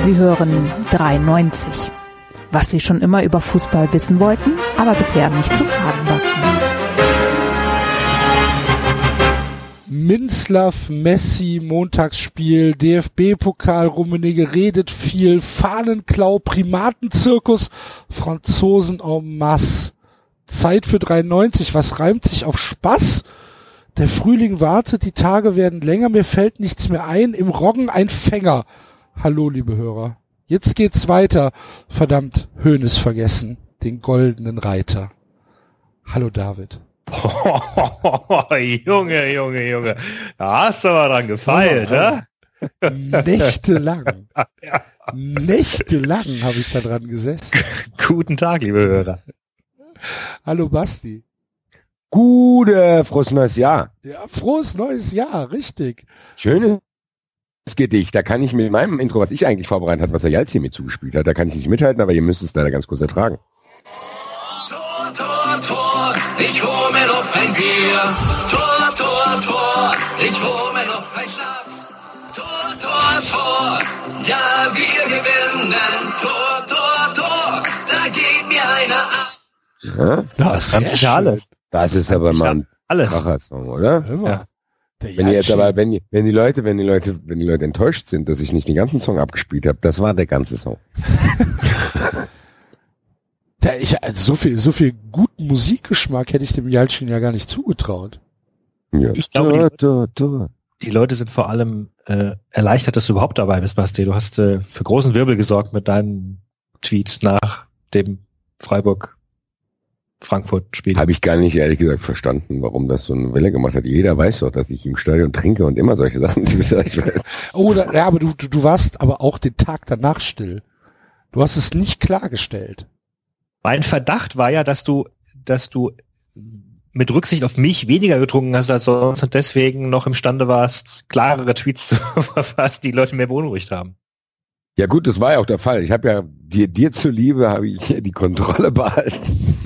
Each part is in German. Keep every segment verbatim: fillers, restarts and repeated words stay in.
Sie hören dreiundneunzig. Was Sie schon immer über Fußball wissen wollten, aber bisher nicht zu fragen wagten. Minzlaff, Messi, Montagsspiel, D F B-Pokal, Rummenigge redet viel, Fahnenklau, Primatenzirkus, Franzosen en masse. Zeit für dreiundneunzig, was reimt sich auf Spaß? Der Frühling wartet, die Tage werden länger, mir fällt nichts mehr ein, im Roggen ein Fänger. Hallo, liebe Hörer. Jetzt geht's weiter. Verdammt, Hoeneß vergessen, den goldenen Reiter. Hallo, David. Oh, Junge, Junge, Junge. Da hast du aber dran gefeilt, ja? Oh, nächtelang. Ja. Nächtelang habe ich da dran gesessen. Guten Tag, liebe Hörer. Hallo, Basti. Gute, frohes neues Jahr. Ja, frohes neues Jahr, richtig. Schönes Gedicht. Da kann ich mit meinem Intro, was ich eigentlich vorbereitet habe, was der Jalz hier mir zugespielt hat, da kann ich nicht mithalten, aber ihr müsst es leider ganz kurz ertragen. Tor, Tor, Tor, ich hol mir noch ein Bier. Tor, Tor, Tor, ich hol mir noch ein Schnaps. Tor, Tor, Tor, ja, wir gewinnen. Tor, Tor, Tor, da geht mir einer ab. Ja, das ist ja alles. Das ist aber mal ein alles. Kracher-Song, oder? Immer. Ja. Wenn die jetzt aber, wenn die, wenn die Leute, wenn die Leute, wenn die Leute enttäuscht sind, dass ich nicht den ganzen Song abgespielt habe, das war der ganze Song. Ja, ich, also so viel, so viel guten Musikgeschmack hätte ich dem Jalcin ja gar nicht zugetraut. Ja. Ich glaube, die, Tor, Tor, Tor. die Leute sind vor allem äh, erleichtert, dass du überhaupt dabei bist, Basti. Du hast äh, für großen Wirbel gesorgt mit deinem Tweet nach dem Freiburg Frankfurt-Spiel. Habe ich gar nicht ehrlich gesagt verstanden, warum das so eine Welle gemacht hat. Jeder weiß doch, dass ich im Stadion trinke und immer solche Sachen. Oh, da, ja, aber du, du, du warst aber auch den Tag danach still. Du hast es nicht klargestellt. Mein Verdacht war ja, dass du, dass du mit Rücksicht auf mich weniger getrunken hast als sonst und deswegen noch imstande warst, klarere Tweets zu verfassen, die Leute mehr beunruhigt haben. Ja gut, das war ja auch der Fall. Ich habe ja dir, dir zuliebe habe ich hier die Kontrolle behalten.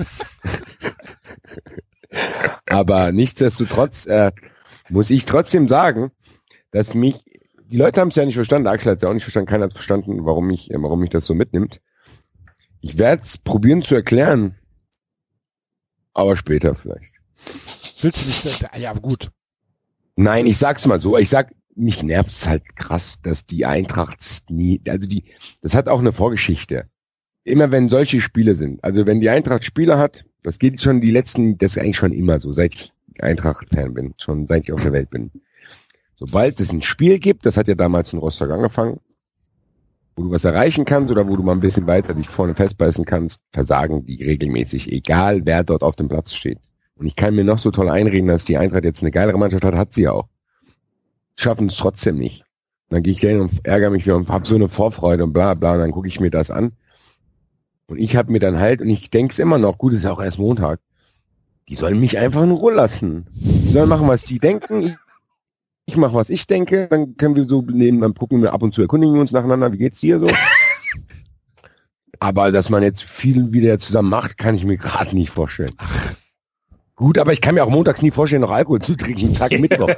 Aber nichtsdestotrotz äh, muss ich trotzdem sagen, dass mich, die Leute haben es ja nicht verstanden, Axel hat es ja auch nicht verstanden, keiner hat es verstanden, warum mich, warum mich das so mitnimmt. Ich werde es probieren zu erklären, aber später vielleicht. Willst du nicht, ja gut. Nein, ich sag's mal so, ich sag, mich nervt's halt krass, dass die Eintracht nie, also die, das hat auch eine Vorgeschichte. Immer wenn solche Spiele sind, also wenn die Eintracht Spiele hat, das geht schon die letzten, das ist eigentlich schon immer so, seit ich Eintracht-Fan bin, schon seit ich auf der Welt bin. Sobald es ein Spiel gibt, das hat ja damals in Rostock angefangen, wo du was erreichen kannst oder wo du mal ein bisschen weiter dich vorne festbeißen kannst, versagen die regelmäßig, egal wer dort auf dem Platz steht. Und ich kann mir noch so toll einreden, dass die Eintracht jetzt eine geilere Mannschaft hat, hat sie ja auch. Schaffen es trotzdem nicht. Und dann gehe ich hin und ärgere mich und habe so eine Vorfreude und bla bla und dann gucke ich mir das an. Und ich habe mir dann halt, und ich denke es immer noch, gut, es ist ja auch erst Montag, die sollen mich einfach in Ruhe lassen. Die sollen machen, was die denken. Ich, ich mache, was ich denke. Dann können wir so nehmen, dann gucken wir ab und zu, erkundigen wir uns nacheinander, wie geht's dir so? Aber dass man jetzt viel wieder zusammen macht, kann ich mir gerade nicht vorstellen. Ach. Gut, aber ich kann mir auch montags nie vorstellen, noch Alkohol zu trinken, Tag Mittwoch.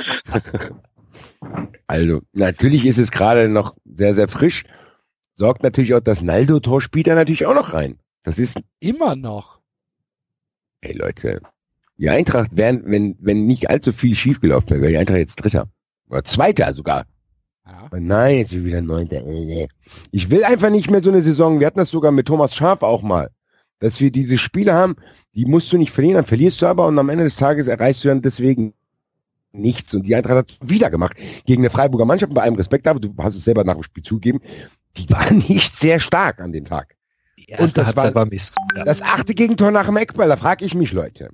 Also, natürlich ist es gerade noch sehr, sehr frisch. Sorgt natürlich auch das Naldo-Tor spielt da natürlich auch noch rein. Das ist immer noch. Hey Leute, die Eintracht wären, wenn, wenn nicht allzu viel schiefgelaufen wäre, wäre die Eintracht jetzt Dritter. Oder Zweiter sogar. Ja. Aber nein, jetzt sind wir wieder Neunter. Ich will einfach nicht mehr so eine Saison. Wir hatten das sogar mit Thomas Schaaf auch mal. Dass wir diese Spiele haben, die musst du nicht verlieren, dann verlierst du aber und am Ende des Tages erreichst du dann deswegen nichts. Und die Eintracht hat wieder gemacht gegen eine Freiburger Mannschaft, bei allem Respekt, aber du hast es selber nach dem Spiel zugegeben, die war nicht sehr stark an dem Tag. Die erste und das Halbzeit war war Mist. Ja. Das achte Gegentor nach dem Eckball, da frage ich mich, Leute.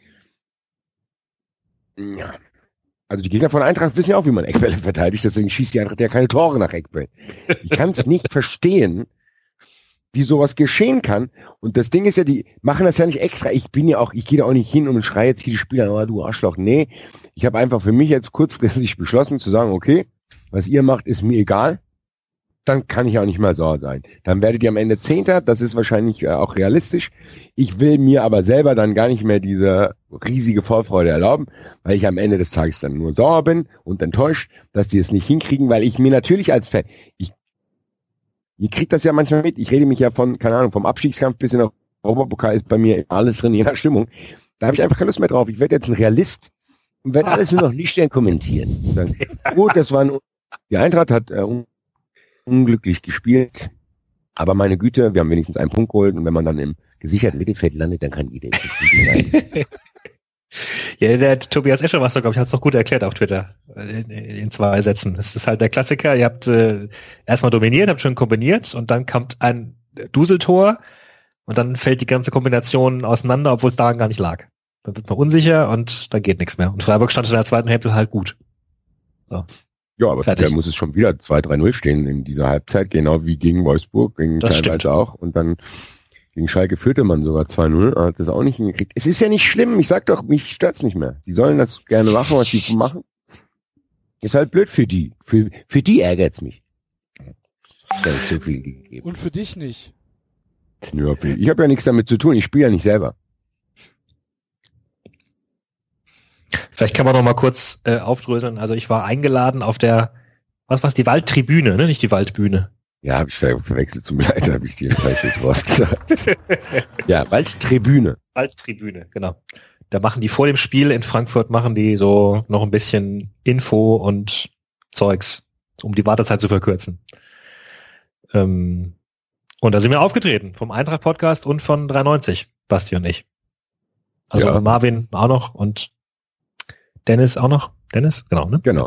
Ja. Also die Gegner von Eintracht wissen ja auch, wie man Eckbälle verteidigt, deswegen schießt die Eintracht ja keine Tore nach Eckbällen. Ich kann es nicht verstehen, wie sowas geschehen kann. Und das Ding ist ja, die machen das ja nicht extra. Ich bin ja auch, ich gehe da auch nicht hin und schreie jetzt hier die Spieler, oh, du Arschloch. Nee, ich habe einfach für mich jetzt kurzfristig beschlossen zu sagen, okay, was ihr macht, ist mir egal. Dann kann ich auch nicht mal sauer sein. Dann werdet ihr am Ende Zehnter, das ist wahrscheinlich äh, auch realistisch. Ich will mir aber selber dann gar nicht mehr diese riesige Vorfreude erlauben, weil ich am Ende des Tages dann nur sauer bin und enttäuscht, dass die es nicht hinkriegen, weil ich mir natürlich als Fan, ich Ihr kriegt das ja manchmal mit. Ich rede mich ja von, keine Ahnung, vom Abstiegskampf bis in der Europapokal ist bei mir alles drin, je nach Stimmung. Da habe ich einfach keine Lust mehr drauf. Ich werde jetzt ein Realist und werde alles nur noch nicht gern kommentieren. Sagen, gut, das war ein, die Eintracht hat äh, un- unglücklich gespielt, aber meine Güte, wir haben wenigstens einen Punkt geholt und wenn man dann im gesicherten Mittelfeld landet, dann kann jeder zufrieden sein. Ja, der Tobias Escher war es doch, glaube ich, hat es doch gut erklärt auf Twitter. In, in zwei Sätzen. Das ist halt der Klassiker. Ihr habt äh, erstmal dominiert, habt schon kombiniert und dann kommt ein Duseltor und dann fällt die ganze Kombination auseinander, obwohl es daran gar nicht lag. Dann wird man unsicher und dann geht nichts mehr. Und Freiburg stand in der zweiten Hälfte halt gut. So. Ja, aber da muss es schon wieder zwei drei null stehen in dieser Halbzeit, genau wie gegen Wolfsburg, gegen Das teilweise stimmt. auch. Und dann gegen Schalke führte man sogar zwei null, hat das auch nicht hingekriegt. Es ist ja nicht schlimm, ich sag doch, mich stört's nicht mehr. Die sollen das gerne machen, was die machen. Ist halt blöd für die. Für, für die ärgert's mich. Da ist so viel gegeben. Und für dich nicht. Ja, ich habe ja nichts damit zu tun, ich spiele ja nicht selber. Vielleicht kann man noch mal kurz äh, aufdröseln. Also ich war eingeladen auf der, was war's, die Waldtribüne, ne? Nicht die Waldbühne. Ja, habe ich ver- verwechselt, tut mir leid, habe ich dir ein falsches Wort gesagt. Ja, Waldtribüne. Waldtribüne, genau. Da machen die vor dem Spiel in Frankfurt, machen die so noch ein bisschen Info und Zeugs, um die Wartezeit zu verkürzen. Ähm, und da sind wir aufgetreten, vom Eintracht-Podcast und von dreiundneunzig, Basti und ich. Also Ja. Marvin auch noch und Dennis auch noch. Dennis, genau, ne? Genau.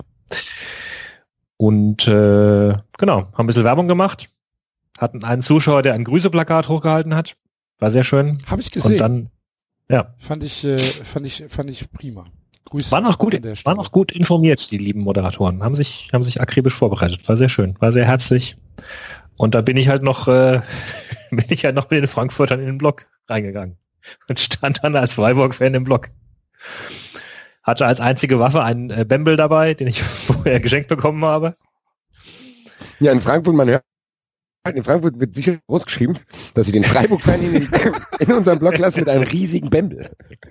Und äh, genau, haben ein bisschen Werbung gemacht, hatten einen Zuschauer, der ein Grüßeplakat hochgehalten hat. War sehr schön. Habe ich gesehen. Und dann, ja, Fand ich, äh, fand ich, fand ich prima. Grüße. waren auch gut, an der Stelle. waren auch gut informiert, die lieben Moderatoren. Haben sich, haben sich akribisch vorbereitet. War sehr schön, war sehr herzlich. Und da bin ich halt noch, äh, bin ich halt noch mit den Frankfurtern in den Block reingegangen und stand dann als Freiburg-Fan im Block. Hatte als einzige Waffe einen äh, Bembel dabei, den ich vorher geschenkt bekommen habe. Ja, in Frankfurt, man hört, in Frankfurt wird sicher groß geschrieben, dass sie den Freiburg-Fan in, in unserem Blog lassen mit einem riesigen Bembel.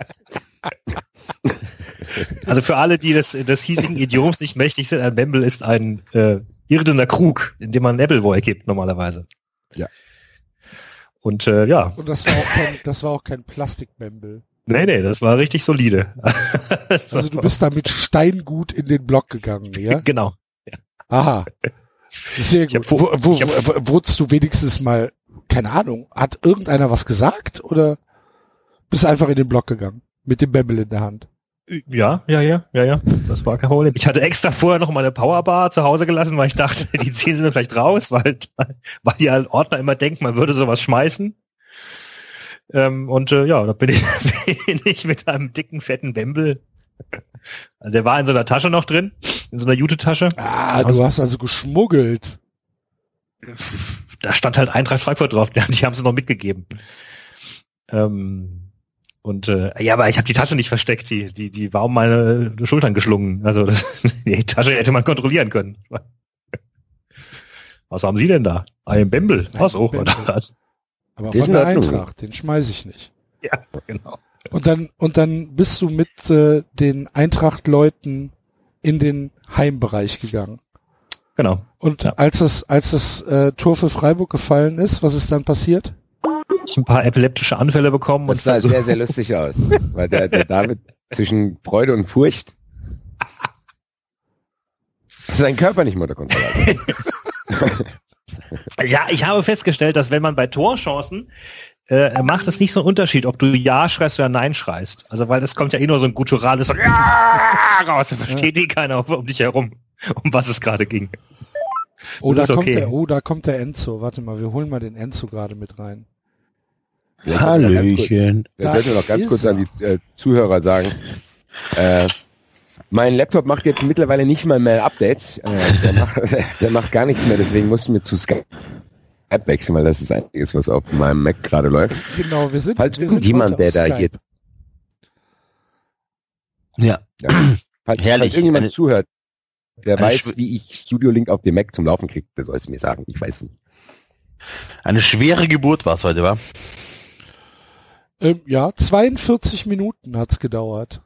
Also für alle, die des, des hiesigen Idioms nicht mächtig sind, ein Bembel ist ein äh, irdener Krug, in dem man Appleboy gibt normalerweise. Ja. Und äh, ja, Und das war auch kein, das war auch kein Plastikbämbel. nee, nee, das war richtig solide. Also du bist da mit Steingut in den Block gegangen, ja? Genau. Aha. Sehr Ich hab gut. vor- Wo, wo, ich hab- wo, wurdest du wenigstens mal, keine Ahnung, hat irgendeiner was gesagt oder bist du einfach in den Block gegangen mit dem Bämbel in der Hand? Ja, ja, ja, ja, ja. Das war kein Problem. Ich hatte extra vorher noch mal eine Powerbar zu Hause gelassen, weil ich dachte, die ziehen sie mir vielleicht raus, weil, weil die Ordner immer denken, man würde sowas schmeißen. Ähm, und äh, ja, da bin ich, bin ich mit einem dicken, fetten Bembel. Also der war in so einer Tasche noch drin, in so einer Jute-Tasche. Ah, Also- du hast also geschmuggelt. Da stand halt Eintracht Frankfurt drauf, die haben sie noch mitgegeben. Ähm, und äh, ja, aber ich habe die Tasche nicht versteckt, die, die, die war um meine Schultern geschlungen. Also das, die Tasche hätte man kontrollieren können. Was haben Sie denn da? Ein Bembel. Ein Was auch? Bembel. Oder? Aber Der ist von in der Ordnung. Eintracht, den schmeiß ich nicht. Ja, genau. Und dann, und dann bist du mit äh, den Eintracht-Leuten in den Heimbereich gegangen. Genau. Und Ja. als das, als das äh, Tor für Freiburg gefallen ist, was ist dann passiert? Ich ein paar epileptische Anfälle bekommen Das und sah versucht- sehr, sehr lustig aus. Weil der, der David zwischen Freude und Furcht seinen Körper nicht mehr unter Kontrolle hat. Ja, ich habe festgestellt, dass wenn man bei Torchancen äh, macht es nicht so einen Unterschied, ob du Ja schreist oder Nein schreist. Also weil es kommt ja eh nur so ein gutturales so, Ja raus, da versteht eh keiner um dich herum, um was es gerade ging. Oh, Das da ist kommt okay. der, oh, da kommt der Enzo. Warte mal, wir holen mal den Enzo gerade mit rein. Vielleicht sollten wir ganz kurz- Hallöchen. Jetzt sollten wir noch ganz kurz an die äh, Zuhörer sagen, äh, mein Laptop macht jetzt mittlerweile nicht mal mehr Updates. Äh, der, macht, der macht gar nichts mehr, deswegen mussten wir zu Skype wechseln, weil das ist das Einzige, was auf meinem Mac gerade läuft. Genau, wir sind, Falls wir sind irgendjemand, heute der auf da hier, Skype. Ja, ja, falls, Herrlich. falls irgendjemand Eine- zuhört, der eine weiß, Schw- wie ich Studio Link auf dem Mac zum Laufen kriege, der soll es mir sagen. Ich weiß nicht. eine schwere Geburt war es heute, wa? Ähm, ja, zweiundvierzig Minuten hat's gedauert.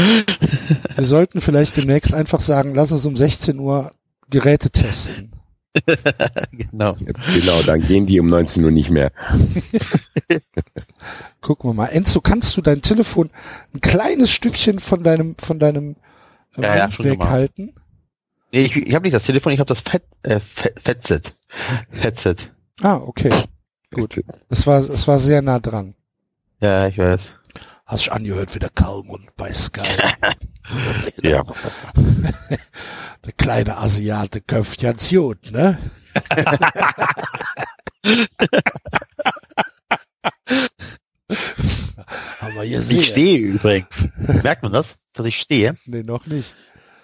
Wir sollten vielleicht demnächst einfach sagen, lass uns um sechzehn Uhr Geräte testen. Genau. Genau, dann gehen die um neunzehn Uhr nicht mehr. Gucken wir mal. Enzo, kannst du dein Telefon ein kleines Stückchen von deinem von deinem äh, Ja, ja, Mund schon gemacht. weghalten? Nee, ich, ich habe nicht das Telefon, ich habe das Fett, äh, Fett, Fettset. Fettset. Ah, okay. Gut. Es war es war sehr nah dran. Ja, ich weiß. Hast du angehört wie der Kalmund bei Sky? Ja. Der kleine Asiate köpft ganz gut, ne? Haben wir gesehen. Ich stehe übrigens. Merkt man das, dass ich stehe? Nee, noch nicht.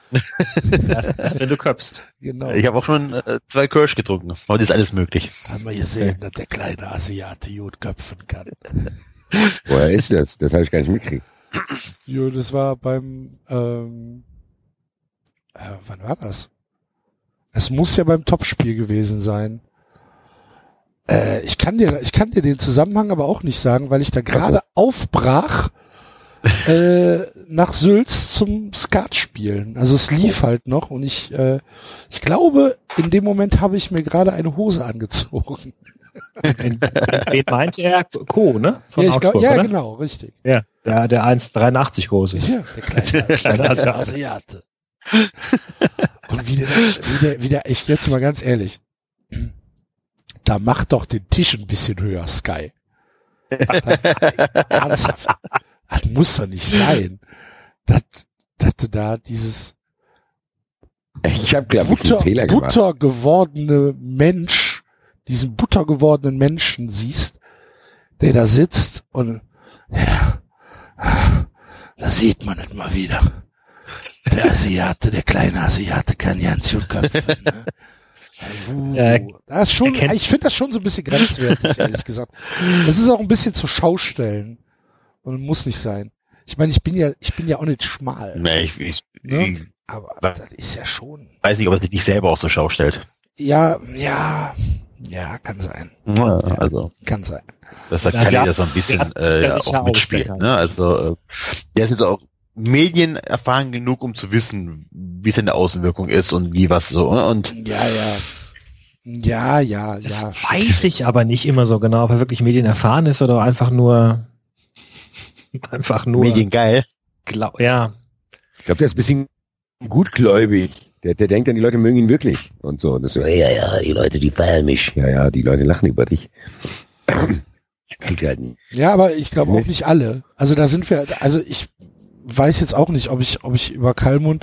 Erst, erst wenn du köpfst. Genau. Ich habe auch schon äh, zwei Kirsch getrunken. Heute ist alles möglich. Haben wir gesehen, dass der kleine Asiate gut köpfen kann. Woher ist das? Das habe ich gar nicht mitgekriegt. Jo, das war beim, ähm, äh, wann war das? Es muss ja beim Topspiel gewesen sein. Äh, ich kann dir, ich kann dir den Zusammenhang aber auch nicht sagen, weil ich da gerade aufbrach, äh, nach Sülz zum Skat spielen. Also es lief halt noch und ich, äh, ich glaube, in dem Moment habe ich mir gerade eine Hose angezogen. Wen meint er? Co, ne? Von ja, ich glaub, Augsburg, ja oder? genau, richtig. Ja, der, der eins Komma dreiundachtzig groß ist. Ja, der kleine, kleine Asiate. Und wie der, wie der, wie der, ich jetzt mal ganz ehrlich, da macht doch den Tisch ein bisschen höher, Sky. Ernsthaft. Das muss doch nicht sein. Dass, dass du da dieses Ich habe, glaube ich, Butter, einen Fehler gemacht. Butter gewordene Mensch, diesen Butter gewordenen Menschen siehst, der da sitzt und ja, da sieht man es mal wieder. Der Asiate, der kleine Asiate kann ganz gut köpfen. Ne? Uh, Ja, das ist schon, kennt- ich finde das schon so ein bisschen grenzwertig, ehrlich gesagt. Das ist auch ein bisschen zu Schaustellen und muss nicht sein. Ich meine, ich bin ja, ich bin ja auch nicht schmal, Nee, ich, ich, Ne? ich aber das ist ja schon. weiß nicht, ob er sich nicht selber auch zur Schau stellt. Ja, ja, ja, kann sein, Ja, also, kann sein. dass der Ja, Kelly ja, da so ein bisschen hat- äh, der sich ja auch mitspielt. ausdenkt. Ne? Also, äh, der ist jetzt auch Medien erfahren genug, um zu wissen, wie es in der Außenwirkung ist und wie was so. ne? Und Ja, ja, ja, ja, Das ja. weiß ich aber nicht immer so genau, ob er wirklich Medien erfahren ist oder einfach nur einfach nur Medien geil. glaub, ja. Ich glaube, der ist ein bisschen gutgläubig. Der, der denkt dann, die Leute mögen ihn wirklich. Und so. Das so, ja, ja, die Leute, die feiern mich. Ja, ja, die Leute lachen über dich. Kriegt halt nie. Ja, aber ich glaube auch nicht alle. Also da sind wir, also ich weiß jetzt auch nicht, ob ich, ob ich über Kalmund,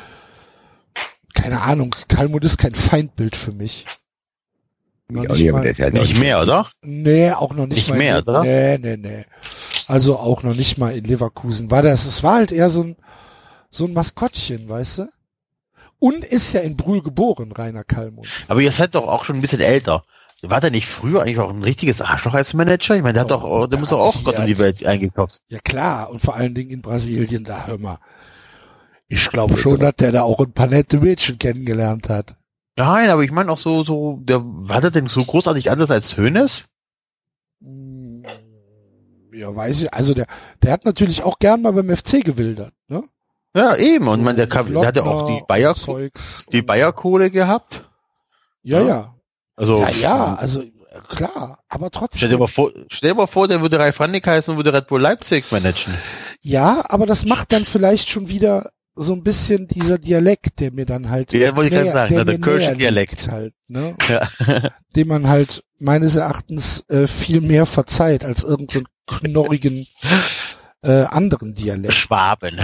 keine Ahnung, Kalmund ist kein Feindbild für mich. Noch Ja, nee, aber der ist halt Nicht mehr, oder? Nee, auch noch nicht, Nicht mal. mehr, in, oder? Nee, nee, nee. Also auch noch nicht mal in Leverkusen. War das, es war halt eher so ein, so ein Maskottchen, weißt du? Und ist ja in Brühl geboren, Rainer Kalmund. Aber ihr seid doch auch schon ein bisschen älter. War der nicht früher eigentlich auch ein richtiges Arschloch als Manager? Ich meine, der hat Oh, doch, auch- der muss doch auch Gott und die Welt eingekauft. Ja klar, und vor allen Dingen in Brasilien, da hör mal. Ich glaube schon, dass der da auch ein paar nette Mädchen kennengelernt hat. Nein, aber ich meine auch so, so, der, war der denn so großartig anders als Hönes? Hm, Ja, weiß ich. Also der, der hat natürlich auch gern mal beim F C gewildert, ne? Ja, eben. Und man, der, kam, der hat ja auch die Lottner Bayer, und Zeugs die und- Bayer-Kohle gehabt. Ja, Ja. ja. Also, Ja, ja, also äh, klar, aber Stell dir trotzdem. mal vor, stell dir mal vor, der würde Ralf Rangnick heißen und würde Red Bull Leipzig managen. Ja, aber das macht dann vielleicht schon wieder so ein bisschen dieser Dialekt, der mir dann halt Ja, wollte ich gerade näher- sagen, ne, der mir Kölsche näher Dialekt. liegt halt, ne? Ja. Dem man halt meines Erachtens äh, viel mehr verzeiht als irgendeinen so knorrigen äh, anderen Dialekt. Schwaben.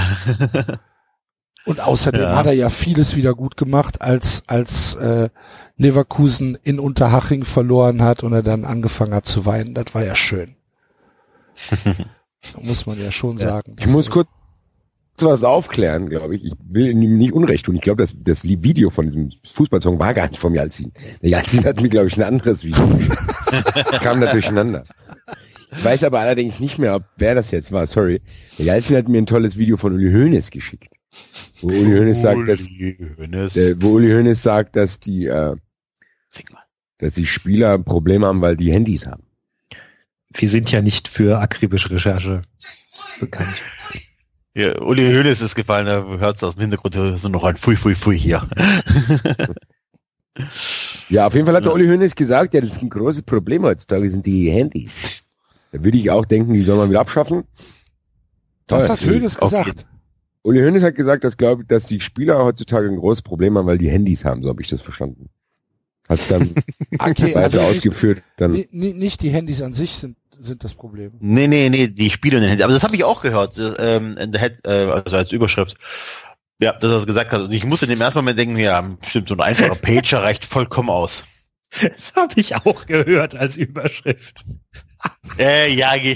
Und außerdem Ja. hat er ja vieles wieder gut gemacht, als als äh, Leverkusen in Unterhaching verloren hat und er dann angefangen hat zu weinen. Das war ja schön. Muss man ja schon sagen. Ich muss kurz was aufklären, glaube ich. Ich will ihm nicht Unrecht tun. Ich glaube, das, das Video von diesem Fußballsong war gar nicht vom Jalzin. Der Jalzin hat mir, glaube ich, ein anderes Video geschickt. Kam da durcheinander. Ich weiß aber allerdings nicht mehr, ob wer das jetzt war. Sorry. Der Jalzin hat mir ein tolles Video von Uli Hoeneß geschickt. Wo Uli Hoeneß sagt, dass, Hoeneß. äh, wo Uli Hoeneß sagt, dass die, äh, Sing mal. dass die Spieler Probleme haben, weil die Handys haben. Wir sind ja nicht für akribische Recherche bekannt. Ja, Uli Hoeneß ist gefallen, da hört es aus dem Hintergrund so noch ein Pfui, Pfui, Pfui hier. Ja, auf jeden Fall hat der Uli Hoeneß gesagt, ja, das ist ein großes Problem heutzutage, sind die Handys. Da würde ich auch denken, die soll man wieder abschaffen. Das Toll. hat Hoeneß gesagt. Uli Hoeneß hat gesagt, dass, glaube ich, dass die Spieler heutzutage ein großes Problem haben, weil die Handys haben, so habe ich das verstanden. Hat dann Okay, weiter also ausgeführt. Dann Nicht, nicht die Handys an sich sind, sind das Problem. Nee, nee, nee, die Spiele in den Handys. Aber das habe ich auch gehört, das, ähm, in der Head, äh, also als Überschrift. Ja, dass er das gesagt hat. Und ich musste in dem ersten Moment denken, ja, stimmt, so ein einfacher Pager reicht vollkommen aus. Das habe ich auch gehört als Überschrift. Äh, ja, ge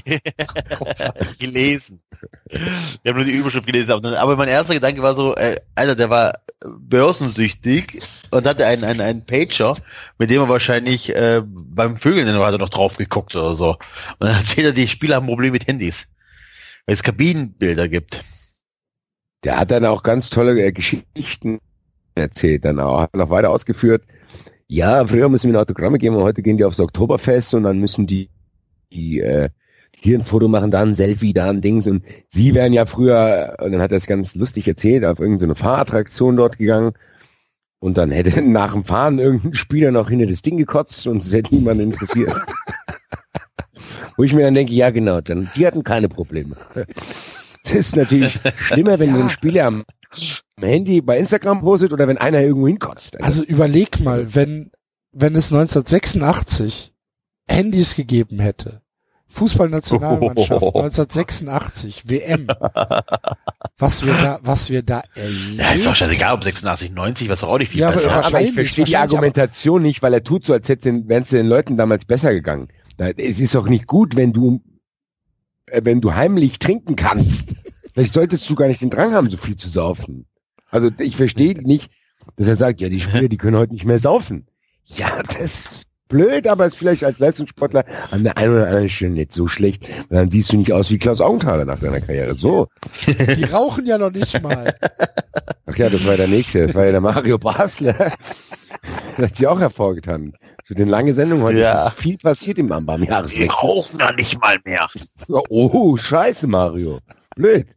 gelesen. Ich habe nur die Überschrift gelesen. Aber mein erster Gedanke war so, äh, Alter, der war börsensüchtig und hatte einen, einen, einen Pager, mit dem er wahrscheinlich äh, beim Vögeln hat er noch drauf geguckt oder so. Und dann erzählt er, die Spieler haben ein Problem mit Handys. Weil es Kabinenbilder gibt. der hat dann auch ganz tolle äh, Geschichten erzählt, dann auch, hat noch weiter ausgeführt. Ja, früher müssen wir Autogramme geben und heute gehen die aufs Oktoberfest und dann müssen die, die äh, hier ein Foto machen, da ein Selfie, da ein Dings und sie wären ja früher, und dann hat er es ganz lustig erzählt, auf irgendeine Fahrattraktion dort gegangen und dann hätte nach dem Fahren irgendein Spieler noch hinter das Ding gekotzt und es hätte niemand interessiert. Wo ich mir dann denke, ja genau, dann die hatten keine Probleme. Das ist natürlich schlimmer, wenn ja. ein Spieler am Handy bei Instagram postet oder wenn einer irgendwo hinkotzt. Also überleg mal, wenn, wenn es neunzehnhundertsechsundachtzig Handys gegeben hätte, Fußballnationalmannschaft neunzehnhundertsechsundachtzig, W M, was wir da, was wir da erlebt. Ja, ist doch scheißegal, ob sechsundachtzig, neunzig, was auch nicht viel ja, besser. aber, aber ich verstehe die Argumentation nicht, weil er tut so, als wären es den Leuten damals besser gegangen. Es ist doch nicht gut, wenn du, wenn du heimlich trinken kannst. Vielleicht solltest du gar nicht den Drang haben, so viel zu saufen. Also ich verstehe nicht, dass er sagt, ja, die Spieler, die können heute nicht mehr saufen. Ja, das ist blöd, aber ist vielleicht als Leistungssportler an der einen oder anderen Stelle nicht so schlecht, weil dann siehst du nicht aus wie Klaus Augenthaler nach deiner Karriere. So. Die rauchen ja noch nicht mal. Ach ja, das war der nächste, das war ja der Mario Basler. Das hat sich auch hervorgetan. Für den lange Sendung heute ja. ist viel passiert im Amba am Die Jahreswechsel. rauchen ja nicht mal mehr. Oh, scheiße, Mario. Blöd.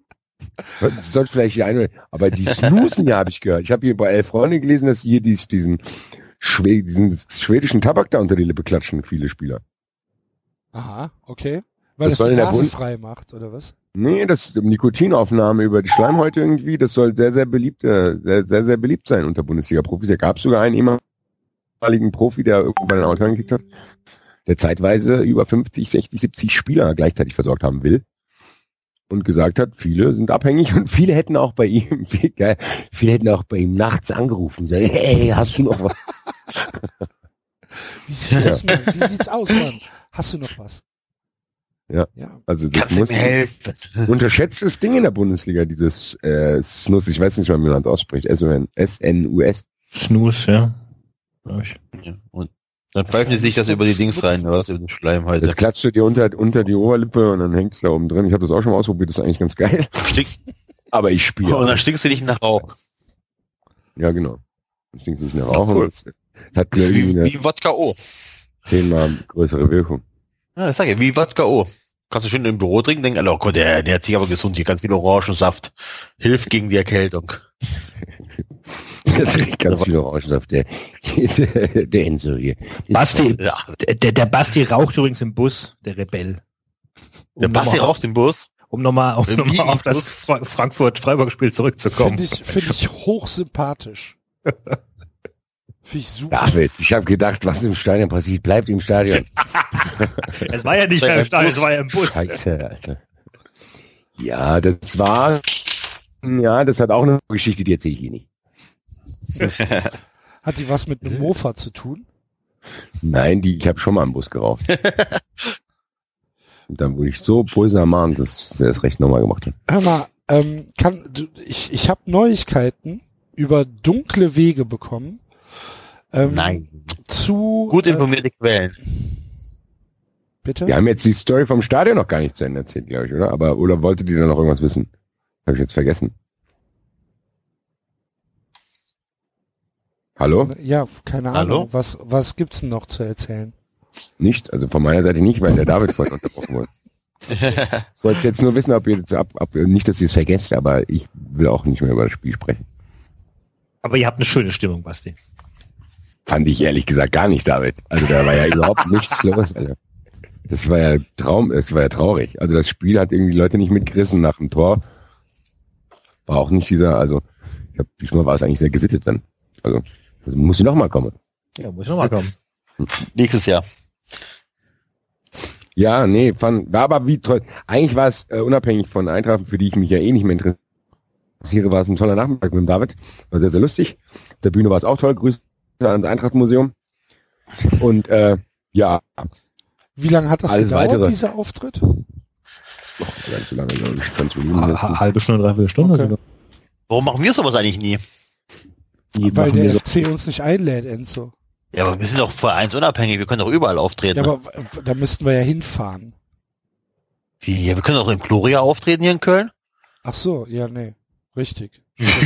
Sollte vielleicht die eine, aber die snoosen ja, habe ich gehört. Ich habe hier bei Elf Freunde gelesen, dass hier dies, diesen, Schwe diesen schwedischen Tabak da unter die Lippe klatschen, viele Spieler. Aha, okay. Weil Das das, soll die in der Nase Bund- frei macht, oder was? Nee, das Nikotinaufnahme über die Schleimhäute irgendwie, das soll sehr, sehr beliebt, äh, sehr, sehr, sehr beliebt sein unter Bundesliga-Profis. Da gab es sogar einen ehemaligen Profi, der irgendwo bei den Autoren gekickt hat, der zeitweise über fünfzig, sechzig, siebzig Spieler gleichzeitig versorgt haben will. Und gesagt hat, viele sind abhängig und viele hätten auch bei ihm, geil, viele hätten auch bei ihm nachts angerufen und sagen, hey, hast du noch was? Wie sieht's aus, Mann? Wie sieht's aus, Mann? Hast du noch was? Ja. Ja. Also das Kannst du muss mir helfen? unterschätztes Ding in der Bundesliga, dieses äh, Snus, ich weiß nicht mal, wie man es ausspricht, S N U S. Snooze, ja. Glaub ich. Ja, und dann pfeifen die sich das über die Dings rein, oder was, über den Schleim halt. Das klatscht du dir unter, unter die Oberlippe und dann hängt's da oben drin. Ich habe das auch schon mal ausprobiert, das ist eigentlich ganz geil. Stick. Aber ich spiele. Und dann stinkst du nicht nach Rauch. Ja, genau. Dann stinkst du nicht nach Rauch. Cool. Und das, das hat Das ist irgendwie wie, eine wie Wodka O. zehnmal größere Wirkung. Ja, das sag ich, wie Wodka O. Kannst du schön im Büro trinken, denken, oh Gott, der, der hat sich aber gesund, hier ganz viel Orangensaft. Hilft gegen die Erkältung. Das riecht ganz viel Orangensaft, der, der, der Enzo hier. Basti, Ja. der, der Basti raucht übrigens im Bus, der Rebell. Um Der Basti nochmal- raucht im Bus. Um nochmal um Wie noch mal im auf das Bus? Fra Frankfurt-Freiburg-Spiel zurückzukommen. Finde ich, finde ich hochsympathisch. Finde ich super. Ach, Witz, ich habe gedacht, was im Stadion passiert, bleibt im Stadion. Es war ja nicht mehr im Stadion, es war ja im Bus. Scheiße, Alter. Ja, das war, ja, das hat auch eine Geschichte, die erzähle ich hier nicht. Hat die was mit einem Mofa zu tun? Nein, die, ich habe schon mal im Bus geraucht. Und dann wurde ich so pulsar ermahnt, dass er das recht nochmal gemacht hat. Hör mal, ähm, kann, du, ich, ich habe Neuigkeiten über dunkle Wege bekommen. Ähm, Nein. Zu, Gut äh, informierte Quellen. bitte? Wir haben jetzt die Story vom Stadion noch gar nicht zu Ende erzählt, glaube ich, oder? Aber, oder wolltet ihr da noch irgendwas wissen? Habe ich jetzt vergessen. Hallo? Ja, keine Hallo? Ahnung. Was, was gibt's denn noch zu erzählen? Nichts, also von meiner Seite nicht, weil der David vorhin unterbrochen wurde. Ich wollte jetzt nur wissen, ob ihr jetzt ab, ab, nicht, dass ihr es vergesst, aber ich will auch nicht mehr über das Spiel sprechen. Aber ihr habt eine schöne Stimmung, Basti. fand ich ehrlich gesagt gar nicht, David. Also da war ja überhaupt nichts los, Alter. Das war ja Traum, es war ja traurig. Also das Spiel hat irgendwie die Leute nicht mitgerissen nach dem Tor. War auch nicht dieser, also ich hab, diesmal war es eigentlich sehr gesittet dann. Also das muss ich nochmal kommen. Ja, muss ich nochmal kommen. Nächstes Jahr. Ja, nee, fand, war aber wie toll. Eigentlich war es äh, unabhängig von Eintracht, für die ich mich ja eh nicht mehr interessiere, war es ein toller Nachmittag mit dem David. War sehr, sehr lustig. Auf der Bühne war es auch toll. Grüße ans Eintracht-Museum. Und äh, ja. Wie lange hat das Alles gedauert, weitere. dieser Auftritt? Oh, gar nicht so lange, glaube ich. zwanzig Minuten. Ha halbe Stunde, dreiviertel Stunde. Okay. sogar. Warum machen wir sowas eigentlich nie? Die Weil machen der wir so. F C uns nicht einlädt, Enzo. Ja, aber wir sind doch vereinsunabhängig, wir können doch überall auftreten. Ja, aber w- da müssten wir ja hinfahren. Wie, ja, wir können auch in Gloria auftreten hier in Köln. Ach so, ja, nee. Richtig.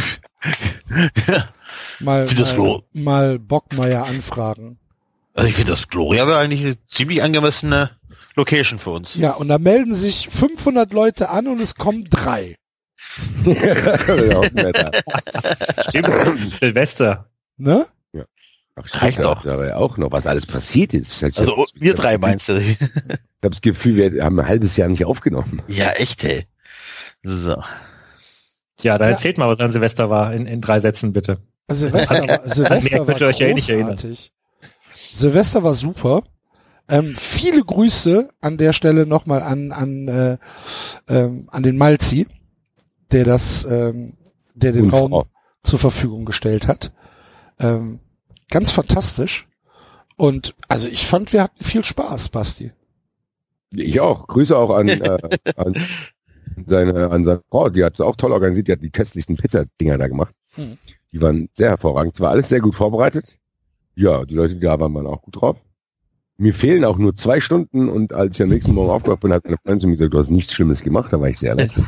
mal, Wie das mal, Glo- mal Bockmeier anfragen. Also ich finde, das Gloria wäre eigentlich eine ziemlich angemessene Location für uns. Ja, und da melden sich fünfhundert Leute an und es kommen drei. Ja, auch netter. Stimmt, Silvester. Ne? Ach, stimmt, Reicht doch. da war ja auch noch, was alles passiert ist. Ich Also hab- wir drei meinst du? Ich habe das Gefühl, wir haben ein halbes Jahr nicht aufgenommen. Ja, echt, ey. So. Ja, da Ja. erzählt mal, was an Silvester war, in, in drei Sätzen bitte. Silvester war, Mehr Silvester war könnt ihr euch ja eh nicht erinnern. großartig. Silvester war super. Ähm, viele Grüße an der Stelle nochmal an an äh, ähm, an den Malzi, der das, ähm, der den Und Raum Frau. zur Verfügung gestellt hat. Ähm, ganz fantastisch. Und also ich fand, wir hatten viel Spaß, Basti. Ich auch. Grüße auch an, äh, an seine an seine Frau, die hat es auch toll organisiert, die hat die köstlichsten Pizzadinger da gemacht. Mhm. Die waren sehr hervorragend. Es war alles sehr gut vorbereitet. Ja, die Leute, die da waren, waren auch gut drauf. Mir fehlen auch nur zwei Stunden und als ich am nächsten Morgen aufgewacht bin, hat meine Freundin zu mir gesagt, du hast nichts Schlimmes gemacht, da war ich sehr erleichtert.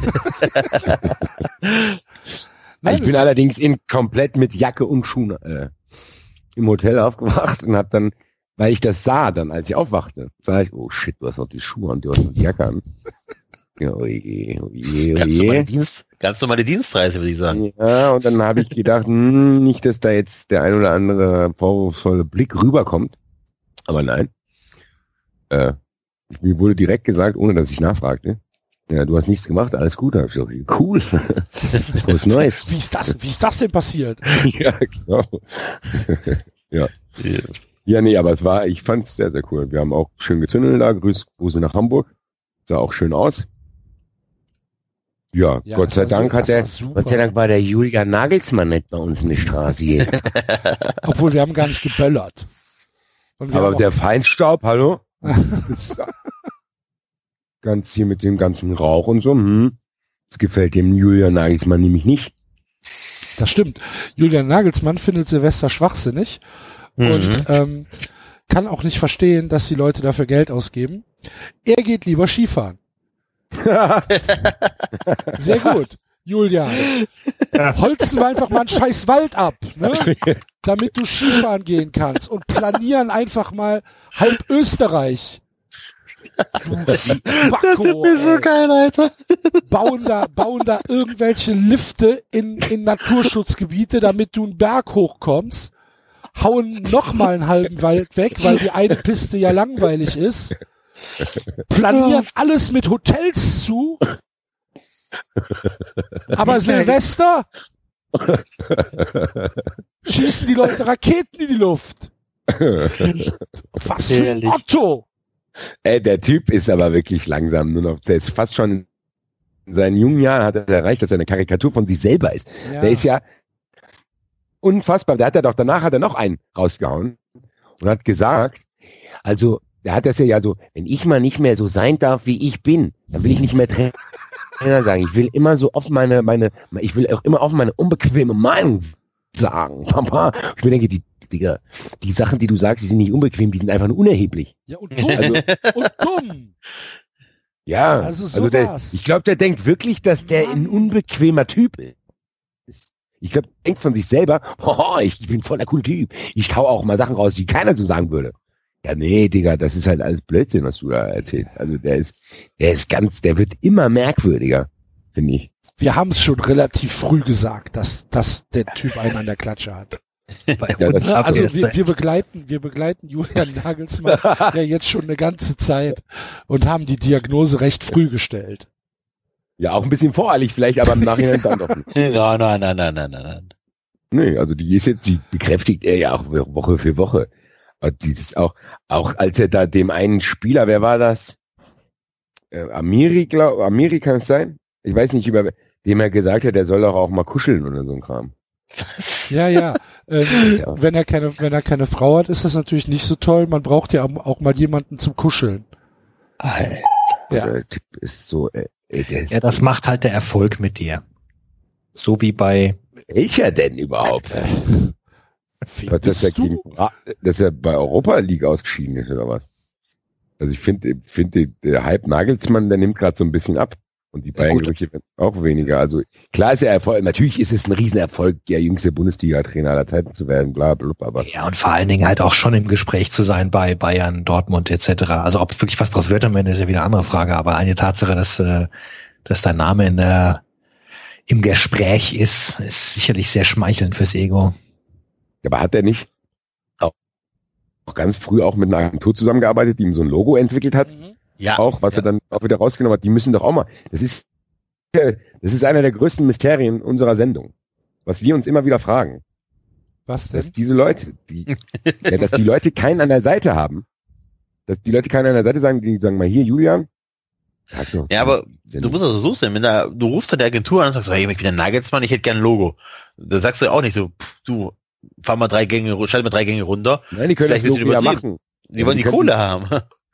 Nein, Ich bin das- allerdings in komplett mit Jacke und Schuhen äh, im Hotel aufgewacht und habe dann, weil ich das sah, dann als ich aufwachte, sah ich, oh shit, du hast noch die Schuhe und du hast noch die Jacke an. Ja, oje, oje, Ganz normale, oje. Dienst, ganz normale Dienstreise, würde ich sagen. Ja, und dann habe ich gedacht, hm, nicht, dass da jetzt der ein oder andere vorwurfsvolle Blick rüberkommt. Aber nein. Äh, mir wurde direkt gesagt, ohne dass ich nachfragte, ja, du hast nichts gemacht, alles gut. Da hab ich gesagt, cool. Was Neues. Wie ist das, wie ist das denn passiert? Ja, genau. Ja. Ja, nee, aber es war, ich fand's sehr, sehr cool. Wir haben auch schön gezündelt da, Grüß, Grüße nach Hamburg. Sah auch schön aus. Ja, Ja, Gott das sei war Dank su- hat das der, war super. Gott sei Dank war der Julian Nagelsmann nicht bei uns in der Straße hier. Obwohl wir haben gar nicht geböllert. Und wir Aber haben der Feinstaub, hallo? Das ganz hier mit dem ganzen Rauch und so, hm. Das gefällt dem Julian Nagelsmann nämlich nicht. auch, das stimmt. Julian Nagelsmann findet Silvester schwachsinnig und Mhm. ähm, kann auch nicht verstehen, dass die Leute dafür Geld ausgeben. Er geht lieber Skifahren. Sehr gut, Julian. Holzen wir einfach mal einen scheiß Wald ab, ne? Damit du Skifahren gehen kannst und planieren einfach mal halb Österreich. Du Backo, ey. geil, Alter. bauen da, bauen da irgendwelche Lifte in, in Naturschutzgebiete, damit du einen Berg hochkommst, hauen nochmal einen halben Wald weg, weil die eine Piste ja langweilig ist, planieren alles mit Hotels zu, aber Silvester schießen die Leute Raketen in die Luft. Was für ein Herrlich. Otto! Ey, der Typ ist aber wirklich langsam, nur noch, der ist fast schon in seinen jungen Jahren hat er erreicht, dass er eine Karikatur von sich selber ist. Ja. Der ist ja unfassbar. Der hat ja doch, danach hat er noch einen rausgehauen und hat gesagt, also, der hat das ja ja so, wenn ich mal nicht mehr so sein darf, wie ich bin, dann will ich nicht mehr Trainer sagen. Ich will immer so oft meine, meine, ich will auch immer oft meine unbequeme Meinung sagen. Papa, ich mir denke, die, Digga, die Sachen, die du sagst, die sind nicht unbequem, die sind einfach nur unerheblich. Ja, und dumm. Also, Und dumm. ja, Also so also der, war's. ich glaube, der denkt wirklich, dass der Mann. ein unbequemer Typ ist. Ich glaube, der denkt von sich selber, oh, ich bin voll der coole Typ. Ich hau auch mal Sachen raus, die keiner so sagen würde. Ja, nee, Digga, das ist halt alles Blödsinn, was du da erzählst. Also der ist, der ist ganz, der wird immer merkwürdiger, finde ich. Wir haben es schon relativ früh gesagt, dass, dass der Typ einen an der Klatsche hat. Bei Ja, uns das- Ja, ab also erst wir, wir eins. begleiten, wir begleiten Julian Nagelsmann ja jetzt schon eine ganze Zeit und haben die Diagnose recht früh gestellt. Ja, auch ein bisschen voreilig vielleicht, aber im Nachhinein dann doch nicht. Nein, nein, nein, nein, nein, nein. Nee, also die ist jetzt, die bekräftigt er ja auch Woche für Woche. Aber dieses auch, auch als er da dem einen Spieler, wer war das? Äh, Amiri, glaub, Amiri kann es sein? Ich weiß nicht, über dem er gesagt hat, er soll doch auch mal kuscheln oder so ein Kram. Ja, ja. Ähm, Ja. wenn er keine, wenn er keine Frau hat, ist das natürlich nicht so toll. Man braucht ja auch mal jemanden zum Kuscheln. Alter. Ja. Der Typ ist so, äh, ey, der ist, Ja, das macht halt der Erfolg mit dir. So wie bei, welcher denn überhaupt? Was, dass, er Findest du? gegen, Bra- dass er bei Europa League ausgeschieden ist oder was? Also ich finde, finde der Hype Nagelsmann, der nimmt gerade so ein bisschen ab. Und die Bayern-Gerüchte werden auch weniger. Also klar ist er Erfolg, natürlich ist es ein Riesenerfolg, der jüngste Bundesliga-Trainer aller Zeiten zu werden, bla bla, bla, aber ja, und vor allen Dingen halt auch schon im Gespräch zu sein bei Bayern, Dortmund et cetera. Also ob wirklich was draus wird am Ende ist ja wieder eine andere Frage, aber eine Tatsache, dass, äh, dass dein Name in der, im Gespräch ist, ist sicherlich sehr schmeichelnd fürs Ego. aber hat er nicht auch, auch ganz früh auch mit einer Agentur zusammengearbeitet, die ihm so ein Logo entwickelt hat? Ja. Auch, was ja. er dann auch wieder rausgenommen hat, die müssen doch auch mal, das ist, äh, das ist einer der größten Mysterien unserer Sendung, was wir uns immer wieder fragen, Was denn? dass diese Leute, die, ja, dass die Leute keinen an der Seite haben, dass die Leute keinen an der Seite sagen, die sagen mal hier, Julian, sag doch, Ja, aber du musst das so sehen, wenn da, du rufst da der Agentur an und sagst, hey, ich bin der Nagelsmann, ich hätte gern ein Logo. Da sagst du auch nicht so, pff, du, fahr mal drei Gänge, schalt mal drei Gänge runter. nein, die können das Vielleicht willst du Logo ja übertrieben. machen. Die Ja, wollen die die können- Kohle haben.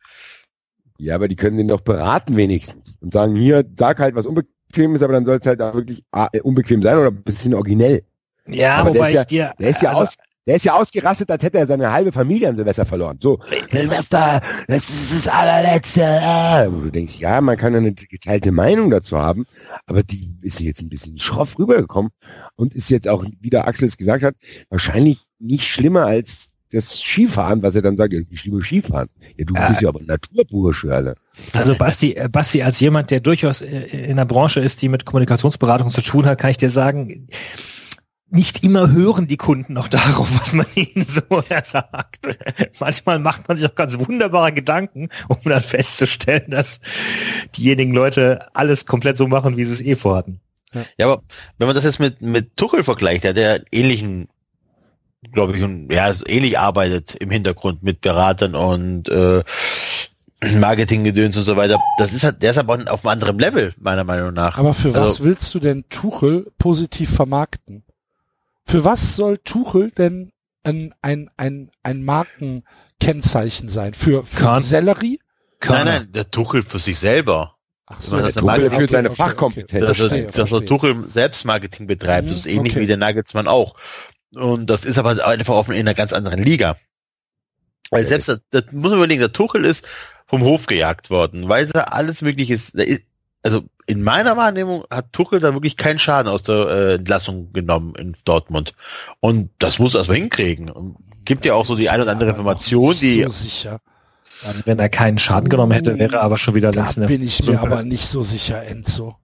Ja, aber die können den doch beraten wenigstens und sagen, hier, sag halt, was unbequem ist, aber dann soll es halt auch wirklich ah, äh, unbequem sein oder ein bisschen originell. Ja, Aber der wobei ist ja- ich dir, Der ist ja also, aus, der ist ja ausgerastet, als hätte er seine halbe Familie an Silvester verloren. So, Silvester, das ist das allerletzte. äh. Wo du denkst, ja, man kann eine geteilte Meinung dazu haben, aber die ist jetzt ein bisschen schroff rübergekommen und ist jetzt auch, wie der Axel es gesagt hat, wahrscheinlich nicht schlimmer als das Skifahren, was er dann sagt, ich liebe Skifahren. Ja, du Äh, bist ja aber Naturbursche, Alter. Also Basti, äh, Basti, als jemand, der durchaus äh, in der Branche ist, die mit Kommunikationsberatung zu tun hat, kann ich dir sagen, nicht immer hören die Kunden noch darauf, was man ihnen so sagt. Manchmal macht man sich auch ganz wunderbare Gedanken, um dann festzustellen, dass diejenigen Leute alles komplett so machen, wie sie es eh vorhatten. Ja, aber wenn man das jetzt mit, mit Tuchel vergleicht, der, der ähnlichen, glaube ich, und ja, so ähnlich arbeitet im Hintergrund mit Beratern und äh, Marketinggedöns und so weiter, das ist halt, der ist aber auf einem anderen Level, meiner Meinung nach. Aber für was Also, willst du denn Tuchel positiv vermarkten? Für was soll Tuchel denn ein, ein, ein, ein Markenkennzeichen sein? Für, für Kahn. Sellerie? nein, nein, der Tuchel für sich selber. Ach so, Der das Tuchel Marketing- für seine okay, Fachkompetenz. Dass, Verstehe, er, dass er verstehe. Tuchel selbst Marketing betreibt, das ist Mhm, ähnlich okay. wie der Nagelsmann auch. Und das ist aber einfach auf in einer ganz anderen Liga. Weil selbst, das, das muss man überlegen, der Tuchel ist vom Hof gejagt worden, weil er alles mögliche ist, der ist, also in meiner Wahrnehmung hat Tuchel da wirklich keinen Schaden aus der äh, Entlassung genommen in Dortmund. Und das muss er erstmal hinkriegen. Und gibt ja auch so die ein oder andere Information, die, So sicher. Also wenn er keinen Schaden genommen hätte, wäre er aber schon wieder Da längst in der bin ich mir Suppe. aber nicht so sicher, Enzo.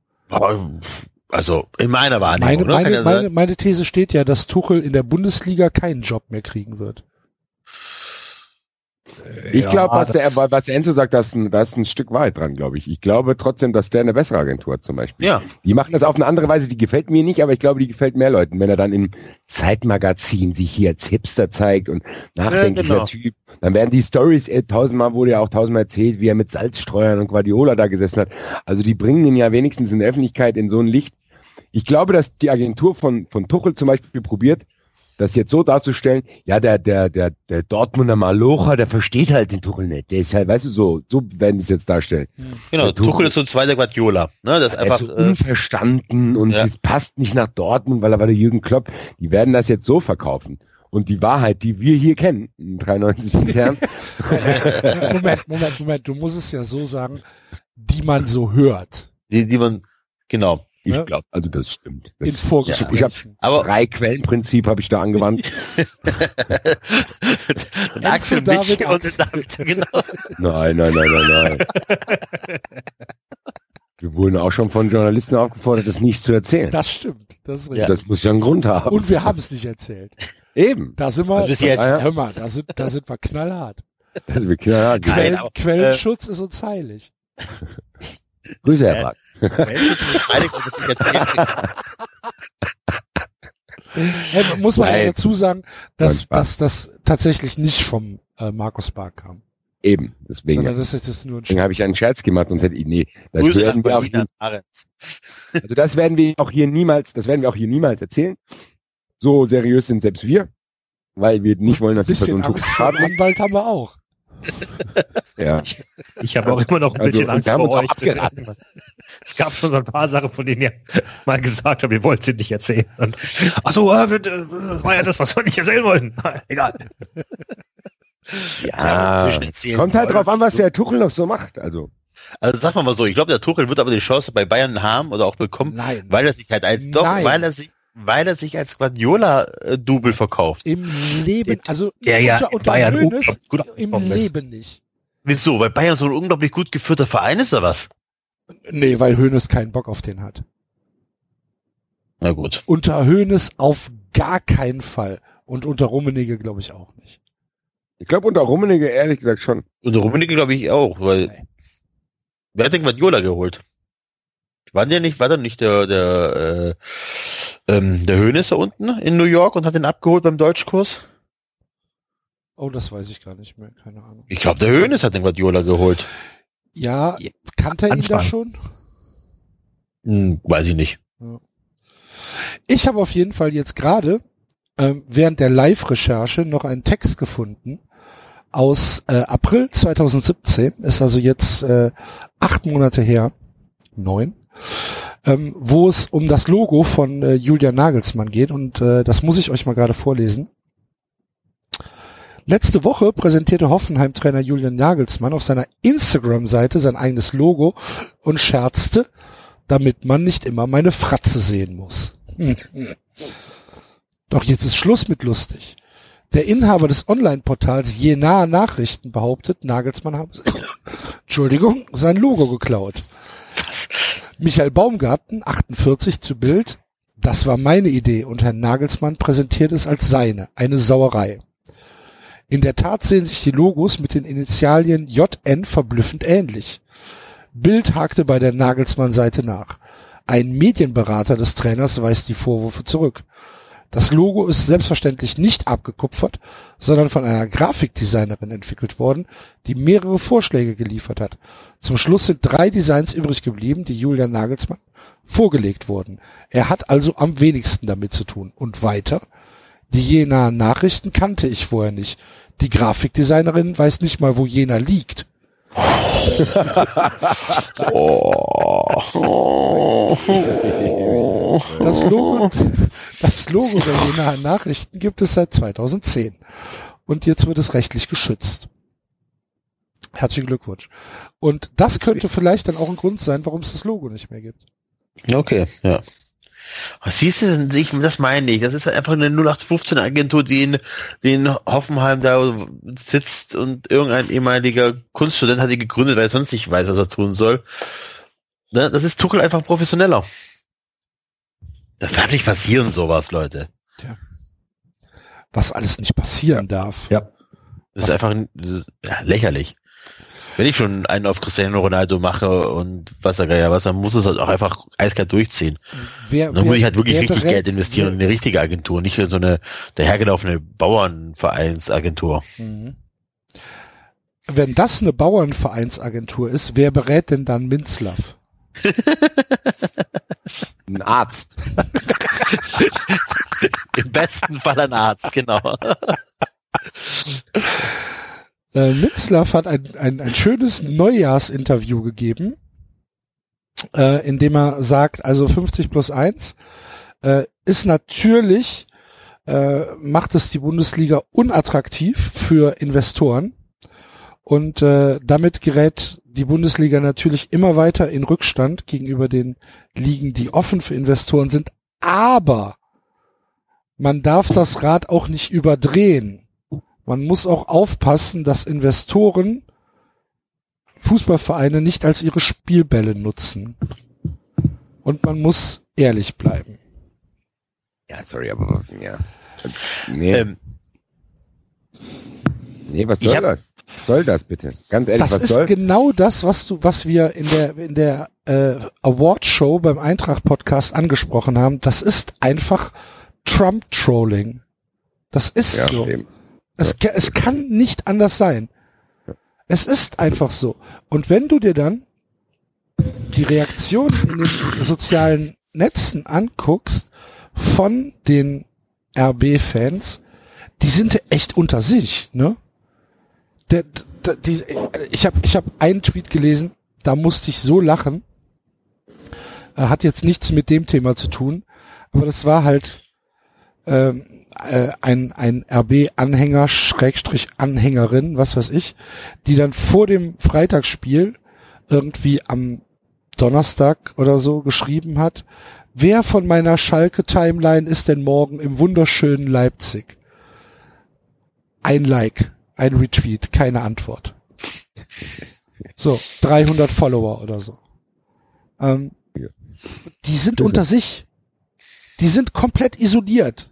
also in meiner Wahrnehmung, Meine, ne? Kann meine, ja meine, sein. meine These steht ja, dass Tuchel in der Bundesliga keinen Job mehr kriegen wird. Ich Ja, glaube, was, das- der, was der Enzo sagt, da ist ein, da ist ein Stück Wahrheit dran, glaube ich. Ich glaube trotzdem, dass der eine bessere Agentur hat zum Beispiel. Ja. Die machen das auf eine andere Weise, die gefällt mir nicht, aber ich glaube, die gefällt mehr Leuten. Wenn er dann im Zeitmagazin sich hier als Hipster zeigt und nachdenklicher genau. Typ, dann werden die Stories äh, tausendmal, wurde ja auch tausendmal erzählt, wie er mit Salzstreuern und Guardiola da gesessen hat. Also die bringen ihn ja wenigstens in der Öffentlichkeit in so ein Licht. Ich glaube, dass die Agentur von, von Tuchel zum Beispiel probiert, das jetzt so darzustellen, ja, der, der, der, der Dortmunder Malocher, der versteht halt den Tuchel nicht. Der ist halt, weißt du, so, so werden die es jetzt darstellen. Genau, Der Tuchel Tuchel ist so ein zweiter Guardiola. Ne? Das ist Er ist einfach, so äh, unverstanden und ja. es passt nicht nach Dortmund, weil er war der Jürgen Klopp. Die werden das jetzt so verkaufen. Und die Wahrheit, die wir hier kennen, in dreiundneunzig intern, Moment, Moment, Moment. Du musst es ja so sagen, die man so hört. die, die man, genau. ich Ja. glaube, also das stimmt. Das, In Vorgesprächen. ich habe Aber drei Quellenprinzip habe ich da angewandt. und Axel, David, mich und Axel. David, genau. Nein, nein, nein, nein, nein. Wir wurden auch schon von Journalisten aufgefordert, das nicht zu erzählen. Das stimmt. Das ist richtig. Ja. Das muss ja einen Grund haben. Und wir haben es nicht erzählt. Eben. Da sind wir, Also bis jetzt, hör mal, da sind, da sind wir knallhart. Das ist wirklich knallhart. Nein, Quellen, aber, Quellenschutz ist uns heilig. Grüße, Herr Äh, Brack. Weltschutz muss beide Gruppen nicht erzählen. Hey, muss man Nein. ja dazu sagen, dass, Nein, dass das tatsächlich nicht vom äh, Markus Barth kam. Eben, deswegen. Sondern das ist das nur ein Deswegen habe ich einen Scherz gemacht, sonst hätte ich, nee, das Grüße werden nach wir auch, Berlin an Arenz. also das werden wir auch hier niemals, das werden wir auch hier niemals erzählen. So seriös sind selbst wir, weil wir nicht wollen, dass die bisschen Person Angst Schuss vor haben. dem Anwalt haben wir auch. Ja. Ich habe auch immer noch ein Also, bisschen und Angst wir haben vor uns auch euch. abgeraten. Es gab schon so ein paar Sachen, von denen ihr mal gesagt habt, ihr wollt sie nicht erzählen. Und, ach so, äh, wir- das war ja das, was wir nicht erzählen wollten. Egal. Ja, inzwischen erzählen kommt halt wollen. drauf an, was der Tuchel noch so macht, also. Also sag mal so, ich glaube, der Tuchel wird aber die Chance bei Bayern haben oder auch bekommen, Nein. weil er sich halt als doch, Nein. weil er sich, weil er sich als Guardiola-Double verkauft. Im Leben, also Der ja unter, in unter Bayern Hoeneß, unglaublich gut im angekommen ist. Leben nicht. Wieso? Weil Bayern so ein unglaublich gut geführter Verein ist oder was? Nee, weil Hoeneß keinen Bock auf den hat. Na gut. Unter Hoeneß auf gar keinen Fall. Und unter Rummenigge glaube ich auch nicht. Ich glaube unter Rummenigge ehrlich gesagt schon. Und Rummenigge glaube ich auch, weil Nee. wer hat den Guardiola geholt? War der nicht, war der nicht der, der, äh, ähm, der Hoeneß da unten in New York und hat den abgeholt beim Deutschkurs? Oh, das weiß ich gar nicht mehr. Keine Ahnung. Ich glaube, der Hoeneß hat den Guardiola geholt. Ja, kannte er ihn da Anfang. schon? Hm, weiß ich nicht. Ich habe auf jeden Fall jetzt gerade ähm, während der Live-Recherche noch einen Text gefunden aus äh, April zweitausendsiebzehn, ist also jetzt äh, acht Monate her, neun, ähm, wo es um das Logo von äh, Julian Nagelsmann geht und äh, das muss ich euch mal gerade vorlesen. Letzte Woche präsentierte Hoffenheim-Trainer Julian Nagelsmann auf seiner Instagram-Seite sein eigenes Logo und scherzte, damit man nicht immer meine Fratze sehen muss. Doch jetzt ist Schluss mit lustig. Der Inhaber des Online-Portals Jena Nachrichten behauptet, Nagelsmann habe Entschuldigung, sein Logo geklaut. Michael Baumgarten, achtundvierzig, zu Bild, das war meine Idee und Herr Nagelsmann präsentiert es als seine, eine Sauerei. In der Tat sehen sich die Logos mit den Initialien J N verblüffend ähnlich. Bild hakte bei der Nagelsmann-Seite nach. Ein Medienberater des Trainers weist die Vorwürfe zurück. Das Logo ist selbstverständlich nicht abgekupfert, sondern von einer Grafikdesignerin entwickelt worden, die mehrere Vorschläge geliefert hat. Zum Schluss sind drei Designs übrig geblieben, die Julian Nagelsmann vorgelegt wurden. Er hat also am wenigsten damit zu tun. Und weiter: Die Jenaer Nachrichten kannte ich vorher nicht. Die Grafikdesignerin weiß nicht mal, wo Jena liegt. Das Logo, das Logo der Jenaer Nachrichten gibt es seit zweitausendzehn. Und jetzt wird es rechtlich geschützt. Herzlichen Glückwunsch. Und das könnte vielleicht dann auch ein Grund sein, warum es das Logo nicht mehr gibt. Okay, ja. Was siehst du, ich, das meine ich. Das ist halt einfach eine null acht fünfzehn Agentur, die in, die in Hoffenheim da sitzt und irgendein ehemaliger Kunststudent hat die gegründet, weil er sonst nicht weiß, was er tun soll. Ne? Das ist Tuchel einfach professioneller. Das darf nicht passieren, sowas, Leute. Was alles nicht passieren darf. Ja. Das ist einfach das ist, ja, lächerlich. Wenn ich schon einen auf Cristiano Ronaldo mache und was er geil, was, dann muss es halt auch einfach eiskalt durchziehen. Wer, Dann muss ich halt wirklich wer richtig direkt- Geld investieren in eine richtige Agentur, nicht in so eine dahergelaufene Bauernvereinsagentur. Mhm. Wenn das eine Bauernvereinsagentur ist, wer berät denn dann Minzlaff? Ein Arzt. Im besten Fall ein Arzt, genau. Äh, Minzlaff hat ein, ein, ein schönes Neujahrsinterview gegeben, äh, in dem er sagt, also fünfzig plus eins äh, ist natürlich, äh, macht es die Bundesliga unattraktiv für Investoren und äh, damit gerät die Bundesliga natürlich immer weiter in Rückstand gegenüber den Ligen, die offen für Investoren sind, aber man darf das Rad auch nicht überdrehen. Man muss auch aufpassen, dass Investoren Fußballvereine nicht als ihre Spielbälle nutzen. Und man muss ehrlich bleiben. Ja, sorry, aber ja. Nee. Ähm, nee, was soll hab, das? Was soll das bitte? Ganz ehrlich, Das was ist soll? genau das, was du, was wir in der in der äh, Award-Show beim Eintracht-Podcast angesprochen haben. Das ist einfach Trump-Trolling. Das ist Ja, so. eben. Es, Ja. es kann nicht anders sein. Es ist einfach so. Und wenn du dir dann die Reaktion in den sozialen Netzen anguckst von den R B-Fans, die sind echt unter sich, ne? Der, der, die, ich habe ich hab einen Tweet gelesen, da musste ich so lachen. Er hat jetzt nichts mit dem Thema zu tun, aber das war halt ähm, äh, ein ein R B-Anhänger, Schrägstrich Anhängerin, was weiß ich, die dann vor dem Freitagsspiel irgendwie am Donnerstag oder so geschrieben hat, wer von meiner Schalke-Timeline ist denn morgen im wunderschönen Leipzig? Ein Like, ein Retweet, keine Antwort. So, dreihundert Follower oder so. Ähm, Ja. Die sind unter sich. Die sind komplett isoliert.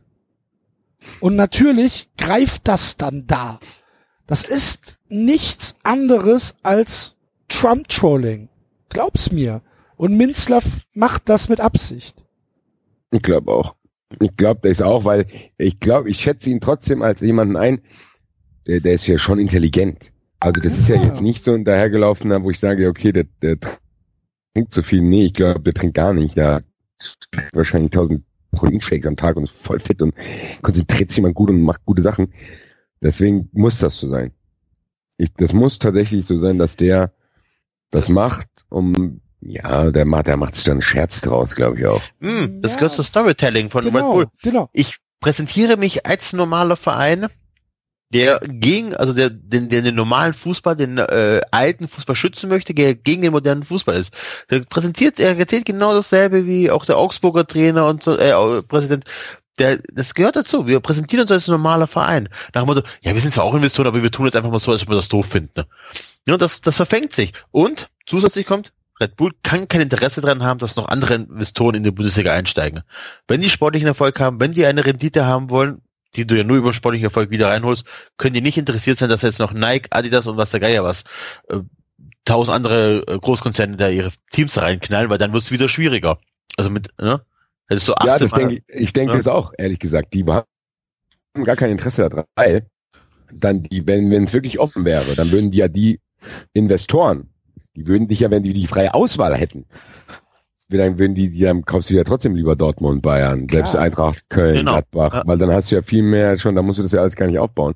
Und natürlich greift das dann da. Das ist nichts anderes als Trump-Trolling. Glaub's mir. Und Minzlaff macht das mit Absicht. Ich glaube auch. Ich glaube das auch, weil ich glaube, ich schätze ihn trotzdem als jemanden ein, der, der ist ja schon intelligent. Also das ist ja jetzt nicht so ein dahergelaufener, wo ich sage, okay, der, der trinkt zu viel. Nee, ich glaube, der trinkt gar nicht. Der trinkt wahrscheinlich tausend Proteinshakes am Tag und ist voll fit und konzentriert sich mal gut und macht gute Sachen. Deswegen muss das so sein. Ich, das muss tatsächlich so sein, dass der das macht, um, ja, der macht, der macht sich dann einen Scherz draus, glaube ich auch. mh, das Ja. gehört zur Storytelling von Red Genau, Bull. genau. Ich präsentiere mich als normaler Verein, der gegen, also der den, der den normalen Fußball, den äh, alten Fußball schützen möchte, der gegen den modernen Fußball ist. Der präsentiert, er erzählt genau dasselbe wie auch der Augsburger Trainer und so, äh, Präsident. Der, das gehört dazu. Wir präsentieren uns als normaler Verein. Nach dem Motto, ja, wir sind zwar auch Investoren, aber wir tun jetzt einfach mal so, als ob wir das doof finden. Ne? Ja, das, das verfängt sich. Und zusätzlich kommt, Red Bull kann kein Interesse daran haben, dass noch andere Investoren in die Bundesliga einsteigen. Wenn die sportlichen Erfolg haben, wenn die eine Rendite haben wollen, die du ja nur über sportlichen Erfolg wieder reinholst, können die nicht interessiert sein, dass jetzt noch Nike, Adidas und was der Geier was, äh, tausend andere äh, Großkonzerne da ihre Teams da reinknallen, weil dann wird es wieder schwieriger. Also mit, ne? Das ist so Ja, achtzehn das denke ich, ich denke Ja. das auch, ehrlich gesagt. Die haben gar kein Interesse daran, weil dann die, wenn wenn es wirklich offen wäre, dann würden die ja die Investoren, die würden dich ja, wenn die die freie Auswahl hätten, dann würden die, die dann kaufst du ja trotzdem lieber Dortmund, Bayern, Klar. selbst Eintracht, Köln, Genau. Gladbach, Ja. weil dann hast du ja viel mehr schon, da musst du das ja alles gar nicht aufbauen.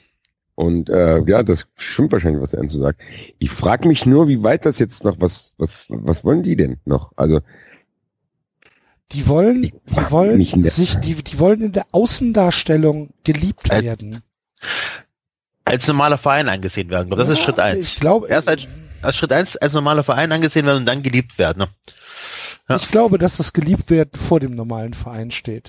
Und äh, ja, das stimmt wahrscheinlich, was der Enzo sagt. Ich frage mich nur, wie weit das jetzt noch, was, was, was wollen die denn noch? Also Die wollen, Ich die mag wollen nicht in der- sich, die, die wollen in der Außendarstellung geliebt Äh, werden. als normaler Verein angesehen werden. Das ist Ja, Schritt eins. Ich glaube, Erst als, als Schritt eins als normaler Verein angesehen werden und dann geliebt werden. Ne? ja. ich glaube, dass das geliebt werden vor dem normalen Verein steht.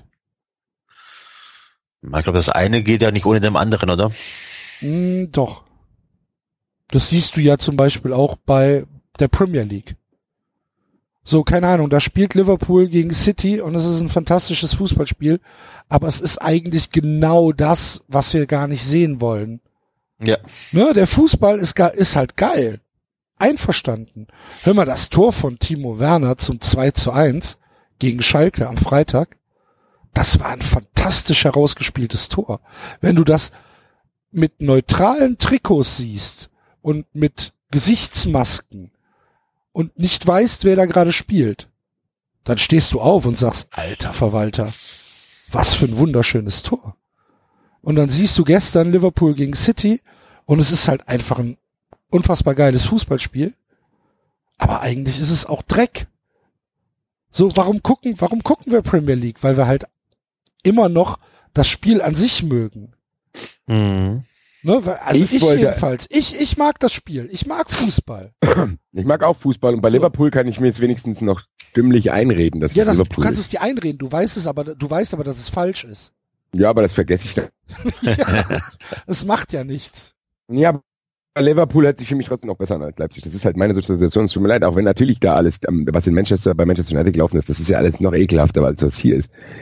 Ich glaube, das eine geht ja nicht ohne dem anderen, oder? Hm, doch. Das siehst du ja zum Beispiel auch bei der Premier League. So, keine Ahnung, da spielt Liverpool gegen City und es ist ein fantastisches Fußballspiel, aber es ist eigentlich genau das, was wir gar nicht sehen wollen. Ja. Ne, der Fußball ist, ge- ist halt geil. Einverstanden. Hör mal, das Tor von Timo Werner zum zwei zu eins gegen Schalke am Freitag, das war ein fantastisch herausgespieltes Tor. Wenn du das mit neutralen Trikots siehst und mit Gesichtsmasken und nicht weißt, wer da gerade spielt, dann stehst du auf und sagst, alter Verwalter, was für ein wunderschönes Tor. Und dann siehst du gestern Liverpool gegen City und es ist halt einfach ein unfassbar geiles Fußballspiel. Aber eigentlich ist es auch Dreck. So, warum gucken, warum gucken wir Premier League? Weil wir halt immer noch das Spiel an sich mögen. Mhm. Ne? weil- Also Ich ich, wollte- jedenfalls. Ich, ich mag das Spiel. Ich mag Fußball. ich mag auch Fußball und bei So. Liverpool kann ich mir jetzt wenigstens noch stimmlich einreden, dass Ja, es das, du Liverpool kannst ist. es dir einreden. Du weißt es aber, du weißt aber, dass es falsch ist. Ja, aber das vergesse ich dann. Ja, es macht ja nichts. Ja, aber Liverpool hört sich für mich trotzdem noch besser an als Leipzig. Das ist halt meine Sozialisation. Es tut mir leid, auch wenn natürlich da alles, ähm, was in Manchester, bei Manchester United gelaufen ist, das ist ja alles noch ekelhafter, als was hier ist.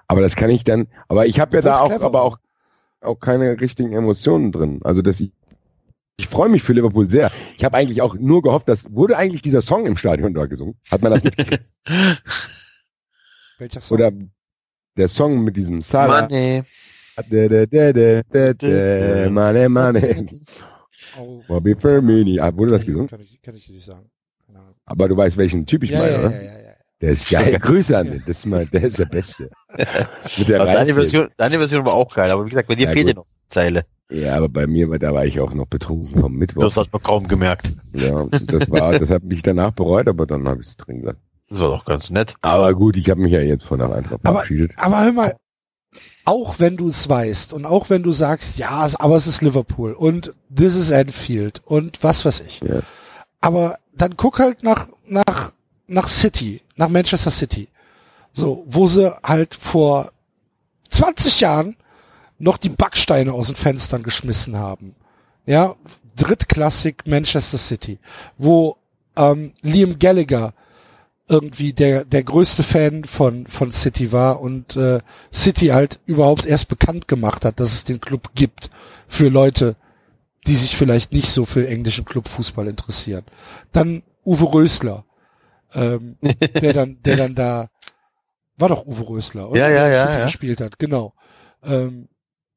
Aber das kann ich dann, aber ich habe ja da auch, clever. aber auch, auch keine richtigen Emotionen drin. Also dass ich, ich freue mich für Liverpool sehr. Ich habe eigentlich auch nur gehofft, dass, wurde eigentlich dieser Song im Stadion da gesungen? Hat man das mitgekriegt? Welcher Song? Oder der Song mit diesem Salah. Money. Da, da, da, da, da, da, Money, Money. Oh, Bobby Firmini. Ah, wurde das gesungen? Kann ich, kann ich dir nicht sagen. Keine Ahnung. Aber du weißt, welchen Typ ich Ja, meine, ja, oder? ja, ja, ja. Der ist geil. Grüße an den. Das ist mal, der ist der Beste. Mit der Aber deine Reise. Version, deine Version war auch geil, aber wie gesagt, bei dir Ja, fehlt ja gut. noch eine Zeile. Ja, aber bei mir, war- da war ich auch noch betrunken vom Mittwoch. Das hat man kaum gemerkt. Ja, und das war, das hat mich danach bereut, aber dann habe ich es drin gelassen. Das war doch ganz nett. Aber gut, ich habe mich ja jetzt von der Eintracht Aber- verabschiedet. Aber hör mal, auch wenn du es weißt und auch wenn du sagst, ja, es- aber es ist Liverpool und this is Anfield und was weiß ich. Ja. Aber dann guck halt nach, nach, nach City, nach Manchester City. So, wo sie halt vor zwanzig Jahren noch die Backsteine aus den Fenstern geschmissen haben. Ja, drittklassig Manchester City, wo ähm, Liam Gallagher irgendwie der der größte Fan von von City war und äh, City halt überhaupt erst bekannt gemacht hat, dass es den Club gibt für Leute, die sich vielleicht nicht so für englischen Clubfußball interessieren. Dann Uwe Rösler, ähm, der dann der dann da war doch Uwe Rösler, oder? Ja, ja, Der ja, City ja. gespielt hat, genau. Ähm,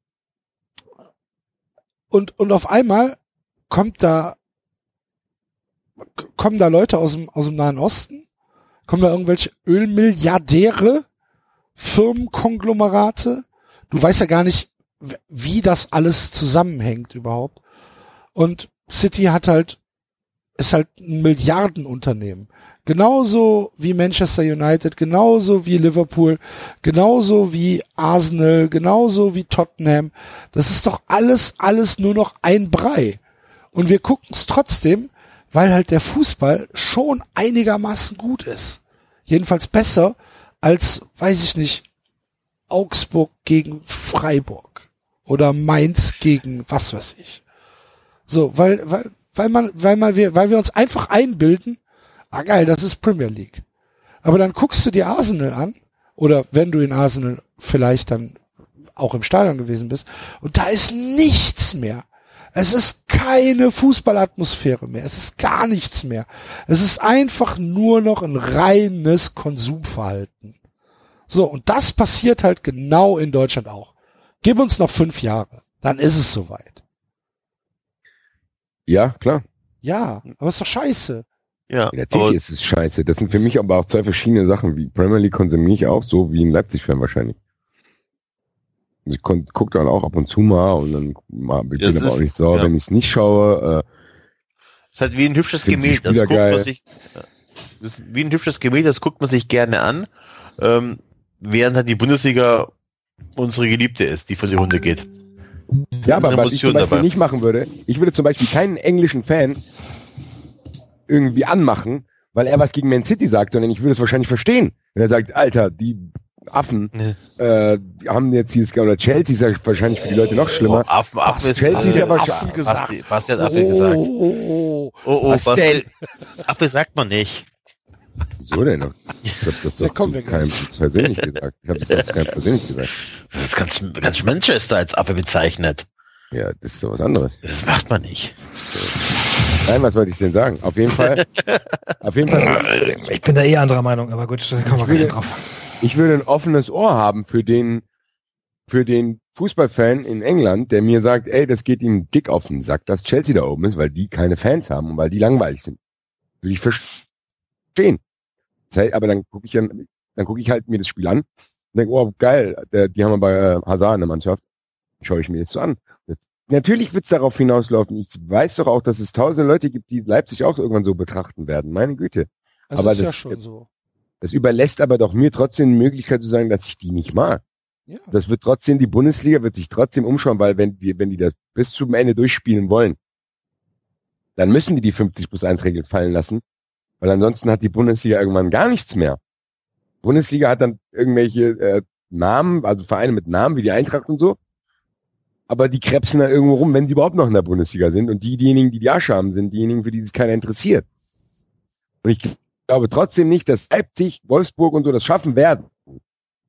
und und auf einmal kommt da kommen da Leute aus dem aus dem Nahen Osten, kommen da irgendwelche Ölmilliardäre, Firmenkonglomerate. Du weißt ja gar nicht, w- wie das alles zusammenhängt überhaupt. Und City hat halt, ist halt ein Milliardenunternehmen. Genauso wie Manchester United, genauso wie Liverpool, genauso wie Arsenal, genauso wie Tottenham. Das ist doch alles, alles nur noch ein Brei. Und wir gucken es trotzdem, weil halt der Fußball schon einigermaßen gut ist. Jedenfalls besser als, weiß ich nicht, Augsburg gegen Freiburg oder Mainz gegen was weiß ich. So, weil, weil, weil man, weil man wir, weil wir uns einfach einbilden, ah geil, das ist Premier League. Aber dann guckst du dir Arsenal an, oder wenn du in Arsenal vielleicht dann auch im Stadion gewesen bist, und da ist nichts mehr. Es ist keine Fußballatmosphäre mehr. Es ist gar nichts mehr. Es ist einfach nur noch ein reines Konsumverhalten. So, und das passiert halt genau in Deutschland auch. Gib uns noch fünf Jahre, dann ist es soweit. Ja, klar. Ja, aber ist doch scheiße. Ja, Ja, natürlich aber ist es scheiße. Das sind für mich aber auch zwei verschiedene Sachen. Wie Premier League konsumiere ich auch so wie ein Leipzig-Fan wahrscheinlich. Also ich kon- guck dann auch ab und zu mal und dann mal, ich Ja, bin das aber auch ist- nicht sauer, ja. wenn ich es nicht schaue. es ist halt wie ein hübsches Find die Gemälde. Das Spieler guckt geil. man sich, das ist wie ein hübsches Gemälde, das guckt man sich gerne an, ähm, während halt die Bundesliga unsere Geliebte ist, die vor die Hunde geht. Äh, ja, aber Eine was ich zum Emotion Beispiel dabei. nicht machen würde, ich würde zum Beispiel keinen englischen Fan irgendwie anmachen, weil er was gegen Man City sagt, sondern ich würde es wahrscheinlich verstehen. Wenn er sagt, Alter, die Affen äh, haben jetzt dieses, oder Chelsea ist ja wahrscheinlich für die Leute noch schlimmer. Oh, Affen, Affen Was, ist Chelsea Basti- ist aber Affen schon- gesagt. Basti, Basti hat Affe gesagt. Oh, oh, oh. Oh, oh, Was Basti, denn? Affe sagt man nicht. Wieso denn? Ich hab das Da doch kommen zu wir keinem gleich zu. persönlich gesagt. Ich habe das doch zu keinem persönlich gesagt. Das ist ganz, ganz Manchester als Affe bezeichnet. Ja, das ist doch was anderes. Das macht man nicht. Nein, was wollte ich denn sagen? Auf jeden Fall, auf jeden Fall, Ich bin da eh anderer Meinung, aber gut, da kommen wir will- gleich drauf. ich würde ein offenes Ohr haben für den, für den Fußballfan in England, der mir sagt, ey, das geht ihm dick auf den Sack, dass Chelsea da oben ist, weil die keine Fans haben und weil die langweilig sind. Würde ich verstehen. Das heißt, aber dann gucke ich dann, dann gucke ich halt mir das Spiel an und denke, oh, geil, der, die haben wir bei äh, Hazard in der Mannschaft. Schaue ich mir jetzt so an. Das, natürlich wird's darauf hinauslaufen. Ich weiß doch auch, dass es tausende Leute gibt, die Leipzig auch irgendwann so betrachten werden. Meine Güte. Das Aber ist ja das- schon so. Das überlässt aber doch mir trotzdem die Möglichkeit zu sagen, dass ich die nicht mag. Ja. Das wird trotzdem, die Bundesliga wird sich trotzdem umschauen, weil wenn die, wenn die das bis zum Ende durchspielen wollen, dann müssen die die fünfzig plus eins Regel fallen lassen, weil ansonsten hat die Bundesliga irgendwann gar nichts mehr. Bundesliga hat dann irgendwelche äh, Namen, also Vereine mit Namen wie die Eintracht und so, aber die krebsen dann irgendwo rum, wenn die überhaupt noch in der Bundesliga sind und die, diejenigen, die die Asche haben, sind diejenigen, für die sich keiner interessiert. Und ich glaube trotzdem nicht, dass Leipzig, Wolfsburg und so das schaffen werden.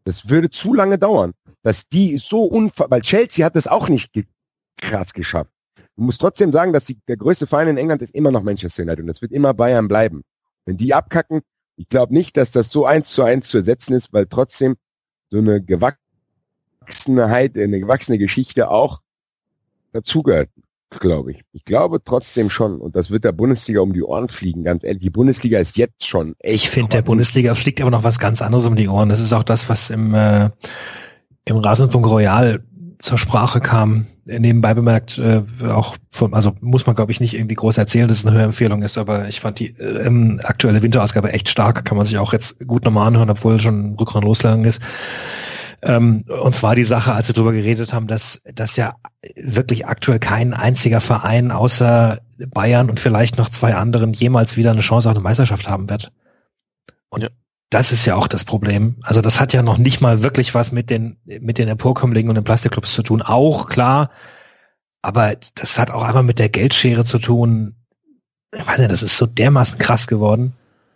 Das würde zu lange dauern, dass die so unver... Weil Chelsea hat das auch nicht ge- krass geschafft. Du musst trotzdem sagen, dass die, der größte Verein in England ist immer noch Manchester United und das wird immer Bayern bleiben. Wenn die abkacken, ich glaube nicht, dass das so eins zu eins zu ersetzen ist, weil trotzdem so eine Gewachsenheit, eine gewachsene Geschichte auch dazugehört, glaube ich. Ich glaube trotzdem schon und das wird der Bundesliga um die Ohren fliegen, ganz ehrlich. Die Bundesliga ist jetzt schon echt... Ich finde, der Bundesliga fliegt aber noch was ganz anderes um die Ohren. Das ist auch das, was im, äh, im Rasenfunk Royal zur Sprache kam, nebenbei bemerkt, äh, auch von, also muss man glaube ich nicht irgendwie groß erzählen, dass es eine Hörempfehlung ist, aber ich fand die ähm, aktuelle Winterausgabe echt stark, kann man sich auch jetzt gut nochmal anhören, obwohl schon Rückrunde losgegangen ist. Ähm, und zwar die Sache, als wir darüber geredet haben, dass, dass ja wirklich aktuell kein einziger Verein außer Bayern und vielleicht noch zwei anderen jemals wieder eine Chance auf eine Meisterschaft haben wird. Und ja. Das ist ja auch das Problem. Also das hat ja noch nicht mal wirklich was mit den mit den Emporkömmlingen und den Plastikclubs zu tun. Auch, klar. Aber das hat auch einmal mit der Geldschere zu tun. Ich weiß nicht, das ist so dermaßen krass geworden.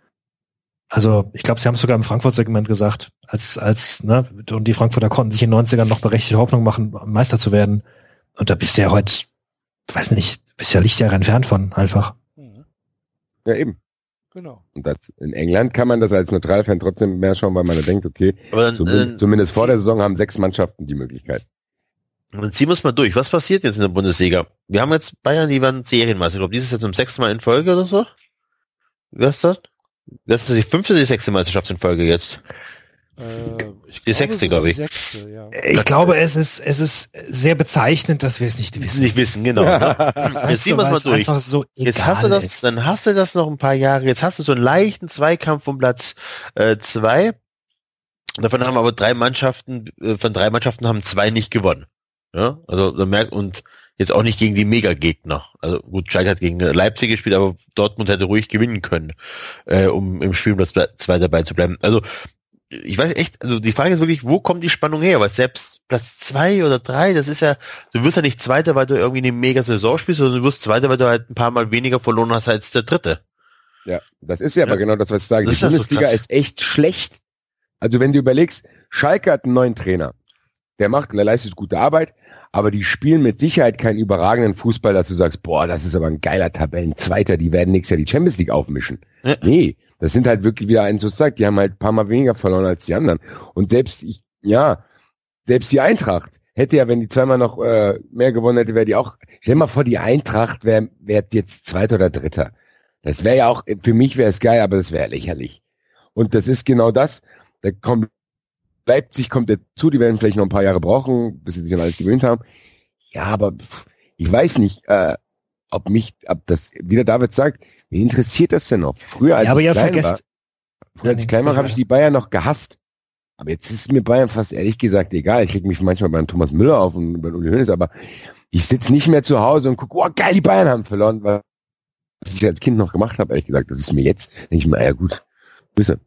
Also ich glaube, sie haben es sogar im Frankfurt-Segment gesagt, als als ne und die Frankfurter konnten sich in den neunzigern noch berechtigte Hoffnung machen, Meister zu werden. Und da bist du ja heute, weiß nicht, bist ja Lichtjahre entfernt von einfach. Ja, eben. Genau. Und das, in England kann man das als Neutralfan trotzdem mehr schauen, weil man da denkt, okay, dann, zumindest, äh, zumindest vor der Saison haben sechs Mannschaften die Möglichkeit. Dann ziehen wir es mal durch. Was passiert jetzt in der Bundesliga? Wir haben jetzt Bayern, die waren Serienmeister. Ich glaube, dieses ist jetzt zum sechsten Mal in Folge oder so. Wer ist das? Das ist die fünfte oder die sechste Meisterschaft in Folge jetzt? Äh, ich Die sechste, glaube ich. Die sechste, ja. Ich glaube, es ist es ist sehr bezeichnend, dass wir es nicht wissen. Nicht wissen, genau. Ne? Weißt Jetzt ziehen du, wir es mal weil es durch. einfach so Jetzt egal hast du das, ist. dann hast du das noch ein paar Jahre. Jetzt hast du so einen leichten Zweikampf um Platz äh, zwei. Davon haben aber drei Mannschaften, äh, von drei Mannschaften haben zwei nicht gewonnen. Ja, also man merkt, und jetzt auch nicht gegen die Mega-Gegner. Also gut, Schalke hat gegen Leipzig gespielt, aber Dortmund hätte ruhig gewinnen können, äh, um im Spielplatz zwei dabei zu bleiben. Also ich weiß echt, also die Frage ist wirklich, wo kommt die Spannung her? Weil selbst Platz zwei oder drei, das ist ja, du wirst ja nicht Zweiter, weil du irgendwie eine Mega-Saison spielst, sondern du wirst Zweiter, weil du halt ein paar Mal weniger verloren hast als der Dritte. Ja, das ist ja, ja aber genau das, was ich sage. Das Die ist Bundesliga so ist echt schlecht. Also wenn du überlegst, Schalke hat einen neuen Trainer. Der macht, der leistet gute Arbeit, aber die spielen mit Sicherheit keinen überragenden Fußball, dass du sagst, boah, das ist aber ein geiler Tabellenzweiter, die werden nächstes Jahr die Champions League aufmischen. Ja. Nee, das sind halt wirklich wieder eins, so sagt, die haben halt ein paar Mal weniger verloren als die anderen. Und selbst, ich, ja, selbst die Eintracht hätte ja, wenn die zweimal noch äh, mehr gewonnen hätte, wäre die auch, stell dir mal vor, die Eintracht wäre wär jetzt Zweiter oder Dritter. Das wäre ja auch, für mich wäre es geil, aber das wäre lächerlich. Und das ist genau das, da kommt Leipzig kommt dazu, die werden vielleicht noch ein paar Jahre brauchen, bis sie sich an alles gewöhnt haben. Ja, aber pff, ich weiß nicht, äh, ob mich, ob das, wie der David sagt, wie interessiert das denn noch? Früher als ja, aber ich ja, klein vergesst, war, früher als ich klein war, habe ich die Bayern noch gehasst. Aber jetzt ist mir Bayern fast ehrlich gesagt egal. Ich reg mich manchmal beim Thomas Müller auf und bei Uli Hoeneß, aber ich sitze nicht mehr zu Hause und gucke, oh geil, die Bayern haben verloren, weil was ich als Kind noch gemacht habe, ehrlich gesagt, das ist mir jetzt, denke ich mir, ja gut, Grüße.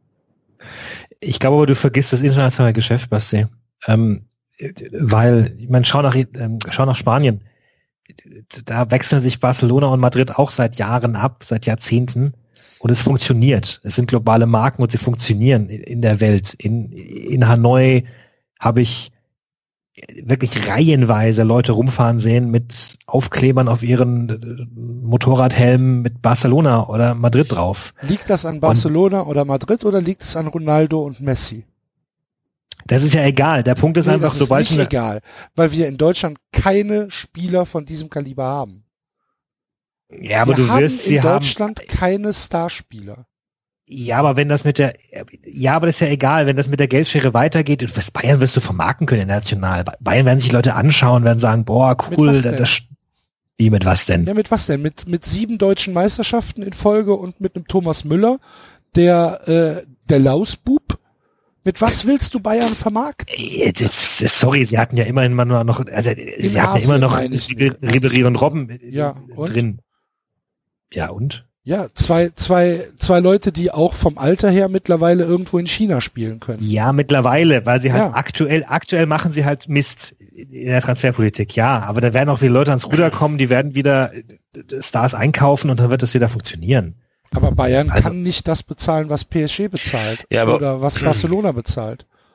Ich glaube aber, du vergisst das internationale Geschäft, Basti. Ähm, weil, ich meine, schau nach, ähm, schau nach Spanien. Da wechseln sich Barcelona und Madrid auch seit Jahren ab, seit Jahrzehnten. Und es funktioniert. Es sind globale Marken und sie funktionieren in der Welt. In, in Hanoi habe ich wirklich reihenweise Leute rumfahren sehen mit Aufklebern auf ihren Motorradhelmen mit Barcelona oder Madrid drauf. Liegt das an Barcelona und oder Madrid oder liegt es an Ronaldo und Messi? Das ist ja egal. Der Punkt ist nee, einfach, das sobald... Das ist nicht egal, weil wir in Deutschland keine Spieler von diesem Kaliber haben. Ja, aber wir du haben wirst in sie haben... Deutschland keine Starspieler. Ja, aber wenn das mit der, ja, aber das ist ja egal, wenn das mit der Geldschere weitergeht, was Bayern wirst du vermarkten können national. Bayern werden sich Leute anschauen, werden sagen, boah, cool, das, das, wie mit was denn? Ja, mit was denn? Mit, mit sieben deutschen Meisterschaften in Folge und mit einem Thomas Müller, der, äh, der Lausbub. Mit was willst du Bayern vermarkten? Jetzt, jetzt, sorry, sie hatten ja immerhin mal noch, also, in sie hatten ja immer noch Ribéry und Robben ja, und? drin. Ja, und? Ja, zwei, zwei, zwei Leute, die auch vom Alter her mittlerweile irgendwo in China spielen können. Ja, mittlerweile, weil sie halt ja. aktuell, aktuell machen sie halt Mist in der Transferpolitik, ja, aber da werden auch wieder Leute ans Ruder kommen, die werden wieder Stars einkaufen und dann wird das wieder funktionieren. Aber Bayern also, kann nicht das bezahlen, was P S G bezahlt ja, aber, oder was Barcelona bezahlt.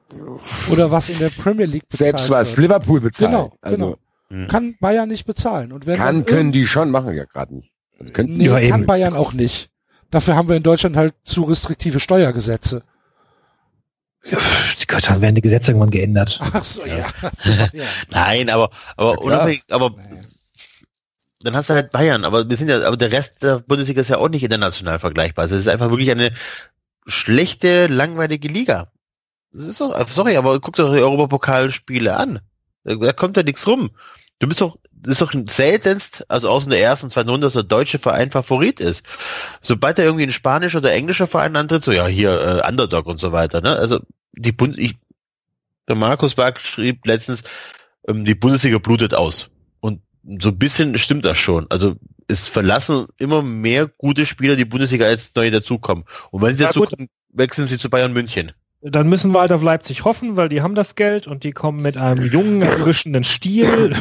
oder was in der Premier League bezahlt Selbst was wird. Liverpool bezahlt. Genau, also, genau. Kann Bayern nicht bezahlen. Und wenn Kann, dann können die schon, machen ja gerade nicht. Also könnten nee, Ja, kann eben. Bayern auch nicht. Dafür haben wir in Deutschland halt zu restriktive Steuergesetze. Ja, Gott, dann werden die Gesetze irgendwann geändert. Ach so, ja. ja. Nein, aber, aber Ja, klar. unabhängig, aber Nee. dann hast du halt Bayern, aber wir sind ja, aber der Rest der Bundesliga ist ja auch nicht international vergleichbar. Also es ist einfach wirklich eine schlechte, langweilige Liga. Das ist doch, sorry, aber guck doch die Europapokalspiele an. Da, da kommt ja nichts rum. Du bist doch, das ist doch seltenst, also außer in der ersten und zweiten Runde, dass der deutsche Verein Favorit ist. Sobald da irgendwie ein spanischer oder englischer Verein antritt, so ja, hier, äh, Underdog und so weiter, ne? Also, die Bund, ich, der Markus Bark schrieb letztens, ähm, die Bundesliga blutet aus. Und so ein bisschen stimmt das schon. Also, es verlassen immer mehr gute Spieler die Bundesliga als neue dazukommen. Und wenn sie Ja, dazukommen, wechseln sie zu Bayern München. Dann müssen wir halt auf Leipzig hoffen, weil die haben das Geld und die kommen mit einem jungen, erfrischenden Stil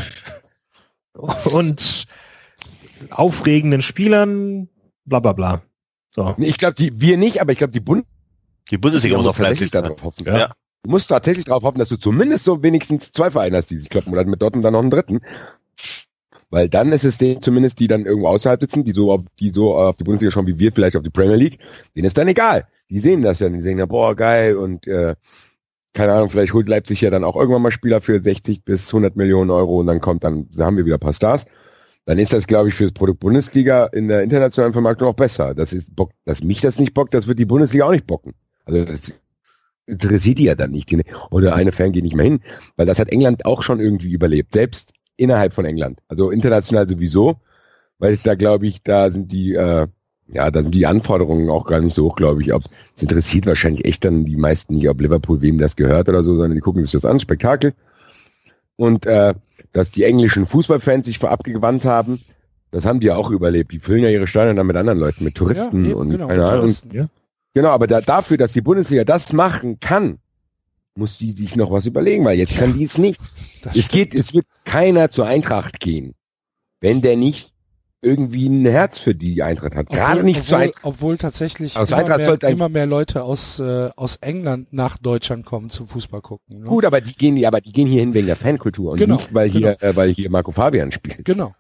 und aufregenden Spielern, bla bla bla. So. Nee, ich glaube, die wir nicht, aber ich glaube, die Bund Die Bundesliga muss auf tatsächlich Leipzig darauf hoffen. Ja. Du musst tatsächlich darauf hoffen, dass du zumindest so wenigstens zwei Vereine hast, die sich kloppen, oder mit Dortmund dann noch einen dritten. Weil dann ist es denen zumindest, die dann irgendwo außerhalb sitzen, die so auf die so auf die Bundesliga schauen wie wir, vielleicht auf die Premier League, denen ist dann egal. Die sehen das ja, die sehen ja, boah, geil, und äh, keine Ahnung, vielleicht holt Leipzig ja dann auch irgendwann mal Spieler für sechzig bis hundert Millionen Euro und dann kommt dann, da haben wir wieder ein paar Stars. Dann ist das, glaube ich, für das Produkt Bundesliga in der internationalen Vermarktung auch besser. Das ist Bock, dass mich das nicht bockt, das wird die Bundesliga auch nicht bocken. Also das interessiert die ja dann nicht. Oder eine Fan geht nicht mehr hin, weil das hat England auch schon irgendwie überlebt, selbst innerhalb von England. Also international sowieso, weil es da, glaube ich, da sind die, äh, ja, da sind die Anforderungen auch gar nicht so hoch, glaube ich. Ob, es interessiert wahrscheinlich echt dann die meisten nicht, ob Liverpool wem das gehört oder so, sondern die gucken sich das an, Spektakel. Und äh, dass die englischen Fußballfans sich vor abgewandt haben, das haben die ja auch überlebt. Die füllen ja ihre Stadien dann mit anderen Leuten, mit Touristen Ja, eben, und genau, keine Ahnung. Touristen, ja. Genau, aber da, dafür, dass die Bundesliga das machen kann, muss die sich noch was überlegen, weil jetzt kann die es nicht. Das Es geht, es wird keiner zur Eintracht gehen, wenn der nicht irgendwie ein Herz für die Eintracht hat. Gerade Obwohl- nicht zur obwohl, Eintracht. obwohl tatsächlich Aus immer Eintracht mehr, sollte ein- immer mehr Leute aus, äh, aus England nach Deutschland kommen zum Fußball gucken. Ne? Gut, aber die gehen, aber die gehen hier hin wegen der Fankultur und Genau, nicht, weil hier, äh, weil hier Marco Fabian spielt. Genau.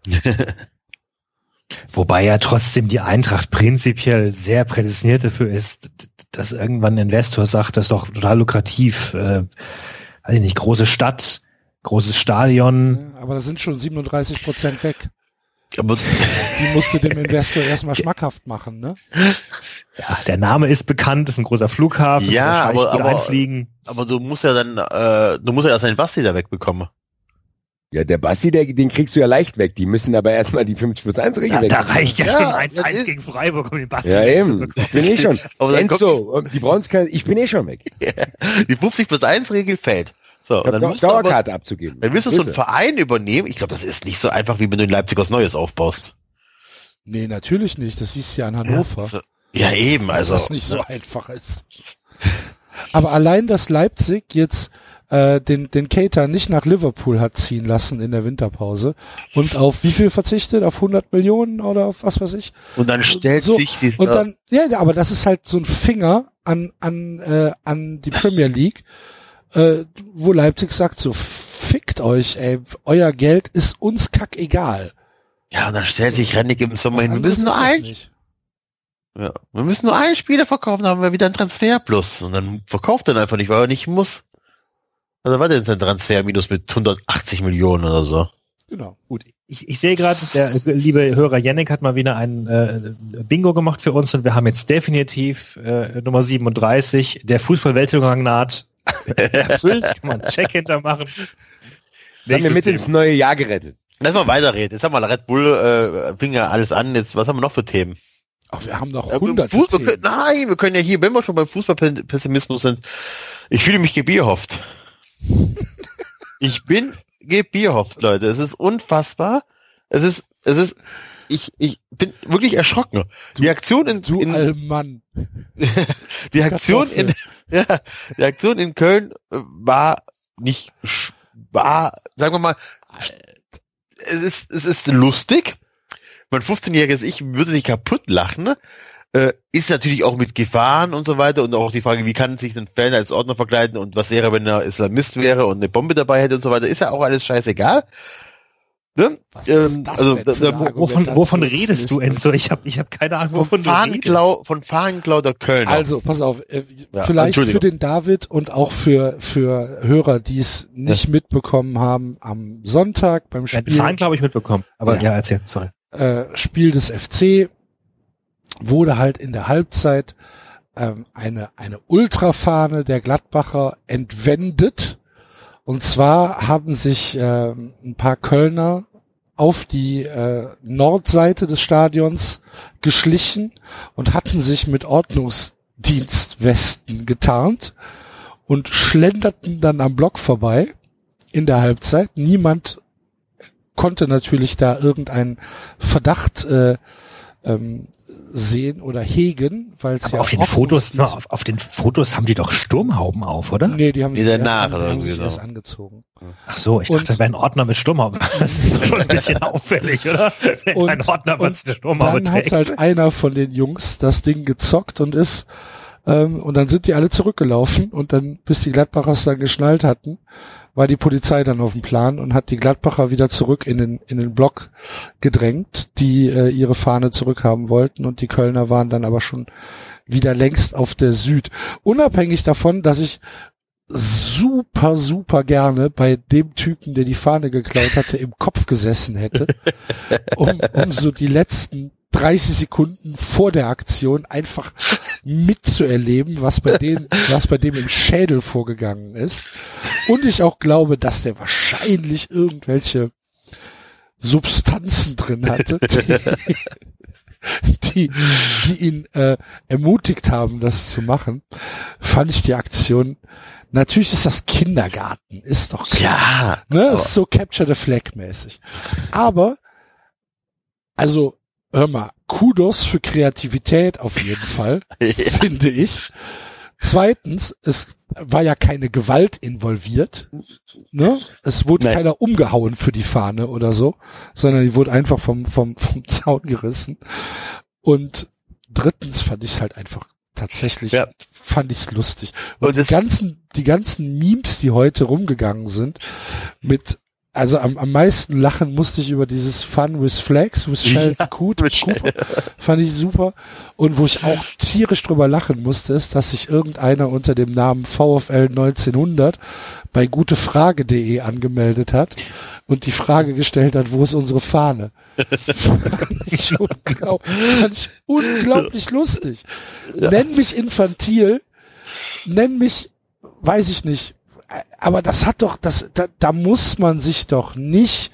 Wobei ja trotzdem die Eintracht prinzipiell sehr prädestiniert dafür ist, dass irgendwann ein Investor sagt, das ist doch total lukrativ. Äh, weiß ich nicht, große Stadt, großes Stadion. Ja, aber da sind schon siebenunddreißig Prozent weg. Aber Die musste dem Investor erstmal schmackhaft machen, ne? Ja, der Name ist bekannt, ist ein großer Flughafen. Ja, wahrscheinlich aber- gut aber- einfliegen. aber du musst ja dann, äh, du musst ja erst deinen Basti da wegbekommen. Ja, der Basti, der, den kriegst du ja leicht weg. Die müssen aber erstmal die fünfzig plus eins Regel Ja, weg. da reicht ja, Ja, schon eins das eins ist- gegen Freiburg, um den Basti Ja, eben. wegzubekommen. Ich bin eh schon. Aber dann kommt Enzo, die brauchen keine, ich bin eh schon weg. die fünfzig plus eins Regel fällt. So, Ich und hab dann Dau- musst du aber, Dauerkarte abzugeben. dann willst du so einen Bitte. Verein übernehmen. Ich glaube, das ist nicht so einfach, wie wenn du in Leipzig was Neues aufbaust. Nee, natürlich nicht. Das siehst du ja an Hannover. So, ja, eben, also. dass das nicht so einfach ist. Aber allein, dass Leipzig jetzt äh, den, den Keita nicht nach Liverpool hat ziehen lassen in der Winterpause und auf wie viel verzichtet? Auf hundert Millionen oder auf was weiß ich? Und dann stellt So, sich dieser, Und dann, ja, ja, aber das ist halt so ein Finger an, an, äh, an die Premier League, äh, wo Leipzig sagt so, fickt euch, ey, euer Geld ist uns kackegal. ja, und dann stellt sich Rennig im Sommer hin. Wir Anderes müssen nur ist das ein, nicht. ja, wir müssen nur einen Spieler verkaufen, dann haben wir wieder einen Transfer plus. Und dann verkauft er ihn einfach nicht, weil er nicht muss. Also war denn sein Transfer minus mit hundertachtzig Millionen oder so? Genau. Gut, ich, ich sehe gerade, der äh, liebe Hörer Yannick hat mal wieder ein äh, Bingo gemacht für uns und wir haben jetzt definitiv äh, Nummer siebenunddreißig, der Fußball-Weltuntergang naht, erfüllt, kann man einen Check hintermachen. Das haben wir mit ins neue Jahr gerettet. Lass mal weiterreden. Jetzt haben wir Red Bull, äh, fing ja alles an. Jetzt, was haben wir noch für Themen? Ach, wir haben noch Äh, hundert. Fußball, wir können, nein, wir können ja hier, wenn wir schon beim Fußballpessimismus sind, ich fühle mich gebierhofft. Ich bin gebierhofft, Leute. Es ist unfassbar. Es ist, es ist, ich, ich bin wirklich erschrocken. Die Aktion in, Du in Allmann. die Aktion in, ja, die Aktion in Köln äh, war nicht, sch- war, sagen wir mal, es ist, es ist lustig. Mein fünfzehnjähriges Ich würde sich kaputt lachen, äh, ist natürlich auch mit Gefahren und so weiter und auch die Frage, wie kann sich ein Fan als Ordner verkleiden und was wäre, wenn er Islamist wäre und eine Bombe dabei hätte und so weiter, ist ja auch alles scheißegal. Ne? Ähm, also da, da, wovon, wovon redest du, Enzo? Ich habe ich hab keine Ahnung, wovon du redest. Von Fahnenklau der Kölner. Also, pass auf, äh, Ja, vielleicht für Entschuldigung. den David und auch für für Hörer, die es nicht mitbekommen haben, am Sonntag beim Ja, Spiel, Zahlen, glaube ich, mitbekommen. Aber Ja. ja, erzähl, sorry. äh, Spiel des F C wurde halt in der Halbzeit ähm, eine eine Ultrafahne der Gladbacher entwendet. Und zwar haben sich ähm, ein paar Kölner auf die äh, Nordseite des Stadions geschlichen und hatten sich mit Ordnungsdienstwesten getarnt und schlenderten dann am Block vorbei in der Halbzeit. Niemand konnte natürlich da irgendeinen Verdacht äh, ähm, sehen oder hegen, weil es Aber ja auf den auch Fotos, Ordnungsdienst- auf, auf den Fotos haben die doch Sturmhauben auf, oder? Nee, die haben Die sich sind erst, nach, an, oder die haben irgendwie sich so. erst angezogen. Ach so, ich Und- dachte, das wäre ein Ordner mit Sturmhauben. Das ist doch schon ein bisschen auffällig, oder? Wenn Und- ein Ordner was eine Und Sturmhaube dann hat trägt. halt einer von den Jungs das Ding gezockt und ist, ähm, und dann sind die alle zurückgelaufen und dann, bis die Gladbacher es dann geschnallt hatten, war die Polizei dann auf dem Plan und hat die Gladbacher wieder zurück in den, in den Block gedrängt, die äh, ihre Fahne zurückhaben wollten und die Kölner waren dann aber schon wieder längst auf der Süd. Unabhängig davon, dass ich super, super gerne bei dem Typen, der die Fahne geklaut hatte, im Kopf gesessen hätte, um, um so die letzten dreißig Sekunden vor der Aktion einfach mitzuerleben, was bei denen, was bei dem im Schädel vorgegangen ist. Und ich auch glaube, dass der wahrscheinlich irgendwelche Substanzen drin hatte, die, die, die ihn äh, ermutigt haben, das zu machen. Fand ich die Aktion. Natürlich ist das Kindergarten, ist doch klar. Ja, Ne, aber- ist so Capture the Flag mäßig. Aber, also, hör mal, Kudos für Kreativität auf jeden Fall, finde ich. Zweitens, es war ja keine Gewalt involviert. Ne? Es wurde Nein. keiner umgehauen für die Fahne oder so, sondern die wurde einfach vom, vom, vom Zaun gerissen. Und drittens fand ich es halt einfach tatsächlich, Ja. fand ich es lustig. Und, Und die das- ganzen, die ganzen Memes, die heute rumgegangen sind, mit, also am, am meisten lachen musste ich über dieses Fun with Flags, with Sheldon Cooper, mit Cooper, fand ich super. Und wo ich auch tierisch drüber lachen musste, ist, dass sich irgendeiner unter dem Namen VfL neunzehnhundert bei gutefrage punkt de angemeldet hat und die Frage gestellt hat, wo ist unsere Fahne? fand, ich unglaub, fand ich unglaublich lustig. Nenn mich infantil, nenn mich, weiß ich nicht, aber das hat doch, das, da, da muss man sich doch nicht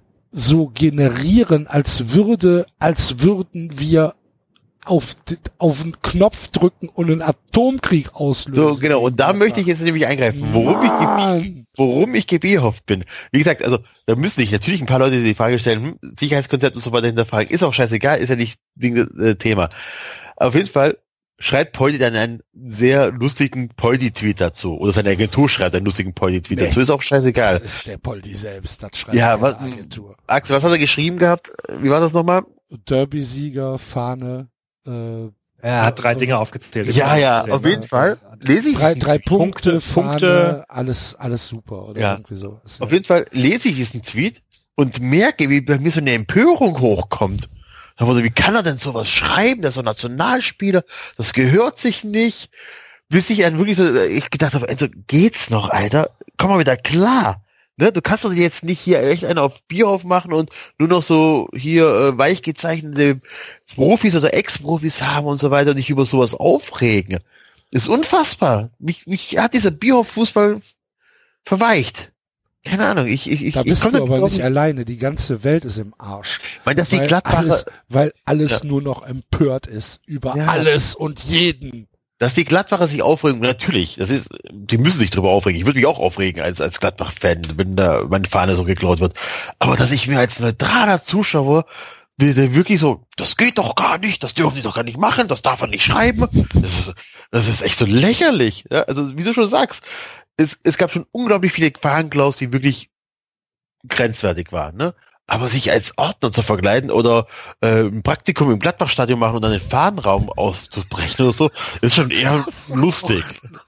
so generieren, als würde, als würden wir auf, d- auf einen Knopf drücken und einen Atomkrieg auslösen. So, genau. Und da möchte ich jetzt nämlich eingreifen, worum ich, Mann. worum ich gebierhofft bin. Wie gesagt, also, da müssen sich natürlich ein paar Leute die Frage stellen, hm, Sicherheitskonzept und so weiter hinterfragen. Ist auch scheißegal, ist ja nicht Ding, äh, Thema. Auf jeden Fall schreibt Poldi dann einen sehr lustigen Poldi-Tweet dazu. Oder seine Agentur schreibt einen lustigen Poldi-Tweet Nee. dazu. Ist auch scheißegal. Das ist der Poldi selbst, das schreibt Ja, keine was- Agentur. Axel, was hat er geschrieben gehabt? Wie war das nochmal? Derby-Sieger, Fahne, äh, Er hat drei Dinge aufgezählt. Ja, ja, Gesehen, auf ne? jeden Fall. Lese ich drei, diesen drei Tweet. Punkte, Punkte. Fahne, alles, alles super oder Ja. irgendwie so. Ist Auf ja- jeden Fall lese ich diesen Tweet und merke, wie bei mir so eine Empörung hochkommt. Da wurde, wie kann er denn sowas schreiben? Der ist so ein Nationalspieler, das gehört sich nicht. Bis ich dann wirklich so, ich gedacht habe, also geht's noch, Alter? Komm mal wieder klar. Ne, du kannst doch jetzt nicht hier echt einen auf Bierhof machen und nur noch so hier äh, weich gezeichnete Profis oder Ex-Profis haben und so weiter und dich über sowas aufregen. Ist unfassbar. Mich, mich hat dieser Bierhof-Fußball verweicht. Keine Ahnung, ich, ich, ich, Da ich bist komm du da aber drauf nicht alleine. Die ganze Welt ist im Arsch. weil dass die Weil Gladbacher, alles, weil alles Ja. nur noch empört ist über Ja. alles und jeden. dass die Gladbacher sich aufregen, natürlich, das ist, die müssen sich drüber aufregen. Ich würde mich auch aufregen als, als Gladbach-Fan, wenn da meine Fahne so geklaut wird. Aber dass ich mir als neutraler Zuschauer der der wirklich so, das geht doch gar nicht, das dürfen die doch gar nicht machen, das darf man nicht schreiben. Das ist, das ist echt so lächerlich. Ja, also, wie du schon sagst, es, es gab schon unglaublich viele Fahnenklau, die wirklich grenzwertig waren, ne? Aber sich als Ordner zu verkleiden oder äh, ein Praktikum im Gladbach-Stadion machen und dann den Fahnenraum auszubrechen oder so, ist schon eher lustig.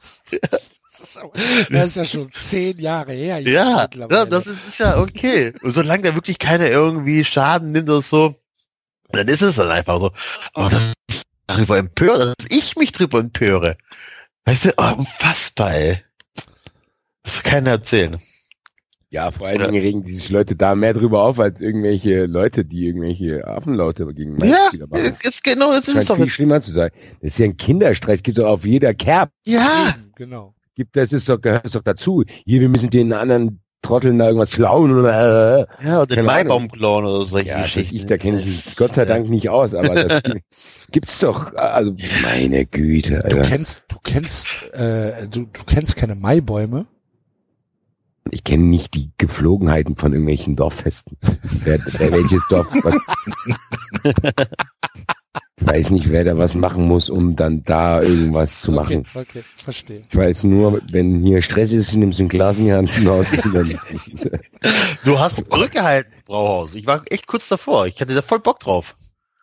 Das ist ja schon zehn Jahre her. Ja, ja, das ist, ist ja okay. Und solange da wirklich keiner irgendwie Schaden nimmt oder so, dann ist es dann einfach so. Aber das ich darüber empöre, dass ich mich drüber empöre. Weißt du, oh, unfassbar, ey. Das kann keiner erzählen. Ja, vor allen Dingen regen die sich Leute da mehr drüber auf, als irgendwelche Leute, die irgendwelche Affenlaute gegen Ja, Spieler machen. jetzt genau, jetzt ist es Scheint doch. viel schlimmer zu sein. Das ist ja ein Kinderstreich, gibt's doch auf jeder Kerb. Ja, Genau. Gibt, das ist doch, gehört doch dazu. Hier, wir müssen den anderen Trotteln da irgendwas klauen oder, äh, ja, und den Keine Maibaum klauen oder solche ja, das Geschichten. ich, da kenne ich mich Gott sei Dank nicht aus, aber das gibt's doch, also, meine Güte, Du Alter. kennst, du kennst, äh, du, du kennst keine Maibäume. Ich kenne nicht die Geflogenheiten von irgendwelchen Dorffesten. Wer, wer welches Dorf, was, ich weiß nicht, wer da was machen muss, um dann da irgendwas zu machen. Okay, okay, verstehe. Ich weiß nur, wenn hier Stress ist, nimmst du ein Glas in die Hand und haust es wieder ins Gesicht. Du hast mich zurückgehalten, Brauhaus. Ich war echt kurz davor. Ich hatte da voll Bock drauf.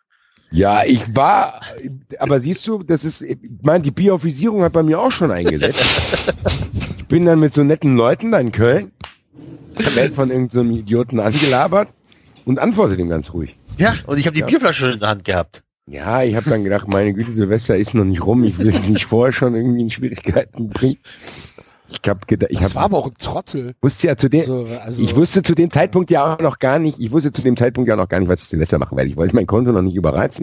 Ja, ich war, aber siehst du, das ist, ich meine, die Biofisierung hat bei mir auch schon eingesetzt. Ich bin dann mit so netten Leuten da in Köln, werde von irgendeinem so Idioten angelabert und antworte dem ganz ruhig. Ja, und ich habe die Ja. Bierflasche in der Hand gehabt. Ja, ich habe dann gedacht, meine Güte, Silvester ist noch nicht rum, ich will dich nicht vorher schon irgendwie in Schwierigkeiten bringen. Ich hab gedacht, ich Das hab, war aber auch ein Trottel. wusste ja zu dem, So, also, ich wusste zu dem Zeitpunkt ja auch noch gar nicht, ich wusste zu dem Zeitpunkt ja noch gar nicht, was ich Silvester machen werde. Ich wollte mein Konto noch nicht überreizen.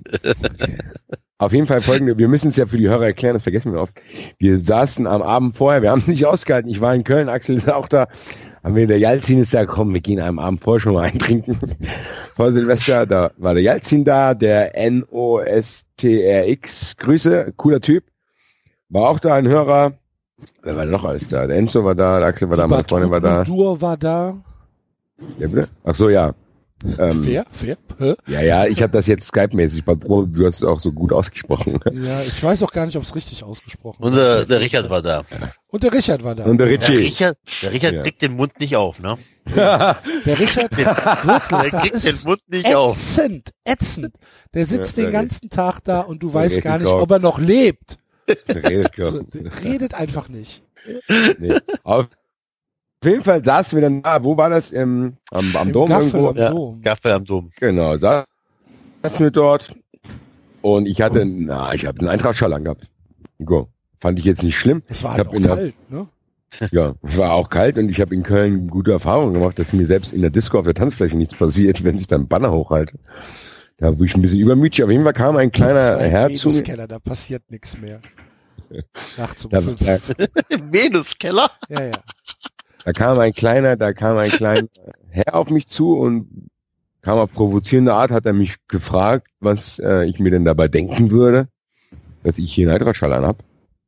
Auf jeden Fall folgende, wir müssen es ja für die Hörer erklären, das vergessen wir oft. Wir saßen am Abend vorher, wir haben es nicht ausgehalten, ich war in Köln, Axel ist auch da, haben wir, der Jalzin ist ja gekommen, wir gehen am Abend vorher schon mal eintrinken. Vor Silvester, da war der Jalzin da, der N O S T R X, Grüße, cooler Typ, war auch da ein Hörer. Wer war denn noch alles da? Der Enzo war da, der Axel war da, meine Freundin war da. Dur war da. Ja, bitte? Ach so, ja. Ähm, Wer? Wer? Hä? ja, ja, ich habe das jetzt Skype-mäßig, bei Pro, du hast es auch so gut ausgesprochen. Ja, ich weiß auch gar nicht, ob es richtig ausgesprochen Und der, der Richard war da. Und der Richard war da. Und der Der Richie. Richard, der Richard Ja. kriegt den Mund nicht auf, ne? Der Richard, Der wirklich, kriegt das den ist Mund nicht auf. ätzend, ätzend. Der sitzt Ja, den der ganzen Tag da und du der weißt redet gar nicht, kaum. ob er noch lebt. Der redet So, kaum. der redet einfach nicht. Nee. Auf jeden Fall saßen wir dann da, wo war das? Ähm, am, am Im Dom Gaffel irgendwo? am Ja, Dom. Gaffel am Dom. Genau, saßen wir dort und ich hatte, na, ich habe einen Eintrachtschal angehabt. Go. Fand ich jetzt nicht schlimm. Das war Ich halt hab auch in der- kalt, ne? Ja, es war auch kalt und ich habe in Köln gute Erfahrungen gemacht, dass mir selbst in der Disco auf der Tanzfläche nichts passiert, wenn ich dann einen Banner hochhalte. Da wurde ich ein bisschen übermütig. Auf jeden Fall kam ein kleiner Das war Herr im zu mir. Venuskeller, da passiert nichts mehr. Nachts um Da, fünf. da, Im Venuskeller. Ja, ja. da kam ein kleiner, da kam ein kleiner Herr auf mich zu und kam auf provozierende Art, hat er mich gefragt, was äh, ich mir denn dabei denken würde, dass ich hier einen Eintrachtschal anhab.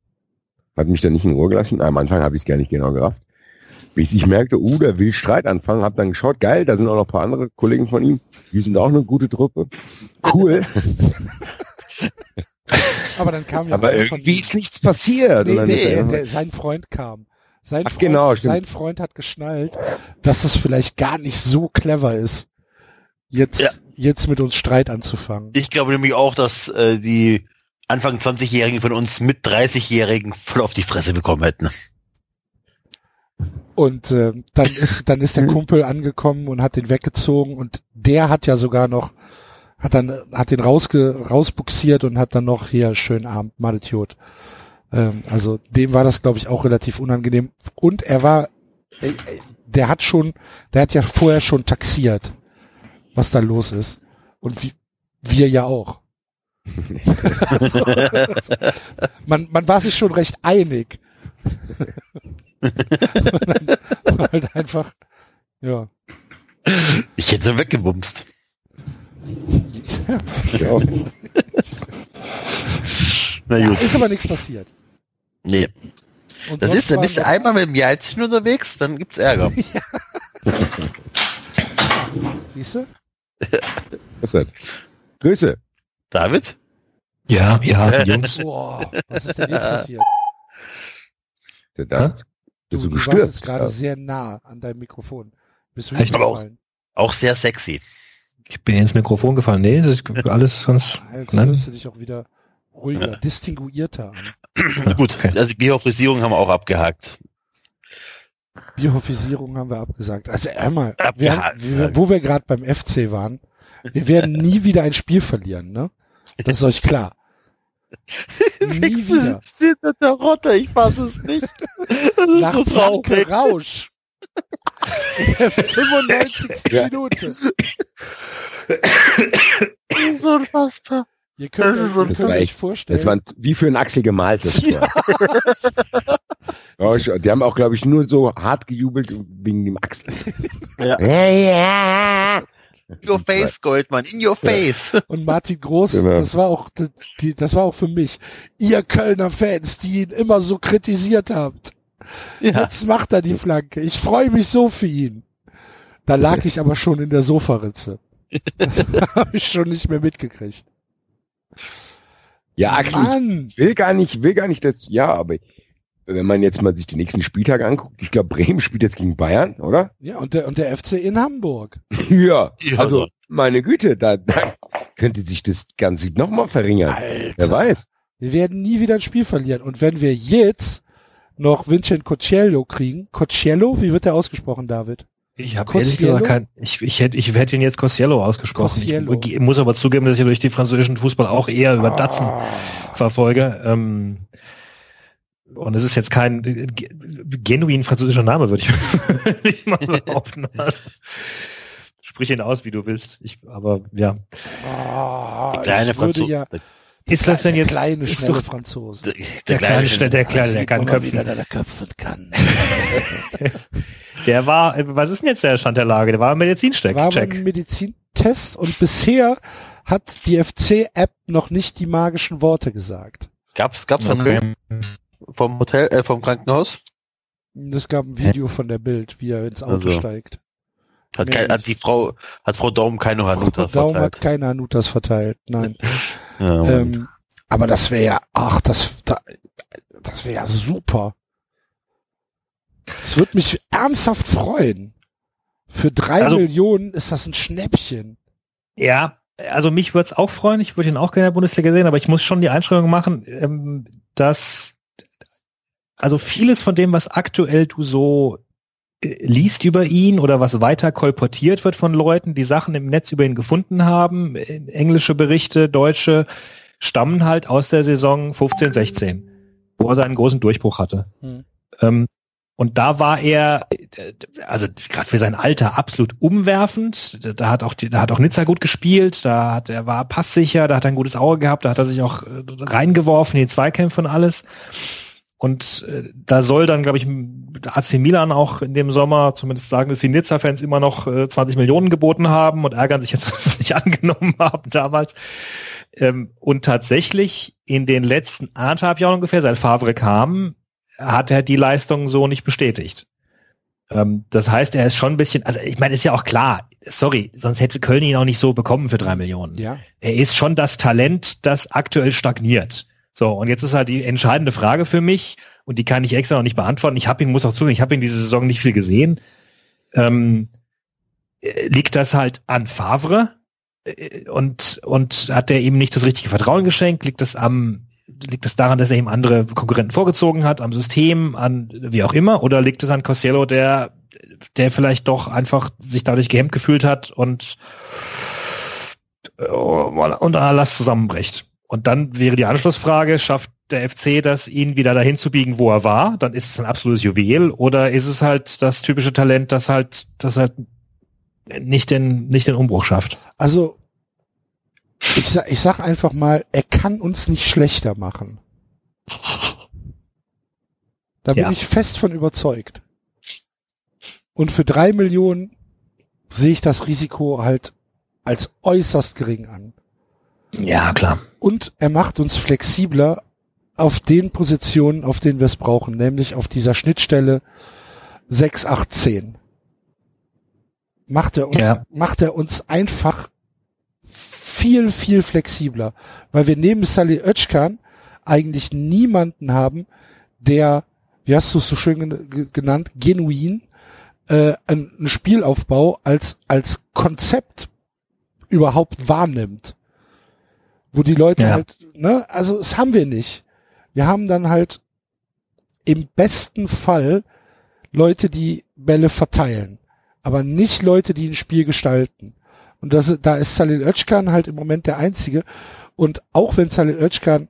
Hat mich dann nicht in Ruhe gelassen. Am Anfang habe ich es gar nicht genau gerafft. Bis ich merkte, uh, der will Streit anfangen, habe dann geschaut, geil, da sind auch noch ein paar andere Kollegen von ihm. Die sind auch eine gute Truppe. Cool. Aber dann kam ja Aber einer von irgendwie ist nichts passiert. Nee, Und dann nee, ist er- der, sein Freund kam. Sein, Ach, Freund, genau, stimmt. sein Freund hat geschnallt, dass es vielleicht gar nicht so clever ist, jetzt, Ja. jetzt mit uns Streit anzufangen. Ich glaube nämlich auch, dass äh, die Anfang zwanzigjährigen von uns mit dreißigjährigen voll auf die Fresse bekommen hätten. Und äh, dann ist dann ist der Kumpel angekommen und hat den weggezogen und der hat ja sogar noch hat dann hat den rausge rausbuxiert und hat dann noch hier schönen Abend Maletiot. Ähm, also dem war das glaube ich auch relativ unangenehm und er war äh, der hat schon der hat ja vorher schon taxiert, was da los ist und wie, wir ja auch. Also, man man war sich schon recht einig. Und dann war halt einfach, ja. Ich hätte so weggebumst. Ja. Na gut. Ist aber nichts passiert. Nee. Und Das sonst ist, da war bist du noch- einmal mit dem Jalzchen unterwegs, dann gibt's Ärger. Siehst du? Was ist das? Grüße. David? Ja, ja, Jungs. Boah, was ist denn jetzt passiert? Ist der da? Bist du du warst gestürzt? jetzt gerade sehr nah an deinem Mikrofon. Bist du Echt? Aber auch- hingefallen? Auch sehr sexy. Ich bin ins Mikrofon gefallen. Nee, das ist alles ganz... Jetzt hörst du dich auch wieder ruhiger, ja. distinguierter an. Gut, okay. Also Biofrisierung haben wir auch abgehakt. Biofisierung haben wir abgesagt. Also einmal, Abgehakt, wir, wir, wo wir gerade beim F C waren, wir werden nie wieder ein Spiel verlieren, ne? Das ist euch klar. Nie wieder. Steht der Rotter, ich fasse es nicht. Das ist Nach so traurig. Franke Rausch. In der fünfundneunzigsten Ja. Minute. Das ist unfassbar. Ihr könnt, Das ist euch- so- ihr Das könnt war euch echt, vorstellen. das war wie für ein Axel gemaltes Tor. Ja, die haben auch, glaube ich, nur so hart gejubelt wegen dem Axel. Ja. Ja, ja. In your face, Goldmann, in your face. Und Martin Groß, Genau. das war auch, die, das war auch für mich. Ihr Kölner Fans, die ihn immer so kritisiert habt. Ja. Jetzt macht er die Flanke. Ich freue mich so für ihn. Da lag ich aber schon in der Sofaritze. Habe ich schon nicht mehr mitgekriegt. Ja, Axel, Mann! ich will gar nicht, will gar nicht, dass, ja, aber wenn man jetzt mal sich den nächsten Spieltag anguckt, ich glaube, Bremen spielt jetzt gegen Bayern, oder? Ja, und der, und der F C in Hamburg. Ja, Ja, also, doch. meine Güte, da, da könnte sich das Ganze nochmal verringern. Alter. Wer weiß. Wir werden nie wieder ein Spiel verlieren. Und wenn wir jetzt noch Vincent Cocello kriegen, Cocello, wie wird der ausgesprochen, David? Ich habe Cossiello? ehrlich gesagt kein, ich, ich hätte, ich hätte ihn jetzt Cossiello ausgesprochen. Cossiello. Ich muss aber zugeben, dass ich durch die französischen Fußball auch eher über Datsen Ah. verfolge. Ähm, und es ist jetzt kein äh, ge- genuin französischer Name, würde ich, würde ich mal behaupten. Also, sprich ihn aus, wie du willst. Ich, aber ja. Ah, Der kleine ich würde Franzose. ja, Der, Ist das denn der jetzt? kleine, ist schnelle doch Franzose. der, der kleine, Schnell- der kleine, der Sieht kann man mal wieder, köpfen. der, der köpfen kann. Der war, äh, was ist denn jetzt der Stand der Lage? Der war im Medizincheck. War aber Check. ein Medizintest und bisher hat die F C-App noch nicht die magischen Worte gesagt. gab's, gab's Okay. einen vom Hotel, äh, vom Krankenhaus? Es gab ein Video von der Bild, wie er ins Auto Also, steigt. Hat, Mehr kein, hat nicht. die Frau, hat Frau Daum keine Hanuta Daum verteilt? hat keine Hanutas verteilt, nein. Ja, ähm, aber das wäre ja, ach, das, da, das wäre ja super. Es würde mich ernsthaft freuen. Für drei Also- Millionen ist das ein Schnäppchen. Ja, also mich würde es auch freuen. Ich würde ihn auch gerne in der Bundesliga sehen, aber ich muss schon die Einschränkung machen, ähm, dass also vieles von dem, was aktuell du so äh, liest über ihn oder was weiter kolportiert wird von Leuten, die Sachen im Netz über ihn gefunden haben, äh, englische Berichte, deutsche, stammen halt aus der Saison fünfzehn, sechzehn, wo er seinen großen Durchbruch hatte. Hm. Ähm, und da war er, äh, also gerade für sein Alter absolut umwerfend. Da- Da hat auch die, da hat auch Nizza gut gespielt. Da hat er war passsicher. Da hat er ein gutes Auge gehabt. Da hat er sich auch äh, reingeworfen in die Zweikämpfe und alles. Und äh, da soll dann, glaube ich, A C Milan auch in dem Sommer, zumindest sagen es die Nizza-Fans, immer noch äh, zwanzig Millionen geboten haben und ärgern sich jetzt, dass sie es nicht angenommen haben damals. Ähm, und tatsächlich in den letzten anderthalb Jahren ungefähr, seit Favre kam, hat er die Leistung so nicht bestätigt. Ähm, das heißt, er ist schon ein bisschen, also ich meine, ist ja auch klar, sorry, sonst hätte Köln ihn auch nicht so bekommen für drei Millionen. Ja. Er ist schon das Talent, das aktuell stagniert. So, und jetzt ist halt die entscheidende Frage für mich, und die kann ich extra noch nicht beantworten. Ich habe ihn, muss auch zugeben, ich habe ihn diese Saison nicht viel gesehen. Ähm, äh, liegt das halt an Favre? Äh, Und, und hat er ihm nicht das richtige Vertrauen geschenkt? Liegt das am, liegt das daran, dass er ihm andere Konkurrenten vorgezogen hat, am System, an wie auch immer? Oder liegt es an Costello, der, der vielleicht doch einfach sich dadurch gehemmt gefühlt hat und, und alles zusammenbricht? Und dann wäre die Anschlussfrage, schafft der F C das, ihn wieder dahin zu biegen, wo er war? Dann ist es ein absolutes Juwel. Oder ist es halt das typische Talent, das halt, das halt nicht den, nicht den Umbruch schafft? Also, ich sag, ich sag einfach mal, er kann uns nicht schlechter machen. Da bin Ja. ich fest von überzeugt. Und für drei Millionen sehe ich das Risiko halt als äußerst gering an. Ja, klar. Und er macht uns flexibler auf den Positionen, auf denen wir es brauchen, nämlich auf dieser Schnittstelle sechs, acht, zehn. Macht er uns, Ja. macht er uns einfach viel, viel flexibler, weil wir neben Salih Özcan eigentlich niemanden haben, der, wie hast du es so schön gen- genannt, genuin äh, einen Spielaufbau als als Konzept überhaupt wahrnimmt. Wo die Leute Ja. halt, ne, also das haben wir nicht. Wir haben dann halt im besten Fall Leute, die Bälle verteilen, aber nicht Leute, die ein Spiel gestalten. Und das, da ist Salih Özcan halt im Moment der Einzige. Und auch wenn Salih Özcan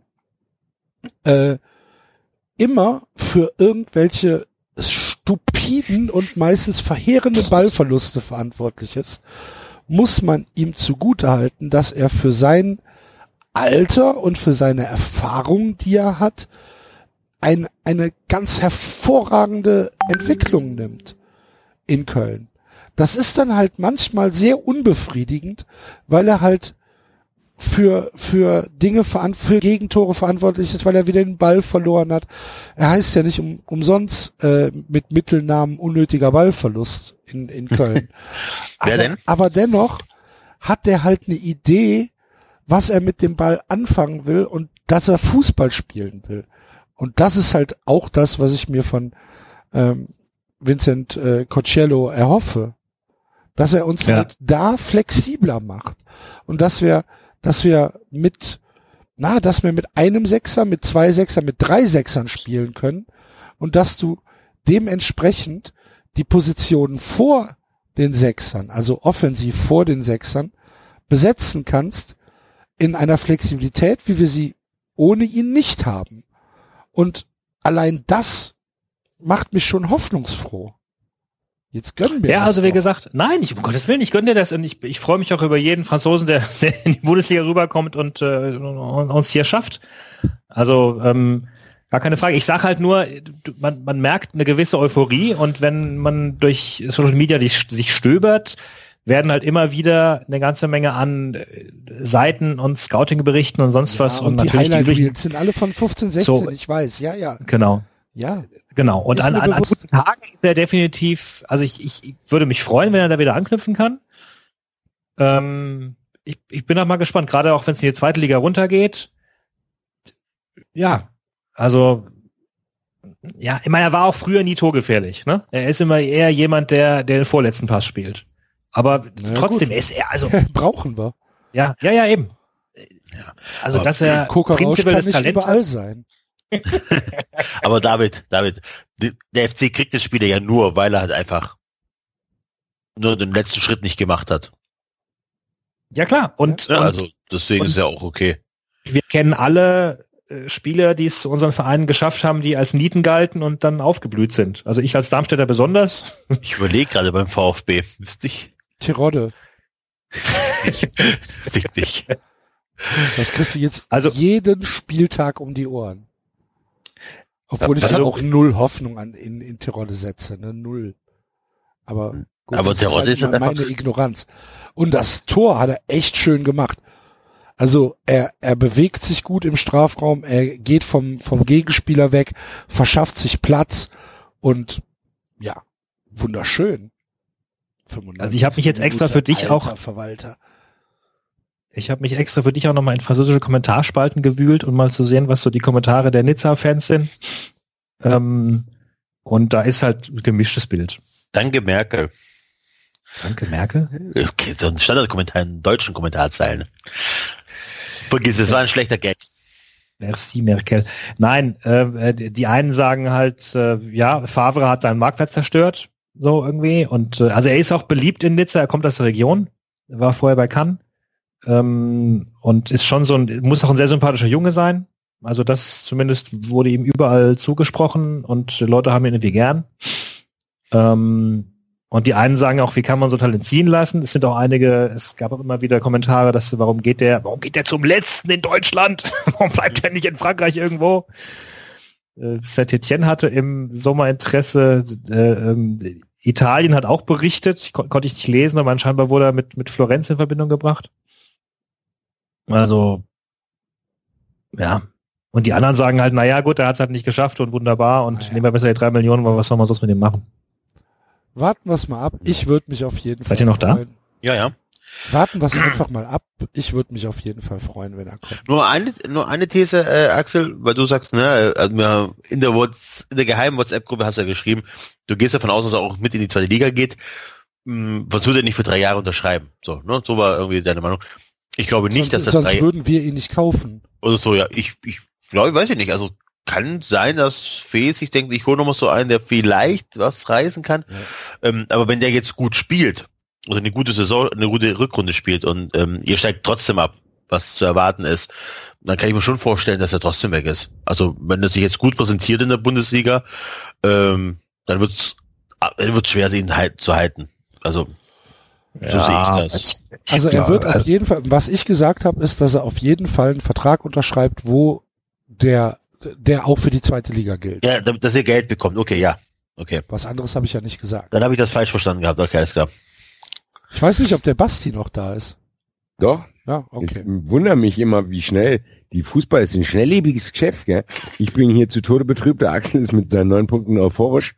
äh, immer für irgendwelche stupiden und meistens verheerende Ballverluste verantwortlich ist, muss man ihm zugutehalten, dass er für sein Alter und für seine Erfahrung, die er hat, ein, eine ganz hervorragende Entwicklung nimmt in Köln. Das ist dann halt manchmal sehr unbefriedigend, weil er halt für für Dinge veran- für Gegentore verantwortlich ist, weil er wieder den Ball verloren hat. Er heißt ja nicht um, umsonst äh, mit Mittelnamen unnötiger Ballverlust in in Köln. Wer aber, denn? aber dennoch hat er halt eine Idee, was er mit dem Ball anfangen will und dass er Fußball spielen will. Und das ist halt auch das, was ich mir von ähm, Vincent äh, Cocello erhoffe, dass er uns Ja. halt da flexibler macht und dass wir dass wir mit, na, dass wir mit einem Sechser, mit zwei Sechser, mit drei Sechsern spielen können und dass du dementsprechend die Positionen vor den Sechsern, also offensiv vor den Sechsern, besetzen kannst in einer Flexibilität, wie wir sie ohne ihn nicht haben. Und allein das macht mich schon hoffnungsfroh. Jetzt gönnen wir Ja, das also wie doch. gesagt, nein, ich, um Gottes Willen, ich gönne dir das und ich, ich freue mich auch über jeden Franzosen, der, der in die Bundesliga rüberkommt und äh, uns hier schafft. Also ähm, gar keine Frage. Ich sage halt nur, du- man, man merkt eine gewisse Euphorie und wenn man durch Social Media die, sich stöbert, werden halt immer wieder eine ganze Menge an äh, Seiten und Scouting-Berichten und sonst Ja, was und, und, die natürlich die Highlight üblichen. Reels sind alle von fünfzehn, sechzehn, So. ich weiß, ja, ja, Genau. ja. Genau, und Ist an, mir an, an bewusst. guten Tagen ist er definitiv, also ich, ich, ich würde mich freuen, wenn er da wieder anknüpfen kann. Ähm, ich, ich bin auch mal gespannt, gerade auch wenn es in die zweite Liga runtergeht. Ja, also, ja, ich meine, er war auch früher nie torgefährlich, ne? Er ist immer eher jemand, der, der den vorletzten Pass spielt. Aber Na trotzdem gut. ist er, also, Brauchen wir. ja, ja, ja, eben. Also, Aber dass er Kokarausch prinzipiell kann das nicht Talent überall hat. sein. Aber David, David, die- der F C kriegt das Spiel ja nur, weil er halt einfach nur den letzten Schritt nicht gemacht hat. Ja, klar. Und, Ja, und also deswegen und- ist ja auch okay. wir kennen alle äh, Spieler, die es zu unseren Vereinen geschafft haben, die als Nieten galten und dann aufgeblüht sind. Also ich als Darmstädter besonders. Ich überlege gerade beim VfB, wüsste ich. Tirode. Richtig. Das kriegst du jetzt Also- jeden Spieltag um die Ohren. Obwohl ich Also- da auch null Hoffnung an in, in Tirode setze, ne? Null. Aber gut, Aber das Tirode ist ist halt halt meine einfach- Ignoranz. Und das Tor hat er echt schön gemacht. Also er, er bewegt sich gut im Strafraum, er geht vom, vom Gegenspieler weg, verschafft sich Platz und ja, wunderschön. fünfundneunzig Also ich habe mich jetzt extra für dich Alter auch- Verwalter. Ich habe mich extra für dich auch nochmal in französische Kommentarspalten gewühlt, um mal zu sehen, was so die Kommentare der Nizza-Fans sind. Ähm, und da ist halt ein gemischtes Bild. Danke, Merkel. Danke, Merkel. Okay, so ein Standardkommentar in deutschen Kommentarzeilen. Vergiss, es war ein schlechter Gag. Merci, Merkel. Nein, äh, die die einen sagen halt, äh, ja, Favre hat seinen Marktwert zerstört, so irgendwie. Und äh, also er ist auch beliebt in Nizza, er kommt aus der Region, er war vorher bei Cannes ähm, und ist schon so ein, muss auch ein sehr sympathischer Junge sein. Also das zumindest wurde ihm überall zugesprochen und die Leute haben ihn irgendwie gern. Ähm, und die einen sagen auch, wie kann man so Talent ziehen lassen? Es sind auch einige, es gab auch immer wieder Kommentare, dass warum geht der, warum geht der zum Letzten in Deutschland? Warum bleibt er nicht in Frankreich irgendwo? Äh, Saint-Étienne hatte im Sommer Interesse, äh, ähm, Italien hat auch berichtet, kon konnte ich nicht lesen, aber anscheinend wurde er mit, mit Florenz in Verbindung gebracht. Also, ja. Und die anderen sagen halt, naja gut, er hat es halt nicht geschafft und wunderbar und Naja. nehmen wir besser die drei Millionen, weil was soll man sonst mit dem machen? Warten wir es mal ab. Ich würde mich auf jeden Seid Fall ihr noch da? freuen. Ja, ja. Warten wir es einfach mal ab. Ich würde mich auf jeden Fall freuen, wenn er kommt. Nur eine, nur eine These, äh, Axel, weil du sagst, ne, also wir in der What's, in der geheimen WhatsApp-Gruppe hast du ja geschrieben, du gehst davon aus, dass er auch mit in die zweite Liga geht. Hm, was tut er nicht für drei Jahre unterschreiben? So, ne, so war irgendwie deine Meinung. Ich glaube nicht, sonst, dass das sonst drei, würden wir ihn nicht kaufen. oder so, ja, ich, ich glaube, weiß ich nicht, also kann sein, dass Fees, ich denke, ich hole noch mal so einen, der vielleicht was reißen kann, ja. ähm, aber wenn der jetzt gut spielt, oder eine gute Saison, eine gute Rückrunde spielt und ähm, ihr steigt trotzdem ab, was zu erwarten ist, dann kann ich mir schon vorstellen, dass er trotzdem weg ist. Also wenn er sich jetzt gut präsentiert in der Bundesliga, ähm, dann wird's, dann wird's schwer, ihn halt zu halten. Also so ja, sehe ich das. Also er wird auf jeden Fall, was ich gesagt habe, ist, dass er auf jeden Fall einen Vertrag unterschreibt, wo der, der auch für die zweite Liga gilt. Ja, dass er Geld bekommt. Okay, ja, okay. Was anderes habe ich ja nicht gesagt. Dann habe ich das falsch verstanden gehabt. Okay, alles klar. Ich weiß nicht, ob der Basti noch da ist. Doch. Ja, okay. Ich wundere mich immer, wie schnell, die Fußball ist ein schnelllebiges Geschäft, gell? Ich bin hier zu Tode betrübt, der Axel ist mit seinen neun Punkten euphorisch.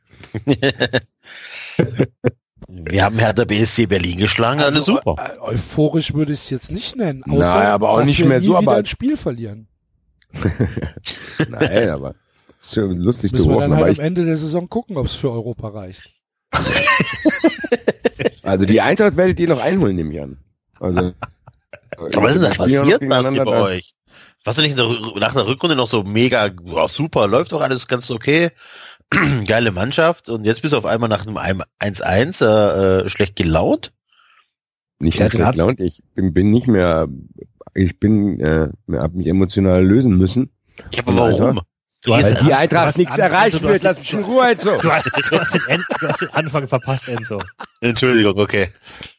Wir haben Hertha B S C Berlin geschlagen, also, also super. Eu- euphorisch würde ich es jetzt nicht nennen. Außer, Nein, aber auch dass nicht wir mehr nie so, wieder aber- ein Spiel verlieren. Nein, aber ist schon lustig zu Müssen wir beobachten. dann Aber halt ich, am Ende der Saison gucken, ob es für Europa reicht. also die Eintracht werdet ihr noch einholen, nehme ich an. Also, Aber was ist denn da die spielen auch noch passiert, Basti, gegeneinander bei da. euch? Was du nicht in der, Rü- nach der Rückrunde noch so mega, wow, super, läuft doch alles ganz okay, geile Mannschaft und jetzt bist du auf einmal nach einem eins eins äh, äh, schlecht gelaunt? Nicht Ja, mehr schlecht gelaunt. Ich bin, bin nicht mehr, ich bin, äh, hab mich emotional lösen müssen. Ja, aber warum? Du hast Weil den die An- Eintracht du hast nichts den An- erreicht also du wird. hast Lass den- mich in Ruhe, Enzo. Du hast, du, hast den End, du hast den Anfang verpasst, Enzo. Entschuldigung, okay.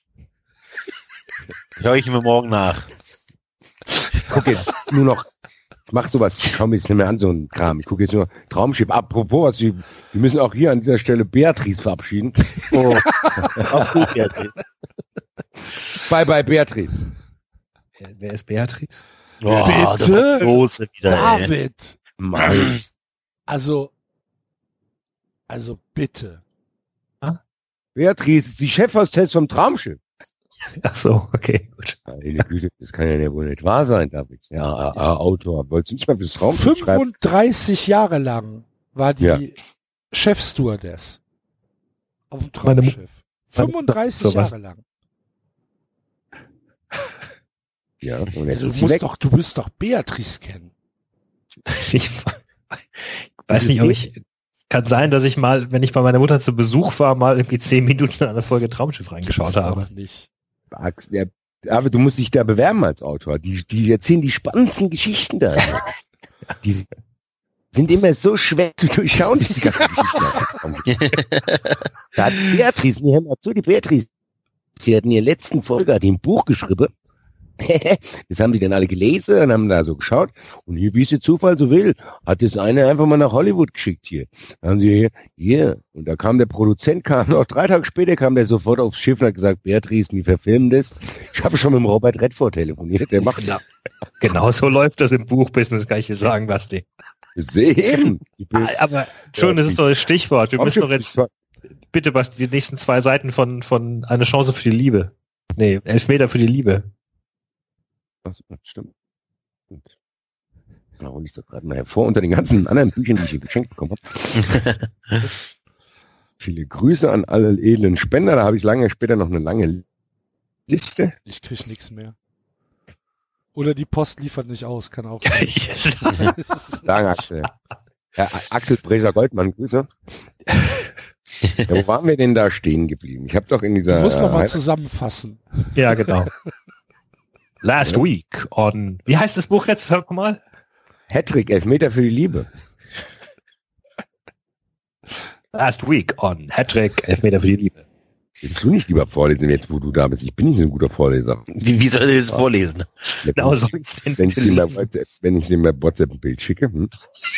Hör ich mir morgen nach. Guck jetzt nur noch, ich mach sowas, ich schau mir jetzt nicht mehr an, so ein Kram. Ich gucke jetzt nur Traumschiff. Apropos, wir müssen auch hier an dieser Stelle Beatrice verabschieden. Oh. Mach's gut, Beatrice. Bye bye Beatrice. Wer, wer ist Beatrice? Oh, Bitte? das Soße wieder, ey. David! Mann. Also, also bitte. Beatrice ist die Chefhostess vom Traumschiff. Ach so, okay, gut. Meine Güte, das kann ja wohl nicht wahr sein, David. Ja, äh, äh, Autor. Wolltest du nicht mal fürs Traumschiff schreiben? fünfunddreißig Jahre lang war die Ja. Chefstewardess auf dem Meine Mu- Traumschiff. fünfunddreißig sowas. Jahre lang. Ja, und Ja, jetzt du ist sie musst weg. doch, du musst doch Beatrice kennen. Ich weiß nicht, ob ich, kann sein, dass ich mal, wenn ich bei meiner Mutter zu Besuch war, mal irgendwie zehn Minuten in eine Folge Traumschiff reingeschaut Gibt's doch habe. nicht. Axel, ja, aber du musst dich da bewerben als Autor. Die, die erzählen die spannendsten Geschichten da. Die sind immer so schwer zu durchschauen, diese ganzen Geschichten. Da hat Beatrice, nee, hör mal zu, die Beatrice, sie hat in ihrer letzten Folge hat die ein Buch geschrieben. Das haben die dann alle gelesen und haben da so geschaut. Und hier, wie es der Zufall so will, hat das eine einfach mal nach Hollywood geschickt hier. Da haben sie hier, hier. Und da kam der Produzent, kam noch drei Tage später, kam der sofort aufs Schiff und hat gesagt, Beatrice, wir verfilmen das. Ich habe schon mit dem Robert Redford telefoniert, der macht das. Genau so läuft das im Buchbusiness, kann ich dir sagen, Basti. Sehen. Aber schon, das ist doch das Stichwort. Wir müssen doch jetzt, Traumschiff- bitte Basti, die nächsten zwei Seiten von, von Eine Chance für die Liebe. Nee, Elfmeter für die Liebe. Ach so, stimmt. Und da hole ich so gerade mal hervor unter den ganzen anderen Büchern, die ich hier geschenkt bekommen habe. Viele Grüße an alle edlen Spender. Da habe ich lange später noch eine lange Liste. Ich krieg nichts mehr. Oder die Post liefert nicht aus, kann auch sein. Yes. Sagen Axel. Ja, Axel Breser Goldmann, Grüße. Ja, wo waren wir denn da stehen geblieben? Ich habe doch in dieser... Du musst noch mal äh, zusammenfassen. Ja, genau. Last week on, wie heißt das Buch jetzt mal? Hattrick, Elfmeter für die Liebe. Last week on Hattrick, Elfmeter für die Liebe. Willst du nicht lieber vorlesen, jetzt wo du da bist? Ich bin nicht so ein guter Vorleser. Wie soll ich das vorlesen? Genau so ist denn Wenn ich dem bei lesen. WhatsApp, wenn ich dem bei WhatsApp ein Bild schicke, hm?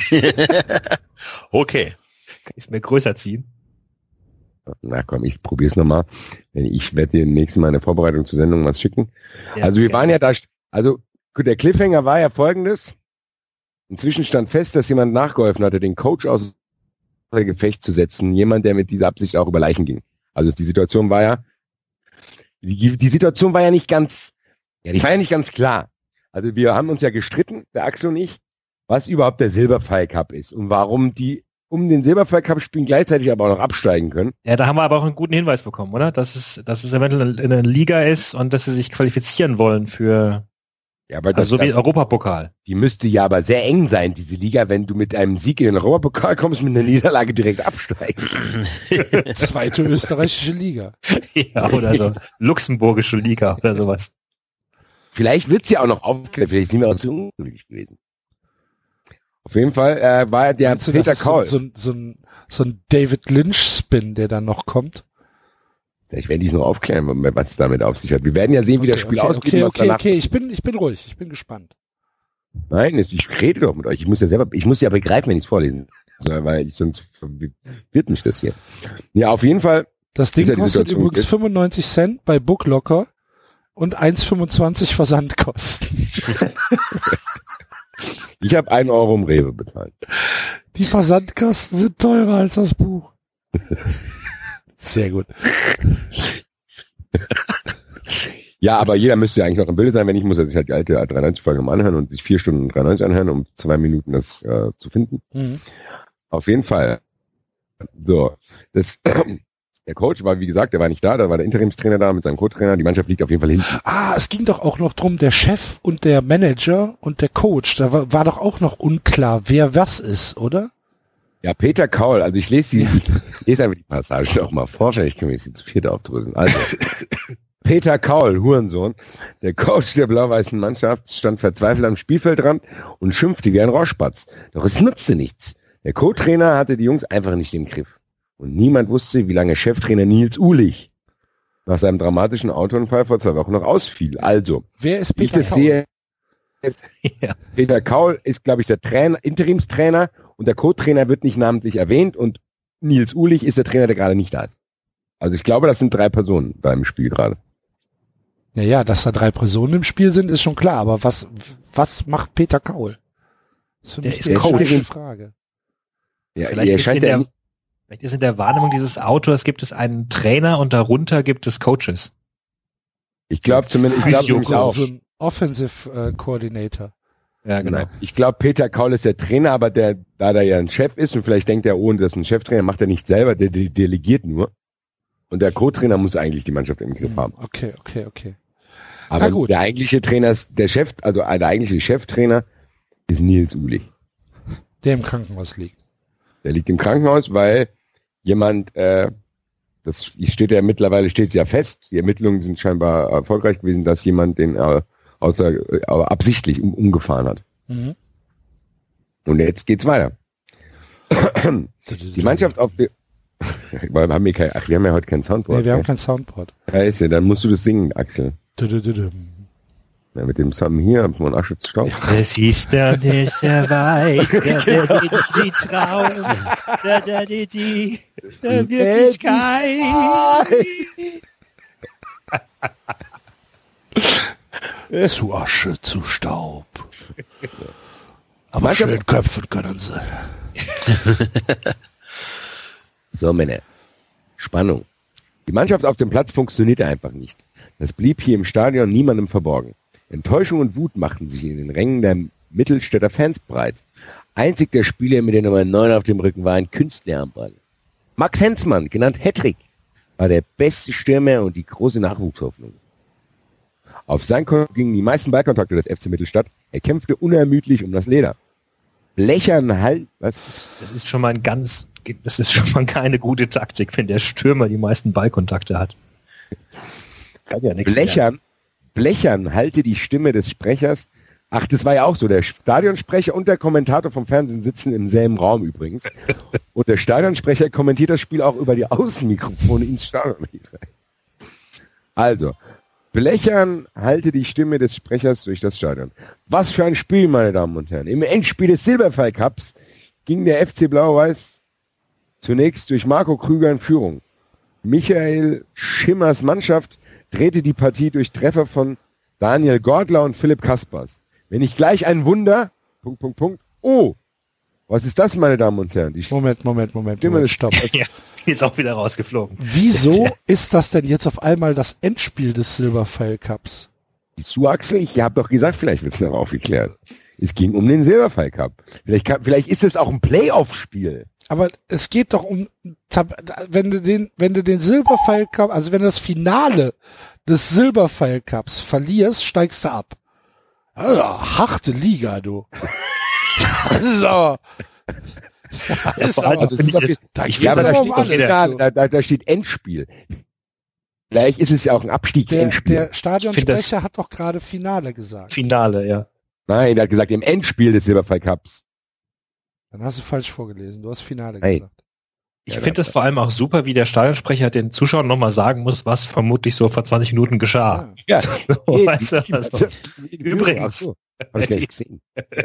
Okay. Kann ich es mir größer ziehen? Na komm, ich probier's nochmal. Ich werde dir nächstes Mal eine Vorbereitung zur Sendung was schicken. Ja, also wir gerne. waren ja da, also gut, der Cliffhanger war ja folgendes. Inzwischen stand fest, dass jemand nachgeholfen hatte, den Coach aus Gefecht zu setzen. Jemand, der mit dieser Absicht auch über Leichen ging. Also die Situation war ja, die, die Situation war ja nicht ganz, ja, die war ja nicht ganz klar. Also wir haben uns ja gestritten, der Axel und ich, was überhaupt der Silberpfeil Cup ist und warum die um den Silberpfeil Cup spielen gleichzeitig aber auch noch absteigen können. Ja, da haben wir aber auch einen guten Hinweis bekommen, oder? Dass es, dass es eventuell in einer Liga ist und dass sie sich qualifizieren wollen für, ja, aber das, also so wie Europapokal. Die müsste ja aber sehr eng sein, diese Liga, wenn du mit einem Sieg in den Europapokal kommst, mit einer Niederlage direkt absteigst. Zweite österreichische Liga. Ja, oder so luxemburgische Liga oder sowas. Vielleicht wird's ja auch noch aufgeklärt, vielleicht sind wir auch zu unglücklich gewesen. Auf jeden Fall äh, war der Meinst du, Peter das ist Kaul. So, so, so, ein, so ein David Lynch-Spin, der dann noch kommt. Vielleicht werden die es noch aufklären, was es damit auf sich hat. Wir werden ja sehen, wie Okay, das Spiel okay, ausgeht. Okay, was okay, danach okay, ich bin, ich bin ruhig, ich bin gespannt. Nein, ich rede doch mit euch. Ich muss ja selber, ich muss ja begreifen, wenn ich es vorlesen soll, weil ich, sonst wird mich das hier. Ja, auf jeden Fall. Das Ding ja kostet Situation übrigens ist. fünfundneunzig Cent bei Booklocker und eins fünfundzwanzig Versandkosten. Ich habe einen Euro im Rewe bezahlt. Die Versandkosten sind teurer als das Buch. Sehr gut. Ja, aber jeder müsste ja eigentlich noch im Bilde sein. Wenn nicht, muss er sich halt die alte dreiundneunzig-Folge mal anhören und sich vier Stunden dreiundneunzig anhören, um zwei Minuten das äh, zu finden. Mhm. Auf jeden Fall. So, das, der Coach war, wie gesagt, der war nicht da, da war der Interimstrainer da mit seinem Co-Trainer. Die Mannschaft liegt auf jeden Fall hinten. Ah, es ging doch auch noch drum, der Chef und der Manager und der Coach. Da war, war doch auch noch unklar, wer was ist, oder? Ja, Peter Kaul, also ich lese sie, ich lese einfach die Passage noch mal vor, vielleicht können wir jetzt zu viert aufdröseln. Also, Peter Kaul, Hurensohn, der Coach der blau-weißen Mannschaft, stand verzweifelt am Spielfeldrand und schimpfte wie ein Rohrspatz. Doch es nutzte nichts. Der Co-Trainer hatte die Jungs einfach nicht im Griff. Und niemand wusste, wie lange Cheftrainer Nils Uhlich nach seinem dramatischen Autounfall vor zwei Wochen noch ausfiel. Also, Wer ist wie ich Peter das Kaul? sehe, ist, Ja. Peter Kaul ist, glaube ich, der Trainer, Interimstrainer und der Co-Trainer wird nicht namentlich erwähnt und Nils Uhlich ist der Trainer, der gerade nicht da ist. Also ich glaube, das sind drei Personen beim Spiel gerade. Ja, ja, dass da drei Personen im Spiel sind, ist schon klar. Aber was, was macht Peter Kaul? Das ist für Der mich ist die Coach. entscheidende Frage. Ja, Vielleicht er ist, in scheint der, ja, vielleicht ist in der Wahrnehmung dieses Autors gibt es einen Trainer und darunter gibt es Coaches. ich glaube zumindest, ich glaube Physio- nämlich auch. So ein Offensive äh, Coordinator. Ja, Genau. Ich glaube, Peter Kaul ist der Trainer, aber der, da der ja ein Chef ist und vielleicht denkt er, ohne das ist ein Cheftrainer, macht er nicht selber, der, der delegiert nur. Und der Co-Trainer muss eigentlich die Mannschaft im Griff haben. Okay, okay, okay. Aber Na gut. der eigentliche Trainer ist, der Chef, also der eigentliche Cheftrainer ist Nils Uhlich. Der im Krankenhaus liegt. Der liegt im Krankenhaus, weil jemand, äh, das steht ja mittlerweile steht ja fest, die Ermittlungen sind scheinbar erfolgreich gewesen, dass jemand den äh, außer äh, absichtlich um, umgefahren hat. Mhm. Und jetzt geht's weiter. Die Mannschaft auf der weil wir haben, hier kein, ach, wir haben ja heute kein Soundboard. Nee, wir haben ne? kein Soundboard. Ja, ist ja, dann musst du das singen, Axel. Dü-dü-dü-dü. Ja, mit dem Song hier, von Aschützstaub. Es ist der nächste Weit, der wird die Traum, der, der, die, die, der Wirklichkeit. Zu Asche, zu Staub. Aber Mannschaft- schön köpfen können sie. So, Männer. Spannung. Die Mannschaft auf dem Platz funktionierte einfach nicht. Das blieb hier im Stadion niemandem verborgen. Enttäuschung und Wut machten sich in den Rängen der Mittelstädter Fans breit. Einzig der Spieler mit der Nummer neun auf dem Rücken war ein Künstler am Ball. Max Hensmann, genannt Hattrick, war der beste Stürmer und die große Nachwuchshoffnung. Auf sein Konto gingen die meisten Ballkontakte des F C Mittelstadt. Er kämpfte unermüdlich um das Leder. Blechern halt, was ist, Das ist schon mal ein ganz, das ist schon mal keine gute Taktik, wenn der Stürmer die meisten Ballkontakte hat. Kann ja nichts Blechern, Blechern halte die Stimme des Sprechers. Ach, das war ja auch so. Der Stadionsprecher und der Kommentator vom Fernsehen sitzen im selben Raum übrigens. Und der Stadionsprecher kommentiert das Spiel auch über die Außenmikrofone ins Stadion. Also, Blechern halte die Stimme des Sprechers durch das Stadion. Was für ein Spiel, meine Damen und Herren. Im Endspiel des Silberpfeil Cups ging der F C Blau-Weiß zunächst durch Marco Krüger in Führung. Michael Schimmers Mannschaft drehte die Partie durch Treffer von Daniel Gordler und Philipp Kaspers. Wenn nicht gleich ein Wunder, Punkt, Punkt, Punkt. Oh, was ist das, meine Damen und Herren? Die Moment, Moment, Moment. Stimme Moment. des Stopp. Ja. Jetzt auch wieder rausgeflogen. Wieso ist das denn jetzt auf einmal das Endspiel des Silberpfeil Cups? Wieso, Axel? Ich habe doch gesagt, vielleicht wird's noch aufgeklärt. Es ging um den Silberpfeil Cup. Vielleicht, kann, vielleicht ist es auch ein Playoff-Spiel. Aber es geht doch um, wenn du den, wenn du den Silberpfeil Cup, also wenn du das Finale des Silberpfeil Cups verlierst, steigst du ab. Also, harte Liga, du. Das ist aber, das ist aber, also es ist auf, da, ich ja, aber da das steht, alles, Finale, da, da, da steht Endspiel. Vielleicht ist es ja auch ein der, Abstiegsendspiel. der Stadionsprecher hat doch gerade Finale gesagt. Finale, ja. Nein, er hat gesagt, im Endspiel des Silberpfeil Cups. Dann hast du falsch vorgelesen. Du hast Finale Hey. gesagt. Ich Ja, finde das- es vor allem auch super, wie der Stadionsprecher den Zuschauern nochmal sagen muss, was vermutlich so vor zwanzig Minuten geschah. Ja. Ja, So, weißt du, also, Übrigens. Übrigens. So, hab ich gar nicht gesehen.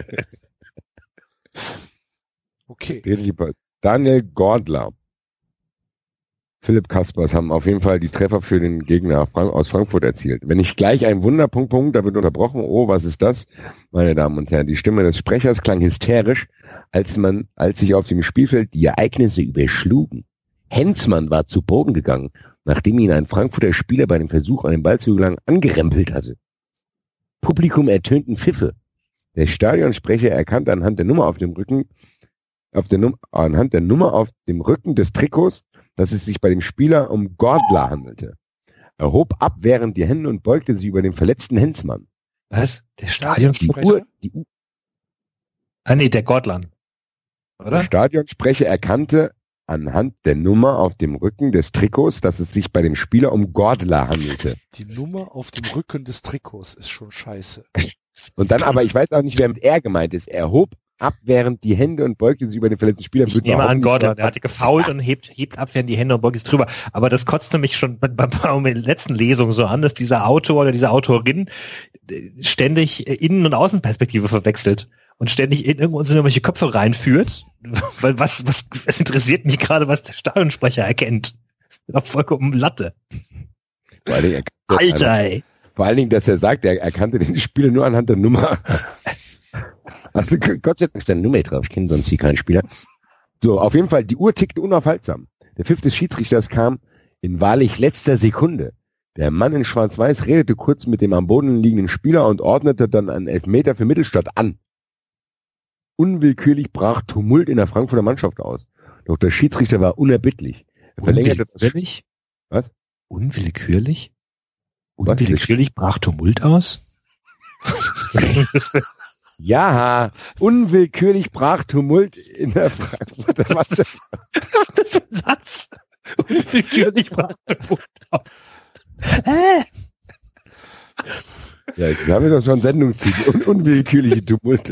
Okay. Daniel Gordler, Philipp Kaspers haben auf jeden Fall die Treffer für den Gegner Frank- aus Frankfurt erzielt. Wenn nicht gleich ein Wunder, Punkt, Punkt, da wird unterbrochen. Oh, was ist das? Meine Damen und Herren, die Stimme des Sprechers klang hysterisch, als man, als sich auf dem Spielfeld die Ereignisse überschlugen. Hensmann war zu Boden gegangen, nachdem ihn ein Frankfurter Spieler bei dem Versuch, an den Ball zu gelangen, angerempelt hatte. Publikum ertönten Pfiffe. Der Stadionsprecher erkannte anhand der Nummer auf dem Rücken, auf der Num- anhand der Nummer auf dem Rücken des Trikots, dass es sich bei dem Spieler um Gordler handelte. Er hob abwehrend die Hände und beugte sich über den verletzten Hensmann. was? Der Die Stadionsprecher? Uhr, die Uhr, Ah nee, der Gordlan. der Oder? Stadionsprecher erkannte anhand der Nummer auf dem Rücken des Trikots, dass es sich bei dem Spieler um Gordler handelte. Die Nummer auf dem Rücken des Trikots ist schon scheiße. Und dann aber, ich weiß auch nicht, wer mit er gemeint ist. Er hob abwehrend die Hände und beugte sich über den verletzten Spieler. Ich Wird nehme überhaupt an, nicht Gordon, wahr- der hatte gefoult und hebt, hebt abwehrend die Hände und beugt es drüber. Aber das kotzte mich schon bei, bei, bei der letzten Lesung so an, dass dieser Autor oder diese Autorin äh, ständig äh, Innen- und Außenperspektive verwechselt und ständig in irgendwo in irgendwelche Köpfe reinführt. Weil was, was, es interessiert mich gerade, was der Stadionsprecher erkennt. Das ist doch vollkommen Latte. Vor allen Dingen, er- Alter, ey. Vor allen Dingen, dass er sagt, er erkannte den Spieler nur anhand der Nummer. Also Gott sei Dank ist da eine Nummer drauf, ich kenne sonst hier keinen Spieler. So, auf jeden Fall, die Uhr tickte unaufhaltsam. Der Pfiff des Schiedsrichters kam in wahrlich letzter Sekunde. Der Mann in Schwarz-Weiß redete kurz mit dem am Boden liegenden Spieler und ordnete dann einen Elfmeter für Mittelstadt an. Unwillkürlich brach Tumult in der Frankfurter Mannschaft aus. Doch der Schiedsrichter war unerbittlich. Er verlängerte das Unwillkürlich? Was? Unwillkürlich? Was? Unwillkürlich brach Tumult aus? Ja, unwillkürlich brach Tumult in der Frankfurter Mannschaft. Was ist das für ein Satz? Unwillkürlich brach Tumult aus. Hä? Ja, jetzt haben wir doch schon Sendungstitel. Un unwillkürliche Tumulte.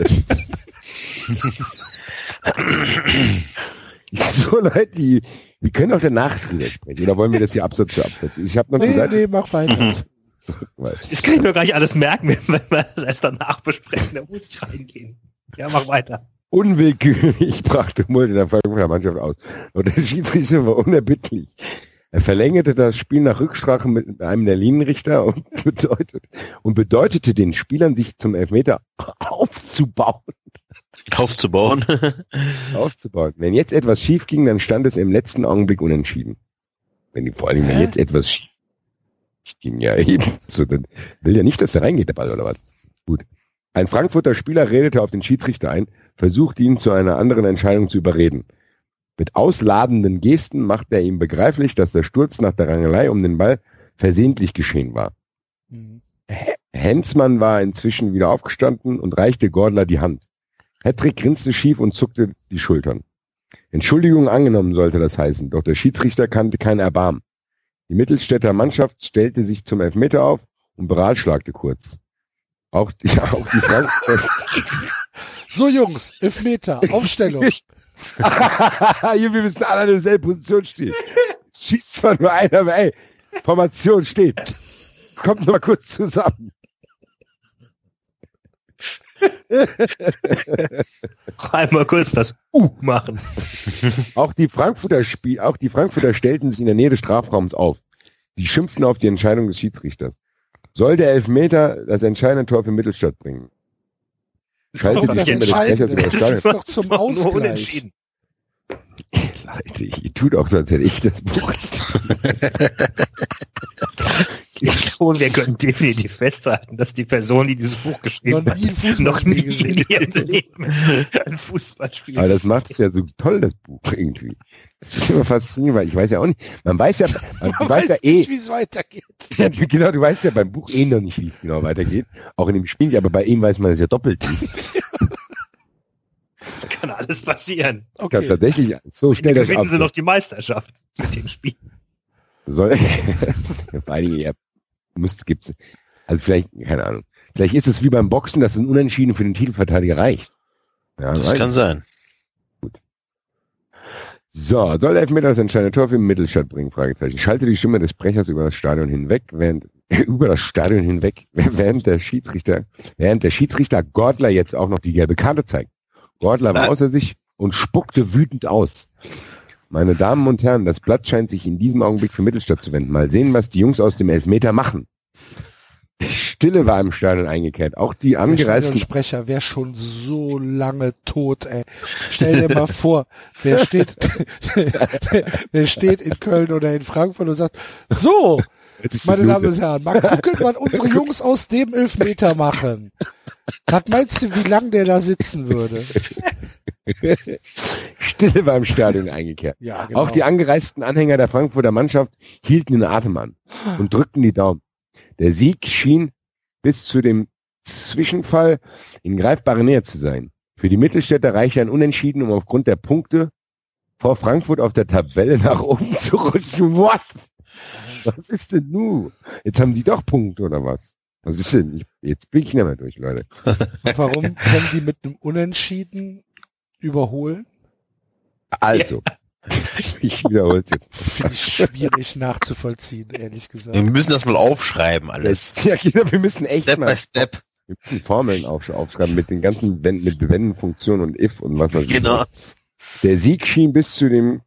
So, Leute, die, wir können auch danach drüber sprechen. Oder wollen wir das hier Absatz für Absatz? Ich habe noch Nee, gesagt, nee, mach weiter. Das kann ich mir gar nicht alles merken, wenn wir das erst danach besprechen. Da muss ich reingehen. Ja, mach weiter. unwillkürlich brach Tumult in der Frankfurter Mannschaft aus. Und der Schiedsrichter war unerbittlich. Er verlängerte das Spiel nach Rücksprache mit einem der Linienrichter und, bedeutet, und bedeutete den Spielern, sich zum Elfmeter aufzubauen. Aufzubauen. aufzubauen. Wenn jetzt etwas schief ging, dann stand es im letzten Augenblick unentschieden. Wenn die, vor allem, wenn Hä? jetzt etwas schief ging, ja eben. So, dann will ja nicht, dass der reingeht, der Ball, oder was? Gut. Ein Frankfurter Spieler redete auf den Schiedsrichter ein, versuchte ihn zu einer anderen Entscheidung zu überreden. Mit ausladenden Gesten machte er ihm begreiflich, dass der Sturz nach der Rangelei um den Ball versehentlich geschehen war. Mhm. Hensmann war inzwischen wieder aufgestanden und reichte Gordler die Hand. Hedrick grinste schief und zuckte die Schultern. Entschuldigung angenommen sollte das heißen, doch der Schiedsrichter kannte kein Erbarmen. Die Mittelstädter Mannschaft stellte sich zum Elfmeter auf und beratschlagte kurz. Auch die, auch die Frankfurter... So, Jungs, Elfmeter, Aufstellung. Hier, wir müssen alle in derselben Position stehen. Schießt zwar nur einer, aber ey, Formation steht. Kommt noch mal kurz zusammen. Einmal kurz das U machen. Auch die Frankfurter Spiel, auch die Frankfurter stellten sich in der Nähe des Strafraums auf. Die schimpften auf die Entscheidung des Schiedsrichters. Soll der Elfmeter das entscheidende Tor für Mittelstadt bringen? Schaltet doch die nicht Stimme des entscheidend. Sprechers über das Das Stadion. ist doch zum Nur Ausgleich. unentschieden. Leute, ihr tut auch so, als hätte ich das Buch. Ich glaube, wir können definitiv festhalten, dass die Person, die dieses Buch geschrieben Noch nie ein hat, Fußballspiel noch nie gesehen. in ihrem Leben ein Fußballspiel. Aber das macht es ja so toll, das Buch irgendwie. Das ist immer faszinierend, weil ich weiß ja auch nicht, man weiß ja, man, Man weiß ja eh, nicht, wie es weitergeht. ja, du- genau, du weißt ja beim Buch eh noch nicht, wie es genau weitergeht. Auch in dem Spiel, nicht, aber bei ihm weiß man es ja doppelt nicht. Kann alles passieren. Ich glaube Okay. tatsächlich, so schnell das Gewinnen sie auf. noch die Meisterschaft mit dem Spiel. Soll, vor allen Dingen, ja, muss, gibt's, also vielleicht, keine Ahnung. Vielleicht ist es wie beim Boxen, dass ein Unentschieden für den Titelverteidiger reicht. Ja, Das reicht. kann sein. So, soll Elfmeter das entscheidende Tor für Mittelstadt bringen? Fragezeichen. Schalte die Stimme des Sprechers über das Stadion hinweg, während über das Stadion hinweg, während der Schiedsrichter, während der Schiedsrichter Gordler jetzt auch noch die gelbe Karte zeigt. Gordler war Nein. außer sich und spuckte wütend aus. Meine Damen und Herren, das Blatt scheint sich in diesem Augenblick für Mittelstadt zu wenden. Mal sehen, was die Jungs aus dem Elfmeter machen. Stille war im Stadion eingekehrt. Auch die Der angereisten Sprecher wäre schon so lange tot, ey. Stell dir mal vor, der steht, der steht in Köln oder in Frankfurt und sagt, so, meine Damen und Herren, mal gucken, was unsere Jungs aus dem Elfmeter machen. Was meinst du, wie lang der da sitzen würde? Stille war im Stadion eingekehrt. Ja, genau. Auch die angereisten Anhänger der Frankfurter Mannschaft hielten den Atem an und drückten die Daumen. Der Sieg schien bis zu dem Zwischenfall in greifbare Nähe zu sein. Für die Mittelstädter reichte ein Unentschieden, um aufgrund der Punkte vor Frankfurt auf der Tabelle nach oben zu rutschen. What? Was ist denn nun? Jetzt haben die doch Punkte, oder was? Was ist denn? Ich, jetzt bin ich nicht mehr durch, Leute. Und warum können die mit einem Unentschieden überholen? Also, ich wiederhole es jetzt. Finde ich schwierig nachzuvollziehen, ehrlich gesagt. Wir müssen das mal aufschreiben, alles. Ja, genau, wir müssen echt Step mal by step. wir müssen Formeln auf, aufschreiben mit den ganzen Wenden, mit Wendenfunktionen und if und was weiß ich. Genau. Der Sieg schien bis zu dem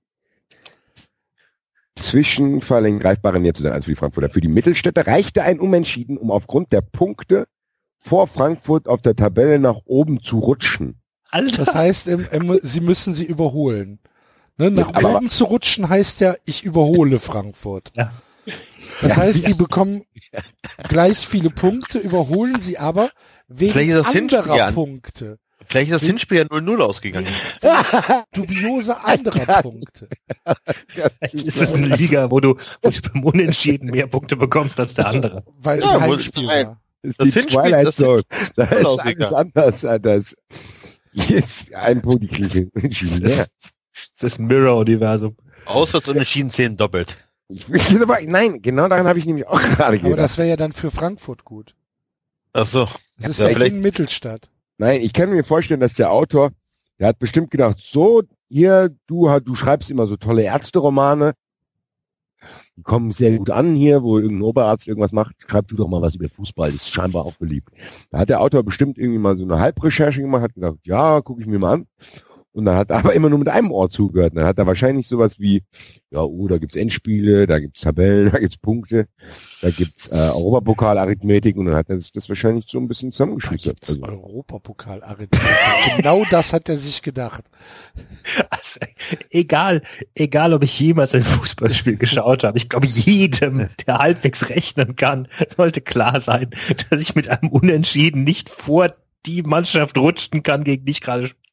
Zwischenfall in greifbare Nähe zu sein als für die Frankfurter. Für die Mittelstädter reichte ein Unentschieden, um aufgrund der Punkte vor Frankfurt auf der Tabelle nach oben zu rutschen. Alter, Das heißt, im, im, sie müssen sie überholen. Ne, nach Aber- oben zu rutschen heißt ja, ich überhole Frankfurt. Ja. Das Ja, heißt, ja. die bekommen gleich viele Punkte, überholen sie aber Vielleicht wegen ist das Hinspiel anderer ja- Punkte. Vielleicht ist das Hinspiel ja null null ausgegangen. Dubiose anderer Punkte. vielleicht ist es eine Liga, wo du, wo du beim Unentschieden mehr Punkte bekommst als der andere. Weil es Ja, ein wo- Heimspiel nein. war. Das ist Das die Hinspiel- Twilight das Zone. Da null ist alles ausgegangen. anders, Alter. Jetzt ein Punkt, die kriegen entschieden. Das Ja. ist das Mirror-Universum. Auswärts unentschieden zehn doppelt. Ich will aber, nein, genau daran habe ich nämlich auch gerade Aber gedacht. das wäre ja dann für Frankfurt gut. Ach so. Das ist Ja, ja, vielleicht- in Mittelstadt. Nein, ich kann mir vorstellen, dass der Autor, der hat bestimmt gedacht, so, hier, du, du schreibst immer so tolle Ärzteromane, die kommen sehr gut an hier, wo irgendein Oberarzt irgendwas macht, schreib du doch mal was über Fußball, das ist scheinbar auch beliebt. Da hat der Autor bestimmt irgendwie mal so eine Halbrecherche gemacht, hat gedacht, ja, gucke ich mir mal an. Und dann hat er aber immer nur mit einem Ohr zugehört. Dann hat er wahrscheinlich sowas wie, ja, oh, da gibt's Endspiele, da gibt's Tabellen, da gibt's Punkte, da gibt's äh, Europapokal-Arithmetik und dann hat er sich das wahrscheinlich so ein bisschen Da zusammengeschustert. gibt's Also, Europapokal-Arithmetik. Genau das hat er sich gedacht. Also, egal, egal, ob ich jemals ein Fußballspiel geschaut habe, ich glaube, jedem, der halbwegs rechnen kann, sollte klar sein, dass ich mit einem Unentschieden nicht vor die Mannschaft rutschen kann, gegen die ich gerade spiele.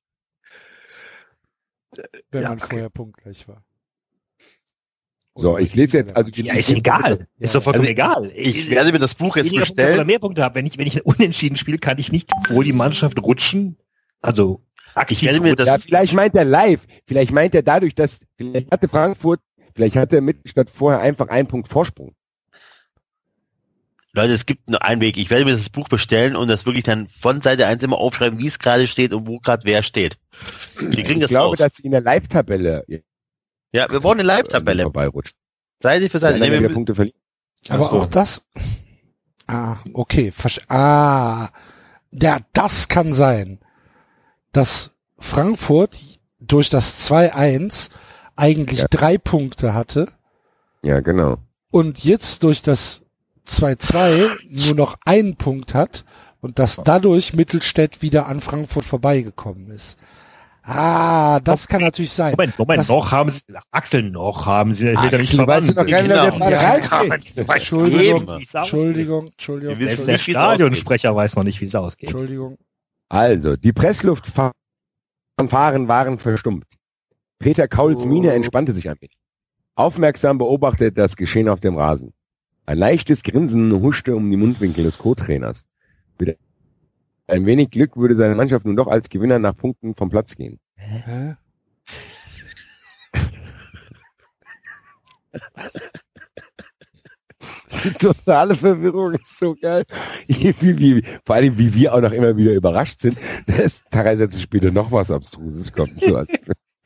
Wenn Ja, man okay. vorher punktgleich war. So, Oder ich lese jetzt, also Ja, ist egal. Ist doch vollkommen Also, egal. Ich werde mir das Buch jetzt weniger Punkte oder bestellen. mehr Punkte habe. Wenn ich, wenn ich ein Unentschieden spiele, kann ich nicht vor die Mannschaft rutschen. Also, aktiv Ich werde mir das- ja, vielleicht meint er live, vielleicht meint er dadurch, dass, vielleicht hatte Frankfurt, vielleicht hatte Mittelstadt vorher einfach einen Punkt Vorsprung. Leute, es gibt nur einen Weg. Ich werde mir das Buch bestellen und das wirklich dann von Seite eins immer aufschreiben, wie es gerade steht und wo gerade wer steht. Wir kriegen Ich das glaube, raus. dass in der Live-Tabelle Ja, wir brauchen eine Live-Tabelle. vorbeirutscht. Seite für Seite. Wenn Nee, er wir, wieder Punkte verliert. Aber Ach so. auch das. Ah, okay. Versch- Ah, ja, das kann sein, dass Frankfurt durch das zwei eins eigentlich Ja. drei Punkte hatte Ja, genau. und jetzt durch das zwei zwei nur noch einen Punkt hat und dass dadurch Mittelstädt wieder an Frankfurt vorbeigekommen ist. Ah, das kann natürlich sein. Moment, Moment, das, noch haben sie, Axel, noch haben sie, ich will da nicht Axel, weißt du noch gar nicht, wer Genau. der Ball Ja, reingeht? Entschuldigung, Entschuldigung, Entschuldigung, Entschuldigung, Wir wissen selbst der nicht, wie es Stadionsprecher weiß noch nicht, wie es ausgeht. Entschuldigung. Also, die Pressluftfanfaren waren verstummt. Peter Kauls Oh. Miene entspannte sich ein wenig. Aufmerksam beobachtet das Geschehen auf dem Rasen. Ein leichtes Grinsen huschte um die Mundwinkel des Co-Trainers. Mit ein wenig Glück würde seine Mannschaft nun doch als Gewinner nach Punkten vom Platz gehen. Hä? Die totale Verwirrung ist so geil. Wie, wie, vor allem, wie wir auch noch immer wieder überrascht sind, dass drei Sätze später noch was Abstruses kommt. So, als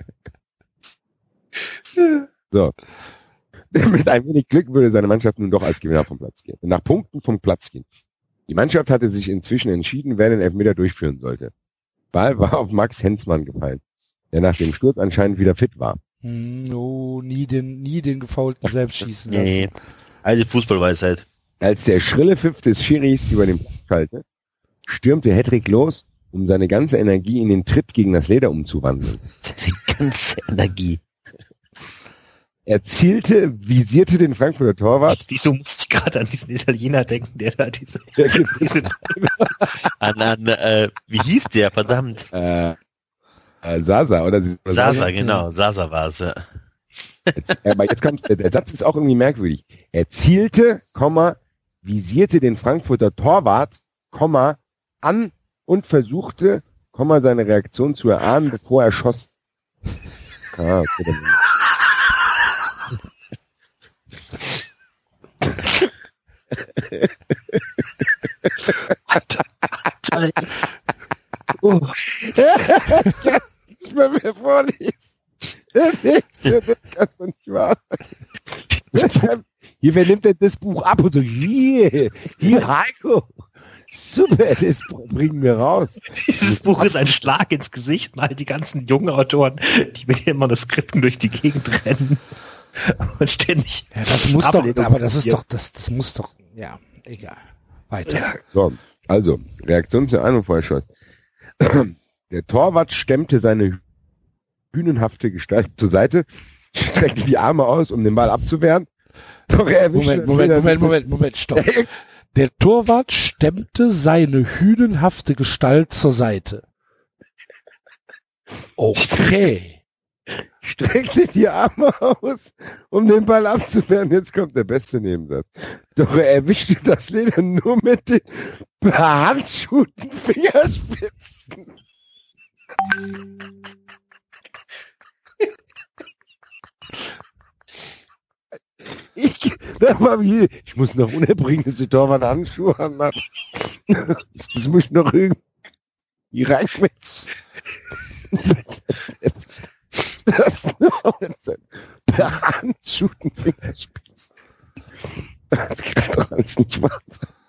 so. Mit ein wenig Glück würde seine Mannschaft nun doch als Gewinner vom Platz gehen. Nach Punkten vom Platz gehen. Die Mannschaft hatte sich inzwischen entschieden, wer den Elfmeter durchführen sollte. Ball war auf Max Hensmann gefallen, der nach dem Sturz anscheinend wieder fit war. Hm, oh, nie den, nie den Gefaulten selbst schießen lassen. Nee. Alte Fußballweisheit. Als der schrille Pfiff des Schiris über den Platz schallte, stürmte Hedrick los, um seine ganze Energie in den Tritt gegen das Leder umzuwandeln. Die ganze Energie. Er zielte, visierte den Frankfurter Torwart. Wieso musste ich gerade an diesen Italiener denken, der da diese, diese An, an äh, wie hieß der, verdammt? Äh, äh, Sasa, oder? Sasa, genau. Sasa war es, ja. Jetzt, aber jetzt kommt, der Satz ist auch irgendwie merkwürdig. Er zielte, Komma, visierte den Frankfurter Torwart, Komma, an und versuchte, Komma, seine Reaktion zu erahnen, bevor er schoss. Ah, okay, dann. Oh. Ich will mir vorlesen. Der nächste, das kann doch nicht wahr sein. Hier, wer nimmt denn das Buch ab und so, hier, hier, Heiko. Super, das bringen wir raus. Dieses Buch ist ein Schlag ins Gesicht, mal die ganzen jungen Autoren, die mit ihren Manuskripten durch die Gegend rennen und ständig. Ja, das muss Ablehnung doch, aber das ist hier. doch, das, das muss doch, ja, egal. Weiter. So, also, Reaktion zur Ahnung vorher schon. Der Torwart stemmte seine hünenhafte Gestalt zur Seite, streckte die Arme aus, um den Ball abzuwehren. Doch er erwischte Moment, das Moment, Leder- Moment, Moment, Moment, stopp. Der Torwart stemmte seine hünenhafte Gestalt zur Seite. Okay. Streckte die Arme aus, um den Ball abzuwehren. Jetzt kommt der beste Nebensatz. Doch er erwischte das Leder nur mit den behandschuhten Fingerspitzen. Ich, das war wie, ich muss noch unerbringen, dass die Torwart Handschuhe haben. Das muss ich noch irgendwie reinschmetzen. Das behandschuhten Fingerspitzen. Das kann doch alles nicht wahr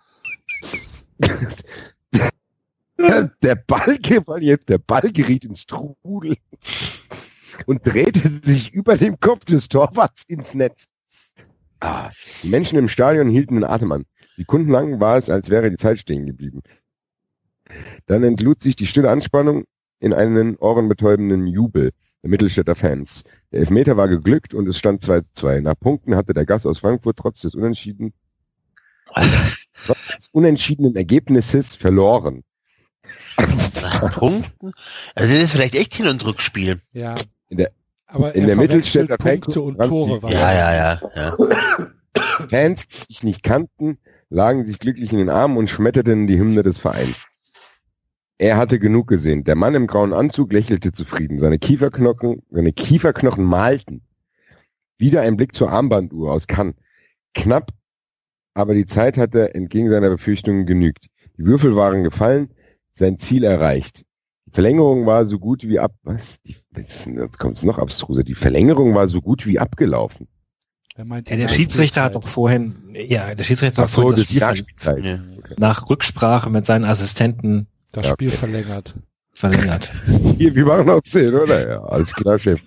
sein. Der Ball, jetzt der Ball geriet ins Strudel und drehte sich über dem Kopf des Torwarts ins Netz. Ah, die Menschen im Stadion hielten den Atem an. Sekundenlang war es, als wäre die Zeit stehen geblieben. Dann entlud sich die stille Anspannung in einen ohrenbetäubenden Jubel der Mittelstädter Fans. Der Elfmeter war geglückt und es stand zwei zu zwei. Nach Punkten hatte der Gast aus Frankfurt trotz des Unentschieden, trotz des unentschiedenen Ergebnisses verloren. Nach Punkten? Also das ist vielleicht echt Hin- und Rückspiel. Ja. In der- aber in er der verwechselt Mittelstädter Punkte und Tore. war Ja, ja, ja, ja. Fans, die sich nicht kannten, lagen sich glücklich in den Armen und schmetterten die Hymne des Vereins. Er hatte genug gesehen. Der Mann im grauen Anzug lächelte zufrieden. Seine Kieferknochen, seine Kieferknochen malten. Wieder ein Blick zur Armbanduhr aus Cannes. Knapp, aber die Zeit hatte entgegen seiner Befürchtungen genügt. Die Würfel waren gefallen, sein Ziel erreicht. Die Verlängerung war so gut wie ab... Was? Die, jetzt kommt es noch abstruser. Die Verlängerung war so gut wie abgelaufen. Er meint Ja, die der Schiedsrichter hat Nachspielzeit. doch vorhin, ja, der Schiedsrichter Ach hat so, vorhin das das ist die Spiel Nachspielzeit. Ja. nach Rücksprache mit seinen Assistenten das Ja, Spiel okay. verlängert. verlängert. Hier, wir machen noch zehn, oder? Ja, alles klar, Chef.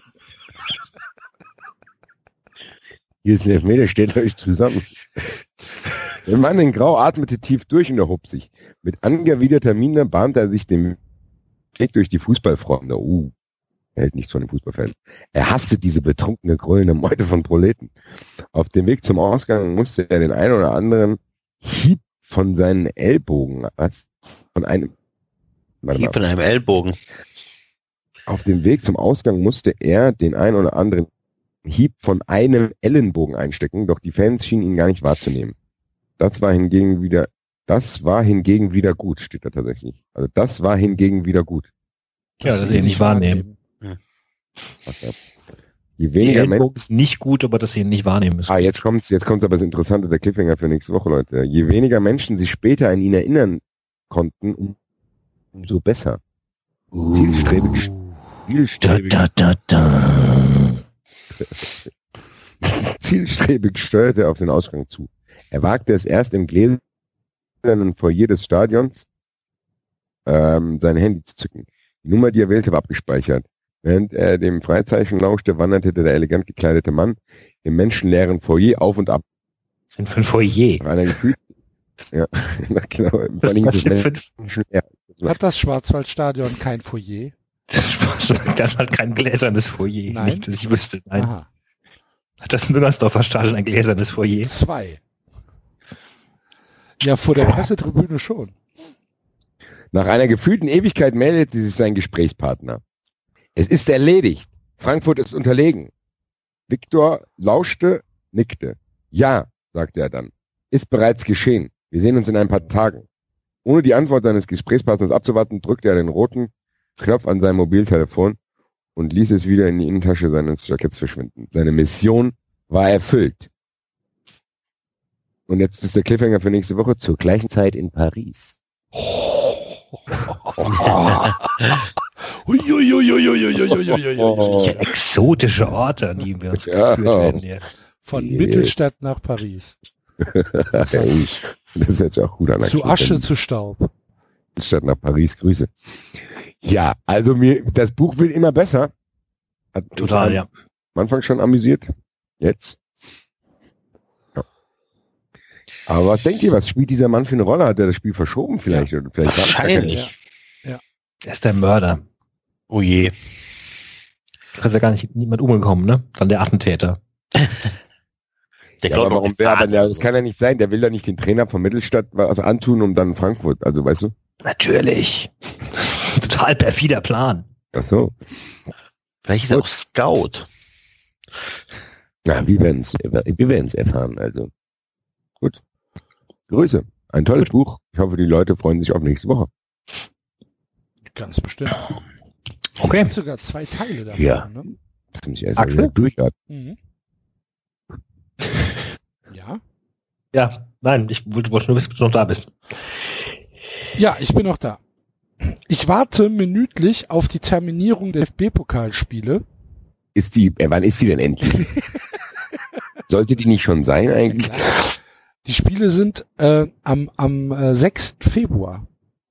Hier ist ein Elfmeter, stellt euch zusammen. Der Mann in Grau atmete tief durch und erhob sich. Mit angewiderter Miene bahnte er sich den Weg durch die Fußballfreunde. Uh, Er hält nichts von den Fußballfans. Er hasste diese betrunkene, grölende Meute von Proleten. Auf dem Weg zum Ausgang musste er den einen oder anderen Hieb von seinen Ellbogen, was? Von einem, warte Hieb mal. von einem Ellbogen. Auf dem Weg zum Ausgang musste er den einen oder anderen Hieb von einem Ellenbogen einstecken, doch die Fans schienen ihn gar nicht wahrzunehmen. Das war hingegen wieder, das war hingegen wieder gut, steht da tatsächlich. Also das war hingegen wieder gut. Ja, das sie nicht wahrnehmen. Ach ja. Je Die weniger Menschen, Ellbogen ist nicht gut, aber dass sie ihn nicht wahrnehmen müssen. ah, jetzt kommt's, jetzt kommt's aber das Interessante, der Cliffhanger für nächste Woche, Leute. Je weniger Menschen sich später an ihn erinnern konnten, um- umso besser. Zielstrebig, zielstrebig, da, da, da. zielstrebig steuerte er auf den Ausgang zu. Er wagte es erst im gläsernen Foyer des Stadions, ähm, sein Handy zu zücken. Die Nummer, die er wählte, war abgespeichert. Während er dem Freizeichen lauschte, wanderte der elegant gekleidete Mann im menschenleeren Foyer auf und ab. Das sind für ein Foyer. Nach einer Gefühl, ja, genau, vor Was, allem was ist sind es für ein, menschenleer. Hat das Schwarzwaldstadion kein Foyer? das war dann halt kein gläsernes Foyer. Nein. Nicht, dass ich wüsste. Nein. Aha. Hat das Müngersdorfer Stadion ein gläsernes Foyer? Zwei. Ja, vor der Pressetribüne schon. Nach einer gefühlten Ewigkeit meldete sich sein Gesprächspartner. Es ist erledigt. Frankfurt ist unterlegen. Viktor lauschte, nickte. Ja, sagte er dann. Ist bereits geschehen. Wir sehen uns in ein paar Tagen. Ohne die Antwort seines Gesprächspartners abzuwarten, drückte er den roten Knopf an sein Mobiltelefon und ließ es wieder in die Innentasche seines Jacketts verschwinden. Seine Mission war erfüllt. Und jetzt ist der Cliffhanger für nächste Woche zur gleichen Zeit in Paris. Uiuiuiuiuiuiuiui. Exotische Orte, an die wir uns Ja. geführt werden hier. Von Yeah. Mittelstadt nach Paris. Hey, das hört sich auch gut an. Zu Asche, zu Staub. Statt nach Paris, Grüße. Ja, also mir, das Buch wird immer besser. Hat mich Total, am ja. Anfang schon amüsiert. Jetzt. Ja. Aber was denkt ihr, was spielt dieser Mann für eine Rolle? Hat er das Spiel verschoben vielleicht? Oder vielleicht war es gar kein- Wahrscheinlich. Er ist der Mörder. Oh je. Da ist ja gar nicht niemand umgekommen, ne? Dann der Attentäter. Der Ja, glaubt aber auch warum nicht der, aber Fahnen der, oder das so. kann ja nicht sein. Der will doch nicht den Trainer von Mittelstadt was antun, um dann Frankfurt. Also, weißt du? Natürlich. Das ist ein total perfider Plan. Ach so. Vielleicht ist er auch Scout. Na, wir werden es wir werden's erfahren. Also, gut. Grüße. Ein tolles Buch. Ich hoffe, die Leute freuen sich auf nächste Woche. Ganz bestimmt. Okay. Es gibt sogar zwei Teile davon. Ja. Ne? Das muss ich erst mal Axel? wieder durchatmen. Mhm. Ja. Ja, nein, ich wollte wollte nur wissen, ob du noch da bist. Ja, ich bin noch da. Ich warte minütlich auf die Terminierung der F B-Pokalspiele. Ist die, äh, wann ist sie denn endlich? Sollte die nicht schon sein eigentlich? Die Spiele sind äh, am, am äh, sechsten Februar.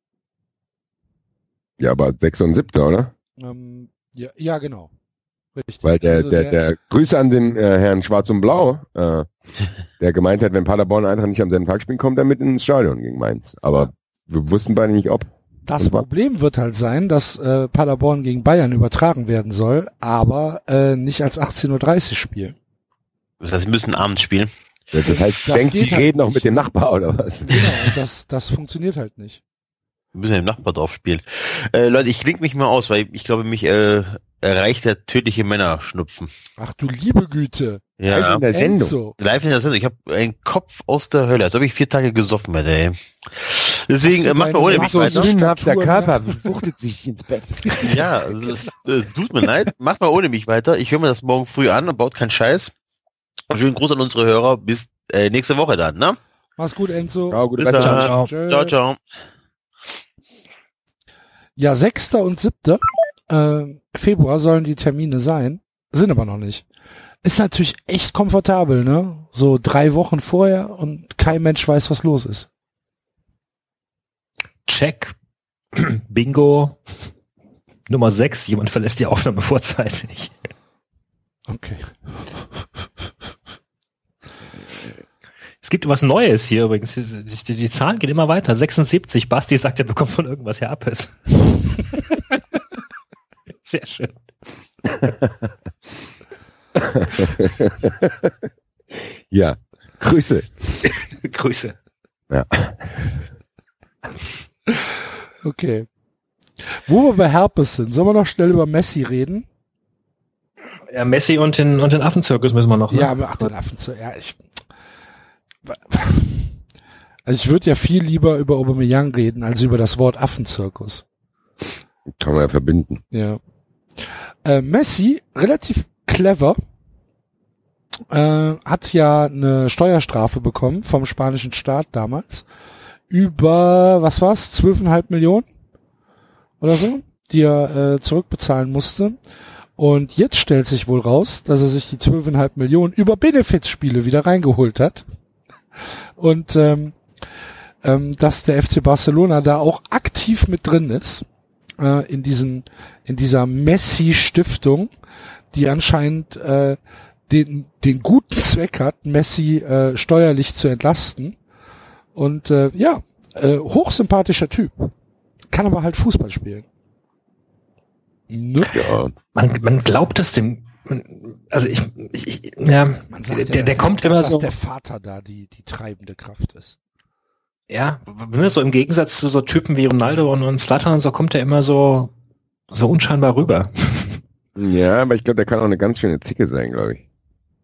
Ja, aber sechster und siebter, oder? Ähm, ja, ja, genau. Richtig. Weil der, Also der, der, Grüße an den äh, Herrn Schwarz und Blau, äh, der gemeint hat, wenn Paderborn einfach nicht am selben Tag spielen, kommt er mit ins Stadion gegen Mainz. Aber wir wussten beide nicht, ob. Das Und wa- Problem wird halt sein, dass äh, Paderborn gegen Bayern übertragen werden soll, aber äh, nicht als achtzehn Uhr dreißig Spiel. Das heißt, sie müssen abends spielen. Das heißt, Das denkst, geht sie halt reden auch nicht. mit dem Nachbar oder was? Genau, und das, das funktioniert halt nicht. Wir müssen dem Nachbar drauf spielen. Äh, Leute, ich klinge mich mal aus, weil ich glaube, mich äh, erreicht der tödliche Männerschnupfen. Ach du liebe Güte. Live Ja. in der Sendung. Enzo. Live in der Sendung. Ich habe einen Kopf aus der Hölle, als ob ich vier Tage gesoffen hätte, ey. Deswegen, Hast du äh, macht mal deine ohne Macht mich so weiter. dünn? Sündhafter Statur, Körper ne? wuchtet sich ins Bett. Ja, es ist, äh, tut mir leid. Macht mal ohne mich weiter. Ich höre mir das morgen früh an und baut keinen Scheiß. Schönen Gruß an unsere Hörer. Bis äh, nächste Woche dann, ne? Mach's gut, Enzo. Ja, gute Bis Besserung. dann. Ciao, Tschö. Ciao, ciao. Ja, sechster und siebter Äh, Februar sollen die Termine sein, sind aber noch nicht. Ist natürlich echt komfortabel, ne? So drei Wochen vorher und kein Mensch weiß, was los ist. Check. Bingo. Nummer sechs. Jemand verlässt die Aufnahme vorzeitig. Okay. Es gibt was Neues hier übrigens. Die, die, die Zahlen gehen immer weiter. sechsundsiebzig. Basti sagt, er bekommt von irgendwas her Abes. Sehr schön. Ja, Grüße. Grüße. Ja. Okay. Wo wir bei Herpes sind, sollen wir noch schnell über Messi reden? Ja, Messi und den, und den Affenzirkus müssen wir noch. Ne? Ja, aber ach, den Affenzirkus. Ja, ich, also ich würde ja viel lieber über Aubameyang reden, als über das Wort Affenzirkus. Kann man ja verbinden. Ja. Äh, Messi, relativ clever, äh, hat ja eine Steuerstrafe bekommen vom spanischen Staat damals über, was war's, zwölfeinhalb Millionen oder so, die er äh, zurückbezahlen musste. Und jetzt stellt sich wohl raus, dass er sich die zwölfeinhalb Millionen über Benefizspiele wieder reingeholt hat. Und ähm, ähm, dass der F C Barcelona da auch aktiv mit drin ist äh, in diesen in dieser Messi-Stiftung, die anscheinend äh, den den guten Zweck hat, Messi äh, steuerlich zu entlasten. Und äh, ja, äh, hochsympathischer Typ, kann aber halt Fußball spielen. Ne? Ja. Man, man glaubt es dem, also ich, ich ja, Man sagt der, ja, der kommt immer dass so, der Vater da die die treibende Kraft ist. ja, so im Gegensatz zu so Typen wie Ronaldo und, und Zlatan und so kommt er immer so, so unscheinbar rüber. Ja, aber ich glaube, der kann auch eine ganz schöne Zicke sein, glaube ich.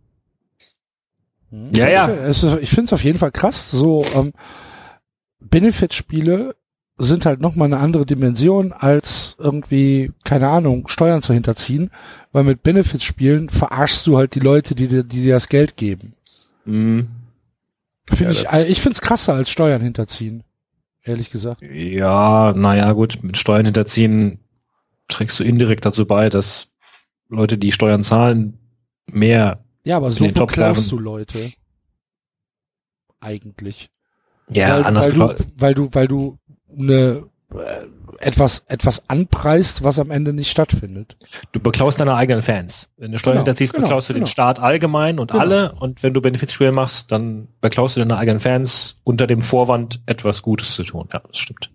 Hm? Ja, ja. Es ist, ich finde es auf jeden Fall krass. So ähm, Benefit-Spiele sind halt nochmal eine andere Dimension als irgendwie, keine Ahnung, Steuern zu hinterziehen, weil mit Benefit-Spielen verarschst du halt die Leute, die dir, die dir das Geld geben. Mhm. Find Ja, ich ich finde es krasser als Steuern hinterziehen, ehrlich gesagt. Ja, naja, gut, mit Steuern hinterziehen trägst du indirekt dazu bei, dass Leute, die Steuern zahlen, mehr, Ja, aber so den Top beklaust bleiben. du Leute. Eigentlich. ja, weil, anders weil, geklau- du, weil du, weil du eine äh, etwas etwas anpreist, was am Ende nicht stattfindet. Du beklaust deine eigenen Fans. Wenn du Steuern Genau, hinterziehst, genau, beklaust du genau. den Staat allgemein und Genau. alle. Und wenn du Benefizspiele machst, dann beklaust du deine eigenen Fans unter dem Vorwand, etwas Gutes zu tun. Ja, das stimmt.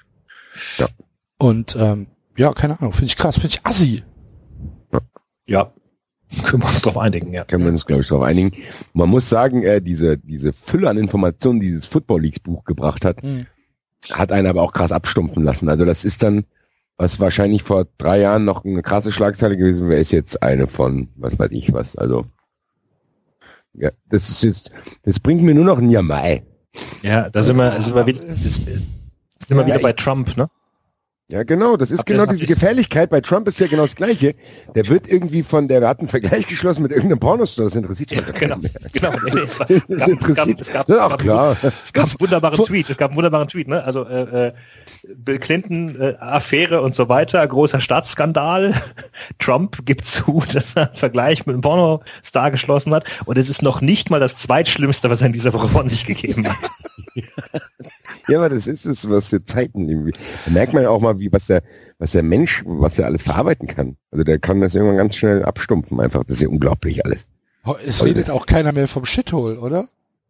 Und ähm, ja, keine Ahnung, finde ich krass, finde ich assi. Ja, können wir uns drauf einigen, ja. Können wir uns, glaube ich, darauf einigen. Man muss sagen, äh, diese diese Fülle an Informationen, die dieses Football Leagues Buch gebracht hat, Hm. hat einen aber auch krass abstumpfen lassen. Also das ist dann, was wahrscheinlich vor drei Jahren noch eine krasse Schlagzeile gewesen wäre, ist jetzt eine von, was weiß ich was. Also ja, das ist jetzt, das bringt mir nur noch ein Jamai. Ja, da sind wir, sind wir wieder, ist, sind wir Ja, wieder ich- bei Trump, ne? Ja, genau, das ist Habt ihr genau das diese noch nicht- Gefährlichkeit. Bei Trump ist ja genau das Gleiche. Der wird irgendwie von, der hat einen Vergleich geschlossen mit irgendeinem Pornostar, das interessiert Ja, schon genau, keinen mehr. genau. Nee, nee, es, war, Das es, gab, es, gab, interessiert, es, gab, ja, es, auch gab, klar. es gab einen wunderbaren Tweet, es gab einen wunderbaren Tweet, ne? Also äh, äh, Bill Clinton, äh, Affäre und so weiter, großer Staatsskandal. Trump gibt zu, dass er einen Vergleich mit einem Pornostar geschlossen hat. Und es ist noch nicht mal das Zweitschlimmste, was er in dieser Woche von sich gegeben hat. Ja, aber das ist es, was für Zeiten irgendwie. Da merkt man ja auch mal, wie, was der, was der Mensch, was er alles verarbeiten kann. Also der kann das irgendwann ganz schnell abstumpfen einfach. Das ist ja unglaublich alles. Oh, es Voll redet das- auch keiner mehr vom Shithole, oder?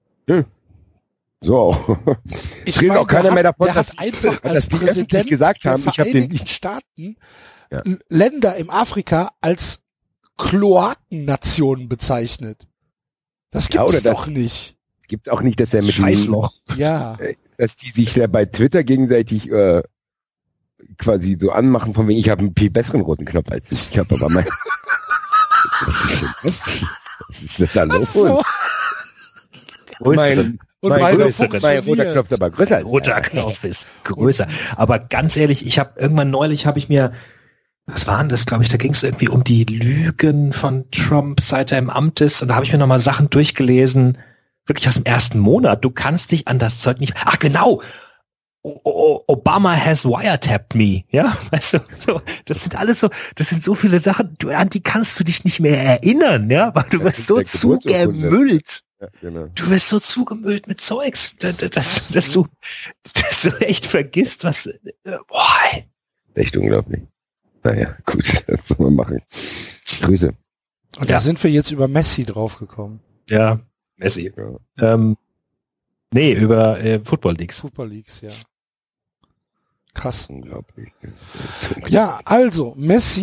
So auch. Ich Es redet meine, auch keiner der mehr hat- davon, der dass hat die- einfach dass als die öffentlich Präsident gesagt der haben, ich hab den- Vereinigten Staaten Ja. L- Länder im Afrika als Kloakennationen bezeichnet. Das Ja, gibt's oder das- doch nicht. Gibt auch nicht, dass er mit Scheißloch. Ja. den, dass die sich da bei Twitter gegenseitig äh, quasi so anmachen, von wegen, ich habe einen viel besseren roten Knopf als ich. Ich habe aber mein. Was ist denn das? Was ist denn da los? So. Mein, Und mein, meiner größer- mein roter funktioniert. Knopf ist aber größer als Roter Knopf ist größer. Aber ganz ehrlich, ich habe irgendwann neulich habe ich mir, was waren das, glaube ich, da ging es irgendwie um die Lügen von Trump, seit er im Amt ist. Und da habe ich mir nochmal Sachen durchgelesen, wirklich aus dem ersten Monat. Du kannst dich an das Zeug nicht. Ach genau. O- O- Obama has wiretapped me, ja, weißt du, so, das sind alles so, das sind so viele Sachen, du, an die kannst du dich nicht mehr erinnern, ja, weil du Das wirst ist so der Geburtsurkunde. zugemüllt. Ja, genau. Du wirst so zugemüllt mit Zeugs, dass, dass, dass du, dass du echt vergisst, was, äh, boah, ey. Echt unglaublich. Naja, gut, das soll man machen. Grüße. Und Ja. da sind wir jetzt über Messi draufgekommen. Ja, Messi. Ja. Ähm, nee, über äh, Football Leagues. Football Leagues, ja. Krass. Unglaublich. Das ist unglaublich. Ja, also, Messi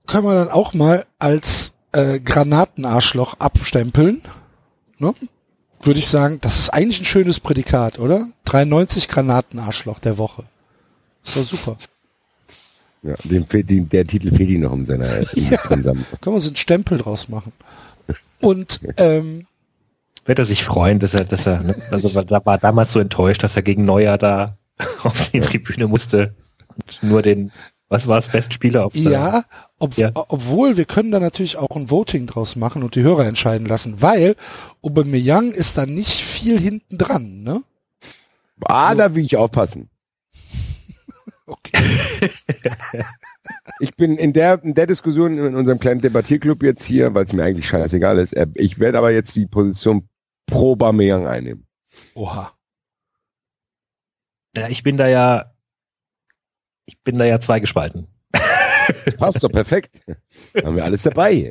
können wir dann auch mal als äh, Granatenarschloch abstempeln. Ne? Würde ich sagen, das ist eigentlich ein schönes Prädikat, oder? dreiundneunzig Granatenarschloch der Woche. Ist doch super. Ja, dem fehlt, dem, der Titel fehlt ihm noch in seiner Ja, Sammlung. können wir so einen Stempel draus machen. Und ähm, Wird er sich freuen, dass er, dass er, ne? Also war, da war damals so enttäuscht, dass er gegen Neuer da auf die Tribüne musste und nur den, was war es, Bestspieler auf der, ja, ob, Ja. obwohl wir können da natürlich auch ein Voting draus machen und die Hörer entscheiden lassen, weil Aubameyang ist da nicht viel hinten dran, ne? Ah, So. da will ich aufpassen. Okay. Ich bin in der, in der Diskussion in unserem kleinen Debattierclub jetzt hier, weil es mir eigentlich scheißegal ist. äh, Ich werde aber jetzt die Position pro Aubameyang einnehmen. Oha. ja, ich bin da ja, ich bin da ja zwei gespalten. Passt doch perfekt. Haben wir alles dabei hier.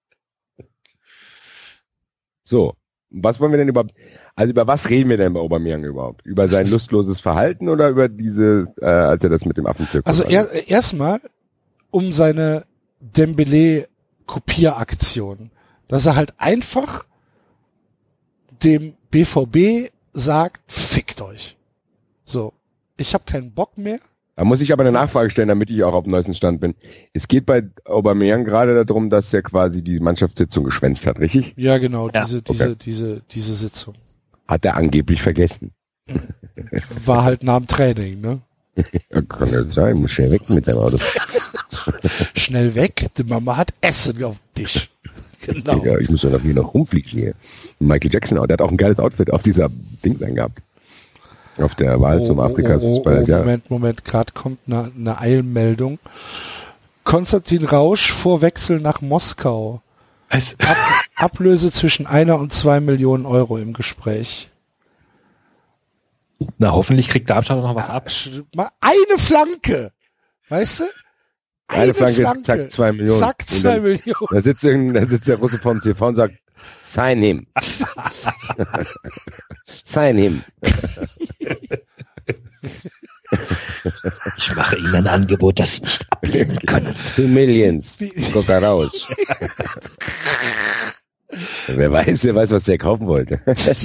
So, was wollen wir denn überhaupt, also über was reden wir denn bei Aubameyang überhaupt? Über sein lustloses Verhalten oder über diese, äh, als er das mit dem Affenzirkus Also hatte? er, erstmal um seine Dembele-Kopieraktion, dass er halt einfach dem B V B sagt, fickt euch. So, ich habe keinen Bock mehr. Da muss ich aber eine Nachfrage stellen, damit ich auch auf dem neuesten Stand bin. Es geht bei Aubameyang gerade darum, dass er quasi die Mannschaftssitzung geschwänzt hat, richtig? Ja, genau, Ja, diese, okay. diese, diese, diese Sitzung. Hat er angeblich vergessen. War halt nach dem Training, ne? Ja, kann ja sein, muss schnell weg mit seinem Auto. Schnell weg, die Mama hat Essen auf dem Tisch. Genau. Ja, ich muss doch noch hier noch rumfliegen hier. Michael Jackson, der hat auch ein geiles Outfit auf dieser Ding dann gehabt. Auf der Wahl zum Afrika-Fußball. oh, oh, Ja. Moment, Moment, gerade kommt eine, eine Eilmeldung. Konstantin Rausch vor Wechsel nach Moskau. Was? Ab, Ablöse zwischen einer und zwei Millionen Euro im Gespräch. Na, hoffentlich kriegt Darmstadt noch was ab. Sch- Mal eine Flanke. Weißt du? Eine Flanke, zack, zwei Millionen. Zack, Und zwei dann- Millionen. Da sitzt, irgendein- da sitzt der Russe vorm T V und sagt, sign him. Sign him. Ich mache Ihnen ein Angebot, das Sie nicht ablehnen können. Two millions. Wie- Coca raus. Wer weiß, wer weiß, was der kaufen wollte.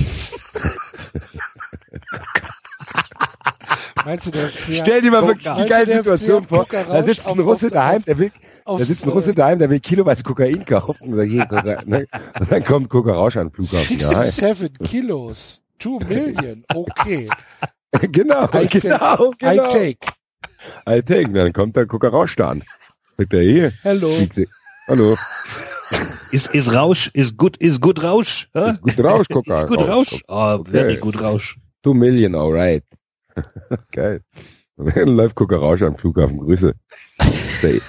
Meinst du, der F C hat Stell dir mal wirklich die Meinst geile du, der F C Situation hat vor. Coca Da Rausch sitzt ein auf- Russe auf- daheim, der will, auf, da sitzt ein äh, Russe daheim, der will kiloweise Kokain kaufen. Und, sagt, hier, Coca, ne? Und dann kommt Coca Rausch an den Flughafen. Ja, hi. Seven Kilos. Two Million. Okay. genau, I take- genau, I genau. take. I take. Dann kommt der Coca Rausch da an. Sagt er, hier, Hello. fliegt sie. Hallo. Ist, ist Rausch, ist gut, ist gut Rausch. Ja? Ist gut Rausch, Coca Ist gut Rausch. Oh, Okay. very gut Rausch. Two million, alright. Geil. Und dann läuft Coca Rausch am Flughafen. Grüße. Der-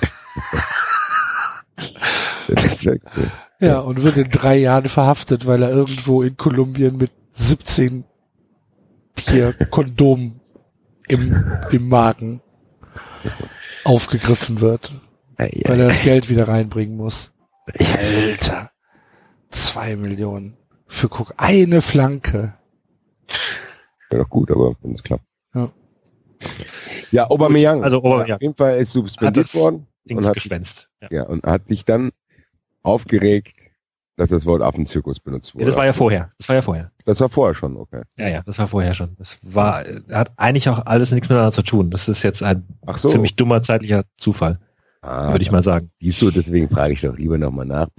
Das wäre cool. Ja, und wird in drei Jahren verhaftet, weil er irgendwo in Kolumbien mit siebzehn hier Kondomen im, im Magen aufgegriffen wird, Ja, weil er das Geld wieder reinbringen muss. Alter. Zwei Millionen. Für guck, eine Flanke. wäre doch gut, aber wenn es klappt. Ja. Ja, Aubameyang. Also Aubameyang. Auf jeden Fall ist suspendiert Hat das worden. Dings und hat, Gespenst. Ja. ja, und hat sich dann aufgeregt, dass das Wort Affenzirkus benutzt wurde. Ja, das war ja vorher. Das war ja vorher. Das war vorher schon, okay. Ja, ja, das war vorher schon. Das war, hat eigentlich auch alles nichts miteinander zu tun. Das ist jetzt ein Ach so. ziemlich dummer zeitlicher Zufall, Ah, würde ich mal sagen. siehst du, deswegen frage ich doch lieber nochmal nach.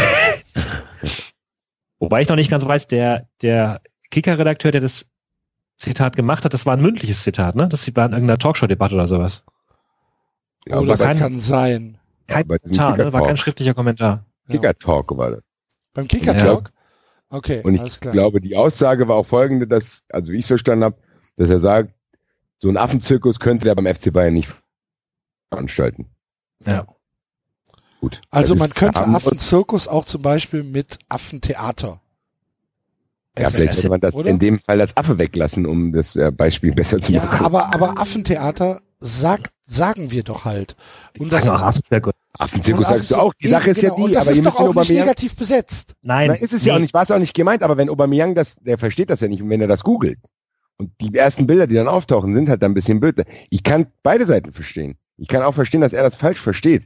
Wobei ich noch nicht ganz weiß, der, der Kicker-Redakteur, der das Zitat gemacht hat, das war ein mündliches Zitat, ne? Das war in irgendeiner Talkshow-Debatte oder sowas. Ja, Oh, aber das bei, kein- kann sein. Kein bei diesem Kommentar, ne? War Kicker-Talk. kein schriftlicher Kommentar. Ja. Kicker-Talk war das. Beim Kicker Ja. Talk? Okay, Und ich alles klar. glaube, die Aussage war auch folgende, dass, also wie ich es verstanden habe, dass er sagt, so ein Affenzirkus könnte er beim F C Bayern nicht veranstalten. Ja. Gut. Also Das man ist könnte harmlos. Affenzirkus auch zum Beispiel mit Affentheater. Ja, vielleicht hätte man das oder? in dem Fall das Affe weglassen, um das äh, Beispiel besser zu Ja, machen. aber, aber Affentheater sagt, sagen wir doch halt. Und das, Sagen auch Affenzirkus. Affenzirkus und sagst du auch. Die eben, Sache ist ja genau. Und die, das aber ist ihr doch müsst den auch nicht Aubameyang... negativ besetzt. Nein, Nein, ist es ja auch nicht, war es auch nicht gemeint, aber wenn Aubameyang das, der versteht das ja nicht, und wenn er das googelt und die ersten Bilder, die dann auftauchen, sind halt dann ein bisschen blöd. Ich kann beide Seiten verstehen. Ich kann auch verstehen, dass er das falsch versteht.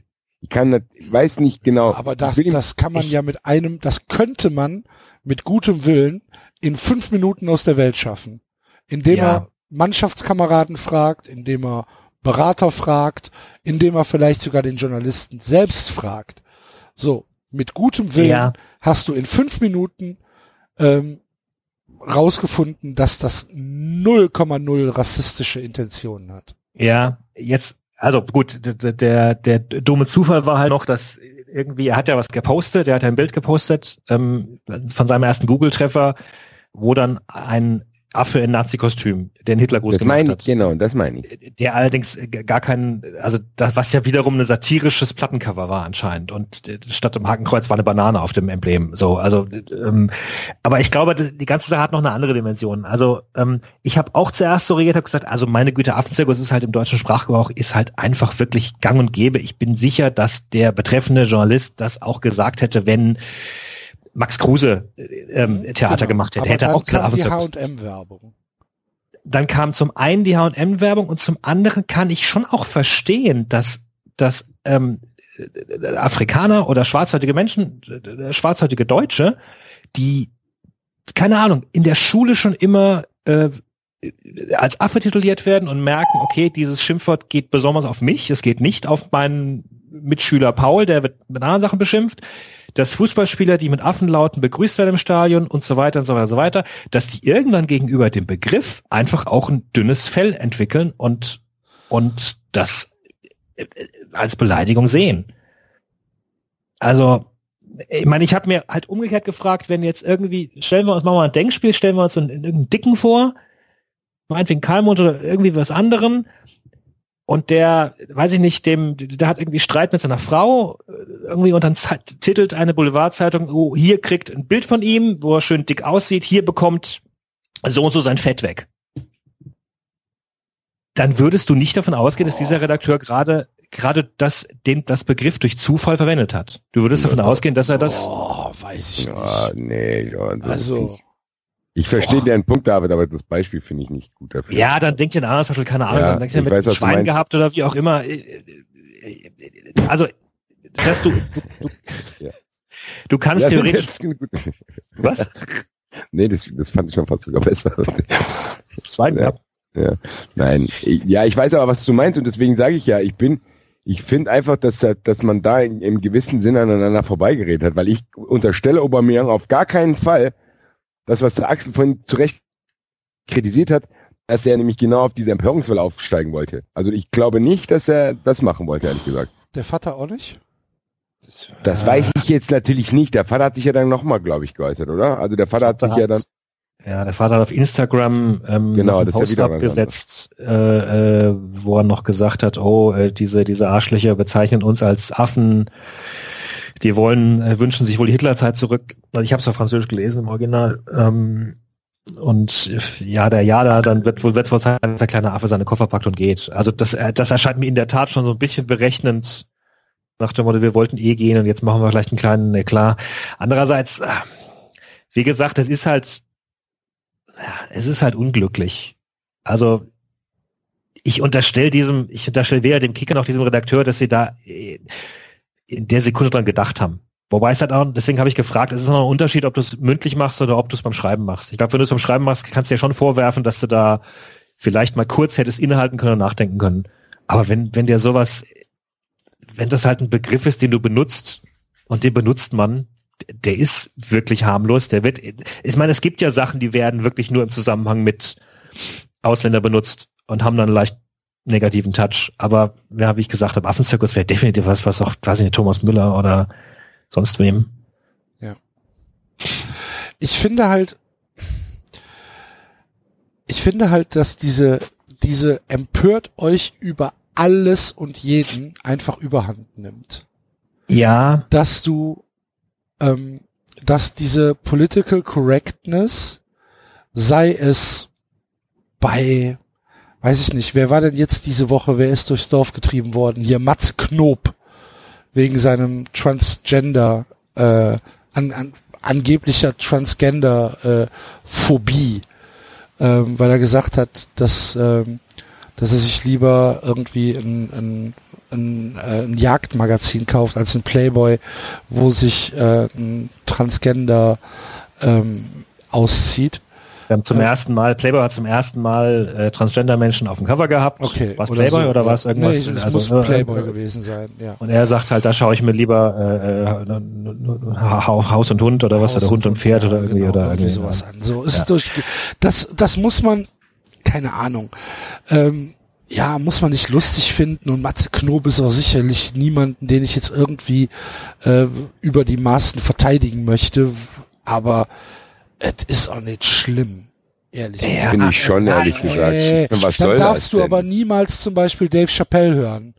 Ich kann das, weiß nicht genau. Aber das, das kann man ich, ja mit einem, das könnte man mit gutem Willen in fünf Minuten aus der Welt schaffen. Indem ja. er Mannschaftskameraden fragt, indem er Berater fragt, indem er vielleicht sogar den Journalisten selbst fragt. So, mit gutem Willen ja. hast du in fünf Minuten ähm, rausgefunden, dass das null Komma null rassistische Intentionen hat. Ja, jetzt, also gut, der, der, der dumme Zufall war halt noch, dass irgendwie, er hat ja was gepostet, er hat ja ein Bild gepostet ähm, von seinem ersten Google-Treffer, wo dann ein Affe in Nazi-Kostüm, der den Hitlergruß gemacht meine hat. Ich, genau, das meine ich. Der allerdings gar keinen, also das, was ja wiederum ein satirisches Plattencover war anscheinend und statt dem Hakenkreuz war eine Banane auf dem Emblem. So, also, ähm, aber ich glaube, die ganze Sache hat noch eine andere Dimension. Also ähm, ich habe auch zuerst so reagiert, habe gesagt, also meine Güte, Affenzirkus ist halt im deutschen Sprachgebrauch ist halt einfach wirklich gang und gäbe. Ich bin sicher, dass der betreffende Journalist das auch gesagt hätte, wenn Max Kruse ähm, Theater genau. gemacht hätte. Aber hätte dann auch klar kam die H und M-Werbung. Dann kam zum einen die H und M-Werbung und zum anderen kann ich schon auch verstehen, dass, dass ähm, Afrikaner oder schwarzhäutige Menschen, schwarzhäutige Deutsche, die, keine Ahnung, in der Schule schon immer äh, als Affe tituliert werden und merken, okay, dieses Schimpfwort geht besonders auf mich, es geht nicht auf meinen Mitschüler Paul, der wird mit anderen Sachen beschimpft, dass Fußballspieler, die mit Affenlauten begrüßt werden im Stadion und so weiter und so weiter und so weiter, dass die irgendwann gegenüber dem Begriff einfach auch ein dünnes Fell entwickeln und, und das als Beleidigung sehen. Also, ich meine, ich habe mir halt umgekehrt gefragt, wenn jetzt irgendwie, stellen wir uns mal ein Denkspiel, stellen wir uns einen, irgendeinen Dicken vor, meinetwegen Kalmund oder irgendwie was anderem, und der, weiß ich nicht, dem, der hat irgendwie Streit mit seiner Frau, irgendwie, und dann titelt eine Boulevardzeitung, oh, hier kriegt ein Bild von ihm, wo er schön dick aussieht, hier bekommt so und so sein Fett weg. Dann würdest du nicht davon ausgehen, dass dieser Redakteur gerade gerade das den das Begriff durch Zufall verwendet hat. Du würdest davon ausgehen, dass er das. Oh, weiß ich ja, nicht. Nee, ja, also. Ich verstehe oh. deinen Punkt, David, aber das Beispiel finde ich nicht gut dafür. Ja, dann denkt ihr an anderes Beispiel, keine Ahnung, ja, dann denkt ihr mit weiß, einem Schwein gehabt oder wie auch immer. Also, dass du, du, du, ja. du kannst ja, theoretisch... Was? Nee, das, das fand ich schon fast sogar besser. Schwein gehabt. Ja, ja, nein. Ja, ich weiß aber, was du meinst, und deswegen sage ich ja, ich bin, ich finde einfach, dass, dass man da in, im gewissen Sinne aneinander vorbeigeredet hat, weil ich unterstelle Aubameyang auf gar keinen Fall, das, was der Axel vorhin zu Recht kritisiert hat, dass er nämlich genau auf diese Empörungswelle aufsteigen wollte. Also ich glaube nicht, dass er das machen wollte, ehrlich gesagt. Der Vater auch nicht? Das äh, weiß ich jetzt natürlich nicht. Der Vater hat sich ja dann nochmal, glaube ich, geäußert, oder? Also der Vater hat sich hat, ja dann... Ja, der Vater hat auf Instagram ähm, genau, einen Post abgesetzt, äh, äh, wo er noch gesagt hat, oh, äh, diese diese Arschlöcher bezeichnen uns als Affen. Die wollen, äh, wünschen sich wohl die Hitlerzeit zurück. Also ich habe es auf Französisch gelesen im Original. Ähm, und ja, der Jada, dann wird wohl wird wohl Zeit, dass der kleine Affe seine Koffer packt und geht. Also das, äh, das erscheint mir in der Tat schon so ein bisschen berechnend nach dem Motto, wir wollten eh gehen und jetzt machen wir vielleicht einen kleinen Eklat. Andererseits, äh, wie gesagt, es ist halt, ja, es ist halt unglücklich. Also ich unterstelle diesem, ich unterstelle weder dem Kicker noch diesem Redakteur, dass sie da äh, in der Sekunde dran gedacht haben. Wobei es halt auch, deswegen habe ich gefragt, es ist noch ein Unterschied, ob du es mündlich machst oder ob du es beim Schreiben machst. Ich glaube, wenn du es beim Schreiben machst, kannst du dir schon vorwerfen, dass du da vielleicht mal kurz hättest innehalten können und nachdenken können. Aber wenn, wenn dir sowas, wenn das halt ein Begriff ist, den du benutzt und den benutzt man, der ist wirklich harmlos, der wird, ich meine, es gibt ja Sachen, die werden wirklich nur im Zusammenhang mit Ausländer benutzt und haben dann leicht negativen Touch, aber ja, wie ich gesagt habe, Affenzirkus wäre definitiv was, was auch, weiß ich nicht, Thomas Müller oder sonst wem. Ja. Ich finde halt, ich finde halt, dass diese, diese empört euch über alles und jeden einfach überhand nimmt. Ja. Dass du, ähm, dass diese Political Correctness, sei es bei weiß ich nicht, wer war denn jetzt diese Woche, wer ist durchs Dorf getrieben worden? Hier, Matze Knob, wegen seinem Transgender, äh, an, an, angeblicher Transgender-Phobie, äh, ähm, weil er gesagt hat, dass, ähm, dass er sich lieber irgendwie ein, ein, ein, äh, ein Jagdmagazin kauft als ein Playboy, wo sich äh, ein Transgender ähm, auszieht. Wir haben zum ja. ersten Mal, Playboy hat zum ersten Mal äh, Transgender-Menschen auf dem Cover gehabt. Okay. War es Playboy so, oder ja. war es irgendwas? Nee, es also, muss Playboy äh, gewesen sein, ja. Und er sagt halt, da schaue ich mir lieber äh, Haus und Hund oder was, Haus oder Hund und, und Pferd ja, oder irgendwie genau, oder irgendwie irgendwie sowas an. So ist ja. durch, das, das muss man, keine Ahnung, ähm, ja, muss man nicht lustig finden, und Matze Knob ist auch sicherlich niemanden, den ich jetzt irgendwie äh, über die Maßen verteidigen möchte, aber es ist auch nicht schlimm, ehrlich gesagt. Ja, finde ich schon, ehrlich gesagt. Äh, Was dann soll darfst das du denn? aber niemals zum Beispiel Dave Chappelle hören.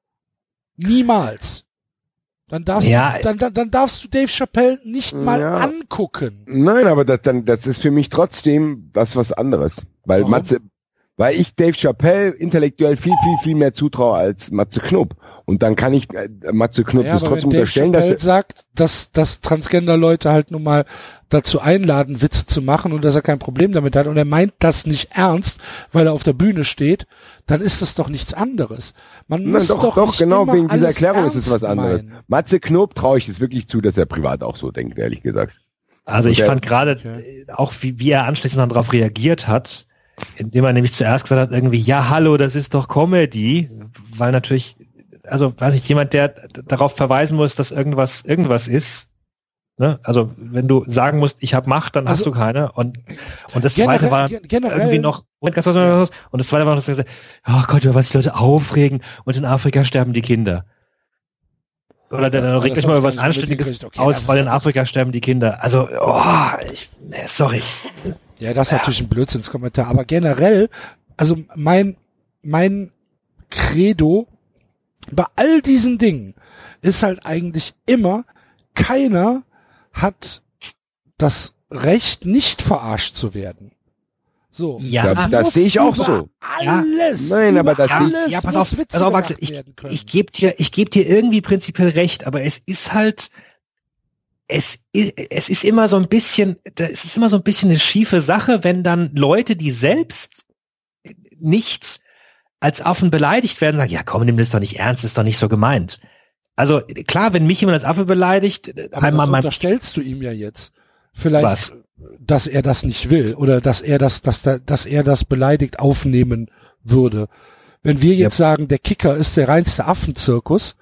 Niemals. Dann darfst, Ja. du, dann, dann, dann darfst du Dave Chappelle nicht mal Ja. angucken. Nein, aber das, dann, das ist für mich trotzdem was, was anderes. Weil Warum? Matze, weil ich Dave Chappelle intellektuell viel, viel, viel mehr zutraue als Matze Knob. Und dann kann ich äh, Matze Knob Ja, das aber trotzdem wenn Dave unterstellen, dass Chappelle er, sagt, dass, dass Transgender-Leute halt nun mal dazu einladen, Witze zu machen, und dass er kein Problem damit hat und er meint das nicht ernst, weil er auf der Bühne steht, dann ist das doch nichts anderes. Man Nein, muss doch, doch, doch, nicht genau immer wegen dieser alles Erklärung ist es was ernst anderes. meinen. Matze Knob traue ich es wirklich zu, dass er privat auch so denkt, ehrlich gesagt. Also ich Okay. fand gerade Okay. äh, auch, wie, wie er anschließend dann darauf reagiert hat, indem er nämlich zuerst gesagt hat, irgendwie, ja, hallo, das ist doch Comedy, weil natürlich, also weiß ich, jemand, der d- darauf verweisen muss, dass irgendwas irgendwas ist, ne? Also wenn du sagen musst, ich habe Macht, dann Also, hast du keine. Und und das generell- zweite war gen- generell- irgendwie noch, und ganz was anderes, und das zweite war, dass er gesagt hat, oh Gott, über was die Leute aufregen, und in Afrika sterben die Kinder. Oder dann Ja, reg das dich mal hab über ich was gar nicht Anständiges mitgekriegt. Okay, aus, das weil ist- in Afrika sterben die Kinder. Also, oh, ich, nee, sorry. Ja, das ist natürlich ein Blödsinnskommentar, aber generell, also mein, mein Credo bei all diesen Dingen ist halt eigentlich immer, keiner hat das Recht, nicht verarscht zu werden. So. Ja, Das- Es das muss sehe ich auch über so. Alles. Nein, aber über das sehe ich- alles Ja, pass muss auf, Witze pass auf, gemacht Axel, ich, werden können. ich gebe dir, ich gebe dir irgendwie prinzipiell recht, aber es ist halt, es, i- es ist immer so ein bisschen, da- es ist immer so ein bisschen eine schiefe Sache, wenn dann Leute, die selbst nicht als Affen beleidigt werden, sagen, ja komm, nimm das doch nicht ernst, ist doch nicht so gemeint. Also klar, wenn mich jemand als Affe beleidigt, Aber einmal das mein, unterstellst du ihm ja jetzt. Vielleicht, Was? dass er das nicht will oder dass er das, dass, da, dass er das beleidigt aufnehmen würde. Wenn wir jetzt sagen, der Kicker ist der reinste Affenzirkus,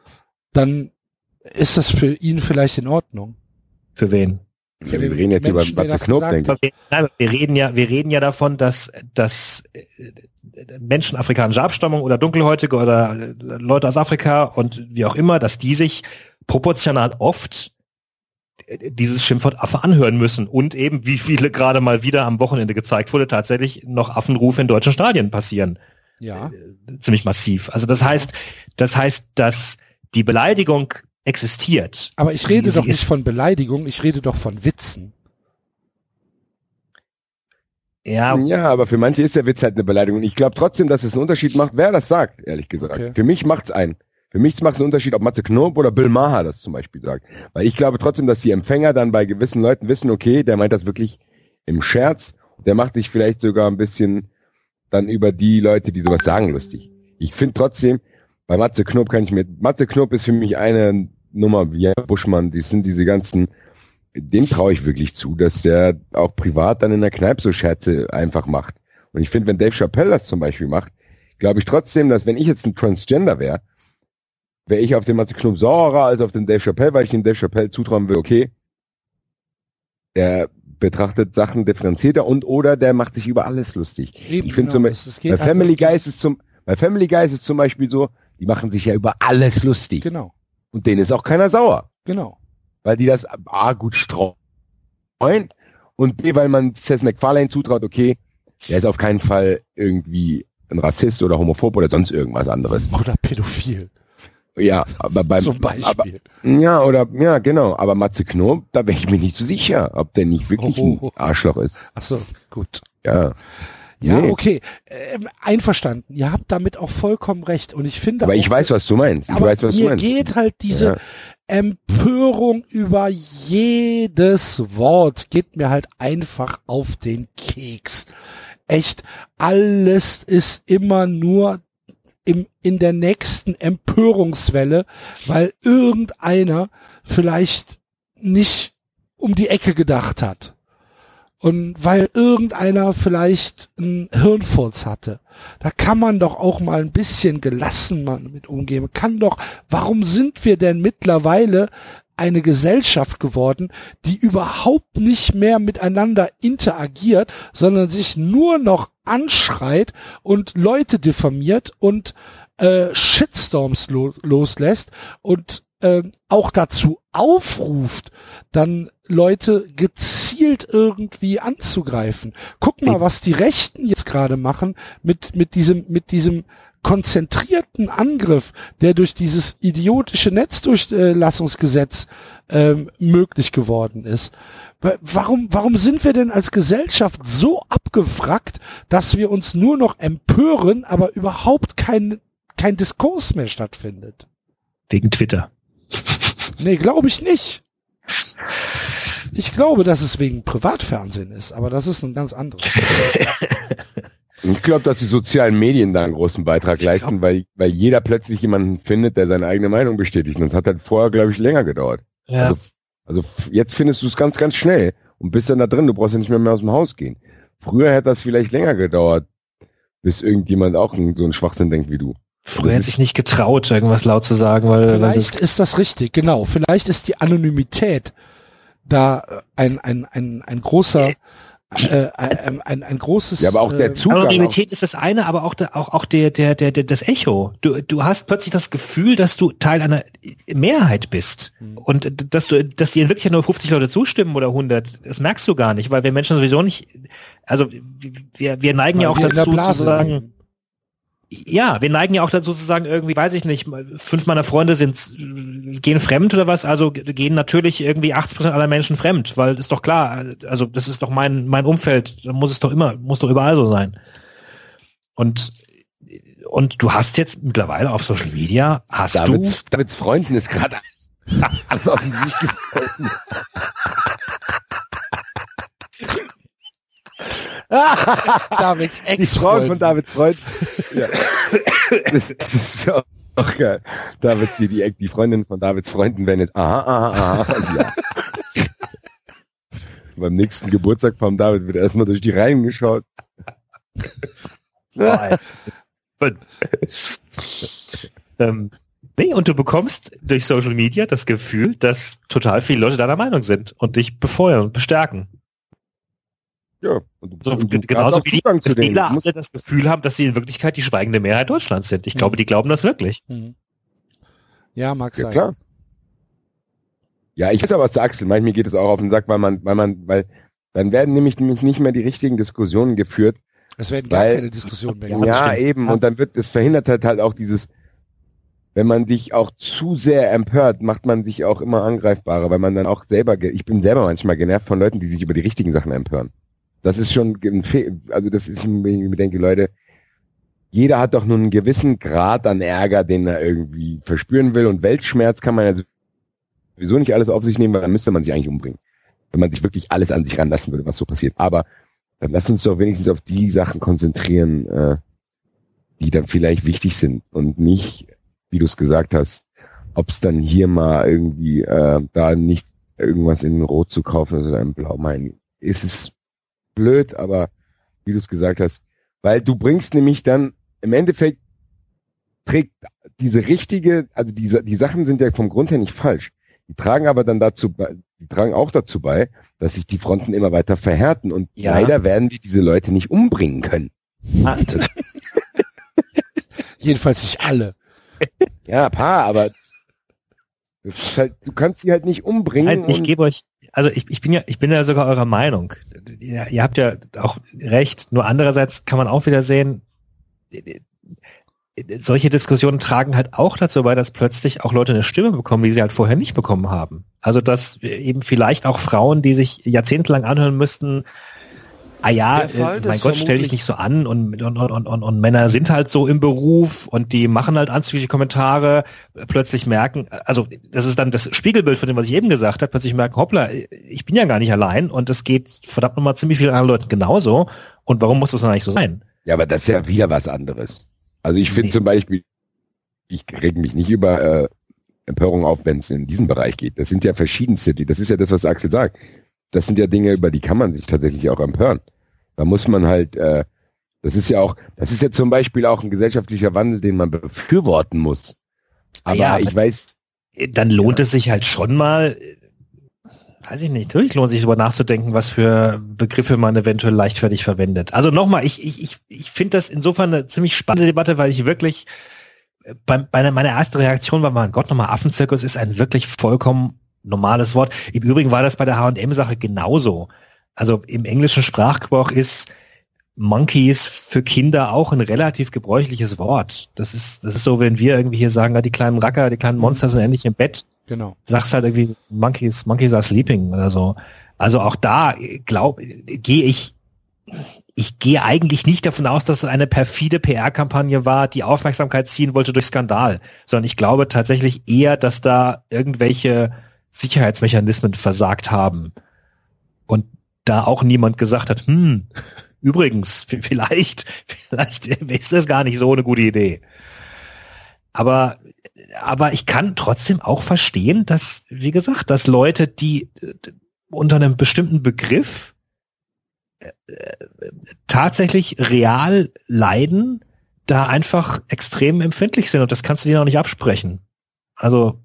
dann ist das für ihn vielleicht in Ordnung. für wen? Für Ja, wir den reden jetzt Menschen, über der Matze das Knob, gesagt denke hat. Wir, nein, wir reden ja, wir reden ja davon, dass, dass äh, Menschen afrikanischer Abstammung oder Dunkelhäutige oder äh, Leute aus Afrika und wie auch immer, dass die sich proportional oft äh, dieses Schimpfwort Affe anhören müssen und eben, wie viele gerade mal wieder am Wochenende gezeigt wurde, tatsächlich noch Affenrufe in deutschen Stadien passieren. Ja. Äh, ziemlich massiv. Also das heißt, das heißt, dass die Beleidigung existiert. Aber ich Sie- rede sie doch nicht ist- von Beleidigung, ich rede doch von Witzen. Ja, Ja, aber für manche ist der Witz halt eine Beleidigung. Und ich glaube trotzdem, dass es einen Unterschied macht, wer das sagt, ehrlich gesagt. Okay. Für mich macht's einen. Für mich macht es einen Unterschied, ob Matze Knob oder Bill Maher das zum Beispiel sagt. Weil ich glaube trotzdem, dass die Empfänger dann bei gewissen Leuten wissen, okay, der meint das wirklich im Scherz. Der macht sich vielleicht sogar ein bisschen dann über die Leute, die sowas sagen, lustig. Ich finde trotzdem, bei Matze Knob kann ich mir, Matze Knob ist für mich eine Nummer wie Buschmann, die sind diese ganzen, dem traue ich wirklich zu, dass der auch privat dann in der Kneipe so Scherze einfach macht. Und ich finde, wenn Dave Chappelle das zum Beispiel macht, glaube ich trotzdem, dass wenn ich jetzt ein Transgender wäre, wäre ich auf den Matze Knob saurer als auf den Dave Chappelle, weil ich dem Dave Chappelle zutrauen will, okay, der betrachtet Sachen differenzierter und oder der macht sich über alles lustig. Eben, Ich finde genau, zum es- es Beispiel, geht bei Family halt Guy ist es zum, bei Family Guy ist es zum Beispiel so, die machen sich ja über alles lustig. Genau, Und denen ist auch keiner sauer. genau. Weil die das A, gut streuen und B, weil man Seth MacFarlane zutraut, okay, der ist auf keinen Fall irgendwie ein Rassist oder homophob oder sonst irgendwas anderes. Oder pädophil, Ja, aber beim, zum Beispiel. aber, ja, oder, ja, genau, aber Matze Knob, da wäre ich mir nicht so sicher, ob der nicht wirklich Oh. ein Arschloch ist. Ach so, gut. Ja. Ja, Nee. okay. Ähm, einverstanden. Ihr habt damit auch vollkommen recht. Und ich finde Aber auch, ich weiß, was du meinst. Ich aber weiß, was du mir meinst. geht halt diese Ja. Empörung über jedes Wort, geht mir halt einfach auf den Keks. echt, alles ist immer nur im, in der nächsten Empörungswelle, weil irgendeiner vielleicht nicht um die Ecke gedacht hat. Und weil irgendeiner vielleicht einen Hirnfurz hatte. Da kann man doch auch mal ein bisschen gelassen mit umgehen. Man kann doch, warum sind wir denn mittlerweile eine Gesellschaft geworden, die überhaupt nicht mehr miteinander interagiert, sondern sich nur noch anschreit und Leute diffamiert und äh, Shitstorms lo- loslässt und äh, auch dazu aufruft, dann Leute gezielt irgendwie anzugreifen. Guck mal, was die Rechten jetzt gerade machen mit mit diesem mit diesem konzentrierten Angriff, der durch dieses idiotische Netzdurchlassungsgesetz ähm, möglich geworden ist. Warum warum sind wir denn als Gesellschaft so abgewrackt, dass wir uns nur noch empören, aber überhaupt kein kein Diskurs mehr stattfindet? Wegen Twitter. Nee, glaube ich nicht. Ich glaube, dass es wegen Privatfernsehen ist, aber das ist ein ganz anderes. Ich glaube, dass die sozialen Medien da einen großen Beitrag leisten, weil, weil jeder plötzlich jemanden findet, der seine eigene Meinung bestätigt. Und das hat halt vorher, glaube ich, länger gedauert. Ja. Also, also jetzt findest du es ganz, ganz schnell und bist dann da drin. Du brauchst ja nicht mehr, mehr aus dem Haus gehen. Früher hätte das vielleicht länger gedauert, bis irgendjemand auch so einen Schwachsinn denkt wie du. Früher hätte sich nicht getraut, irgendwas laut zu sagen, weil... Vielleicht das ist das richtig, genau. Vielleicht ist die Anonymität da ein, ein, ein, ein großer... Äh, ein, ein, ein großes... Ja, aber auch der Zugang... Anonymität ist das eine, aber auch der, auch, auch der, der, der, der, das Echo. Du, du hast plötzlich das Gefühl, dass du Teil einer Mehrheit bist. Hm. Und dass du, dass dir wirklich nur fünfzig Leute zustimmen oder hundert, das merkst du gar nicht, weil wir Menschen sowieso nicht, also wir, wir neigen weil ja auch dazu zu sagen... Ja, wir neigen ja auch dazu zu sagen, irgendwie, weiß ich nicht, fünf meiner Freunde sind, gehen fremd oder was, also gehen natürlich irgendwie achtzig Prozent aller Menschen fremd, weil ist doch klar, also das ist doch mein, mein Umfeld, da muss es doch immer, muss doch überall so sein. Und, und du hast jetzt mittlerweile auf Social Media, hast Davids, du... Davids Freunden ist gerade alles auf den Gesicht gefallen. Davids Ex-Freund. Die Frau von Davids Freund. Ja. Das ist ja auch geil. Davids, die, die, die Freundin von Davids Freunden wendet. Aha, aha, aha. Ja. Beim nächsten Geburtstag von David wird erstmal durch die Reihen geschaut. ähm, nee, und du bekommst durch Social Media das Gefühl, dass total viele Leute deiner Meinung sind und dich befeuern und bestärken. Ja, und so, und genauso wie die Wähler alle das Gefühl haben, dass sie in Wirklichkeit die schweigende Mehrheit Deutschlands sind. Ich glaube, die glauben das wirklich. Ja, mag sein. Ja, klar. Ja, ich weiß aber, was du Axel, manchmal geht es auch auf den Sack, weil man, weil man, weil dann werden nämlich, nämlich nicht mehr die richtigen Diskussionen geführt. Es werden gar weil, keine Diskussionen mehr. Ja, ja eben, ja. Und dann wird, es verhindert halt halt auch dieses, wenn man dich auch zu sehr empört, macht man sich auch immer angreifbarer, weil man dann auch selber, ich bin selber manchmal genervt von Leuten, die sich über die richtigen Sachen empören. Das ist schon ein Fe- also das ist, wenn ich mir denke, Leute, jeder hat doch nur einen gewissen Grad an Ärger, den er irgendwie verspüren will, und Weltschmerz kann man ja sowieso nicht alles auf sich nehmen, weil dann müsste man sich eigentlich umbringen, wenn man sich wirklich alles an sich ranlassen würde, was so passiert. Aber dann lass uns doch wenigstens auf die Sachen konzentrieren, äh, die dann vielleicht wichtig sind und nicht, wie du es gesagt hast, ob es dann hier mal irgendwie äh, da nicht irgendwas in Rot zu kaufen oder in Blau, mein, ist es blöd, aber wie du es gesagt hast, weil du bringst nämlich dann, im Endeffekt trägt diese richtige, also diese, die Sachen sind ja vom Grund her nicht falsch, die tragen aber dann dazu bei, die tragen auch dazu bei, dass sich die Fronten immer weiter verhärten und ja. Leider werden wir diese Leute nicht umbringen können. Jedenfalls nicht alle. Ja, ein paar, aber das ist halt, du kannst sie halt nicht umbringen. Nein, ich gebe euch, also ich, ich bin ja, ich bin ja sogar eurer Meinung. Ihr, ihr habt ja auch recht. Nur andererseits kann man auch wieder sehen, solche Diskussionen tragen halt auch dazu bei, dass plötzlich auch Leute eine Stimme bekommen, die sie halt vorher nicht bekommen haben. Also dass eben vielleicht auch Frauen, die sich jahrzehntelang anhören müssten, ah ja, äh, mein Gott, stell dich nicht so an und, und, und, und, und Männer sind halt so im Beruf und die machen halt anzügliche Kommentare, plötzlich merken, also das ist dann das Spiegelbild von dem, was ich eben gesagt habe, plötzlich merken, hoppla, ich bin ja gar nicht allein und es geht verdammt nochmal ziemlich vielen anderen Leuten genauso Und warum muss das dann eigentlich so sein? Ja, aber das ist ja wieder was anderes. Also ich finde Nee. zum Beispiel, ich reg mich nicht über äh, Empörung auf, wenn es in diesen Bereich geht. Das sind ja verschiedenste, das ist ja das, was Axel sagt. Das sind ja Dinge, über die kann man sich tatsächlich auch empören. Da muss man halt, äh, das ist ja auch, das ist ja zum Beispiel auch ein gesellschaftlicher Wandel, den man befürworten muss. Aber Ja, ich weiß, Dann lohnt es sich halt schon mal, weiß ich nicht, natürlich lohnt es sich darüber nachzudenken, was für Begriffe man eventuell leichtfertig verwendet. Also nochmal, ich, ich, ich, ich finde das insofern eine ziemlich spannende Debatte, weil ich wirklich, bei, bei meiner ersten Reaktion war, mein Gott, nochmal, Affenzirkus ist ein wirklich vollkommen normales Wort. Im Übrigen war das bei der H und M-Sache genauso. Also im englischen Sprachgebrauch ist Monkeys für Kinder auch ein relativ gebräuchliches Wort. Das ist, das ist so, wenn wir irgendwie hier sagen, die kleinen Racker, die kleinen Monster sind endlich im Bett. Genau. Sagst halt irgendwie Monkeys, Monkeys are sleeping oder so. Also auch da glaub, gehe ich, ich gehe eigentlich nicht davon aus, dass es eine perfide P R-Kampagne war, die Aufmerksamkeit ziehen wollte durch Skandal, sondern ich glaube tatsächlich eher, dass da irgendwelche Sicherheitsmechanismen versagt haben und da auch niemand gesagt hat, hm, übrigens, vielleicht, vielleicht ist das gar nicht so eine gute Idee. Aber, aber ich kann trotzdem auch verstehen, dass, wie gesagt, dass Leute, die unter einem bestimmten Begriff äh, tatsächlich real leiden, da einfach extrem empfindlich sind und das kannst du dir noch nicht absprechen. Also,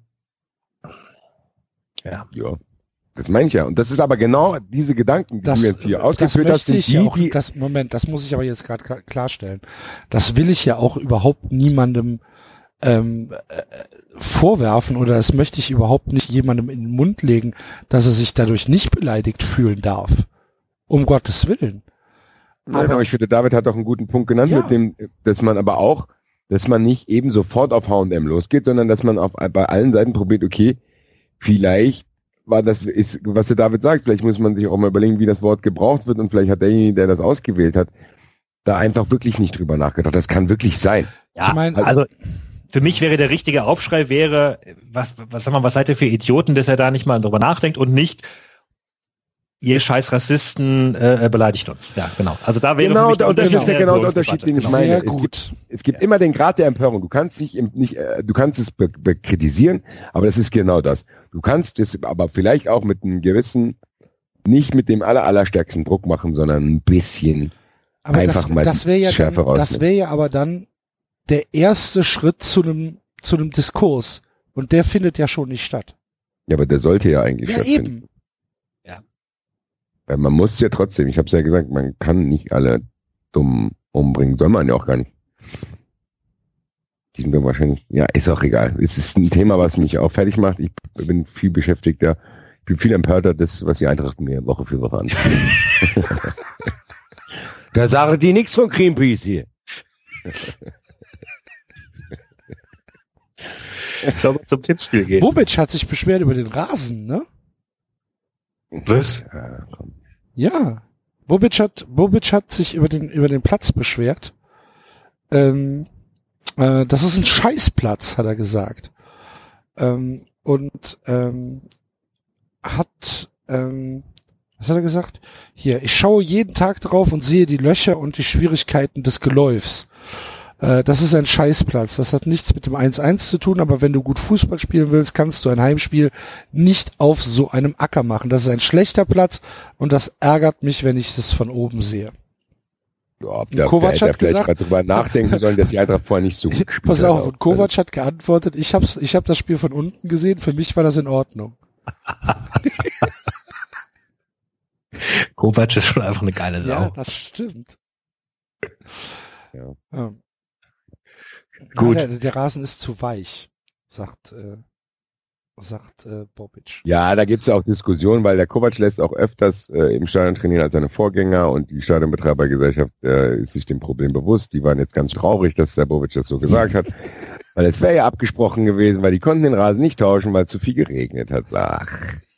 ja. ja, das meine ich ja. Und das ist aber genau diese Gedanken, die Das, du jetzt hier das ausgeführt hast, möchte sind ich die, ja auch, die das, Moment, das muss ich aber jetzt gerade klar- klarstellen. Das will ich ja auch überhaupt niemandem ähm, äh, vorwerfen oder das möchte ich überhaupt nicht jemandem in den Mund legen, dass er sich dadurch nicht beleidigt fühlen darf. Um Gottes Willen. Nein, aber, aber ich finde, David hat auch einen guten Punkt genannt, Ja. mit dem, dass man aber auch, dass man nicht eben sofort auf H und M losgeht, sondern dass man auf, bei allen Seiten probiert, okay, vielleicht war das, ist, was der David sagt, vielleicht muss man sich auch mal überlegen, wie das Wort gebraucht wird und vielleicht hat derjenige, der das ausgewählt hat, da einfach wirklich nicht drüber nachgedacht. Das kann wirklich sein. Ja, Ich mein, also für mich wäre der richtige Aufschrei wäre, was, was sag mal, was seid ihr für Idioten, dass er da nicht mal drüber nachdenkt und nicht, ihr scheiß Rassisten äh, beleidigt uns. Ja, genau. Also da wäre Genau, für mich der und das Unterschied ist ja der genau der Empörungsdebatte. Unterschied, den ich Genau. meine. Sehr Es gibt, gut. es gibt immer den Grad der Empörung. Du kannst dich im, nicht, äh, du kannst es be, be kritisieren, aber das ist genau das. Du kannst es aber vielleicht auch mit einem gewissen, nicht mit dem aller, allerstärksten Druck machen, sondern ein bisschen Aber einfach das, mal das wäre ja, Schärfe dann, das rausnehmen. wäre ja aber dann der erste Schritt zu einem zu einem Diskurs und der findet ja schon nicht statt. Ja, aber der sollte ja eigentlich Ja, stattfinden. eben. Weil man muss ja trotzdem, ich habe es ja gesagt, man kann nicht alle dumm umbringen, soll man ja auch gar nicht. Die sind doch wahrscheinlich, ja, ist auch egal. Es ist ein Thema, was mich auch fertig macht. Ich bin viel beschäftigter, ich bin viel empörter, das, was die Eintracht mir Woche für Woche anspricht. Da sagen die nichts von Greenpeace hier. Sollen wir zum Tippspiel gehen? Bobic hat sich beschwert über den Rasen, ne? Was? Ja, komm. Ja. Bobic hat, Bobic hat sich über den, über den Platz beschwert. Ähm, äh, das ist ein Scheißplatz, hat er gesagt. Ähm, und ähm, hat, ähm, was hat er gesagt? Hier, ich schaue jeden Tag drauf und sehe die Löcher und die Schwierigkeiten des Geläufs. Äh, das ist ein Scheißplatz. Das hat nichts mit dem eins eins zu tun, aber wenn du gut Fußball spielen willst, kannst du ein Heimspiel nicht auf so einem Acker machen. Das ist ein schlechter Platz und das ärgert mich, wenn ich das von oben sehe. Ja, ob der, Kovac der, der hat vielleicht gesagt- gerade drüber nachdenken sollen, dass die Eintracht vorher nicht so gut gespielt Pass hat. auf, und Kovac hat geantwortet, ich hab's, ich hab das Spiel von unten gesehen, für mich war das in Ordnung. Kovac ist schon einfach eine geile Sau. Ja, das stimmt. Ja. Ja. Gut. Ja, der, der Rasen ist zu weich, sagt, äh, sagt äh, Bobic. Ja, da gibt's ja auch Diskussionen, weil der Kovac lässt auch öfters äh, im Stadion trainieren als seine Vorgänger und die Stadionbetreibergesellschaft äh, ist sich dem Problem bewusst. Die waren jetzt ganz traurig, dass der Bobic das so gesagt hat, weil es wäre ja abgesprochen gewesen, weil die konnten den Rasen nicht tauschen, weil zu viel geregnet hat. Ach.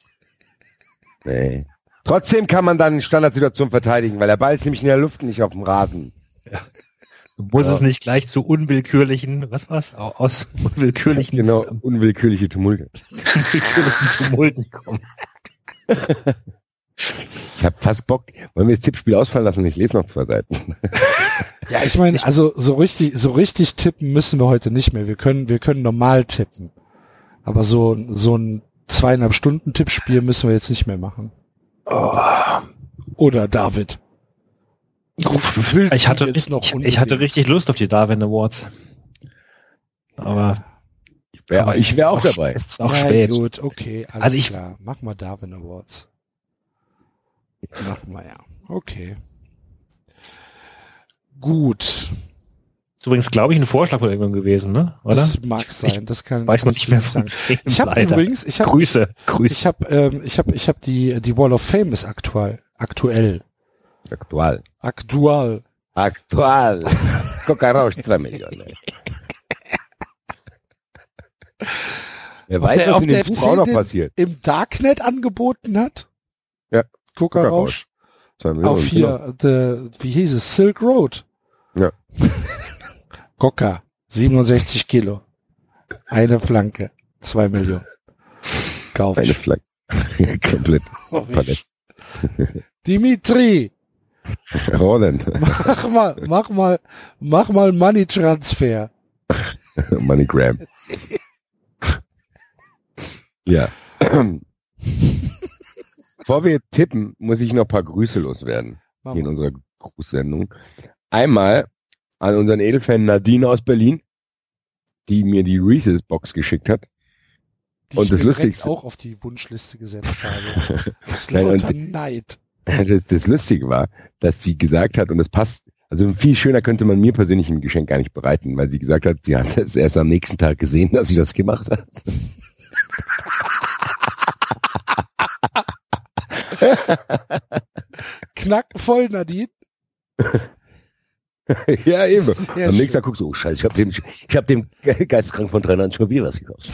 Nee. Trotzdem kann man dann Standardsituation verteidigen, weil der Ball ist nämlich in der Luft und nicht auf dem Rasen. Du musst Ja. es nicht gleich zu unwillkürlichen, was war's? Au- Aus unwillkürlichen, Genau, unwillkürliche Tumulte. unwillkürlichen Tumulten kommen. Ich habe fast Bock. Wollen wir das Tippspiel ausfallen lassen? Ich lese noch zwei Seiten. Ja, ich meine, also so richtig, so richtig tippen müssen wir heute nicht mehr. Wir können, wir können normal tippen. Aber so, so ein zweieinhalb Stunden Tippspiel müssen wir jetzt nicht mehr machen. Oh. Oder David? Willst ich hatte, jetzt noch ich, ich hatte richtig Lust auf die Darwin Awards. Aber ich wäre ich wär auch, auch dabei. Es ist auch ja, spät. Gut, okay, alles also ich, klar. Mach mal Darwin Awards. Machen wir ja. Okay. Gut. Ist übrigens, glaube ich, ein Vorschlag von irgendwann gewesen, ne? Oder? Das mag sein. Das kann. Weiß man nicht mehr sagen. Ich habe übrigens, ich habe Grüße, Grüße. Ich habe, ähm, ich habe, ich habe die die Wall of Fame ist aktuell, aktuell, aktuell, aktuell, aktuell. Coca Rausch zwei Millionen. Wer weiß, was in dem Buch auch noch passiert. Im Darknet angeboten hat. Ja. Coca Rausch. Auf hier, the, wie hieß es? Silk Road. Ja. Coca, siebenundsechzig Kilo. Eine Flanke. Zwei Millionen. Kauf. Eine Flanke. Komplett. Palett. Dimitri. Roland. Mach mal, mach mal, mach mal Money Transfer. Moneygram. Ja. Bevor wir tippen, muss ich noch ein paar Grüße loswerden. Mama. Hier in unserer Grußsendung. Einmal an unseren Edelfan Nadine aus Berlin, die mir die Reese's Box geschickt hat. Die und ich das mir Lustigste auch auf die Wunschliste gesetzt habe. Das Nein, lauter Neid. Das, das Lustige war, dass sie gesagt hat, und das passt, also viel schöner könnte man mir persönlich ein Geschenk gar nicht bereiten, weil sie gesagt hat, sie hat es erst am nächsten Tag gesehen, dass sie das gemacht hat. Knackenvoll, Nadine. Ja, eben. Sehr am nächsten schön. Tag guckst du, oh Scheiße, ich hab dem, ich hab dem Geisteskrank von Trainern schon wieder was gekauft.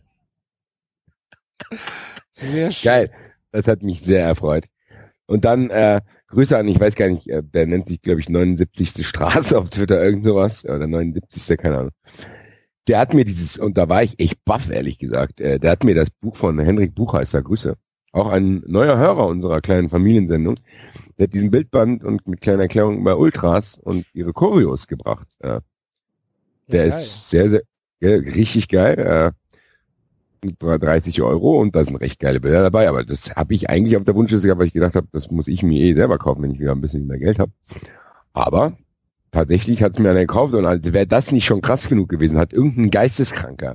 Sehr schön. Geil. Das hat mich sehr erfreut. Und dann äh, Grüße an, ich weiß gar nicht, äh, der nennt sich, glaube ich, neunundsiebzigste Straße auf Twitter, irgend sowas. Oder neunundsiebzigste keine Ahnung. Der hat mir dieses, und da war ich echt baff, ehrlich gesagt, äh, der hat mir das Buch von Henrik Buchheister, Grüße, auch ein neuer Hörer unserer kleinen Familiensendung, der hat diesen Bildband und mit kleiner Erklärung über Ultras und ihre Choreos gebracht. Äh, der Ja, ist sehr, sehr, ja, richtig geil. Äh, dreißig Euro und da sind recht geile Bilder dabei, aber das habe ich eigentlich auf der Wunschliste gehabt, weil ich gedacht habe, das muss ich mir eh selber kaufen, wenn ich wieder ein bisschen mehr Geld habe. Aber tatsächlich hat es mir einer gekauft und also wäre das nicht schon krass genug gewesen, hat irgendein Geisteskranker,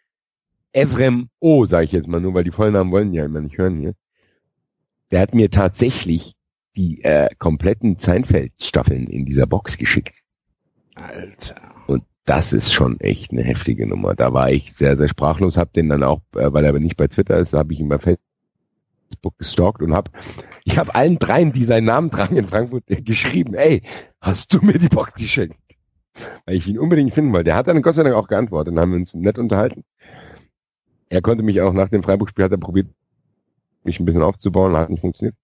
Evrem O, sage ich jetzt mal nur, weil die Vollnamen wollen ja immer nicht hören hier, der hat mir tatsächlich die äh, kompletten Seinfeld-Staffeln in dieser Box geschickt. Alter. Und das ist schon echt eine heftige Nummer. Da war ich sehr, sehr sprachlos, hab den dann auch, äh, weil er aber nicht bei Twitter ist, habe ich ihn bei Facebook gestalkt und hab, ich habe allen dreien, die seinen Namen tragen in Frankfurt, äh, geschrieben, ey, hast du mir die Box geschenkt? Weil ich ihn unbedingt finden wollte. Der hat dann Gott sei Dank auch geantwortet, dann haben wir uns nett unterhalten. Er konnte mich auch nach dem Freiburg-Spiel, hat er probiert, mich ein bisschen aufzubauen, hat nicht funktioniert.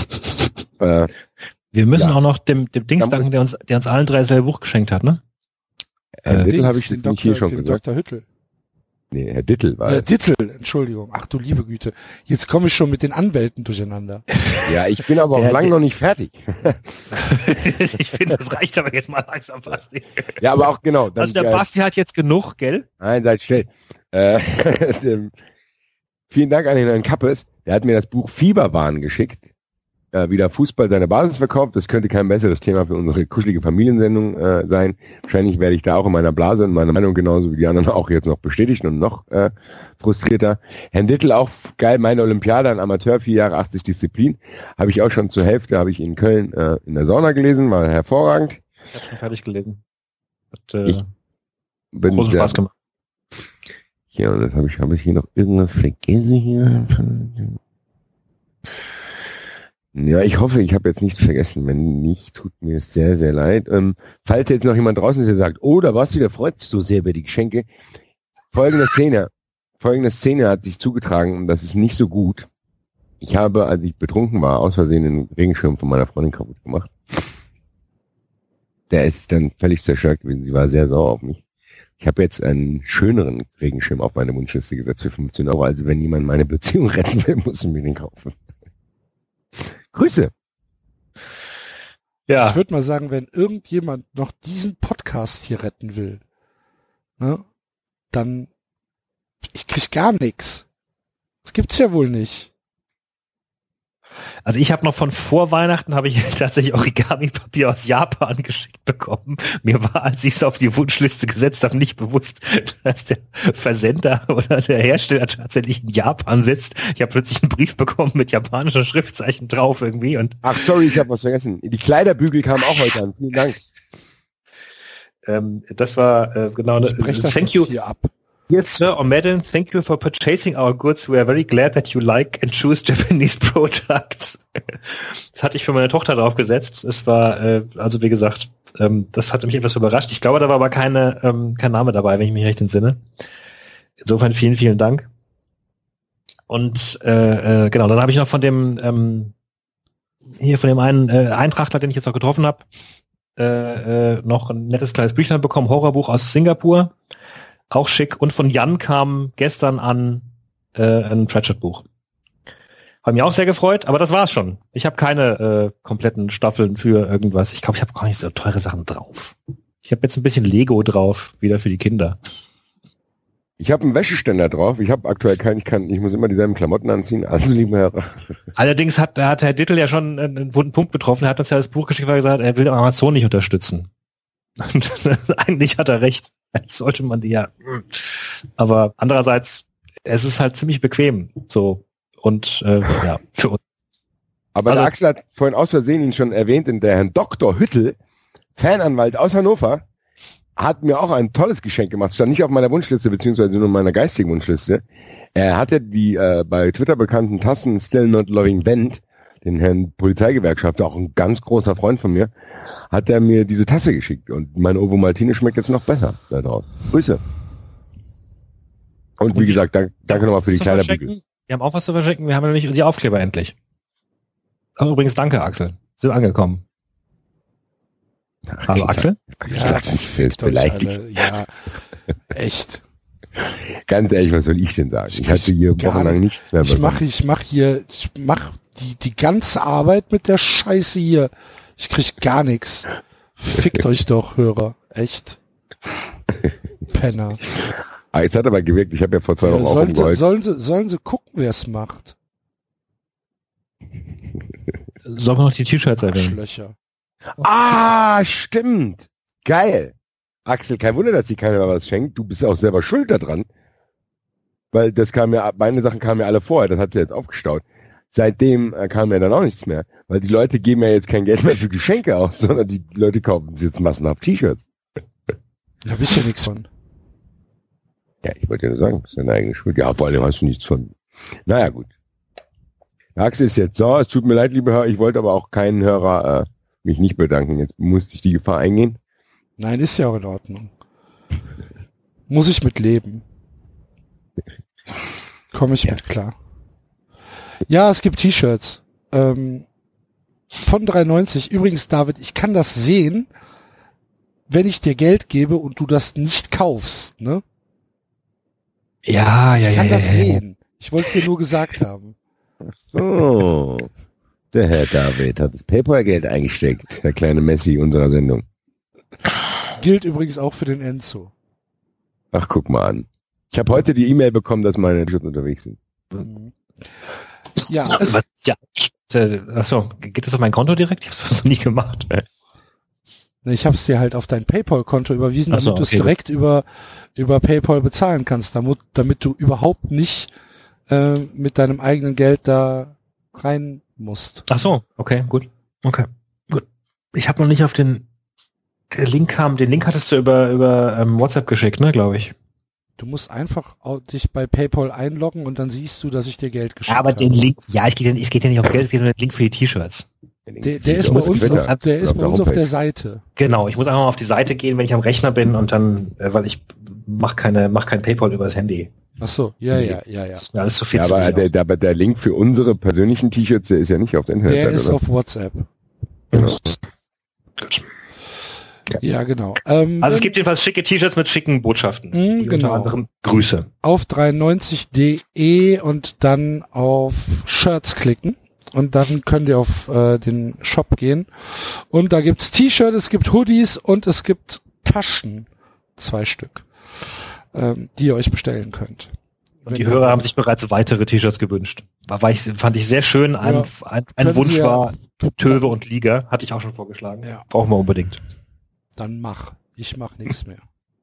äh, wir müssen ja. auch noch dem, dem Dings danken, der uns, der uns allen drei selber Buch geschenkt hat, ne? Herr Äh, Dittel habe Dings, ich den jetzt nicht Doktor, hier schon den gesagt. Doktor Hüttel. Nee, Herr Dittel war Äh, es. Dittel, Entschuldigung. Ach du liebe Güte. Jetzt komme ich schon mit den Anwälten durcheinander. Ja, ich bin aber Der- auch lange der- noch nicht fertig. Ich finde, das reicht aber jetzt mal langsam, Basti. Ja, aber auch genau. Dann, Also der äh, Basti hat jetzt genug, gell? Nein, seid still. Äh, dem, vielen Dank an den Herrn Kappes. Der hat mir das Buch Fieberwahn geschickt. Äh, wie der Fußball seine Basis verkauft. Das könnte kein besseres Thema für unsere kuschelige Familiensendung äh, sein. Wahrscheinlich werde ich da auch in meiner Blase und meiner Meinung genauso wie die anderen auch jetzt noch bestätigt und noch äh, frustrierter. Herrn Dittel auch geil, meine Olympiade, ein Amateur, vier Jahre, achtzig Disziplin. Habe ich auch schon zur Hälfte, habe ich in Köln äh, in der Sauna gelesen, war hervorragend. Ich habe schon fertig gelesen. Hat äh, Ich Bin großen sehr- Spaß gemacht. Ja, und das habe ich, habe ich hier noch irgendwas vergessen hier? Ja, ich hoffe, ich habe jetzt nichts vergessen. Wenn nicht, tut mir es sehr, sehr leid. Ähm, falls jetzt noch jemand draußen ist, der sagt, oh, da warst du wieder, freut sich so sehr über die Geschenke. Folgende Szene, folgende Szene hat sich zugetragen und das ist nicht so gut. Ich habe, als ich betrunken war, aus Versehen den Regenschirm von meiner Freundin kaputt gemacht. Der ist dann völlig zerstört gewesen. Sie war sehr sauer auf mich. Ich habe jetzt einen schöneren Regenschirm auf meine Wunschliste gesetzt für fünfzehn Euro. Also wenn jemand meine Beziehung retten will, muss ich mir den kaufen. Grüße. Ja. Ich würde mal sagen, wenn irgendjemand noch diesen Podcast hier retten will, ne, dann ich krieg gar nichts. Das gibt's ja wohl nicht. Also ich habe noch von vor Weihnachten habe ich tatsächlich Origami-Papier aus Japan geschickt bekommen. Mir war, als ich es auf die Wunschliste gesetzt habe, nicht bewusst, dass der Versender oder der Hersteller tatsächlich in Japan sitzt. Ich habe plötzlich einen Brief bekommen mit japanischen Schriftzeichen drauf irgendwie. Und Ach, sorry, ich habe was vergessen. Die Kleiderbügel kamen auch heute an. Vielen Dank. ähm, das war äh, genau eine Ich brech das Thank jetzt you. hier ab. Yes, Sir O'Madden, thank you for purchasing our goods. We are very glad that you like and choose Japanese products. Das hatte ich für meine Tochter draufgesetzt. Es war, äh, also wie gesagt, ähm, das hatte mich etwas überrascht. Ich glaube, da war aber keine, ähm, kein Name dabei, wenn ich mich recht entsinne. Insofern vielen, vielen Dank. Und äh, äh, genau, dann habe ich noch von dem ähm, hier von dem einen äh, Eintrachtler, den ich jetzt auch getroffen habe, äh, äh, noch ein nettes kleines Büchlein bekommen, Horrorbuch aus Singapur. Auch schick. Und von Jan kam gestern an äh, ein Pratchett-Buch. Hat mich auch sehr gefreut, aber das war's schon. Ich habe keine äh, kompletten Staffeln für irgendwas. Ich glaube, ich habe gar nicht so teure Sachen drauf. Ich habe jetzt ein bisschen Lego drauf, wieder für die Kinder. Ich habe einen Wäscheständer drauf. Ich habe aktuell keinen, ich kann, ich muss immer dieselben Klamotten anziehen. Also, liebe Hörer. Allerdings hat, hat Herr Dittel ja schon einen wunden Punkt betroffen. Er hat uns ja das Buch geschickt, weil er gesagt hat, er will Amazon nicht unterstützen. Und eigentlich hat er recht. Eigentlich sollte man die ja. Aber andererseits, es ist halt ziemlich bequem. So. Und äh, ja, für uns. Aber Also- der Axel hat vorhin aus Versehen ihn schon erwähnt, in der Herrn Doktor Hüttel, Fananwalt aus Hannover, hat mir auch ein tolles Geschenk gemacht. Stand nicht auf meiner Wunschliste, beziehungsweise nur in meiner geistigen Wunschliste. Er hat ja die äh, bei Twitter bekannten Tassen Still Not Loving Band, den Herrn Polizeigewerkschafter, auch ein ganz großer Freund von mir, hat er mir diese Tasse geschickt. Und mein Ovo Maltine schmeckt jetzt noch besser da drauf. Grüße. Und wie Und gesagt, danke, danke nochmal für die Zu Kleiderbügel. verschenken. Wir haben auch was zu verschenken. Wir haben nämlich die Aufkleber endlich. Ach, übrigens, danke, Axel. Sind angekommen. Hallo, Axel? Ich sag nicht, ich fickt euch beleidigt. alle. Ja, echt. Ganz ehrlich, was soll ich denn sagen? Ich hatte hier Gar wochenlang nicht. nichts mehr Ich mache ich mach hier, ich mach die, die ganze Arbeit mit der Scheiße hier. Ich krieg gar nichts. Fickt euch doch, Hörer. Echt. Penner. Ah, jetzt hat aber gewirkt, ich habe ja vor zwei Wochen Ja, auch sollen, sie, umgeheult. sollen, sie, sollen sie gucken, wer es macht. Sollen wir noch die T-Shirts erwähnen? Arschlöcher. Ah, stimmt. Geil. Axel, kein Wunder, dass dir keiner was schenkt. Du bist auch selber schuld daran. Weil das kam ja, meine Sachen kamen ja alle vorher, das hat sie jetzt aufgestaut. Seitdem äh, kam ja dann auch nichts mehr. Weil die Leute geben ja jetzt kein Geld mehr für Geschenke aus, sondern die Leute kaufen sich jetzt massenhaft T-Shirts. Da hab ich ja nichts von. Ja, ich wollte ja nur sagen, das ist deine eigene Schuld. Ja, vor allem hast du nichts von. Naja, gut. Der Axel ist jetzt so, es tut mir leid, liebe Hörer, ich wollte aber auch keinen Hörer äh, mich nicht bedanken. Jetzt musste ich die Gefahr eingehen. Nein, ist ja auch in Ordnung. Muss ich mit leben. Komme ich Ja. mit klar. Ja, es gibt T-Shirts. Ähm, von drei neunzig. Übrigens, David, ich kann das sehen, wenn ich dir Geld gebe und du das nicht kaufst, ne? Ja, ja, Ich ja. kann ja, das ja, sehen. Ich wollte es dir nur gesagt haben. Ach so. Der Herr David hat das PayPal-Geld eingesteckt, der kleine Messi unserer Sendung. Gilt übrigens auch für den Enzo. Ach, guck mal an. Ich habe heute die E-Mail bekommen, dass meine T-Shirts unterwegs sind. Mhm. Ja, ja. es, Was, ja. Achso, geht das auf mein Konto direkt? Ich habe das noch nie gemacht. ich habe es dir halt auf dein PayPal-Konto überwiesen, Ach so, damit du es okay. direkt über, über PayPal bezahlen kannst, damit, damit du überhaupt nicht äh, mit deinem eigenen Geld da rein musst. Ach so, okay, gut. Okay, gut. Ich habe noch nicht auf den, der Link kam, den Link hattest du über, über ähm, WhatsApp geschickt, ne, glaube ich. Du musst einfach au- dich bei PayPal einloggen und dann siehst du, dass ich dir Geld geschickt Ja, aber habe. den Link, ja, ich geht ja, es geht ja nicht um Geld, es geht um den Link für die T-Shirts. Der, der ist bei muss uns, Twitter, auf, der ist auf bei der uns auf der Homepage. Seite. Genau, ich muss einfach mal auf die Seite gehen, wenn ich am Rechner bin und dann, äh, weil ich mach keine, mach kein PayPal übers Handy. Ach so, ja, ja, ja, ja. Das ist mir alles zu viel Ja, zu aber viel der, aus. der, aber der Link für unsere persönlichen T-Shirts, der ist ja nicht auf der Der Internetseite, ist oder? auf WhatsApp. Genau. Gut. Ja, genau. Ähm, Also es gibt jedenfalls schicke T-Shirts mit schicken Botschaften. Mm, Die genau. Unter anderem Grüße. auf dreiundneunzig punkt de und dann auf Shirts klicken. und dann könnt ihr auf äh, den Shop gehen. Und da gibt's T-Shirts, es gibt Hoodies und es gibt Taschen, zwei Stück, ähm, die ihr euch bestellen könnt. Und die Hörer haben sich bereits weitere T-Shirts gewünscht. War, war ich, fand ich sehr schön. Ein, Ja, ein, ein Wunsch Sie war ja, Töwe und Liga. Hatte ich auch schon vorgeschlagen. Ja. Brauchen wir unbedingt. Dann mach. Ich mach nichts mehr.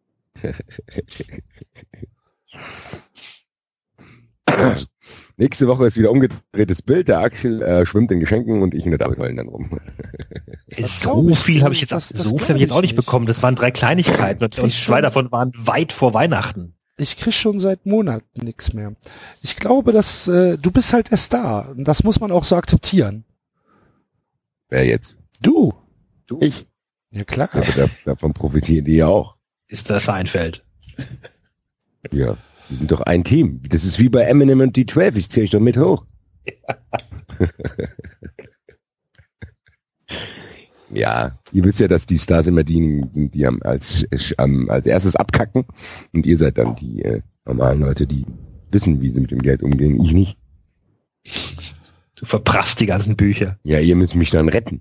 Nächste Woche ist wieder umgedrehtes Bild. Der Axel äh, schwimmt in Geschenken und ich in der Davidheulen dann rum. Das So glaub ich viel nicht. habe ich jetzt, Das- das so viel glaub habe ich jetzt auch ich nicht nicht. bekommen. Das waren drei Kleinigkeiten und, und Ich zwei schon. davon waren weit vor Weihnachten. Ich krieg schon seit Monaten nichts mehr. Ich glaube, dass äh, du bist halt erst da. Und das muss man auch so akzeptieren. Wer jetzt? Du. Ich. Ja klar. Aber da, davon profitieren die ja auch. Ist das Seinfeld? Ja. Wir sind doch ein Team. Das ist wie bei Eminem und D zwölf. Ich zähle euch doch mit hoch. Ja, ihr wisst ja, dass die Stars immer diejenigen sind, die am, als, ähm, als erstes abkacken. Und ihr seid dann die äh, normalen Leute, die wissen, wie sie mit dem Geld umgehen. Ich nicht. Du verprasst die ganzen Bücher. Ja, ihr müsst mich dann retten.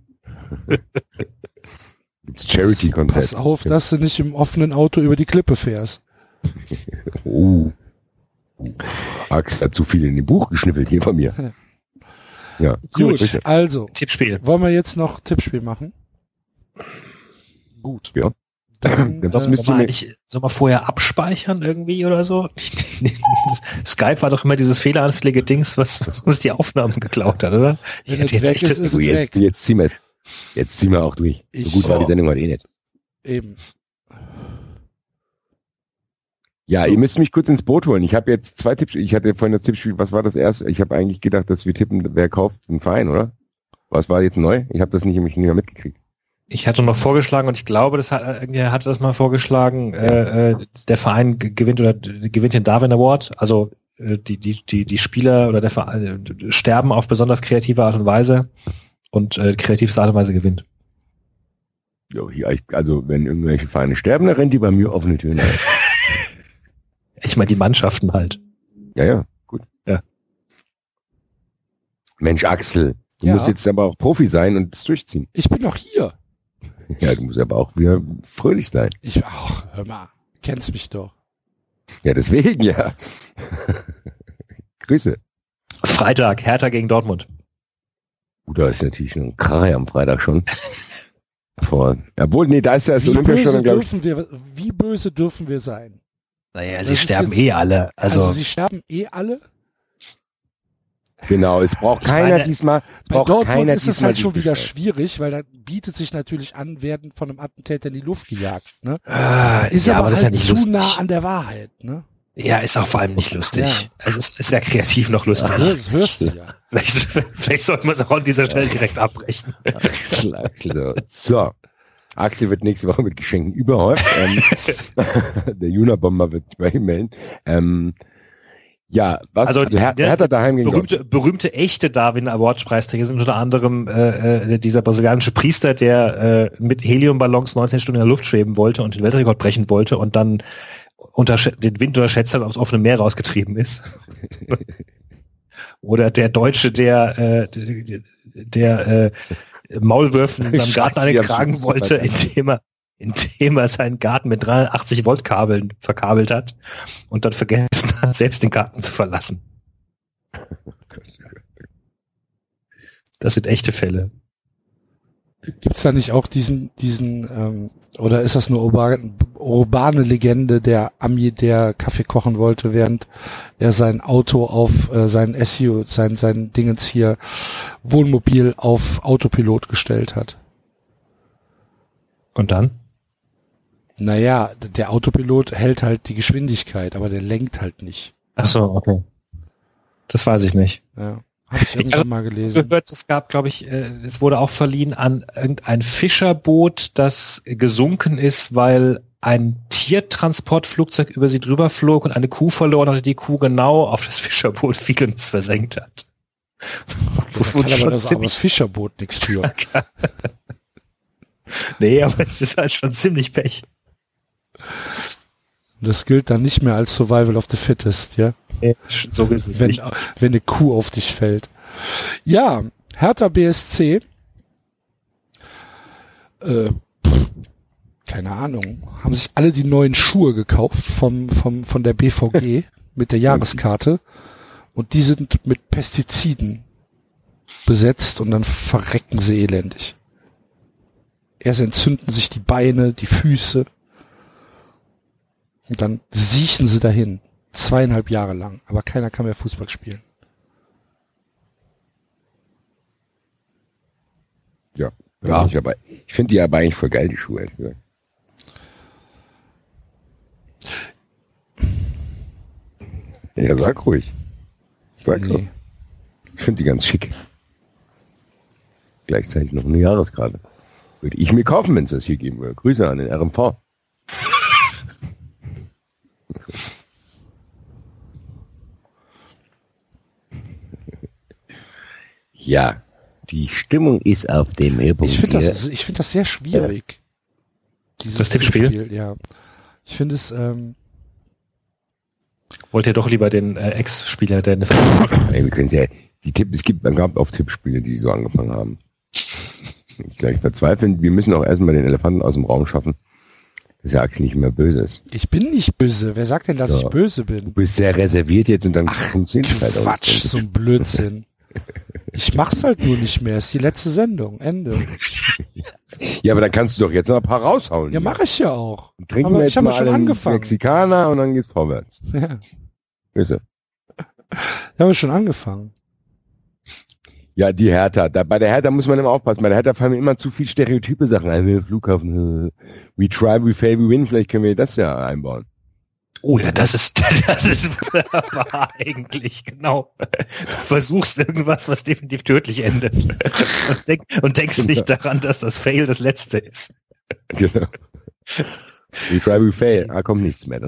Gibt's Pass Charity-Konzert. auf, dass du nicht im offenen Auto über die Klippe fährst. Oh. Axel hat zu viel in dem Buch geschnippelt hier von mir. Ja. Gut, sicher. also, Tippspiel. wollen wir jetzt noch Tippspiel machen? Gut. Ja. Dann, Das äh, Sollen müsst wir, ihr mir- eigentlich, sollen wir vorher abspeichern irgendwie oder so? Skype war doch immer dieses fehleranfällige Dings, was, was uns die Aufnahmen geklaut hat, oder? Ich wenn hätte es jetzt weg echt, ist, ist So, es jetzt, weg. jetzt ziehen wir es. Jetzt ziehen wir auch durch. Ich- so gut war die Sendung heute eh nicht. Eben. Ja, ihr müsst mich kurz ins Boot holen. Ich habe jetzt zwei Tipps. Ich hatte vorhin das Tippspiel, was war das erste? Ich habe eigentlich gedacht, dass wir tippen, wer kauft einen Verein, oder? Was war jetzt neu? Ich habe das nicht, nicht mehr mitgekriegt. ich hatte noch vorgeschlagen und ich glaube, das hat, irgendwie hatte das mal vorgeschlagen, äh, äh, der Verein g- gewinnt oder d- gewinnt den Darwin Award, also äh, die, die, die, die Spieler oder der Verein äh, sterben auf besonders kreative Art und Weise und äh, kreativste Art und Weise gewinnt. Jo, hier, ich, also wenn irgendwelche Vereine sterben, dann rennt die bei mir offene Türen ein. Ich meine die Mannschaften halt. Ja, ja, gut. Ja. Mensch, Axel, du Ja. musst jetzt aber auch Profi sein und es durchziehen. Ich bin noch hier. Ja, du musst aber auch wieder fröhlich sein. Ich auch, hör mal, kennst mich doch. Ja, deswegen, ja. Grüße. Freitag, Hertha gegen Dortmund. Gut, da ist natürlich ein Krach am Freitag schon. Vor, obwohl, nee, da ist ja das Wie Olympia böse, schon, glaube ich. dürfen wir, wie böse dürfen wir sein? Naja, Das sie ist sterben jetzt- eh alle. Also, Also sie sterben eh alle. Genau, es braucht Ich keiner meine, diesmal, es Bei braucht Dortmund keiner ist es diesmal halt schon sich wieder beschweren. schwierig, weil da bietet sich natürlich an, werden von einem Attentäter in die Luft gejagt. Ne? äh, Ist ja, aber, aber das ist ja halt nicht zu lustig. nah an der Wahrheit. Ne? Ja, ist auch vor allem nicht lustig. Ja. Also es ist ja kreativ noch lustig. Das hörst du ja. Vielleicht, vielleicht sollte man es auch an dieser Stelle direkt abbrechen. Axel, so. Axel wird nächste Woche mit Geschenken überhäuft. ähm, der Juna-Bomber wird sich bei ihm melden. Ähm, ja, was, Also, also, Her der- Hertha daheim gegen Dortmund. Berühmte, berühmte echte Darwin Award Preisträger sind unter anderem äh, äh, dieser brasilianische Priester, der äh, mit Heliumballons neunzehn Stunden in der Luft schweben wollte und den Weltrekord brechen wollte und dann untersch- den Wind unterschätzt hat und aufs offene Meer rausgetrieben ist. Oder der Deutsche, der äh, der, der äh, Maulwürfen in seinem Garten Scheiße, ich hab's eingetragen schon wollte, verstanden. indem er indem er seinen Garten mit dreihundertachtzig Volt Kabeln verkabelt hat und dann vergessen hat, selbst den Garten zu verlassen. Das sind echte Fälle. Gibt's da nicht auch diesen, diesen, ähm, oder ist das eine urban, urbane Legende, der Ami, der Kaffee kochen wollte, während er sein Auto auf äh, sein S U V, sein, sein Dingens hier, Wohnmobil auf Autopilot gestellt hat? Und dann? Naja, der Autopilot hält halt die Geschwindigkeit, aber der lenkt halt nicht. Ach so, okay. Das weiß ich nicht. Ja, habe ich irgendwann mal gelesen. Gehört, es gab, glaube ich, äh, es wurde auch verliehen an irgendein Fischerboot, das gesunken ist, weil ein Tiertransportflugzeug über sie drüber flog und eine Kuh verloren hat, die Kuh genau auf das Fischerboot fiel und es versenkt hat. Da kann aber das, aber das Fischerboot nichts für. Nee, aber es ist halt schon ziemlich Pech. Das gilt dann nicht mehr als Survival of the Fittest, ja? Nee, so gesehen Wenn, nicht. wenn eine Kuh auf dich fällt. Ja, Hertha B S C. Äh, pff, keine Ahnung. Haben sich alle die neuen Schuhe gekauft vom, vom, von der B V G mit der Jahreskarte. Und die sind mit Pestiziden besetzt und dann verrecken sie elendig. Erst entzünden sich die Beine, die Füße. Und dann siechen sie dahin. Zweieinhalb Jahre lang. Aber keiner kann mehr Fußball spielen. Ja, ja. Ich, aber, ich finde die aber eigentlich voll geil, die Schuhe. Ja, sag ruhig. Sag nee. Ruhig. Ich finde die ganz schick. Gleichzeitig noch eine Jahreskarte. Würde ich mir kaufen, wenn es das hier geben würde. Grüße an den R M V. Ja, die Stimmung ist auf dem Höhepunkt. Ich finde das, ich finde das sehr schwierig. Ja. Das Tippspiel? Tippspiel? Ja. Ich finde es, ähm, wollt ihr doch lieber den äh, Ex-Spieler, der eine Ey, wir können ja, die Tipp, es gibt, man gab auch Tippspiele, die so angefangen haben. Ich glaube, ich verzweifle, wir müssen auch erstmal den Elefanten aus dem Raum schaffen, dass der Axel nicht mehr böse ist. Ich bin nicht böse. Wer sagt denn, dass ja. ich böse bin? Du bist sehr reserviert jetzt und dann funktioniert es halt auch. Quatsch, so ein Blödsinn. Ich mach's halt nur nicht mehr. Ist die letzte Sendung. Ende. Ja, aber dann kannst du doch jetzt noch ein paar raushauen. Ja, mache ich ja auch. Und trinken aber wir jetzt ich mal schon angefangen. Mexikaner und dann geht's vorwärts. Ja. Grüße. Ich habe schon angefangen. Ja, die Hertha. Da, bei der Hertha muss man immer aufpassen. Bei der Hertha fallen mir immer zu viel Stereotype Sachen ein. Flughafen, we try, we fail, we win. Vielleicht können wir das ja einbauen. Oh ja, das ist, das ist wunderbar eigentlich, genau. Du versuchst irgendwas, was definitiv tödlich endet. Und, denk, und denkst genau. nicht daran, dass das Fail das Letzte ist. Genau. We try, we fail. Ah, kommt nichts mehr.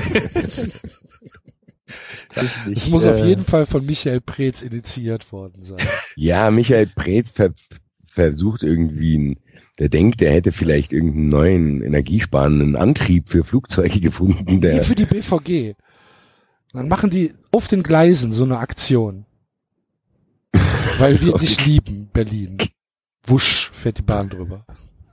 Es muss äh, auf jeden Fall von Michael Preetz initiiert worden sein. Ja, Michael Preetz ver versucht irgendwie ein Der denkt, er hätte vielleicht irgendeinen neuen energiesparenden Antrieb für Flugzeuge gefunden. Der Wie für die B V G. Dann machen die auf den Gleisen so eine Aktion. Weil wir dich lieben, Berlin. Wusch, fährt die Bahn drüber.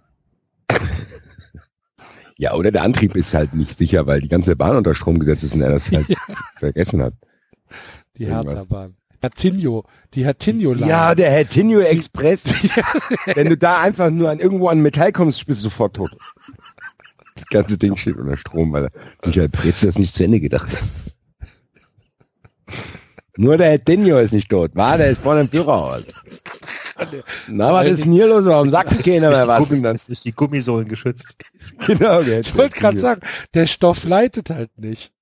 Ja, oder der Antrieb ist halt nicht sicher, weil die ganze Bahn unter Strom gesetzt ist und er das halt ja. vergessen hat. Die Hertha-Bahn. Hertinho, die Hertinho-Line. Ja, der Hertinho-Express. Wenn du da einfach nur an irgendwo an Metall kommst, bist du sofort tot. Das ganze Ding steht unter Strom, weil Michael Preetz das nicht zu Ende gedacht hat. Nur der Hertinho ist nicht tot. War, der ist vorne im Führerhaus. Na, was ist denn hier los? Warum sagt keiner mehr was? Das ist die Gummisohlen geschützt. Genau. Ich wollte gerade sagen, der Stoff leitet halt nicht.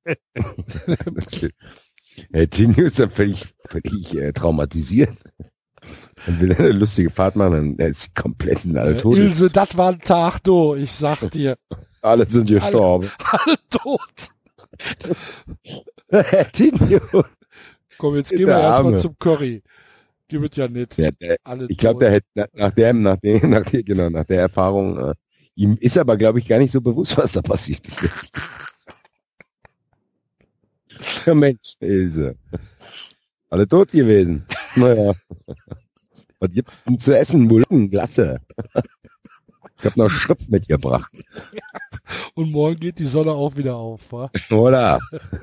Hertinho ist ja völlig, völlig äh, traumatisiert. Und will eine lustige Fahrt machen, dann ist komplett sind alle tot. Ilse, das war ein Tag, du, ich sag dir. Alle sind gestorben. Alle, alle tot. Hertinho. Komm, jetzt gehen wir erstmal zum Curry. Die wird ja nicht. Ja, der, ich glaube, der hätte nach, nach der, nach der, nach der, genau, nach der Erfahrung, äh, ihm ist aber, glaube ich, gar nicht so bewusst, was da passiert ist. Ja, Mensch, Ilse. Alle tot gewesen. Naja. Was gibt's denn zu essen? Muletten, Glasse. Ich habe noch Schritt mitgebracht. Und morgen geht die Sonne auch wieder auf, wa? Oder?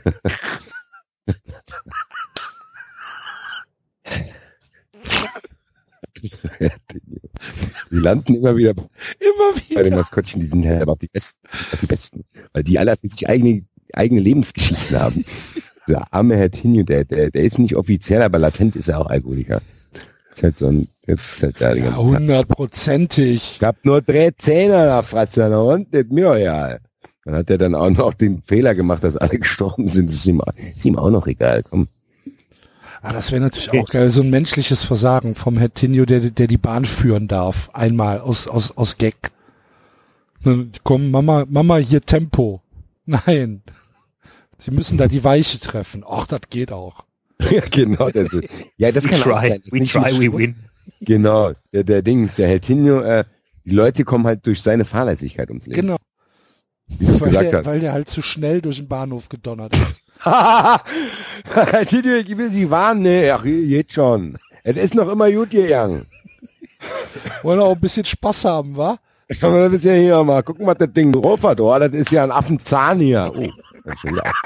Die landen immer wieder, immer wieder bei den Maskottchen, die sind halt aber auch die besten, die besten, weil die alle für sich eigene, eigene Lebensgeschichten haben. Der arme Hertinho, der, der, der ist nicht offiziell, aber latent ist er auch Alkoholiker. Ist halt so ein, jetzt ist halt da die ganze Zeit. Hundertprozentig. Ich hab nur drei Zähne da, Fratzer, na und? Das ist mir egal. Dann hat er dann auch noch den Fehler gemacht, dass alle gestorben sind. Das ist ihm, ist ihm auch noch egal, komm. Ah, das wäre natürlich auch geil, so ein menschliches Versagen vom Hertinho, der, der die Bahn führen darf. Einmal aus, aus, aus Gag. Komm, Mama, Mama, hier Tempo. Nein. Sie müssen da die Weiche treffen. Ach, das geht auch. Ja, genau. Das ist, ja, das we kann try, auch sein. Das we try, we win. Genau. Der, der Ding, der Hertinho, äh, die Leute kommen halt durch seine Fahrlässigkeit ums Leben. Genau. Wie du weil, gesagt der, hast. weil der halt zu schnell durch den Bahnhof gedonnert ist. Hertinho, ich will Sie warnen. Nee, ach, jetzt schon. Es ist noch immer gut gegangen. Wollen wir auch ein bisschen Spaß haben, wa? Kann man das ja hier mal gucken, was das Ding drauf hat, oh, das ist ja ein Affenzahn hier. Oh, das ist schon wieder.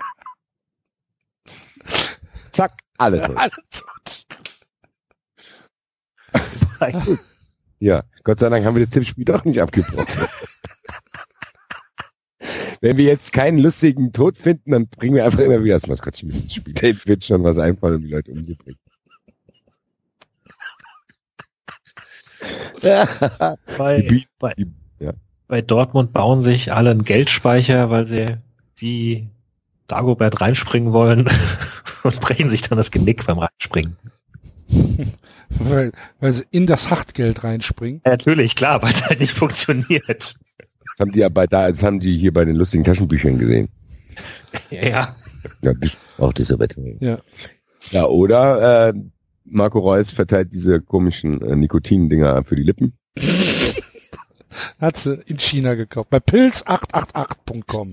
Zack, alles tot. Alles tot. Ja, Gott sei Dank haben wir das Tippspiel doch nicht abgebrochen. Wenn wir jetzt keinen lustigen Tod finden, dann bringen wir einfach immer wieder das Maskottchen mit ins Spiel. Denen wird schon was einfallen, um die Leute umzubringen. Bei, Die- bei, die- ja. bei Dortmund bauen sich alle einen Geldspeicher, weil sie wie Dagobert reinspringen wollen und brechen sich dann das Genick beim Reinspringen. Weil, weil sie in das Hartgeld reinspringen. Ja, natürlich, klar, weil es halt nicht funktioniert. Das haben die ja bei da, das haben die hier bei den lustigen Taschenbüchern gesehen. Ja, ja. Ja, das- auch diese Wette. Ja. Ja, oder äh, Marco Reus verteilt diese komischen äh, Nikotin-Dinger für die Lippen. Hat sie in China gekauft. Bei pilz acht acht acht punkt com.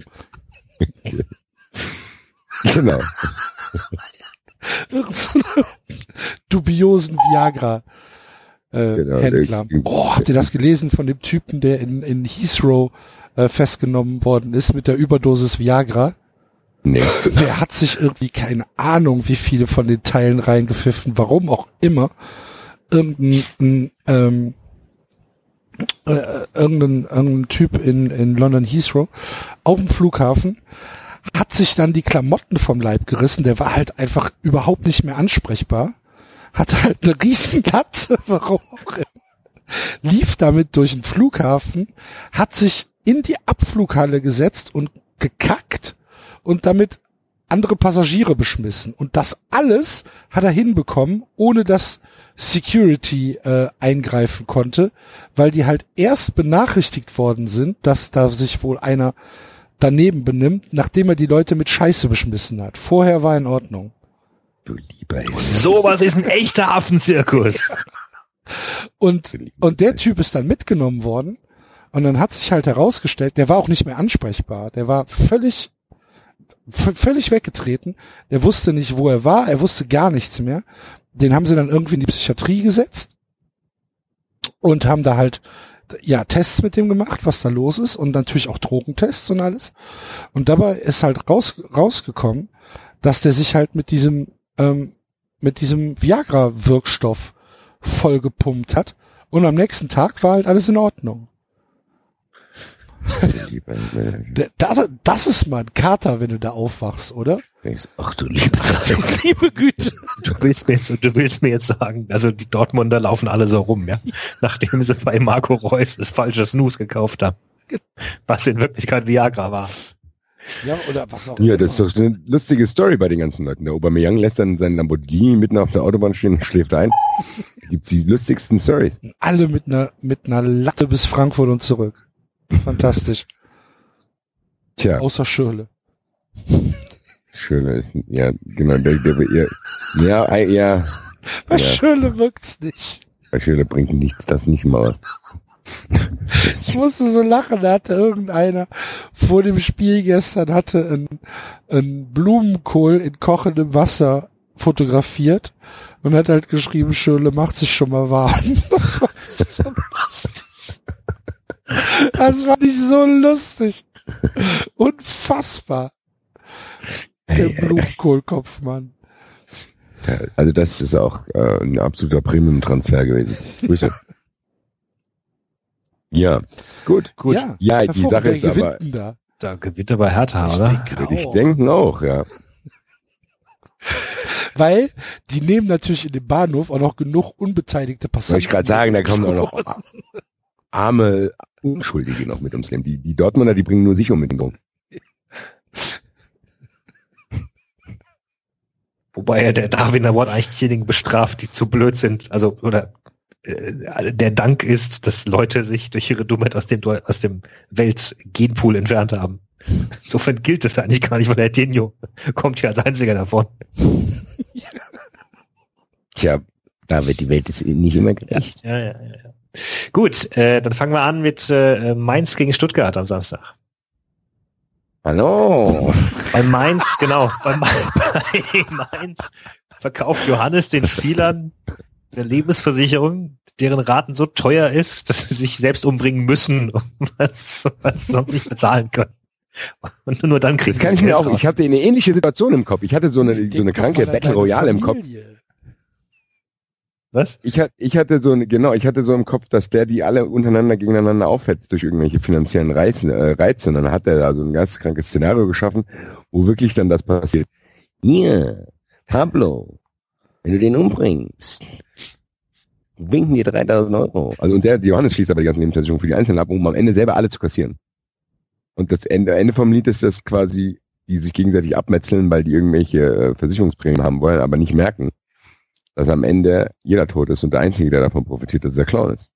Genau. Irgend so eine dubiosen Viagra äh, Genau, Händler. der- Oh, habt ihr das gelesen von dem Typen, der in, in Heathrow äh, festgenommen worden ist mit der Überdosis Viagra? Nee. Der hat sich irgendwie, keine Ahnung, wie viele von den Teilen reingepfiffen, warum auch immer, irgendein, ein, ähm, äh, irgendein, irgendein Typ in, in London Heathrow auf dem Flughafen hat sich dann die Klamotten vom Leib gerissen, der war halt einfach überhaupt nicht mehr ansprechbar, hatte halt eine Riesenlatte, warum auch immer, lief damit durch den Flughafen, hat sich in die Abflughalle gesetzt und gekackt und damit andere Passagiere beschmissen. Und das alles hat er hinbekommen, ohne dass Security äh, eingreifen konnte, weil die halt erst benachrichtigt worden sind, dass da sich wohl einer daneben benimmt, nachdem er die Leute mit Scheiße beschmissen hat. Vorher war in Ordnung. Du lieber Sowas ist ein echter Affenzirkus. Und, und der Typ ist dann mitgenommen worden und dann hat sich halt herausgestellt, der war auch nicht mehr ansprechbar. Der war völlig v- völlig weggetreten. Der wusste nicht, wo er war. Er wusste gar nichts mehr. Den haben sie dann irgendwie in die Psychiatrie gesetzt und haben da halt ja Tests mit dem gemacht, was da los ist und natürlich auch Drogentests und alles. Und dabei ist halt raus, rausgekommen, dass der sich halt mit diesem ähm, mit diesem Viagra-Wirkstoff vollgepumpt hat und am nächsten Tag war halt alles in Ordnung. Der- Das, das ist mal ein Kater, wenn du da aufwachst, oder? Ach du liebe Zeit. Liebe Güte. Du willst mir jetzt, du willst mir jetzt sagen, also die Dortmunder laufen alle so rum, ja? Nachdem sie bei Marco Reus das falsche Snooze gekauft haben. Was in Wirklichkeit Viagra war. Ja, oder was auch Ja, immer. das ist doch eine lustige Story bei den ganzen Leuten. Der Aubameyang lässt dann seinen Lamborghini mitten auf der Autobahn stehen und schläft ein. Gibt's die lustigsten Stories. Alle mit einer mit einer Latte bis Frankfurt und zurück. Fantastisch. Tja, Außer Schirle. schöner ist, ja, genau, der, der, der ja, ja, ja, Bei Ja. Schirle wirkt's nicht. bei Schöner bringt nichts, das nicht mal was. Ich musste so lachen, da hatte irgendeiner vor dem Spiel gestern hatte ein, ein Blumenkohl in kochendem Wasser fotografiert und hat halt geschrieben, Schirle macht sich schon mal warm. Das fand ich so lustig. Das fand ich so lustig. Unfassbar. Der Blumenkohlkopfmann. Ja, also das ist auch äh, ein absoluter Premium-Transfer gewesen. Grüße. Ja, gut, gut. Ja, Ja, die hervorragend. Sache Wer ist aber, gewinnt denn da? Da gewinnt er bei Hertha, oder? denke ich auch. denke auch, ja. Weil die nehmen natürlich in dem Bahnhof auch noch genug unbeteiligte Passanten. Wollte ich gerade sagen, da kommen auch noch arme Unschuldige noch mit ums Leben. Die, die Dortmunder, die bringen nur sich um mit dem Drum. Wobei ja der Darwin Award eigentlich diejenigen bestraft, die zu blöd sind. Also, oder äh, der Dank ist, dass Leute sich durch ihre Dummheit aus dem aus dem Weltgenpool entfernt haben. Insofern gilt das eigentlich gar nicht, weil der Dinho kommt ja als einziger davon. Tja, David, die Welt ist nicht immer gerecht. Ja, ja, ja, ja. Gut, äh, dann fangen wir an mit äh, Mainz gegen Stuttgart am Samstag. Hallo. Bei Mainz, genau, bei, Ma- bei Mainz verkauft Johannes den Spielern eine Lebensversicherung, deren Raten so teuer ist, dass sie sich selbst umbringen müssen, weil sie sonst nicht bezahlen können. Und nur dann kriegst du das. Kann ich mir auch. Raus. Ich hatte eine ähnliche Situation im Kopf. Ich hatte so eine so eine kranke Battle Royale im Kopf. Was? Ich hatte ich hatte so eine, genau, ich hatte so im Kopf, dass der die alle untereinander gegeneinander aufhetzt durch irgendwelche finanziellen Reize, äh, Reize. Und dann hat er da so ein ganz krankes Szenario geschaffen, wo wirklich dann das passiert. Hier, Pablo, wenn du den umbringst, winken dir dreitausend Euro. Also und der Johannes schließt aber die ganzen Lebensversicherungen für die Einzelnen ab, um am Ende selber alle zu kassieren. Und das Ende, Ende vom Lied ist das quasi, die sich gegenseitig abmetzeln, weil die irgendwelche äh, Versicherungsprämien haben wollen, aber nicht merken, dass am Ende jeder tot ist und der Einzige, der davon profitiert, dass der Clown ist.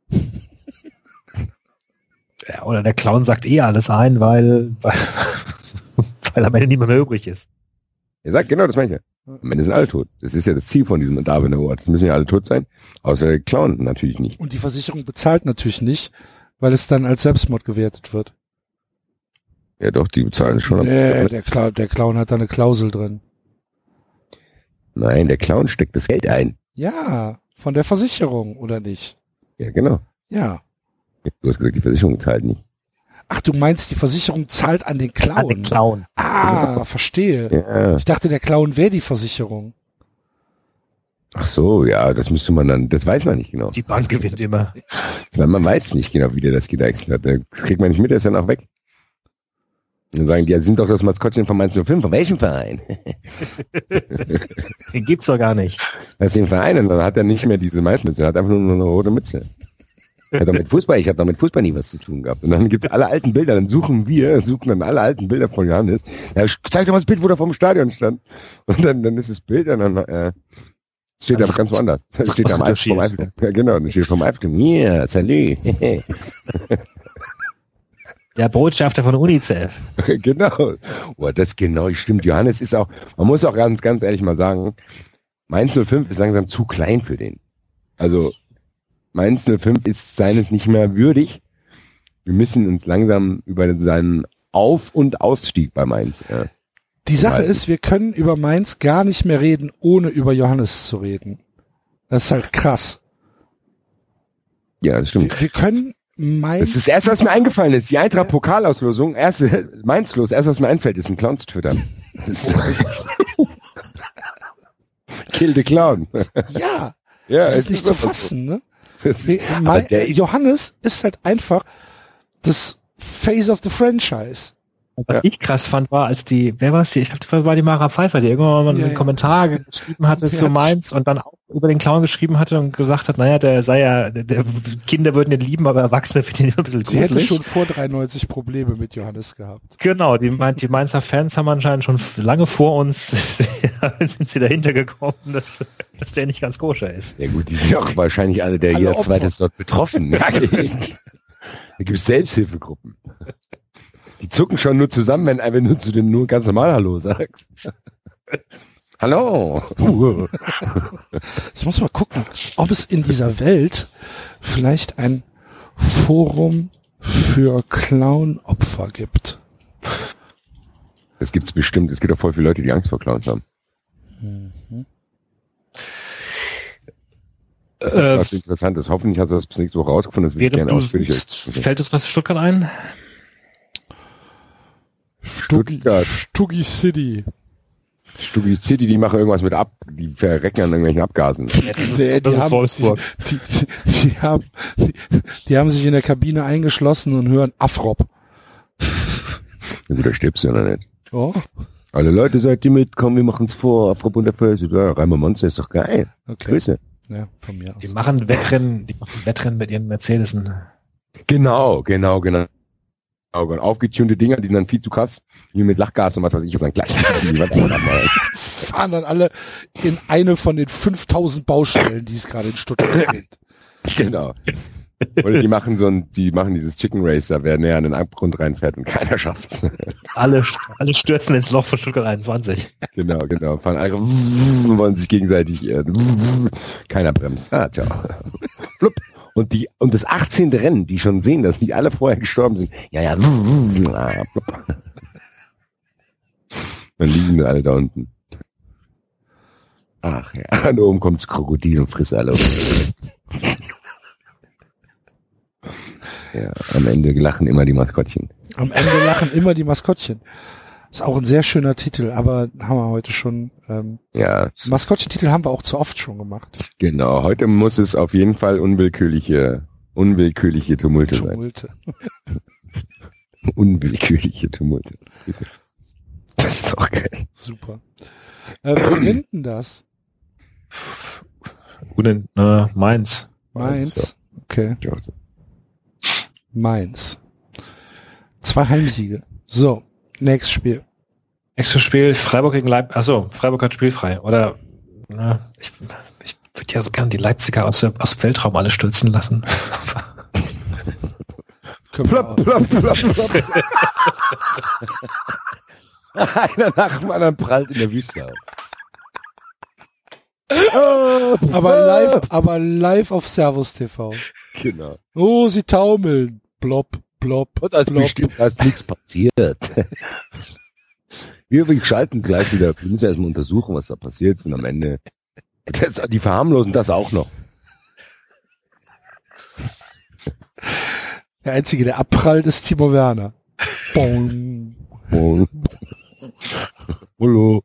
Ja, oder der Clown sagt eh alles ein, weil, weil, weil am Ende niemand mehr übrig ist. Er sagt, genau, das meine ich ja. Am Ende sind alle tot. Das ist ja das Ziel von diesem Darwin Award. Es müssen ja alle tot sein, außer der Clown natürlich nicht. Und die Versicherung bezahlt natürlich nicht, weil es dann als Selbstmord gewertet wird. Ja doch, die bezahlen schon. Nee, der, Clown, der Clown hat da eine Klausel drin. Nein, der Clown steckt das Geld ein. Ja, von der Versicherung, oder nicht? Ja, genau. Ja. Du hast gesagt, die Versicherung zahlt nicht. Ach, du meinst, die Versicherung zahlt an den Clown? An den Clown. Ah, ja. Verstehe. Ja. Ich dachte, der Clown wäre die Versicherung. Ach so, ja, das müsste man dann, das weiß man nicht genau. Die Bank gewinnt immer. Weil man weiß nicht genau, wie der das gedeichselt hat. Das kriegt man nicht mit, der ist dann auch weg. Und dann sagen die, ja, sind doch das Maskottchen von Mainz null fünf. Von welchem Verein? Den gibt's doch gar nicht. Das ist den Verein, und dann hat er nicht mehr diese Maismütze, er hat einfach nur eine rote Mütze. Er hat doch mit Fußball, ich habe doch mit Fußball nie was zu tun gehabt. Und dann gibt's alle alten Bilder, dann suchen wir, suchen dann alle alten Bilder von Johannes. Ja, zeig doch mal das Bild, wo der vom Stadion stand. Und dann, dann ist das Bild, und dann äh, steht er aber ganz woanders. Das steht am Eifel, vom Eifel. Ja, genau, dann steht vom Eifel. Ja, salut. Der Botschafter von UNICEF. Genau. Oh, das genau, stimmt. Johannes ist auch, man muss auch ganz, ganz ehrlich mal sagen, Mainz null fünf ist langsam zu klein für den. Also, Mainz null fünf ist seines nicht mehr würdig. Wir müssen uns langsam über seinen Auf- und Ausstieg bei Mainz. Ja. Die Sache ist, wir können über Mainz gar nicht mehr reden, ohne über Johannes zu reden. Das ist halt krass. Ja, das stimmt. Wir, wir können Mainz... Das ist das erste, was mir eingefallen ist. Die Eintracht-Pokalauslosung, erste, Mainz los, erst was mir einfällt, ist ein Clown zu twittern. Kill the Clown. Ja, ja, das ist nicht zu fassen, ne? Das, nee, mein, Johannes ist halt einfach das Face of the Franchise. Was ja. ich krass fand, war, als die, wer war es die, ich glaube, das war die Mara Pfeiffer, die irgendwann mal ja, einen ja. Kommentar geschrieben hatte ja. zu Mainz und dann auch über den Clown geschrieben hatte und gesagt hat, naja, der sei ja, der, der Kinder würden ihn lieben, aber Erwachsene finden ihn ein bisschen gruselig. Sie hätte schon vor dreiundneunzig Probleme mit Johannes gehabt. Genau, die, meint, die Mainzer Fans haben anscheinend schon lange vor uns, sind sie dahinter gekommen, dass, dass der nicht ganz koscher ist. Ja gut, die sind auch wahrscheinlich alle, der jeder zweite ist dort betroffen. Da gibt es Selbsthilfegruppen. Die zucken schon nur zusammen, wenn, wenn du zu dem nur ganz normal Hallo sagst. Hallo. Jetzt muss man gucken, ob es in dieser Welt vielleicht ein Forum für Clown-Opfer gibt. Das gibt's bestimmt. Es gibt auch voll viele Leute, die Angst vor Clowns haben. Mhm. Das ist äh, was Interessantes. Hoffentlich hast du das bis nächste Woche rausgefunden. Das während du siehst, fällt uns was Stuttgart ein? Stuttgart. Stuggy City. Stuggy City, die machen irgendwas mit ab, die verrecken an irgendwelchen Abgasen. Ja, die, die, die, haben, die, die, die, haben, die, die haben sich in der Kabine eingeschlossen und hören Afrop. Ja gut, da stirbst du ja noch nicht. Oh. Alle Leute, seid ihr mit, komm, wir machen's vor, Afrop und der Pölse. Ja, Reimer Monster ist doch geil. Okay. Grüße. Ja, von mir aus. Die machen Wettrennen, die machen Wettrennen mit ihren Mercedesen. Genau, genau, genau. Aufgetunte Dinger, die sind dann viel zu krass, wie mit Lachgas und was weiß ich, was dann gleich fahren dann alle in eine von den fünftausend Baustellen, die es gerade in Stuttgart gibt. Genau. Oder die machen so ein, die machen dieses Chicken Race, da wer näher an den Abgrund reinfährt und keiner schafft's. Alle, alle stürzen ins Loch von Stuttgart einundzwanzig. Genau, genau. Fahren alle und wollen sich gegenseitig, äh, keiner bremst. Ah, ciao. Flupp. Und die, und das achtzehnte Rennen, die schon sehen, dass die alle vorher gestorben sind. Ja, ja. Dann liegen wir alle da unten. Ach ja, und oben kommt das Krokodil und frisst alle. Ja, am Ende lachen immer die Maskottchen. Am Ende lachen immer die Maskottchen. Ist auch ein sehr schöner Titel, aber haben wir heute schon. Ähm, Ja, Maskottchentitel haben wir auch zu oft schon gemacht. genau. Heute muss es auf jeden Fall unwillkürliche, unwillkürliche Tumulte sein. Tumulte. Unwillkürliche Tumulte. Das ist doch geil. Super. Äh, wer gewinnt denn das? Unen, äh, Mainz. Mainz. Okay. Ja. Mainz. Zwei Heimsiege. So, nächstes Spiel. Nächstes Spiel, Freiburg gegen Leipzig. Achso, Freiburg hat spielfrei. Oder na, ich, ich würde ja so gerne die Leipziger aus, der, aus dem Weltraum alle stürzen lassen. Können wir Plopp, plopp, plopp, plopp. Einer nach dem anderen prallt in der Wüste auf. aber live, aber live auf Servus T V. Genau. Oh, sie taumeln. Blob, blob, Und als blob. bestimmt, da ist nichts passiert. Wir, wir schalten gleich wieder. Wir müssen erstmal untersuchen, was da passiert ist. Und am Ende, das, die verharmlosen das auch noch. Der Einzige, der abprallt, ist Timo Werner. Bong. Oh. Hallo.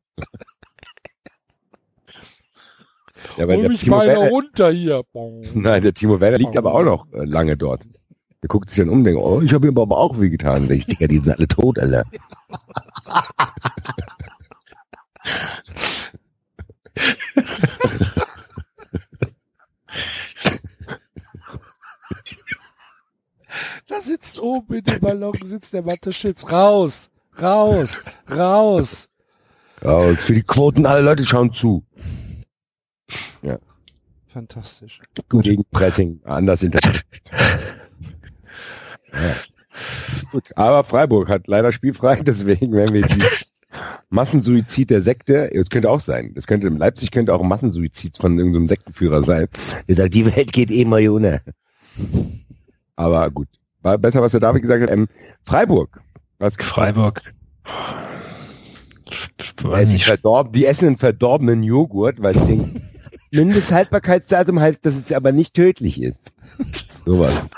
Ja, weil Hol der mich Timo mal Werner, runter hier. Bong. nein, der Timo Werner liegt aber auch noch äh, lange dort. Der guckt sich dann um und denkt, oh, ich habe ihm aber auch weh getan. Ich denke, die sind alle tot, Alter. Da sitzt oben in dem Ballon, sitzt der Mathe-Schitz. Raus, raus, raus. Ja, und für die Quoten, alle Leute schauen zu. Fantastisch. Gegen Pressing, anders Internet. Ja. Gut, aber Freiburg hat leider spielfrei, deswegen werden wir die Massensuizid der Sekte, das könnte auch sein, das könnte, Leipzig könnte auch ein Massensuizid von irgendeinem Sektenführer sein. Der sagt, die Welt geht eh mal ohne. Aber gut, war besser, was der David gesagt hat. Ähm, Freiburg. Was Freiburg. Die essen, verdorben, die essen einen verdorbenen Joghurt, weil sie denken, Mindesthaltbarkeitsdatum heißt, dass es aber nicht tödlich ist. Sowas.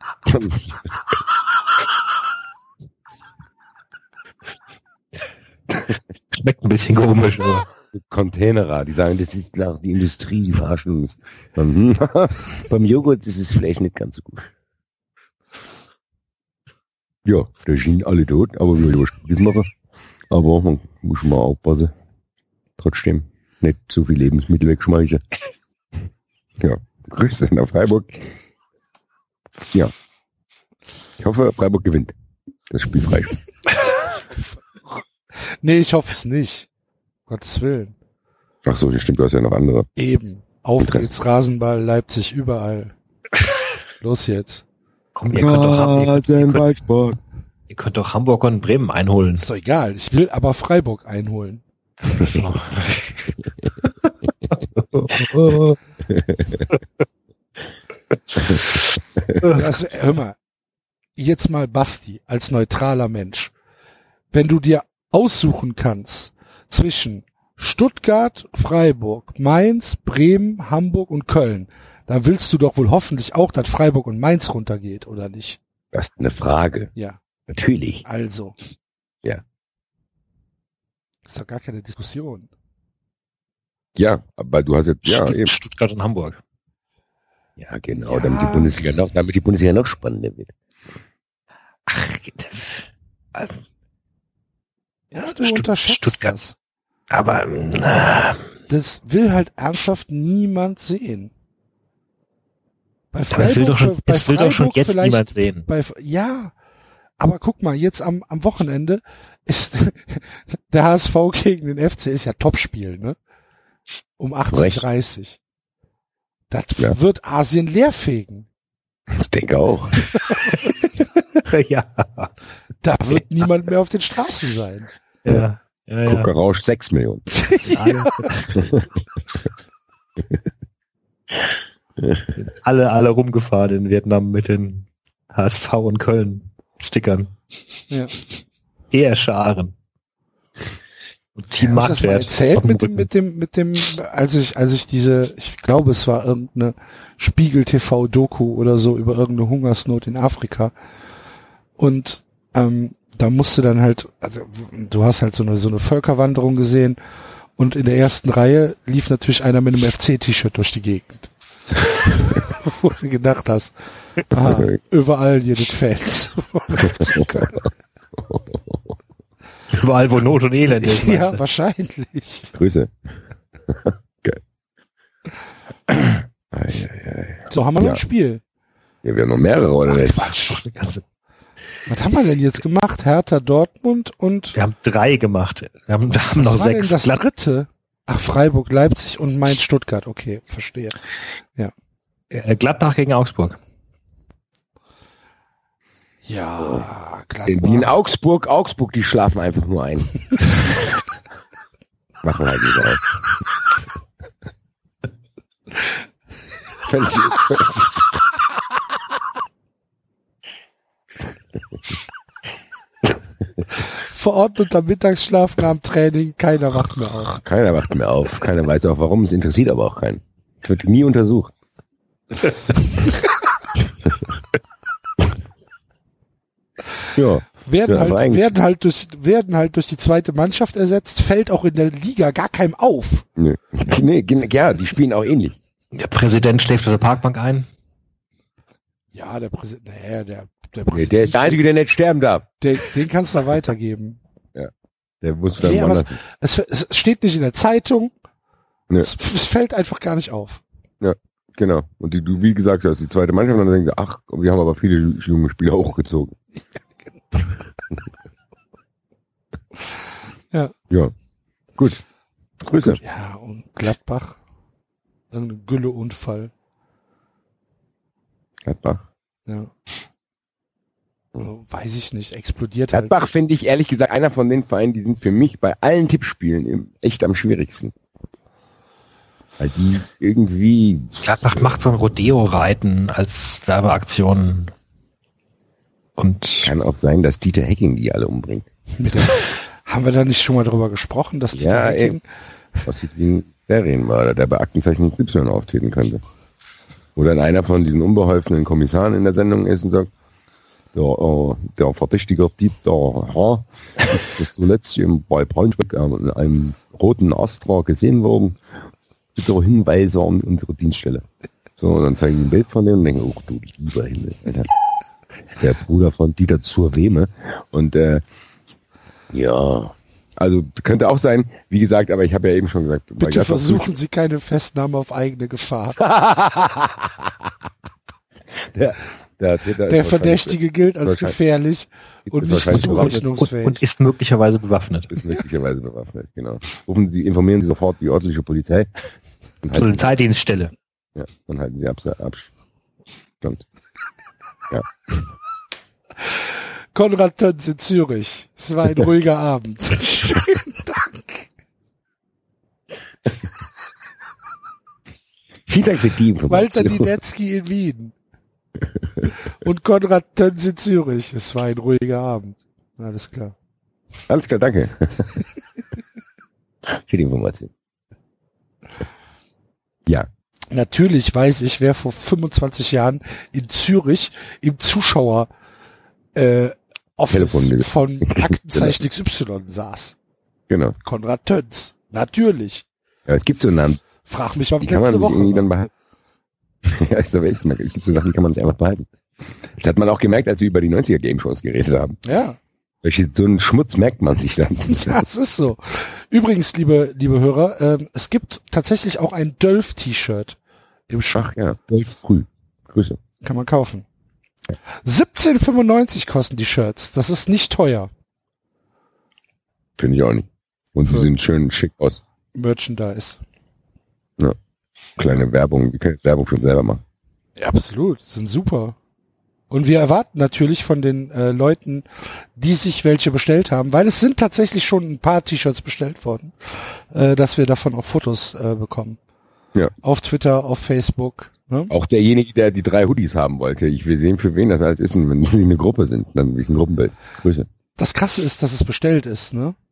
Schmeckt ein bisschen komisch, aber. Containerer, die sagen, das ist auch die Industrie, die verarschen uns. Beim Joghurt ist es vielleicht nicht ganz so gut. Ja, da sind alle tot, aber wir wollen was machen. Aber man muss mal aufpassen. Trotzdem nicht zu viel Lebensmittel wegschmeißen. Ja, Grüße nach Freiburg. Ja. Ich hoffe, Freiburg gewinnt. Das Spiel frei. Nee, ich hoffe es nicht. Gottes Willen. Ach so, das stimmt, du hast ja noch andere. Eben. Auf geht's, Rasenball, Leipzig, überall. Los jetzt. Komm, ihr könnt doch Hamburg, ihr könnt, Waldsport. ihr könnt doch Hamburg und Bremen einholen. Ist doch egal. Ich will aber Freiburg einholen. So. Das, hör mal. Jetzt mal Basti als neutraler Mensch. Wenn du dir aussuchen kannst zwischen Stuttgart, Freiburg, Mainz, Bremen, Hamburg und Köln, da willst du doch wohl hoffentlich auch, dass Freiburg und Mainz runtergeht, oder nicht? Das ist eine Frage. Ja. Natürlich. Also. Ja. Ist doch gar keine Diskussion. Ja, aber du hast jetzt, ja, Stutt- eben. Stuttgart und Hamburg. Ja, genau, Ja. damit die Bundesliga noch, damit die Bundesliga noch spannender wird. Ach, Ja, du Stutt- unterschätzt Stuttgart. das. aber na, Das will halt ernsthaft niemand sehen. Bei das will doch schon, bei das will doch schon Freiburg jetzt vielleicht- niemand sehen. Bei, ja, aber guck mal, jetzt am, am Wochenende ist der H S V gegen den F C ist ja Topspiel, ne? Um achtzehn Uhr dreißig. Das Ja. wird Asien leerfegen. Ich denke auch. ja. Da wird niemand mehr auf den Straßen sein. Ja. Ja, Guck, ja. Rausch sechs Millionen. alle, alle rumgefahren in Vietnam mit den H S V und Köln Stickern. Ja. Eher Scharen. Team Hab ich das mal Marktwert. erzählt mit dem, mit dem, mit dem, als ich, als ich diese, ich glaube, es war irgendeine Spiegel-T V-Doku oder so über irgendeine Hungersnot in Afrika. Und ähm, da musste dann halt, also du hast halt so eine so eine Völkerwanderung gesehen und in der ersten Reihe lief natürlich einer mit einem F C-T-Shirt durch die Gegend. Wo du gedacht hast, aha, überall hier die Fans. Überall, wo Not und Elend ist. Ja, meinst du? wahrscheinlich. Grüße. Geil. Ei, ei, ei. So, haben wir Ja. noch ein Spiel. Ja, wir haben noch mehrere, oder nicht? Quatsch. Doch, eine ganze- Was haben wir denn jetzt gemacht? Hertha, Dortmund und Wir haben drei gemacht. Wir haben, wir haben was noch war sechs. denn das Glatt, dritte? Ach, Freiburg, Leipzig und Mainz, Stuttgart. Okay, verstehe. äh, Gladbach gegen Augsburg. Ja, Die in Gladbach. Augsburg, Augsburg, die schlafen einfach nur ein. Machen halt nicht auf. Völlig- völlig- Verordneter Mittagsschlaf nach dem Training, keiner wacht mehr auf. Keiner wacht mehr auf. Keiner weiß auch warum. Es interessiert aber auch keinen. Es wird nie untersucht. Ja. Werden Ja, aber halt, eigentlich- werden halt durch, werden halt durch die zweite Mannschaft ersetzt, fällt auch in der Liga gar keinem auf. Nö. Nee, gen- ja, die spielen auch ähnlich. Der Präsident schläft auf der Parkbank ein. Ja, der Präsident, naja, der, der Nee, Präsident, der ist der Einzige, der nicht sterben darf. den, den kannst du da weitergeben. Der muss dann Nee, aber woanders. Es, es steht nicht in der Zeitung. Nö. Es, es fällt einfach gar nicht auf. Genau. Und die, du, wie gesagt hast, die zweite Mannschaft, und dann denken sie, ach, wir haben aber viele junge Spieler hochgezogen. Ja. Ja. Gut. Grüße. Ja, und Gladbach. Irgendein Gülleunfall. Gladbach. Ja. Also, weiß ich nicht, explodiert halt. Gladbach finde ich ehrlich gesagt einer von den Vereinen, die sind für mich bei allen Tippspielen im- echt am schwierigsten. Weil die irgendwie, Gladbach macht so ein Rodeo-Reiten als Werbeaktion. Und kann auch sein, dass Dieter Hecking die alle umbringt. Mit der, haben wir da nicht schon mal drüber gesprochen, dass die Ja, da eben. Was sieht wie ein Serienmörder, der bei Aktenzeichen Y auftreten könnte. Wo dann einer von diesen unbeholfenen Kommissaren in der Sendung ist und sagt, der, äh, der Verdächtige Dieter H. ist zuletzt im, bei Braunschweig äh, in einem roten Astra gesehen worden. Bitte Hinweise an unsere Dienststelle. So, und dann zeigen die ein Bild von dem und denken, oh du lieber Himmel, Alter. Der Bruder von Dieter zur Wehme. Und äh, ja, also könnte auch sein, wie gesagt, aber ich habe ja eben schon gesagt, bei Bitte Gladbach- versuchen Sie keine Festnahme auf eigene Gefahr. der, der, Täter Der ist Verdächtige gilt als wahrscheinlich- gefährlich und ist nicht wahrscheinlich und, zurechnungsfähig. und ist möglicherweise bewaffnet. ist möglicherweise bewaffnet, genau. Rufen Sie, informieren Sie sofort die örtliche Polizei. Und halten, Polizeidienststelle. ja, dann halten Sie Abs- Abstand. Konrad Töns in Zürich. Es war ein ruhiger Abend. Schönen Dank. Vielen Dank für die Walter Information. Niedetzky in Wien. Und Konrad Töns in Zürich. Es war ein ruhiger Abend. Alles klar. Alles klar, danke. Für die Information. Ja. Natürlich weiß ich, wer vor fünfundzwanzig Jahren in Zürich im Zuschauer äh, Office Telefon- von Aktenzeichen X Y saß. Genau. Konrad Töns. Natürlich. Ja, es gibt so Namen, Frag mich, was die kann man letzte sich irgendwie Woche dann war. behalten. Ja, ist aber echt, es gibt so Sachen, die kann man sich einfach behalten. Das hat man auch gemerkt, als wir über die neunziger Game Shows geredet haben. Ja. Welche, so einen Schmutz merkt man sich dann. Ja, es ist so. Übrigens, liebe, liebe Hörer, ähm, es gibt tatsächlich auch ein Dölf-T-Shirt im Schach. Ach ja, Dolph früh. Grüße. Kann man kaufen. siebzehn fünfundneunzig kosten die Shirts. Das ist nicht teuer. Finde ich auch nicht. Und die Für- sehen schön schick aus. Merchandise. Kleine Werbung, wir können jetzt Werbung für uns selber machen. Ja, absolut. Sind super. Und wir erwarten natürlich von den äh, Leuten, die sich welche bestellt haben, weil es sind tatsächlich schon ein paar T-Shirts bestellt worden, äh, dass wir davon auch Fotos äh, bekommen. Ja. Auf Twitter, auf Facebook. Ne? Auch derjenige, der die drei Hoodies haben wollte. Ich will sehen, für wen das alles ist. Und wenn sie eine Gruppe sind, dann will ich ein Gruppenbild. Grüße. Das Krasse ist, dass es bestellt ist, ne?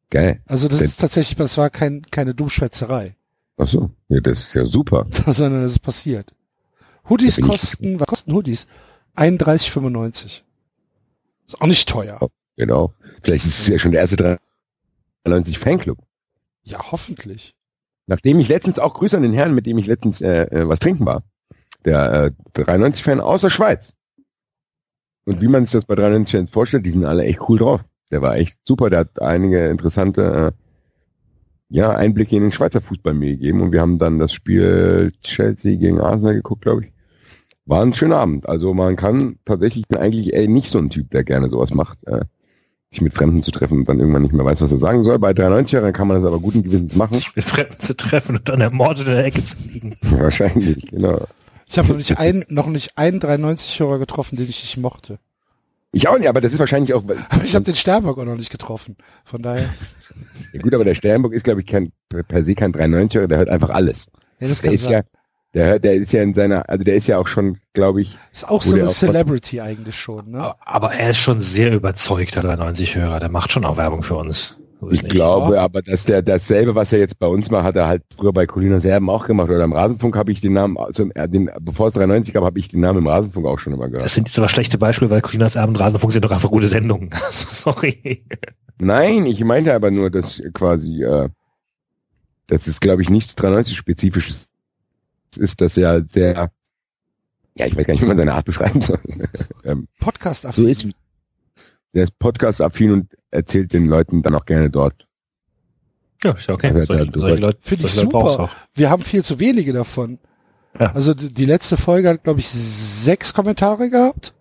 Geil. Also das Das- ist tatsächlich, das war kein, keine Dummschwätzerei, Ach so, ja, das ist ja super. sondern das ist passiert. Hoodies Da bin ich- kosten, was kosten Hoodies? einunddreißig fünfundneunzig. Ist auch nicht teuer. Genau. Vielleicht ist es ja schon der erste dreiundneunzig Fanclub. Ja, hoffentlich. Nachdem ich letztens auch Grüße an den Herrn, mit dem ich letztens äh, äh, was trinken war. Der äh, dreiundneunzig-Fan aus der Schweiz. Und wie man sich das bei dreiundneunzig-Fans vorstellt, die sind alle echt cool drauf. Der war echt super, der hat einige interessante äh, ja, Einblicke in den Schweizer Fußball mir gegeben und wir haben dann das Spiel Chelsea gegen Arsenal geguckt, glaube ich. War ein schöner Abend. Also man kann tatsächlich, ich bin eigentlich ey, nicht so ein Typ, der gerne sowas macht, äh, sich mit Fremden zu treffen und dann irgendwann nicht mehr weiß, was er sagen soll. Bei dreiundneunzig-Jährigen kann man das aber guten Gewissens machen. Sich mit Fremden zu treffen und dann ermordet in der Ecke zu liegen. Wahrscheinlich, genau. Ich habe noch nicht einen, noch nicht einen dreiundneunzig-Hörer getroffen, den ich nicht mochte. Ich auch nicht, aber das ist wahrscheinlich auch... Aber ich habe den Sternberg auch noch nicht getroffen. Von daher. Ja gut, aber der Sternburg ist, glaube ich, kein, per se kein dreiundneunziger, der hört einfach alles. Ja, das Der kann ist sein. ja, der hört, der ist ja in seiner, also der ist ja auch schon, glaube ich, Ist auch so Wo der eine auch- Celebrity eigentlich schon, ne? Aber er ist schon sehr überzeugter dreiundneunzig-Hörer. Der macht schon auch Werbung für uns. So ist ich nicht. glaube, Ja. aber dass der dasselbe, was er jetzt bei uns macht, hat er halt früher bei Colinas Erben auch gemacht oder im Rasenfunk habe ich den Namen, also äh, den, bevor es dreiundneunzig gab, habe ich den Namen im Rasenfunk auch schon immer Das gehört. sind jetzt aber schlechte Beispiele, weil Colinas Abend und Rasenfunk sind doch einfach gute Sendungen. Also, sorry. Nein, ich meinte aber nur, dass quasi, äh, das ist, glaube ich, nichts dreiundneunzig-spezifisches ist, dass er sehr, ja, ich weiß gar nicht, wie man seine Art beschreiben soll. ähm, Podcast so ist, der ist Podcast-affin und erzählt den Leuten dann auch gerne dort. Ja, ist ja okay. Also, solche, da- solche Leute, Finde ich solche Leute brauchst du super. auch. Wir haben viel zu wenige davon. Ja. Also die, die letzte Folge hat, glaube ich, sechs Kommentare gehabt.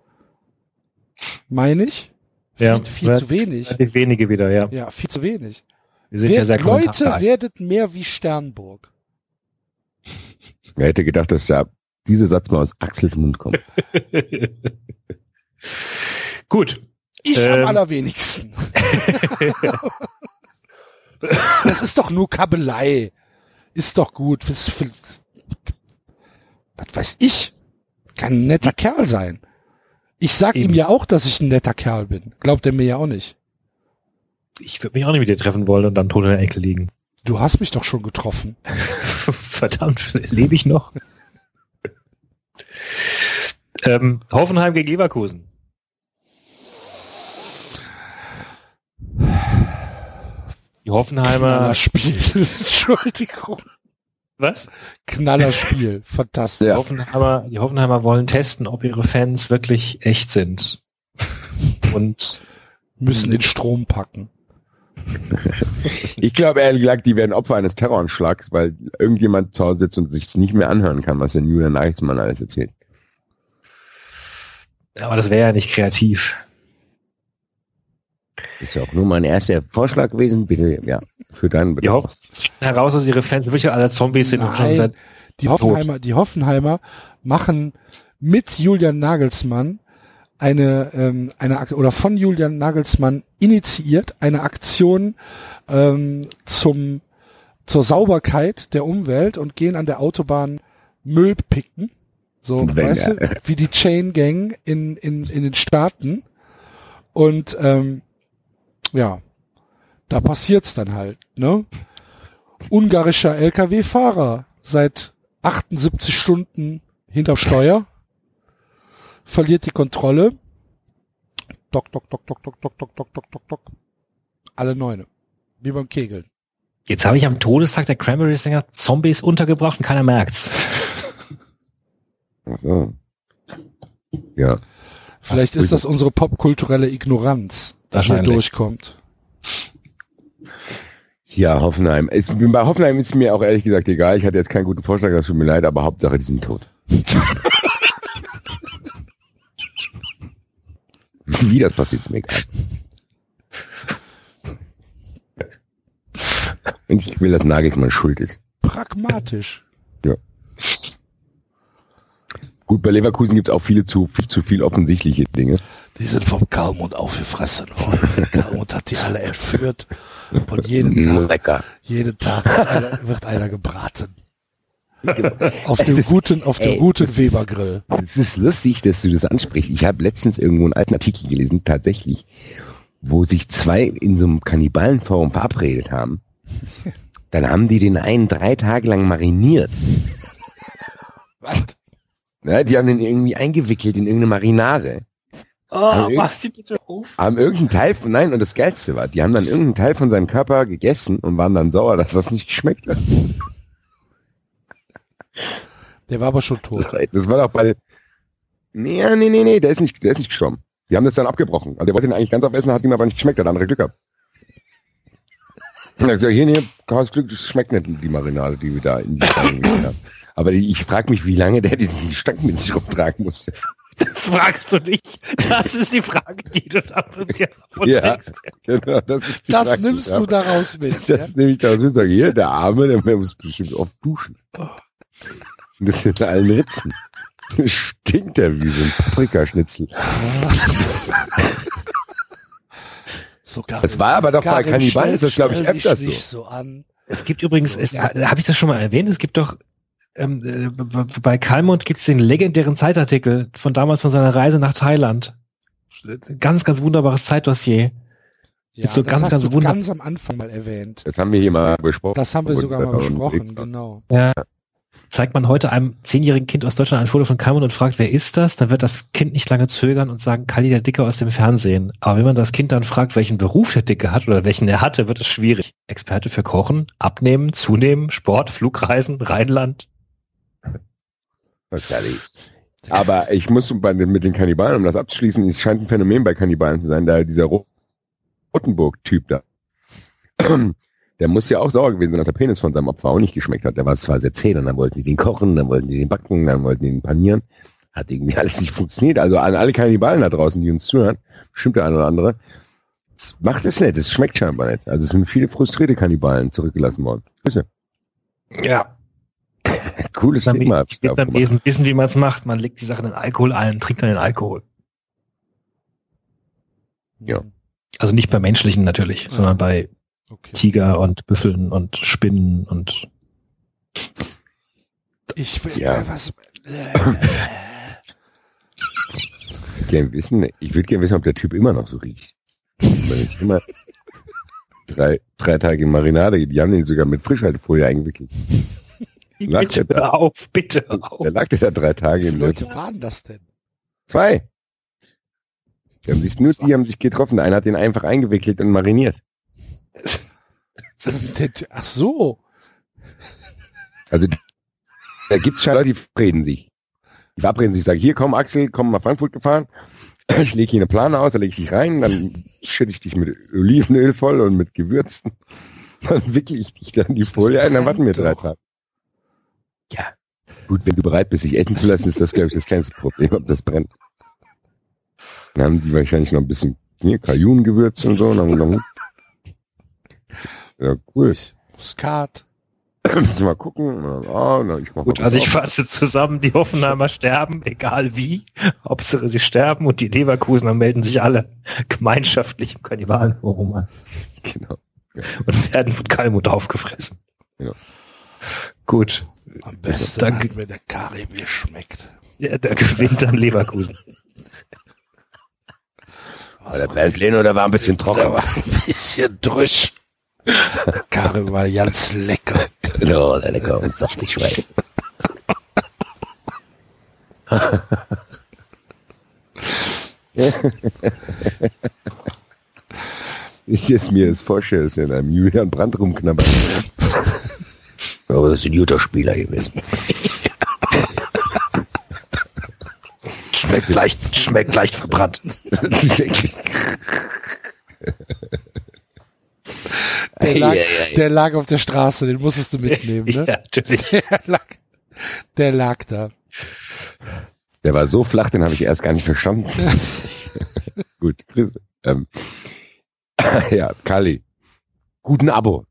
Meine ich. Ja, Viel, viel zu wenig. Die wenige wieder, ja. Ja, viel zu wenig. Wir sind Wer, ja sehr Leute, kommentarreich. werdet mehr wie Sternburg. Wer hätte gedacht, dass da dieser Satz mal aus Axels Mund kommt. Gut. Ich Ähm. am allerwenigsten. Das ist doch nur Kabelei. Ist doch gut. Was, für- was weiß ich? Kann ein netter Kerl sein. Ich sag Eben. ihm ja auch, dass ich ein netter Kerl bin. Glaubt er mir ja auch nicht. Ich würde mich auch nicht mit dir treffen wollen und dann tot in der Ecke liegen. Du hast mich doch schon getroffen. Verdammt, lebe ich noch? ähm, Hoffenheim gegen Leverkusen. Die Hoffenheimer... Knallerspiel. Entschuldigung. Was? Knallerspiel. Fantastisch. Die Ja. Hoffenheimer, die Hoffenheimer wollen testen, ob ihre Fans wirklich echt sind. Und Müssen den Strom packen. Ich glaube ehrlich gesagt, die werden Opfer eines Terroranschlags, weil irgendjemand zu Hause sitzt und sich nicht mehr anhören kann, was der Julian Nagelsmann alles erzählt. aber das wäre ja nicht kreativ. Ist ja auch nur mein erster Vorschlag gewesen, bitte, ja, für deinen Die Bedarf. Hoff heraus, dass ihre Fans wirklich alle Zombies sind und schon Nein, seit die Hoffenheimer, die Hoffenheimer machen mit Julian Nagelsmann eine, ähm, eine Ak- oder von Julian Nagelsmann initiiert eine Aktion ähm, zum zur Sauberkeit der Umwelt und gehen an der Autobahn Müll picken. So, Wenn weißt er- du, wie die Chain Gang in, in, in den Staaten. Und ähm, ja, da passiert's dann halt, ne? Ungarischer L K W-Fahrer seit achtundsiebzig Stunden hinterm Steuer, verliert die Kontrolle. Dock, dock, dock, dock, dock, dock, dock, dock, dock, dock, dock. Alle Neune. Wie beim Kegeln. Jetzt habe ich am Todestag der Cranberry Singer Zombies untergebracht und keiner merkt's. Ach so. Ja. Vielleicht ist das unsere popkulturelle Ignoranz, die hier Wahrscheinlich. durchkommt. Ja, Hoffenheim. Es, bei Hoffenheim ist mir auch ehrlich gesagt egal. Ich hatte jetzt keinen guten Vorschlag, das tut mir leid, aber Hauptsache, die sind tot. Wie das passiert, ist mir egal. Und ich will, dass Nagelsmann schuld ist. Pragmatisch. Gut, bei Leverkusen gibt es auch viele zu, viel zu viel offensichtliche Dinge. Die sind vom Kalmund aufgefressen worden. Der Kalmund hat die alle entführt. Und jeden Tag, Lecker. jeden Tag wird einer, wird einer gebraten. Auf dem guten, auf dem Ey, guten Weber-Grill. Es ist lustig, dass du das ansprichst. Ich habe letztens irgendwo einen alten Artikel gelesen, tatsächlich. wo sich zwei in so einem Kannibalenforum verabredet haben. Dann haben die den einen drei Tage lang mariniert. Was? Ja, die haben den irgendwie eingewickelt in irgendeine Marinade. Oh, mach sie bitte auf. Haben irgendeinen Teil von, nein, und das Geilste war, die haben dann irgendeinen Teil von seinem Körper gegessen und waren dann sauer, dass das nicht geschmeckt hat. Der war aber schon tot. Das war doch bei, nee, nee, nee, nee, der ist nicht, der ist nicht gestorben. Die haben das dann abgebrochen. Also der wollte ihn eigentlich ganz aufessen, hat ihm aber nicht geschmeckt, hat andere Glück gehabt. Und er hat gesagt, hier, nee, hast Glück, das schmeckt nicht, die Marinade, die wir da in die Stangen gelegt haben. Aber ich frage mich, wie lange der diesen Stank mit sich rumtragen musste. Das fragst du nicht. Das ist die Frage, die du da von dir ja, genau, das ist die Das Frage, nimmst ja. du daraus mit. Das Ja? nehme ich daraus mit und sage, hier, der Arme, der muss bestimmt oft duschen. Und das sind allen Ritzen. Stinkt der wie so ein Paprikaschnitzel. Sogar Das war aber doch bei Kannibalen, ist das glaube ich öfters so. nicht so an. Es gibt übrigens, es, ja, habe ich das schon mal erwähnt, es gibt doch ähm, äh, bei Kalmund gibt es den legendären Zeitartikel von damals von seiner Reise nach Thailand. Ganz, ganz wunderbares Zeitdossier. Ja, so das ganz, hast ganz du wunder- ganz am Anfang mal erwähnt. Das haben wir hier mal besprochen. Das haben wir sogar mal Und- besprochen, und- genau. Ja. Zeigt man heute einem zehnjährigen Kind aus Deutschland ein Foto von Kalmund und fragt, wer ist das? Dann wird das Kind nicht lange zögern und sagen, Kalli der Dicke aus dem Fernsehen. Aber wenn man das Kind dann fragt, welchen Beruf der Dicke hat oder welchen er hatte, wird es schwierig. Experte für Kochen, Abnehmen, Zunehmen, Sport, Flugreisen, Rheinland. Okay. Aber ich muss bei den, mit den Kannibalen, um das abzuschließen, es scheint ein Phänomen bei Kannibalen zu sein, da dieser Rotenburg-Typ da, der muss ja auch sauer gewesen sein, dass der Penis von seinem Opfer auch nicht geschmeckt hat. Der war zwar sehr zäh, und dann wollten die den kochen, dann wollten die den backen, dann wollten die den panieren. Hat irgendwie alles nicht funktioniert. Also an alle Kannibalen da draußen, die uns zuhören, bestimmt der eine oder andere, das macht es nicht, es schmeckt scheinbar nicht. Also es sind viele frustrierte Kannibalen zurückgelassen worden. Grüße. Ja. Cooles Dann Thema. ich will beim Lesen wissen, wie man es macht. Man legt die Sachen in Alkohol ein und trinkt dann den Alkohol. Ja. Also nicht bei menschlichen natürlich, Ja. sondern bei Okay. Tiger und Büffeln und Spinnen und Ich will Ja. äh, was. Ich gerne wissen, ich würde gerne wissen, ob der Typ immer noch so riecht. Weil es immer drei, drei Tage Marinade, die haben den sogar mit Frischhaltefolie eingewickelt. Lag der, bitte da, hör auf, bitte hör auf. der lag der da drei Tage Wie im viele Leute Löwen. waren das denn? Zwei. Die haben sich nur, die haben sich getroffen. Der eine hat den einfach eingewickelt und mariniert. Der- Ach so. Also da gibt's schon Leute, die verabreden sich. Die verabreden sich, sagen, hier komm Axel, komm nach Frankfurt gefahren. Ich lege hier eine Plane aus, da lege ich dich rein, dann schütte ich dich mit Olivenöl voll und mit Gewürzen. Dann wickle ich dich dann die Folie ein, dann warten wir drei Tage. Ja. Gut, wenn du bereit bist, dich essen zu lassen, ist das, glaube ich, das kleinste Problem, ob das brennt. Dann haben die wahrscheinlich noch ein bisschen hier, Cajun-Gewürz und so. Und dann, dann, ja, cool. Muskat. Müssen wir mal gucken. Und dann, oh, na, ich mach Gut, mal also ich auf. fasse zusammen, die Hoffenheimer sterben, egal wie. Hauptsache sie sterben und die Leverkusener melden sich alle gemeinschaftlich im Kannibalenforum an Genau. und werden von Kalmund aufgefressen. Ja. Gut. Am besten, Danke. an, wenn der Kari mir schmeckt. Ja, da gewinnt dann Leverkusen. Aber der Bernd Leno, der war ein bisschen trocken. Der war ein bisschen drüsch. Der Kari war ganz lecker. Oh, der lecker und saftig Schwein. Ich jetzt mir das vorstelle, dass er in einem Julian Brandt rumknabbert. Aber das ist ein guter Spieler gewesen. Schmeckt leicht, schmeckt leicht verbrannt. Der lag, Ei, ei, ei. der lag auf der Straße, den musstest du mitnehmen, ne? Ja, natürlich. Der lag, der lag da. Der war so flach, den habe ich erst gar nicht verstanden. Gut, Chris. Ähm, ja, Kali. Guten Abo.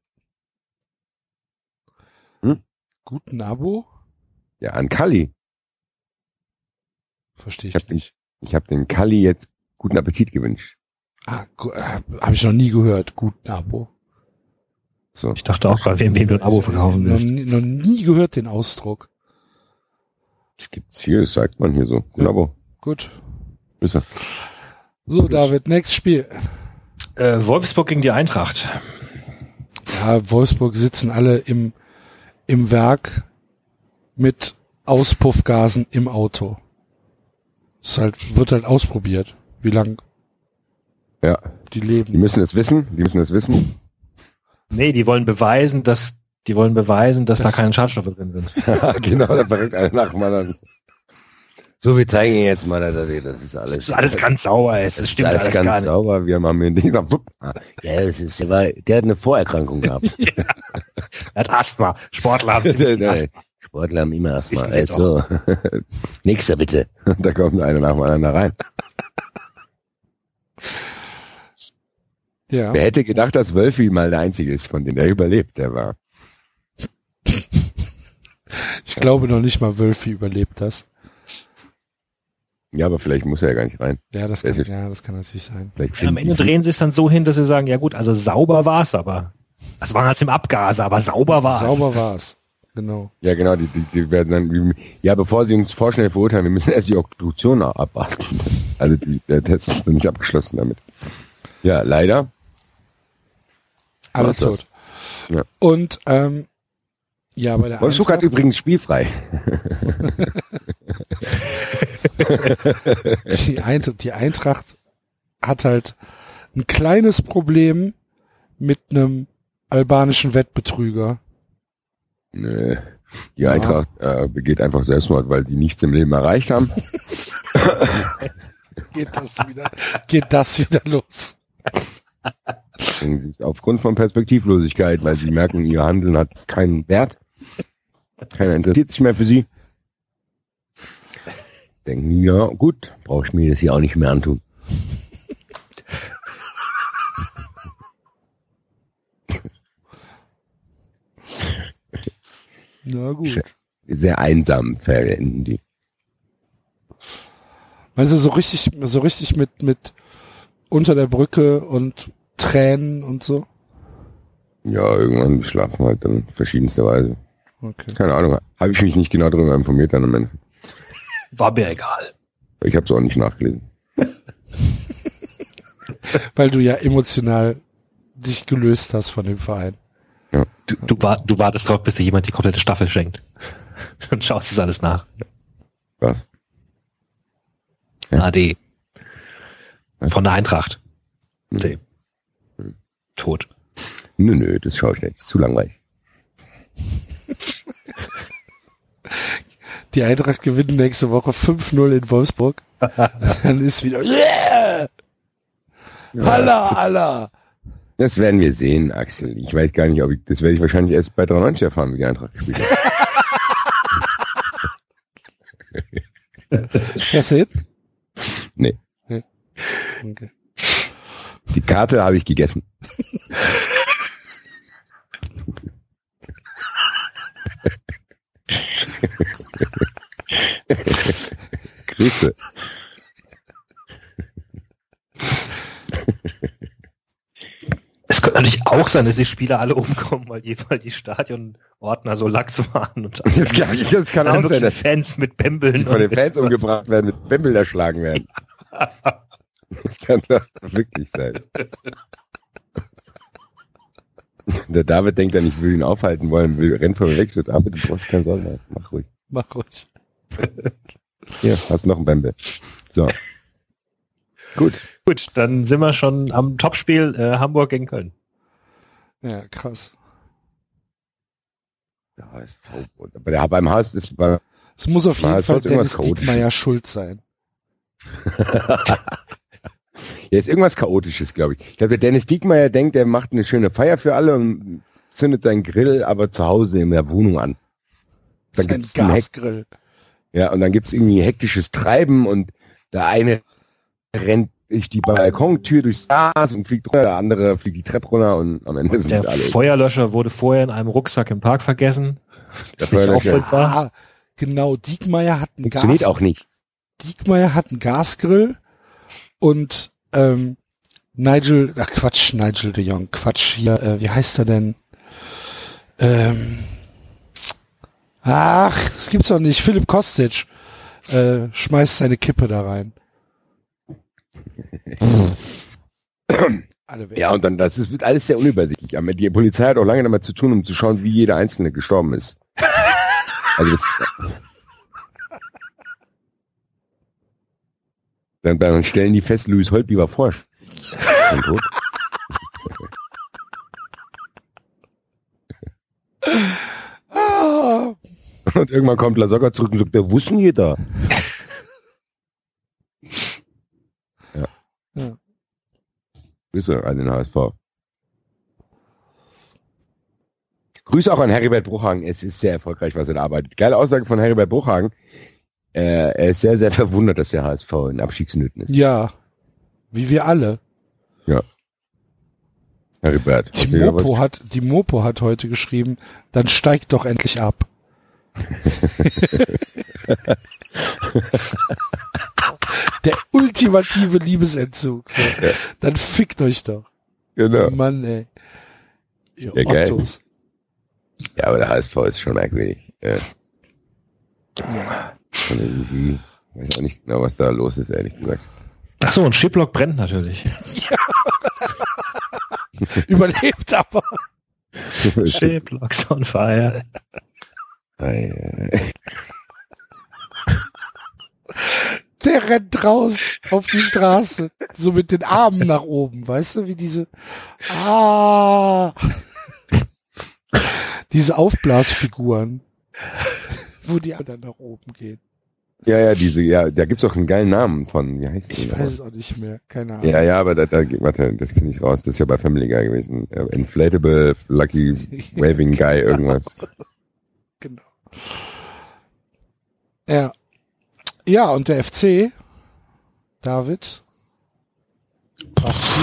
Guten Abo? Ja, an Kali. Verstehe Ich habe ich den, nicht. ich hab den Kali jetzt guten Appetit gewünscht. Ah, äh, habe ich noch nie gehört. Guten Abo. So. Ich dachte auch gerade, wem, wem du ein Abo verkaufen noch, willst. nie- noch nie gehört den Ausdruck. Das gibt's hier, das sagt man hier so. Guten Ja. Abo. Gut. Bis er. So, David, nächstes Spiel. Äh, Wolfsburg gegen die Eintracht. Ja, Wolfsburg sitzen alle im, im Werk mit Auspuffgasen im Auto. Es halt, wird halt ausprobiert, wie lang Ja. die leben. Die müssen es wissen, die müssen es wissen. Nee, die wollen beweisen, dass die wollen beweisen, dass das da keine Schadstoffe drin sind. Genau, da verrückt einer nach dem anderen. So, wir zeigen Ihnen jetzt mal, dass das ist alles. Das ist alles ganz sauber ist. Das, das stimmt ist alles, alles ganz gar nicht. sauber. Wir haben hier ein Ding. Ja, das ist, der, war, der hat eine Vorerkrankung gehabt. Ja. Er hat Asthma. Sportler haben ziemlich Asthma. Sportler haben immer Asthma. Wissen Sie Also, nächster bitte. Da kommt einer nach dem anderen da rein. Ja. Wer hätte gedacht, dass Wölfi mal der Einzige ist, von dem der überlebt, der war. Ich glaube noch nicht mal Wölfi überlebt das. Ja, aber vielleicht muss er ja gar nicht rein. Ja, das Der kann, ist- ja, das kann natürlich sein. Vielleicht Ja, am Ende drehen sie es dann so hin, dass sie sagen, ja gut, also sauber war's aber. Das waren halt im Abgase, aber sauber war's. Sauber war's. Genau. Ja, genau, die, die, die werden dann, ja, bevor sie uns vorschnell verurteilen, wir müssen erst die Obduktion abwarten. Also die, der Test ist noch nicht abgeschlossen damit. Ja, leider. Alle Was ist das? tot. Ja. Und, ähm, ja, bei der Wolfsburg hat übrigens spielfrei. die, Eintracht, die Eintracht hat halt ein kleines Problem mit einem albanischen Wettbetrüger. Nö. Die Eintracht äh, begeht einfach Selbstmord, weil die nichts im Leben erreicht haben. Geht das wieder, geht das wieder los? Und sie- Aufgrund von Perspektivlosigkeit, weil sie merken, ihr Handeln hat keinen Wert. Keiner interessiert sich mehr für sie. Denken, ja gut, brauche ich mir das hier auch nicht mehr antun. Na gut. Sehr einsam verenden die. Meinst du, so richtig, so richtig mit, mit unter der Brücke und Tränen und so? Ja, irgendwann schlafen halt dann verschiedenste Weise. Okay. Keine Ahnung, habe ich mich nicht genau darüber informiert dann am Ende. War mir egal. Ich habe es auch nicht nachgelesen. Weil du ja emotional dich gelöst hast von dem Verein. Du, du, war, du wartest drauf, bis dir jemand die komplette Staffel schenkt. Und schaust es alles nach. Was? A D. Was? Von der Eintracht. Hm. D. Tot. Nö, nö, das schaue ich nicht. Ist zu langweilig. Die Eintracht gewinnt nächste Woche fünf null in Wolfsburg. Dann ist wieder, yeah! Halla, halla! Das werden wir sehen, Axel. Ich weiß gar nicht, ob ich, das werde ich wahrscheinlich erst bei dreiundneunzig erfahren, wie die Eintracht gespielt hat. Fährst du hin? Nee. Nee. Okay. Die Karte habe ich gegessen. Grüße. Es könnte natürlich auch sein, dass die Spieler alle umkommen, weil die, weil die Stadionordner so lax waren. Und Das kann, das kann dann auch sein, wirklich dass Fans mit Bämbeln. die von den und Fans mit- umgebracht werden, mit Bämbel erschlagen werden. Das kann doch wirklich sein. Der David denkt dann, ich will ihn aufhalten wollen, will, rennt vor mir weg, so, David, du brauchst keine Sorge machen. Mach ruhig. Mach ruhig. Hier, hast noch ein Bämbel. So. Gut. Gut, dann sind wir schon am Topspiel äh, Hamburg gegen Köln. Ja, krass. Der H S V. Aber der beim H S ist bei Es muss auf jeden Na, es Fall wird irgendwas Dennis Diekmeyer schuld sein. Ja, ist irgendwas Chaotisches, glaube ich. Ich glaube, der Dennis Diekmeyer denkt, er macht eine schöne Feier für alle und zündet seinen Grill aber zu Hause in der Wohnung an. Dann Sein gibt's einen Heck, Gasgrill. ja, und dann gibt's irgendwie hektisches Treiben und der eine rennt durch die Balkontür durchs Glas und fliegt runter, der andere fliegt die Treppe runter und am Ende sind Der alle. Feuerlöscher wurde vorher in einem Rucksack im Park vergessen. Der Ist nicht Feuerlöscher- auffindbar. Ah, genau, Diekmeyer hat einen Funktioniert Gas, auch nicht. Diekmeyer hat einen Gasgrill und ähm, Nigel, ach Quatsch, Nigel de Jong, Quatsch, hier, äh, wie heißt er denn? Ähm, ach, das gibt's doch nicht. Philipp Kostic äh, schmeißt seine Kippe da rein. Alle weg. Ja, und dann, das ist, wird alles sehr unübersichtlich. Aber die Polizei hat auch lange damit zu tun, um zu schauen, wie jeder Einzelne gestorben ist. Also das, dann, dann stellen die fest, Louis Holtby war vorher schon tot. Ah, Und irgendwann kommt Lasogga zurück und sagt, der wussten jeder. Ja. Ja. Grüße an den H S V. Grüße auch an Heribert Bruchhagen. Es ist sehr erfolgreich, was er da arbeitet. Geile Aussage von Heribert Bruchhagen. Äh, er ist sehr, sehr verwundert, dass der H S V in Abstiegsnöten ist. ja, wie wir alle. Ja. Heribert. Die Mopo hat, die Mopo hat heute geschrieben, dann steigt doch endlich ab. Der ultimative Liebesentzug. So. Ja. Dann fickt euch doch. Genau. Mann, ey. Ihr Ja, geil. Ottos. Ja, aber der H S V ist schon merkwürdig. Ja. Und irgendwie, weiß auch nicht genau, was da los ist, ehrlich gesagt. Ach so, und Shiplock brennt natürlich. Überlebt aber. Shiplocks on fire. Der rennt raus auf die Straße, so mit den Armen nach oben, weißt du, wie diese, ah, diese Aufblasfiguren, wo die anderen nach oben gehen. Ja, ja, diese, ja, da gibt's auch einen geilen Namen von, wie heißt Ich die? weiß es auch nicht mehr, keine Ahnung. Ja, ja, aber da, da, warte, das finde ich raus, das ist ja bei Family Guy gewesen. Ja, Inflatable, Lucky, Waving Guy, irgendwas. Genau. Ja. Ja, und der F C, David, Basti.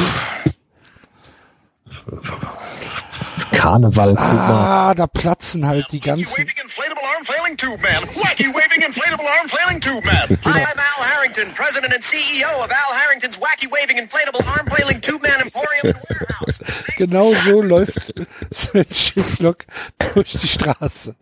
Karneval, guck mal. Ah, da platzen halt die ganzen... Wacky waving inflatable arm flailing tube man. Wacky waving inflatable arm flailing tube man. Hi, I'm Al Harrington, president and C E O of Al Harrington's Wacky waving inflatable arm flailing tube man Emporium and Warehouse. Genau so läuft Sven Schiplock durch die Straße.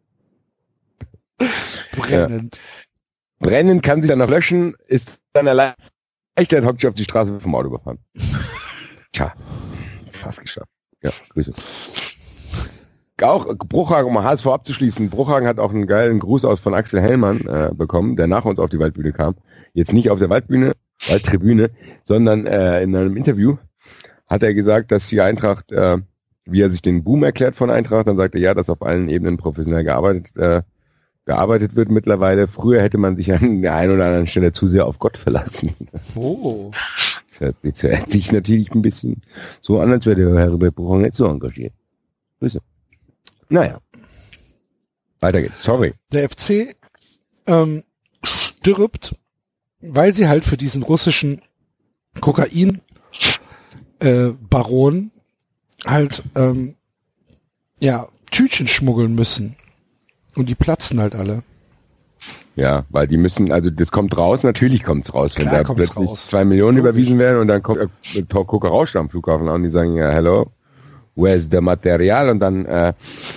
Brennend. Brennen kann sich dann noch löschen, ist dann erleichtert, hockt sich auf die Straße vom Auto überfahren. Tja, fast geschafft. Ja, Grüße. Auch Bruchhagen, um H S V abzuschließen, Bruchhagen hat auch einen geilen Gruß aus von Axel Hellmann äh, bekommen, der nach uns auf die Waldbühne kam. Jetzt nicht auf der Waldbühne, Waldtribüne, sondern äh, in einem Interview hat er gesagt, dass die Eintracht, äh, wie er sich den Boom erklärt von Eintracht, dann sagt er, ja, dass auf allen Ebenen professionell gearbeitet äh, gearbeitet wird mittlerweile. Früher hätte man sich an der einen oder anderen Stelle zu sehr auf Gott verlassen. Oh. Das hört, das hört sich natürlich ein bisschen so an, als wäre der Herr Bruchhagen nicht so engagiert. Grüße. Naja. Weiter geht's. Sorry. Der F C ähm, stirbt, weil sie halt für diesen russischen Kokain äh, Baron halt ähm, ja Tütchen schmuggeln müssen. Und die platzen halt alle. Ja, weil die müssen, also das kommt raus, natürlich kommt's raus, wenn Klar da kommt's plötzlich raus. zwei Millionen Logisch. überwiesen werden und dann kommt äh, Coca rauscht am Flughafen an und die sagen, ja, hello, where's the Material? Und dann, äh,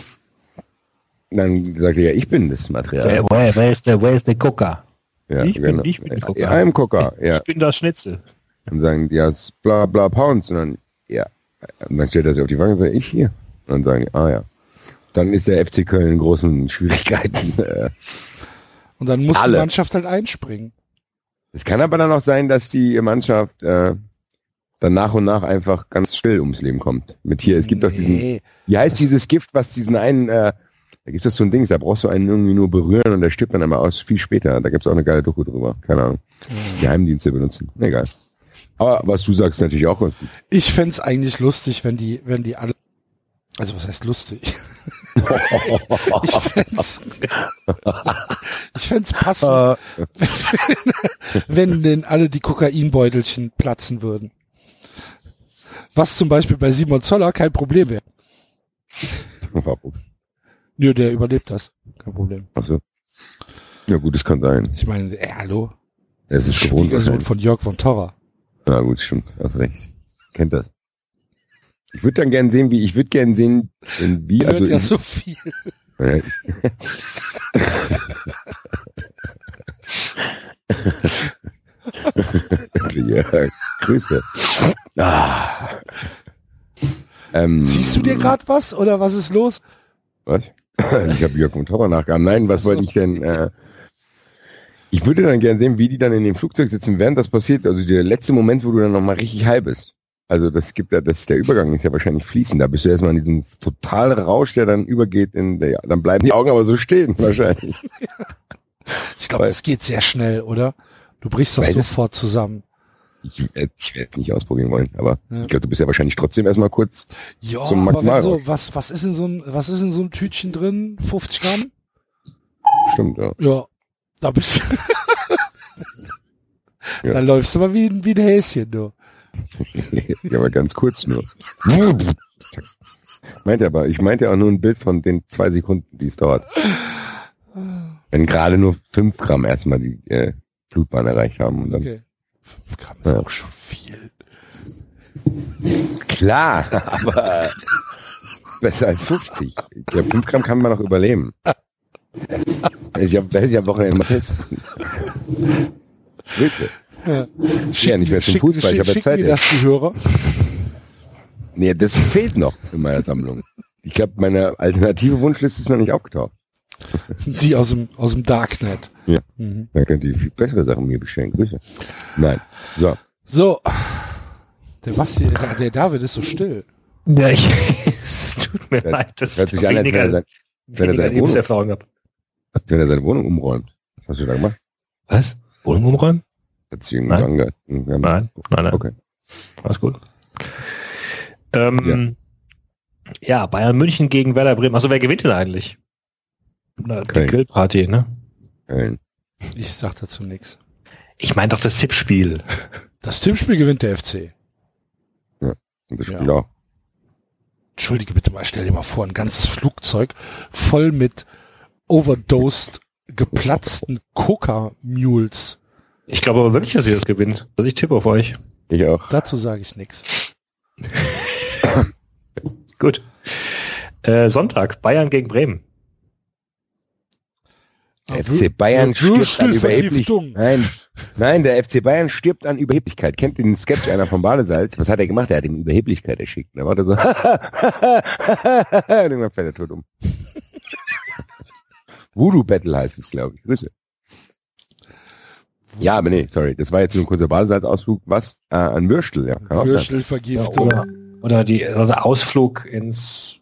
dann sagt er, ja, ich bin das Material. Where, where, where is the, where is the Coca? Ja, ich, bin, ich bin die Coca. Ja, I'm Coca, ja. Ich bin das Schnitzel. Dann sagen die, ja, bla bla Pounds. Und dann, ja. Und dann stellt er sich auf die Wange und sagt, ich hier. Und dann sagen die, ah ja. Dann ist der F C Köln in großen Schwierigkeiten. Und dann muss Alle. die Mannschaft halt einspringen. Es kann aber dann auch sein, dass die Mannschaft äh, dann nach und nach einfach ganz still ums Leben kommt. Mit hier, es gibt doch diesen, Nee. wie heißt dieses Gift, was diesen einen, äh, da gibt es so ein Ding, da brauchst du einen irgendwie nur berühren und der stirbt dann einmal aus, viel später. Da gibt es auch eine geile Doku drüber. Keine Ahnung. Das Geheimdienste benutzen. Egal. Aber was du sagst, ist natürlich auch ganz gut. Ich fänd's eigentlich lustig, wenn die, wenn die alle, also was heißt lustig? ich fänd's, ich fänd's passend, wenn denn alle die Kokainbeutelchen platzen würden. Was zum Beispiel bei Simon Zoller kein Problem wäre. Warum? Nö, der überlebt das. Kein Problem. Achso. Ja gut, das kann sein. Ich meine, ey, hallo? Es ist gewohnt. Schwiegersohn wahrscheinlich. von Jörg von Torra. Ja gut, stimmt. Hast recht. Kennt das. Ich würde dann gern sehen, wie, ich würde gern sehen, in wie, Hört also ja in, so viel. Äh, ja, Grüße. Ah. Ähm, Siehst du dir gerade was oder was ist los? Was? Ich habe Jörg und Topper nachgehabt. Nein, was wollte ich denn? Äh, ich würde dann gerne sehen, wie die dann in dem Flugzeug sitzen, während das passiert. Also der letzte Moment, wo du dann nochmal richtig high bist. Also das gibt ja, das der Übergang ist ja wahrscheinlich fließend. Da bist du erstmal in diesem totalen Rausch, der dann übergeht in der, dann bleiben die Augen aber so stehen wahrscheinlich. Ich glaube, es geht sehr schnell, oder? Du brichst doch Weiß sofort zusammen. Ich, äh, ich werde es nicht ausprobieren wollen, aber Ja. ich glaube, du bist ja wahrscheinlich trotzdem erstmal kurz Ja, zum aber wenn Maximalrausch. so, was, was ist in so ein, was ist in so einem Tütchen drin? fünfzig Gramm? Stimmt, ja. Ja, da bist du. Ja. Da läufst du mal wie, ein- wie ein Häschen, du. Ja, aber ganz kurz nur. Meinte aber, ich meinte auch nur ein Bild von den zwei Sekunden, die es dauert. Wenn gerade nur fünf Gramm erstmal die äh, Blutbahn erreicht haben. Und dann, Okay. fünf Gramm ist Ja. auch schon viel. Klar, aber besser als fünfzig. Ich glaube, fünf Gramm kann man noch überleben. Ich hab, werde ich am Wochenende mal testen. Bitte. Ja. Ja, nicht mehr zum Schick- Fußball, ich schick- habe ja schicken Zeit mir jetzt. das die Hörer? Nee, das fehlt noch in meiner Sammlung. Ich glaube, meine alternative Wunschliste ist noch nicht aufgetaucht. Die aus dem, aus dem Darknet. Ja. Mhm. Dann könnt ihr viel bessere Sachen mir bestellen. Grüße. Nein. So. So. Der Basti, der, der David ist so still. Ja, ich, es tut mir Hört- leid, dass Hört ich sich an, als wenn er, weniger, sein, wenn, er weniger seine Wohnung, Lebenserfahrung habe. als wenn er seine Wohnung umräumt. Was hast du da gemacht? Was? Wohnung umräumen? Hat sich irgendwie Nein. angehört. Ja, Nein, nein, nein. Okay. Alles gut. Ähm, ja. Bayern München gegen Werder Bremen. Also wer gewinnt denn eigentlich? Na, die Köln. Grillparty, ne? Köln. Ich sag dazu nichts. Ich meine doch das Tippspiel. Das Tippspiel gewinnt der F C. Und das Spiel Ja. auch. Entschuldige bitte mal, stell dir mal vor, ein ganzes Flugzeug voll mit overdosed, geplatzten Coca-Mules. Ich glaube aber wirklich, dass ihr das gewinnt. Also ich tippe auf euch. Ich auch. Dazu sage ich nichts. Gut. Äh, Sonntag, Bayern gegen Bremen. Der F C Bayern stirbt an Überheblichkeit. Würstelvergiftung. Nein, nein, der F C Bayern stirbt an Überheblichkeit. Kennt ihr den Sketch einer von Badesalz? Was hat er gemacht? Er hat ihm Überheblichkeit erschickt. Da war er so, und irgendwann fällt er tot um. Voodoo Battle heißt es, glaube ich. Grüße. Ja, aber nee, sorry. Das war jetzt nur ein kurzer Badesalzausflug. Was? Äh, an Würstel, ja. Kann auch sein. Würstelvergiftung. Oder, oder die oder Ausflug ins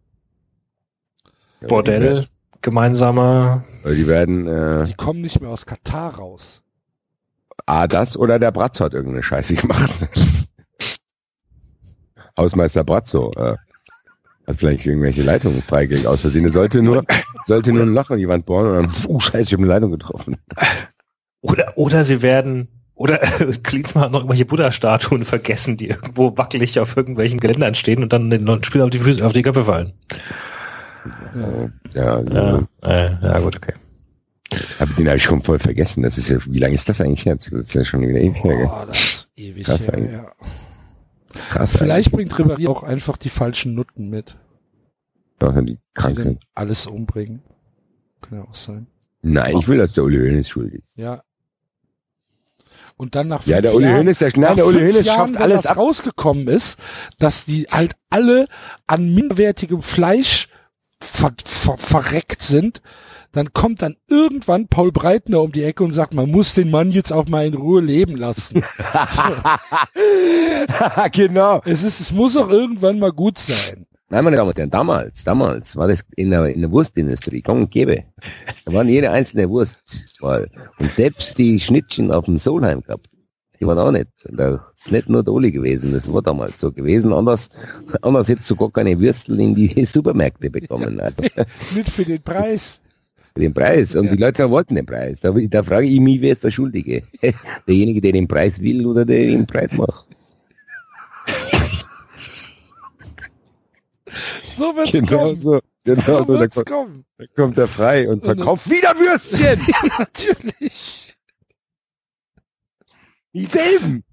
Bordell, gemeinsamer. Weil die werden, äh, Die kommen nicht mehr aus Katar raus. A, das oder der Bratzo hat irgendeine Scheiße gemacht. Hausmeister Bratzo, äh, hat vielleicht irgendwelche Leitungen freigelegt aus Versehen. Er sollte nur, sollte nur ein Loch in die Wand bohren und dann, uh, scheiße, ich habe eine Leitung getroffen. Oder, oder sie werden, oder Klinsmann hat noch irgendwelche Buddha-Statuen vergessen, die irgendwo wackelig auf irgendwelchen Geländern stehen und dann den Leuten Spielern auf die Füße, auf die Köpfe fallen. Äh, ja, Ja, äh, ja gut, okay. aber den habe ich schon voll vergessen. Das ist ja, wie lange ist das eigentlich her? Das ist ja schon wieder ewig her. gell? Oh, das ist ewig Krass her, eigentlich. ja. Krass. Vielleicht bringt Ribéry auch einfach die falschen Nutten mit, eigentlich. Ja, die die krank dann sind. alles umbringen. Kann ja auch sein. Nein, ich will, dass der Uli Hoeneß schuld ist. Ja. Und dann nach Ja, fünf der Uli Jahren, Hoeneß, der, nach nein, der Uli fünf Hoeneß Jahren, schafft wenn alles das ab. rausgekommen ist, dass die halt alle an minderwertigem Fleisch ver ver verreckt sind, dann kommt dann irgendwann Paul Breitner um die Ecke und sagt, man muss den Mann jetzt auch mal in Ruhe leben lassen. So. Genau. Es ist, es muss auch irgendwann mal gut sein. Nein, meine Damen und Herren, damals, damals war das in der, in der Wurstindustrie gang und gäbe. Da waren jede einzelne Wurst mal. Und selbst die Schnittchen auf dem Solheim gehabt, die waren auch nicht. Und da ist nicht nur der Oli gewesen, das war damals so gewesen. Anders, anders hättest du gar keine Würstel in die Supermärkte bekommen. Also, Nicht für den Preis. für den Preis. Und Ja. die Leute wollten den Preis. Da, da frage ich mich, wer ist der Schuldige? Derjenige, der den Preis will oder der den Preis macht? So wird's Genau kommen. so. Genau So so. Da wird's kommt, kommen. da kommt er frei und Und dann- verkauft wieder Würstchen. Natürlich. Dieselben.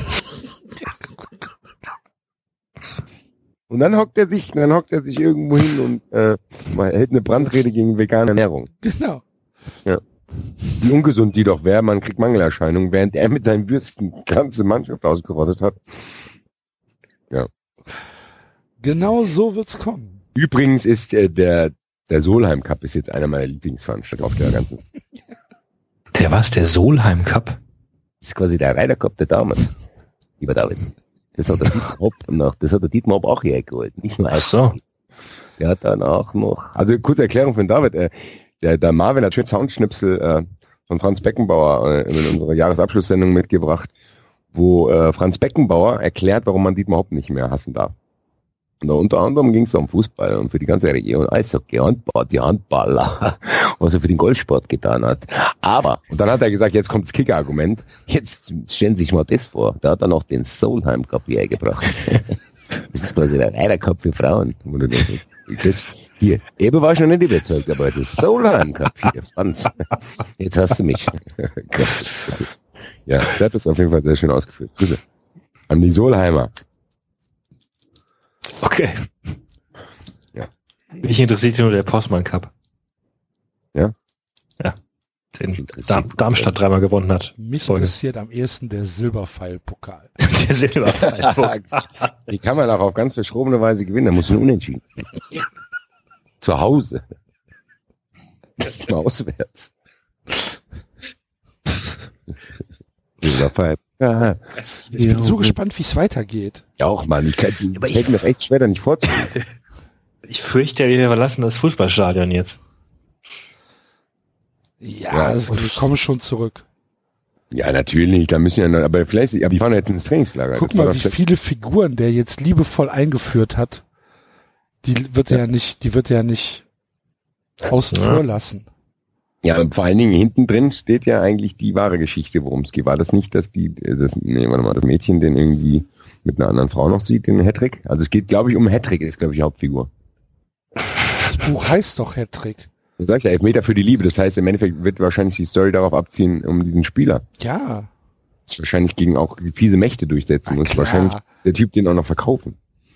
Und dann hockt er sich, dann hockt er sich irgendwo hin und äh, mal hält eine Brandrede gegen vegane Ernährung. Genau. Ja. Wie ungesund die doch wäre, man kriegt Mangelerscheinungen, während er mit seinen Würsten die ganze Mannschaft ausgerottet hat. Ja. Genau so wird's kommen. Übrigens ist äh, der der Solheim Cup ist jetzt einer meiner Lieblingsveranstaltungen auf der ganzen. Der was? Der Solheim Cup? Das ist quasi der Ryder Cup der Damen. Lieber David. Das hat der Dietmar Hopp noch, das hat der Dietmar Hopp auch hergeholt. Nicht nur Ach so. Der hat dann auch noch, also kurze Erklärung von David, äh, der, der Marvin hat schön Soundschnipsel äh, von Franz Beckenbauer äh, in unserer Jahresabschlusssendung mitgebracht, wo äh, Franz Beckenbauer erklärt, warum man Dietmar Hopp nicht mehr hassen darf. Und da unter anderem ging es um Fußball und für die ganze Region Eishockey, Handball, die Handballer, was er für den Golfsport getan hat. Aber, und dann hat er gesagt, jetzt kommt das Kicker-Argument, jetzt stellen Sie sich mal das vor, da hat er noch den Solheim Cup hierher gebracht. Das ist quasi der Ryder Cup für Frauen. Das, hier, eben war ich noch nicht überzeugt, aber das Solheim Cup hier, Franz. Jetzt hast du mich. Ja, der hat das auf jeden Fall sehr schön ausgeführt. Grüße an die Solheimer. Okay. Ja. Mich interessiert nur der Postmann Cup. Ja? Ja. Den Darm, Darmstadt dreimal gewonnen hat. Mich Folge. interessiert am ehesten der Silberpfeil-Pokal. Der Silberpfeil. Die kann man auch auf ganz verschrobene Weise gewinnen, da muss man unentschieden. Zu Hause. Nicht mal auswärts. Silberpfeil. Ja. Ich bin so gespannt, wie es weitergeht. Ja, auch Mann, ich kann, Aber es fällt mir echt schwer, da nicht vorzulesen. Ich fürchte, wir verlassen das Fußballstadion jetzt. Ja, Ja, also, wir kommen schon zurück. Ja, natürlich, da müssen ja, noch, aber vielleicht, aber die fahren jetzt ins Trainingslager. Guck Das war mal, doch wie schlecht. viele Figuren der jetzt liebevoll eingeführt hat. Die wird er ja nicht, die wird er ja nicht außen Ja. vor lassen. Ja, und vor allen Dingen hinten drin steht ja eigentlich die wahre Geschichte, worum es geht. War das nicht, dass die, das, nee, warte mal, das Mädchen den irgendwie mit einer anderen Frau noch sieht, den Hattrick? Also es geht, glaube ich, um Hattrick, ist, glaube ich, die Hauptfigur. Das Buch heißt doch Hattrick. Das sag ich ja, Elfmeter für die Liebe. Das heißt, im Endeffekt wird wahrscheinlich die Story darauf abziehen, um diesen Spieler. Ja. Das wahrscheinlich gegen auch fiese Mächte durchsetzen Na muss. klar. Wahrscheinlich der Typ den auch noch verkaufen.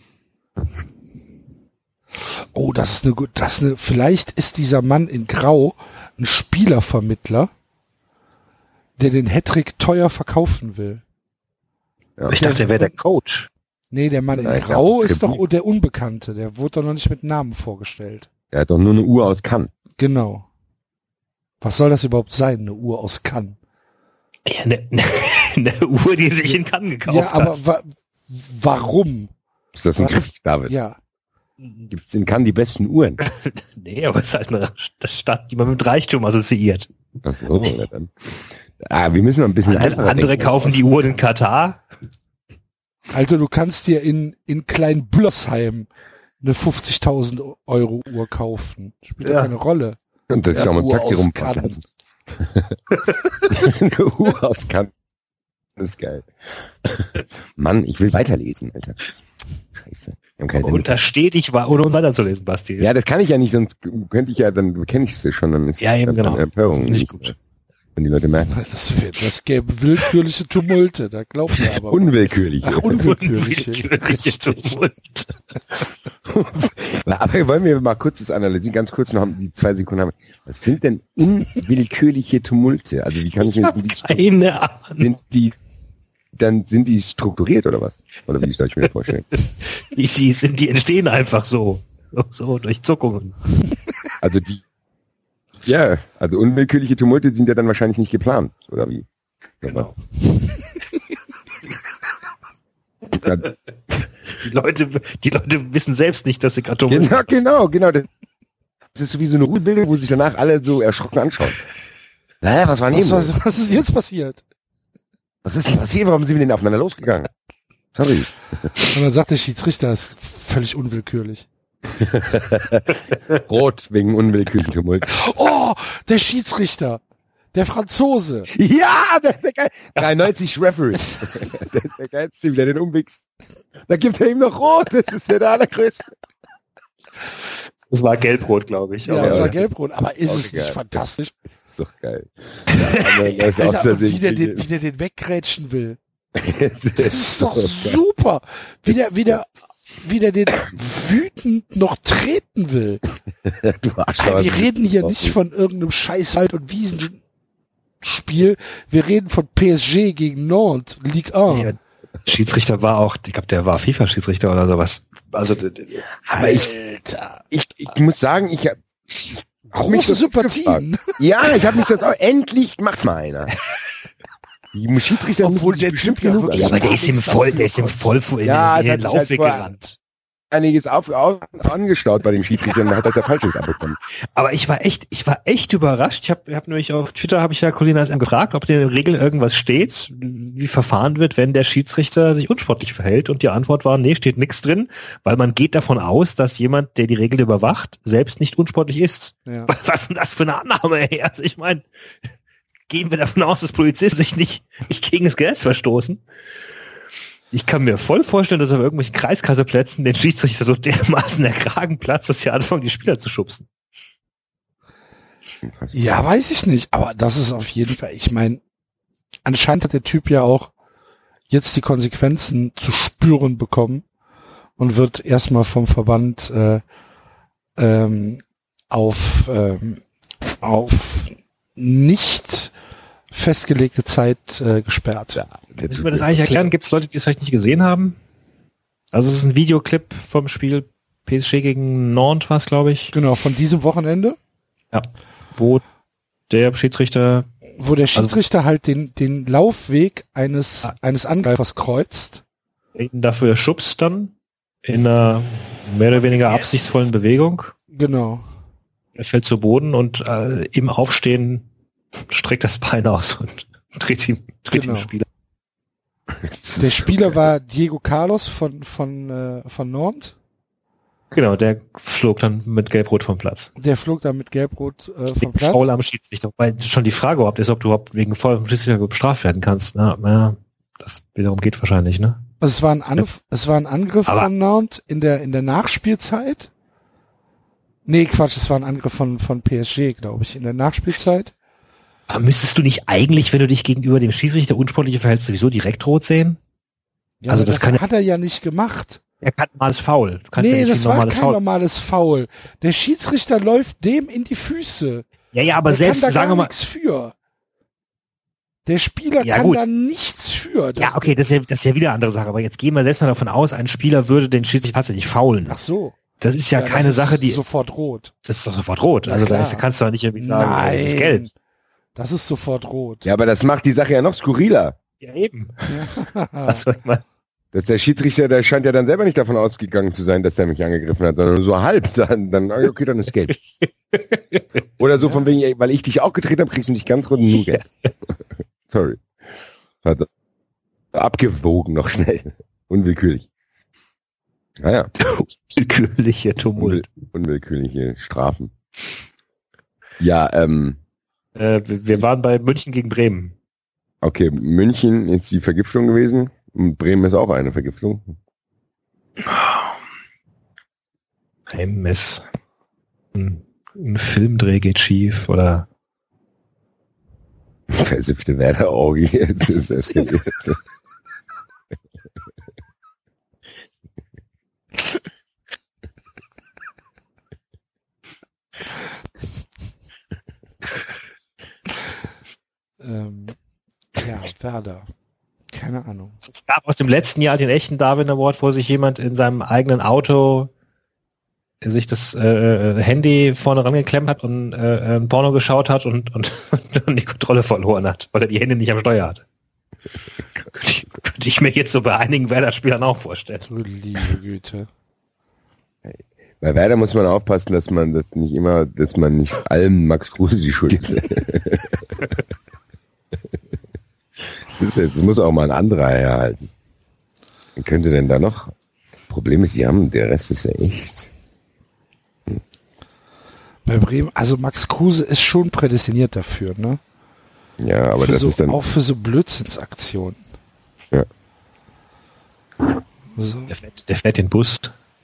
Oh, das ist eine gut, das ist eine, vielleicht ist dieser Mann in Grau ein Spielervermittler, der den Hattrick teuer verkaufen will. Ja. Ich dachte, er wäre der Coach. Nee, der Mann in Nein, ich Grau dachte, ist doch Tribut. der Unbekannte. Der wurde doch noch nicht mit Namen vorgestellt. Er hat doch nur eine Uhr aus Cannes. Genau. Was soll das überhaupt sein, eine Uhr aus Cannes? Ja, eine, eine Uhr, die sich in Cannes gekauft Ja, aber hat. wa warum? Ist das ein Was? Griff, David? Ja. Gibt's in Cannes die besten Uhren? Nee, aber es ist halt eine Stadt, die man mit Reichtum assoziiert. Ach so, na dann. Ah, wir müssen mal ein bisschen Andere, einfacher andere denken. kaufen die Uhren in Katar. Alter, du kannst dir in, in Kleinblössheim eine fünfzigtausend Euro Uhr kaufen. Spielt ja Ja. keine Rolle. Und das ist Ja, ja auch mit dem Uhr Taxi aus rumfahren Cannes. lassen. Eine Uhr aus Cannes. Das ist geil. Mann, ich will weiterlesen, Alter. Scheiße. Wir haben keine Und Sendung. da steht, ich war, ohne uns weiterzulesen, Basti. Ja, das kann ich ja nicht, sonst könnte ich ja, dann kenne ich es schon, dann ist Ja, eben, dann genau. Empörung. Das ist nicht gut. Wenn die Leute merken. Das, wär, das gäbe willkürliche Tumulte, da glaubt ihr aber. Unwillkürlich. Ach, unwillkürliche. Unwillkürliche Tumult. Aber wollen wir mal kurz das analysieren, ganz kurz noch die zwei Sekunden haben. Was sind denn unwillkürliche Tumulte? Also wie kann ich Ich mir hab die, keine Ahnung. sind die, dann sind die strukturiert oder was? Oder wie soll ich mir das vorstellen? Die, die, sind, die entstehen einfach so. So, durch Zuckungen. Also die, ja, also unwillkürliche Tumulte sind ja dann wahrscheinlich nicht geplant, oder wie? Genau. Ja, Die Leute, die Leute wissen selbst nicht, dass sie gerade genau, Tumult genau, genau. Das ist so wie so eine Ruhebildung, wo sich danach alle so erschrocken anschauen. Hä, was war Was, neben? was, was ist jetzt passiert? Was ist denn passiert? Warum sind wir denn aufeinander losgegangen? Sorry. Und dann sagt der Schiedsrichter, das ist völlig unwillkürlich. Rot wegen unwillkürlichen Tumult. Oh, der Schiedsrichter, der Franzose. Ja, das ist ja geil. dreiundneunzig Referee. Das ist der geilste, wie der den umwichst. Da gibt er ihm noch Rot. Das ist ja der allergrößte. Das war gelb-rot, glaube ich. Ja, Aber- das war gelb-rot. Aber ist Okay, es nicht geil. fantastisch? Das ist doch geil. Ja, aber das ist Alter, aus Versehen- wie, der den, wie der den weggrätschen will. Das Das ist doch super. Wie der, wie der, wie der den wütend noch treten will. Du Arschloch. Ey, wir reden hier nicht von irgendeinem Scheißwald und Wiesen. Spiel. Wir reden von P S G gegen Nantes, Ligue eins. Ja, Schiedsrichter war auch, ich glaube, der war FIFA-Schiedsrichter oder sowas. Also, aber ich, ich, ich muss sagen, ich habe große Sympathien. Ja, ich habe mich das auch, endlich macht's mal einer. Die Schiedsrichter Obwohl müssen der bestimmt Typ ja genug. wirklich- ja, aber der ist im voll, der ist im voll in Ja, den, in das den hat sich Laufweg halt vorher- gerannt. Einiges auf, auf, angestaut bei den Schiedsrichtern, da hat das ja Falsches abbekommen. Aber ich war echt, ich war echt überrascht. Ich habe hab nämlich auf Twitter habe ich ja Colin S M gefragt, ob in der Regel irgendwas steht, wie verfahren wird, wenn der Schiedsrichter sich unsportlich verhält. Und die Antwort war, nee, steht nichts drin, weil man geht davon aus, dass jemand, der die Regeln überwacht, selbst nicht unsportlich ist. Ja. Was ist denn das für eine Annahme? Ey? Also ich meine, gehen wir davon aus, dass Polizisten sich nicht, nicht gegen das Gesetz verstoßen? Ich kann mir voll vorstellen, dass auf irgendwelchen Kreiskasseplätzen den Schiedsrichter so dermaßen der Kragen platzt, dass sie anfangen, die Spieler zu schubsen. Ja, weiß ich nicht, aber das ist auf jeden Fall, ich meine, anscheinend hat der Typ ja auch jetzt die Konsequenzen zu spüren bekommen und wird erstmal vom Verband äh, ähm, auf ähm, auf nicht festgelegte Zeit äh, gesperrt. Ja, Müssen wir das eigentlich erklären? Gibt es Leute, die es vielleicht nicht gesehen haben? Also es ist ein Videoclip vom Spiel P S G gegen Nantes, was glaube ich. Genau, von diesem Wochenende, Ja. Wo der Schiedsrichter, wo der Schiedsrichter halt den den Laufweg eines Ah. eines Angreifers kreuzt. ihn dafür schubst dann in einer mehr oder weniger absichtsvollen Bewegung. Genau. Er fällt zu Boden und äh, im Aufstehen streckt das Bein aus und dreht ihm, dreht Genau. ihm Spieler. Der Spieler war Diego Carlos von von äh, von Nantes. Genau, der flog dann mit Gelb-Rot vom Platz. Der flog dann mit Gelb-Rot äh, vom Wegen Platz. Foul am Schiedsrichter. Weil schon die Frage überhaupt ist, ob du überhaupt wegen Foul am Schiedsrichter bestraft werden kannst. Na, na, das wiederum geht wahrscheinlich, ne? Also es war ein Angriff, es war ein Angriff Aber- von Nantes in der in der Nachspielzeit. Nee, Quatsch, es war ein Angriff von von P S G, glaube ich, in der Nachspielzeit. Aber müsstest du nicht eigentlich, wenn du dich gegenüber dem Schiedsrichter unsportliche verhältst, sowieso direkt rot sehen? Ja, Also aber das kann ja- hat er ja nicht gemacht. Er kann normales Foul. Du kannst ja Nee, nicht wie das ein war normales kein Foul. normales Foul. Der Schiedsrichter läuft dem in die Füße. Ja, ja, aber Der selbst, kann da sagen wir gar mal, nichts für. Der Spieler Ja, kann gut. da nichts für. Das- ja, okay, das ist ja, das ist ja wieder eine andere Sache. Aber jetzt gehen wir selbst mal davon aus, ein Spieler würde den Schiedsrichter tatsächlich faulen. Ach so. Das ist ja, das keine ist Sache, die, sofort rot. das ist doch sofort rot. Ja, Also da klar. ist, da kannst du ja nicht irgendwie sagen, Nein. das ist gelb. Das ist sofort rot. Ja, aber das macht die Sache ja noch skurriler. Ja, eben. Ja. Also, ich mein, Dass der Schiedsrichter, der scheint ja dann selber nicht davon ausgegangen zu sein, dass er mich angegriffen hat, sondern so halb. Dann, dann okay, dann ist gelb. Oder so von wegen, ey, weil ich dich auch getreten habe, kriegst du nicht ganz rund und nur gelb. Sorry. Hat abgewogen noch schnell. Unwillkürlich. Naja, willkürliche Tumult. unwillkürliche Strafen. Ja, ähm, Äh, wir waren bei München gegen Bremen. okay, München ist die Vergiftung gewesen und Bremen ist auch eine Vergiftung. Bremen ist ein, ein Filmdreh geht schief oder Versiffte Werder-Orgie, das ist eskaliert. Ähm, ja, Werder. Keine Ahnung. es gab aus dem letzten Jahr den echten Darwin Award, wo sich jemand in seinem eigenen Auto sich das äh, Handy vorne rangeklemmt hat und äh, ein Porno geschaut hat und, und, und die Kontrolle verloren hat, weil er die Hände nicht am Steuer hatte. Könnte ich, könnte ich mir jetzt so bei einigen Werder-Spielern auch vorstellen. Du liebe Güte. Bei Werder muss man aufpassen, dass man das nicht immer, dass man nicht allem Max Kruse die Schuld gibt. Das, ist jetzt, das muss auch mal ein anderer herhalten. Wer könnte denn da noch? Problem ist, sie haben, der Rest ist ja echt. Bei Bremen, also Max Kruse ist schon prädestiniert dafür, ne? Ja, aber für das so, ist dann. auch für so Blödsinnsaktionen. Ja. So. Der fährt, der fährt den Bus.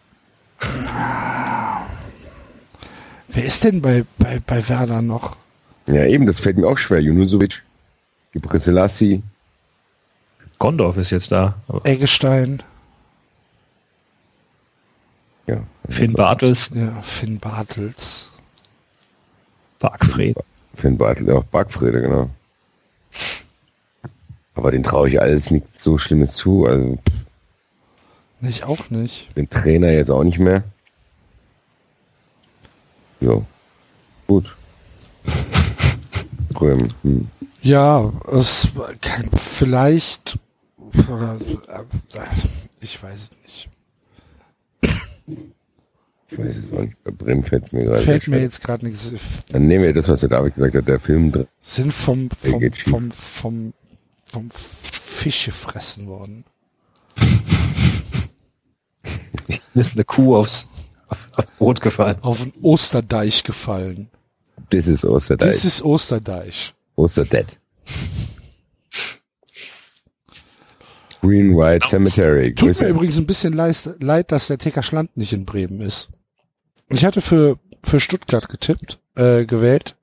Wer ist denn bei, bei, bei Werder noch? Ja, eben, das fällt mir auch schwer. Junusovic, Gebre Selassie. Gondorf ist jetzt da. Aber Eggestein, Ja. Finn Bartels, ja, Finn Bartels. Bargfred. Finn Bartel, auch Bargfrede, genau. Aber den traue ich alles nichts so Schlimmes zu. Also Ich auch nicht. den Trainer jetzt auch nicht mehr. Jo. Gut. Gröm. Hm. Ja, es kein, vielleicht, ich weiß es nicht. Ich weiß es auch nicht. Bei Bremen fällt mir gerade. Fällt mir jetzt gerade nichts. Dann nehmen wir das, was der David gesagt hat, der Film drin. Sind vom, Der vom, geht schief. vom, vom, vom Fisch gefressen worden. Ist eine Kuh aufs, aufs Brot gefallen. Auf den Osterdeich gefallen. Das ist Osterdeich. Das ist Osterdeich. Osterdead. Green White Cemetery. Tut Grüße. mir übrigens ein bisschen leid, leid, dass der T K Schland nicht in Bremen ist. Ich hatte für, für Stuttgart getippt, äh, gewählt.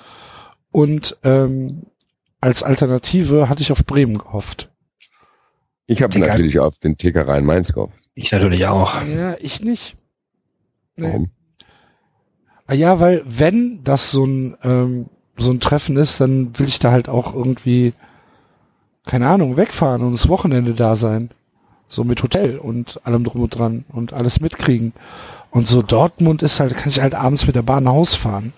Und ähm, als Alternative hatte ich auf Bremen gehofft. Ich habe T K natürlich auf den T K Rhein-Mainz gehofft. Ich natürlich auch. Ja, ich nicht. Nee. Warum? Ah ja, weil wenn das so ein ähm, so ein Treffen ist, dann will ich da halt auch irgendwie, keine Ahnung, wegfahren und das Wochenende da sein. So mit Hotel und allem drum und dran und alles mitkriegen. Und so Dortmund ist halt, kann ich halt abends mit der Bahn nach Hause fahren.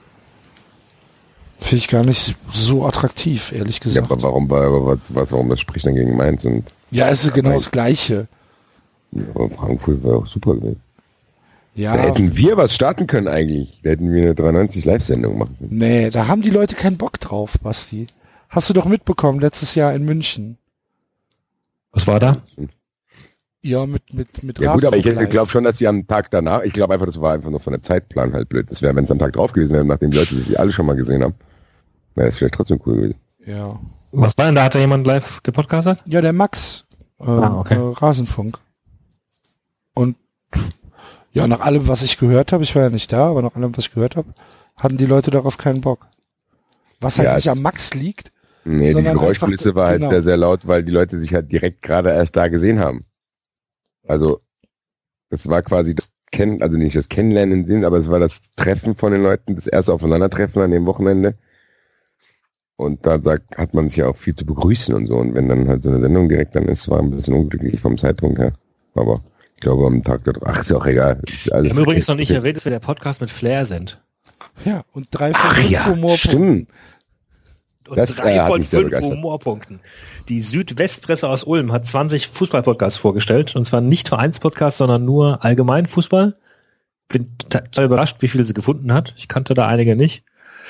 Finde ich gar nicht so attraktiv, ehrlich Ja, gesagt. aber warum, aber was, was, warum das spricht dann gegen Mainz und Ja, es ist genau das Gleiche. ja, Frankfurt wäre auch super gewesen. Ja, Da hätten wir was starten können eigentlich. Da hätten wir eine dreiundneunzig Live-Sendung machen können. nee, da haben die Leute keinen Bock drauf, Basti. Hast du doch mitbekommen, letztes Jahr in München. Was war da? Ja, mit, mit, mit Ja gut, aber ich Rasenfunk glaube schon, dass sie am Tag danach, ich glaube einfach, das war einfach nur von der Zeitplan halt blöd. Das wäre, wenn es am Tag drauf gewesen wäre, nachdem die Leute das alle schon mal gesehen haben, wäre das vielleicht trotzdem cool gewesen. live. Ja. Was war denn da? Hat da jemand live gepodcastet? Ja, der Max. Äh, Ah, okay. äh, Rasenfunk. Und ja, nach allem, was ich gehört habe, ich war ja nicht da, aber nach allem, was ich gehört habe, hatten die Leute darauf keinen Bock. Was halt Ja, nicht das- am Max liegt. Nee, die Sondern Geräuschkulisse einfach- war halt genau. sehr, sehr laut, weil die Leute sich halt direkt gerade erst da gesehen haben. Also, das war quasi das Kennen, also nicht das Kennenlernen in Sinn, aber es war das Treffen von den Leuten, das erste Aufeinandertreffen an dem Wochenende. Und da sagt, hat man sich ja auch viel zu begrüßen und so. Und wenn dann halt so eine Sendung direkt dann ist, war ein bisschen unglücklich vom Zeitpunkt her. Aber ich glaube am Tag darauf, ach, ist ja auch egal. Ist alles Wir haben übrigens noch nicht erwähnt, dass wir der Podcast mit Flair sind. Ja, und drei von Ach fünf ja, Humorpunkten. stimmt. Und Das, drei äh, hat von mich sehr fünf begeistert. Humorpunkten. Die Südwestpresse aus Ulm hat zwanzig Fußballpodcasts vorgestellt. Und zwar nicht Vereinspodcasts, sondern nur allgemein Fußball. Bin total überrascht, wie viele sie gefunden hat. Ich kannte da einige nicht.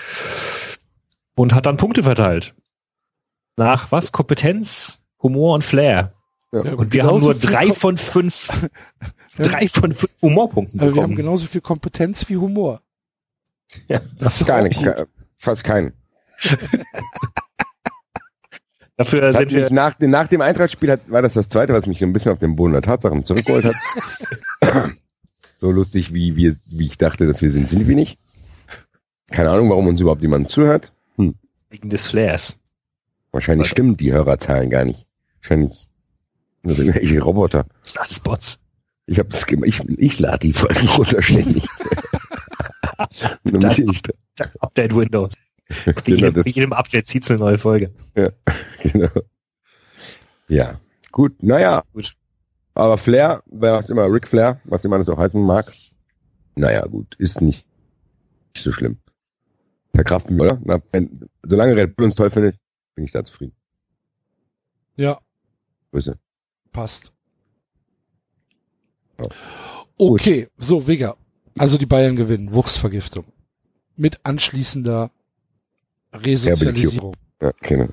Und hat dann Punkte verteilt. Nach was? Kompetenz, Humor und Flair. Ja. Ja, Und wir genauso haben nur viel drei Kom- von fünf, Ja. drei von fünf Humorpunkten Äh, wir haben bekommen. genauso viel Kompetenz wie Humor. Ja. Das ist doch Keine, auch gut. ke- fast keinen. Dafür Das hat sind wir mich nach, nach dem Eintrachtspiel hat, war das das zweite, was mich ein bisschen auf den Boden der Tatsachen zurückgeholt hat. So lustig, wie, wir, wie ich dachte, dass wir sind, sind wir nicht. Keine Ahnung, warum uns überhaupt jemand zuhört. Hm. wegen des Flairs. Wahrscheinlich Also- stimmen die Hörerzahlen gar nicht. Wahrscheinlich nur so irgendwelche Roboter. Das sind alles Bots. Ich habe das gem- ich, ich lade die Folgen runter ständig. Damit ich, Update Windows. Bei genau, jedem, das, bei jedem Update zieht es eine neue Folge. genau. Ja, gut, naja. Gut. Aber Flair, was immer, Ric Flair, was immer das auch heißen mag, naja, gut, ist nicht, nicht so schlimm. Verkraften wir, oder? Na, wenn, solange Red Bull uns toll findet, bin ich da zufrieden. Ja, Grüße. passt. Ja. Okay, so, Vega. Also die Bayern gewinnen. Wurstvergiftung. Mit anschließender Resozialisierung. Ja, genau.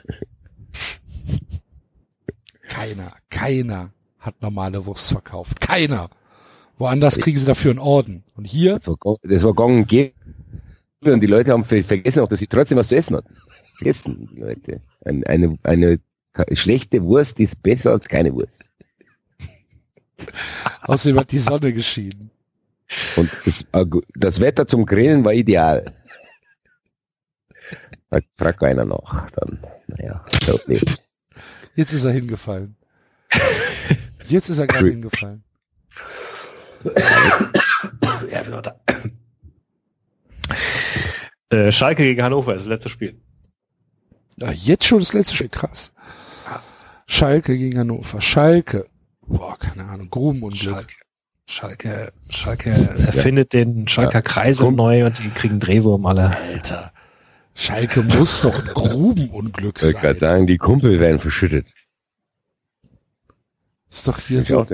Keiner, keiner hat normale Wurst verkauft. Keiner. Woanders kriegen sie dafür einen Orden. Und hier, Das war, Gong- das war Gong und Gäbe. Und die Leute haben ver- vergessen auch, dass sie trotzdem was zu essen hatten. Vergessen, die Leute. Ein, eine, eine ka- schlechte Wurst ist besser als keine Wurst. außerdem hat die Sonne geschienen. Und das, das Wetter zum Grillen war ideal. Da fragt keiner noch. Dann, naja, so lebt. Jetzt ist er hingefallen. Jetzt ist er gerade Cool. hingefallen. Ja, bin noch da. Äh, Schalke gegen Hannover ist das letzte Spiel. Ja, jetzt schon das letzte Spiel, krass. Schalke gegen Hannover. Schalke. Boah, keine Ahnung, Grubenunglück. Schalke. Schalke, Schalke erfindet ja. den Schalker ja. Kreisel Komm. neu und die kriegen Drehwurm alle. Alter. Schalke muss doch ein Grubenunglück sein. Ich wollte gerade sagen, die Kumpel werden verschüttet. Ist doch hier so.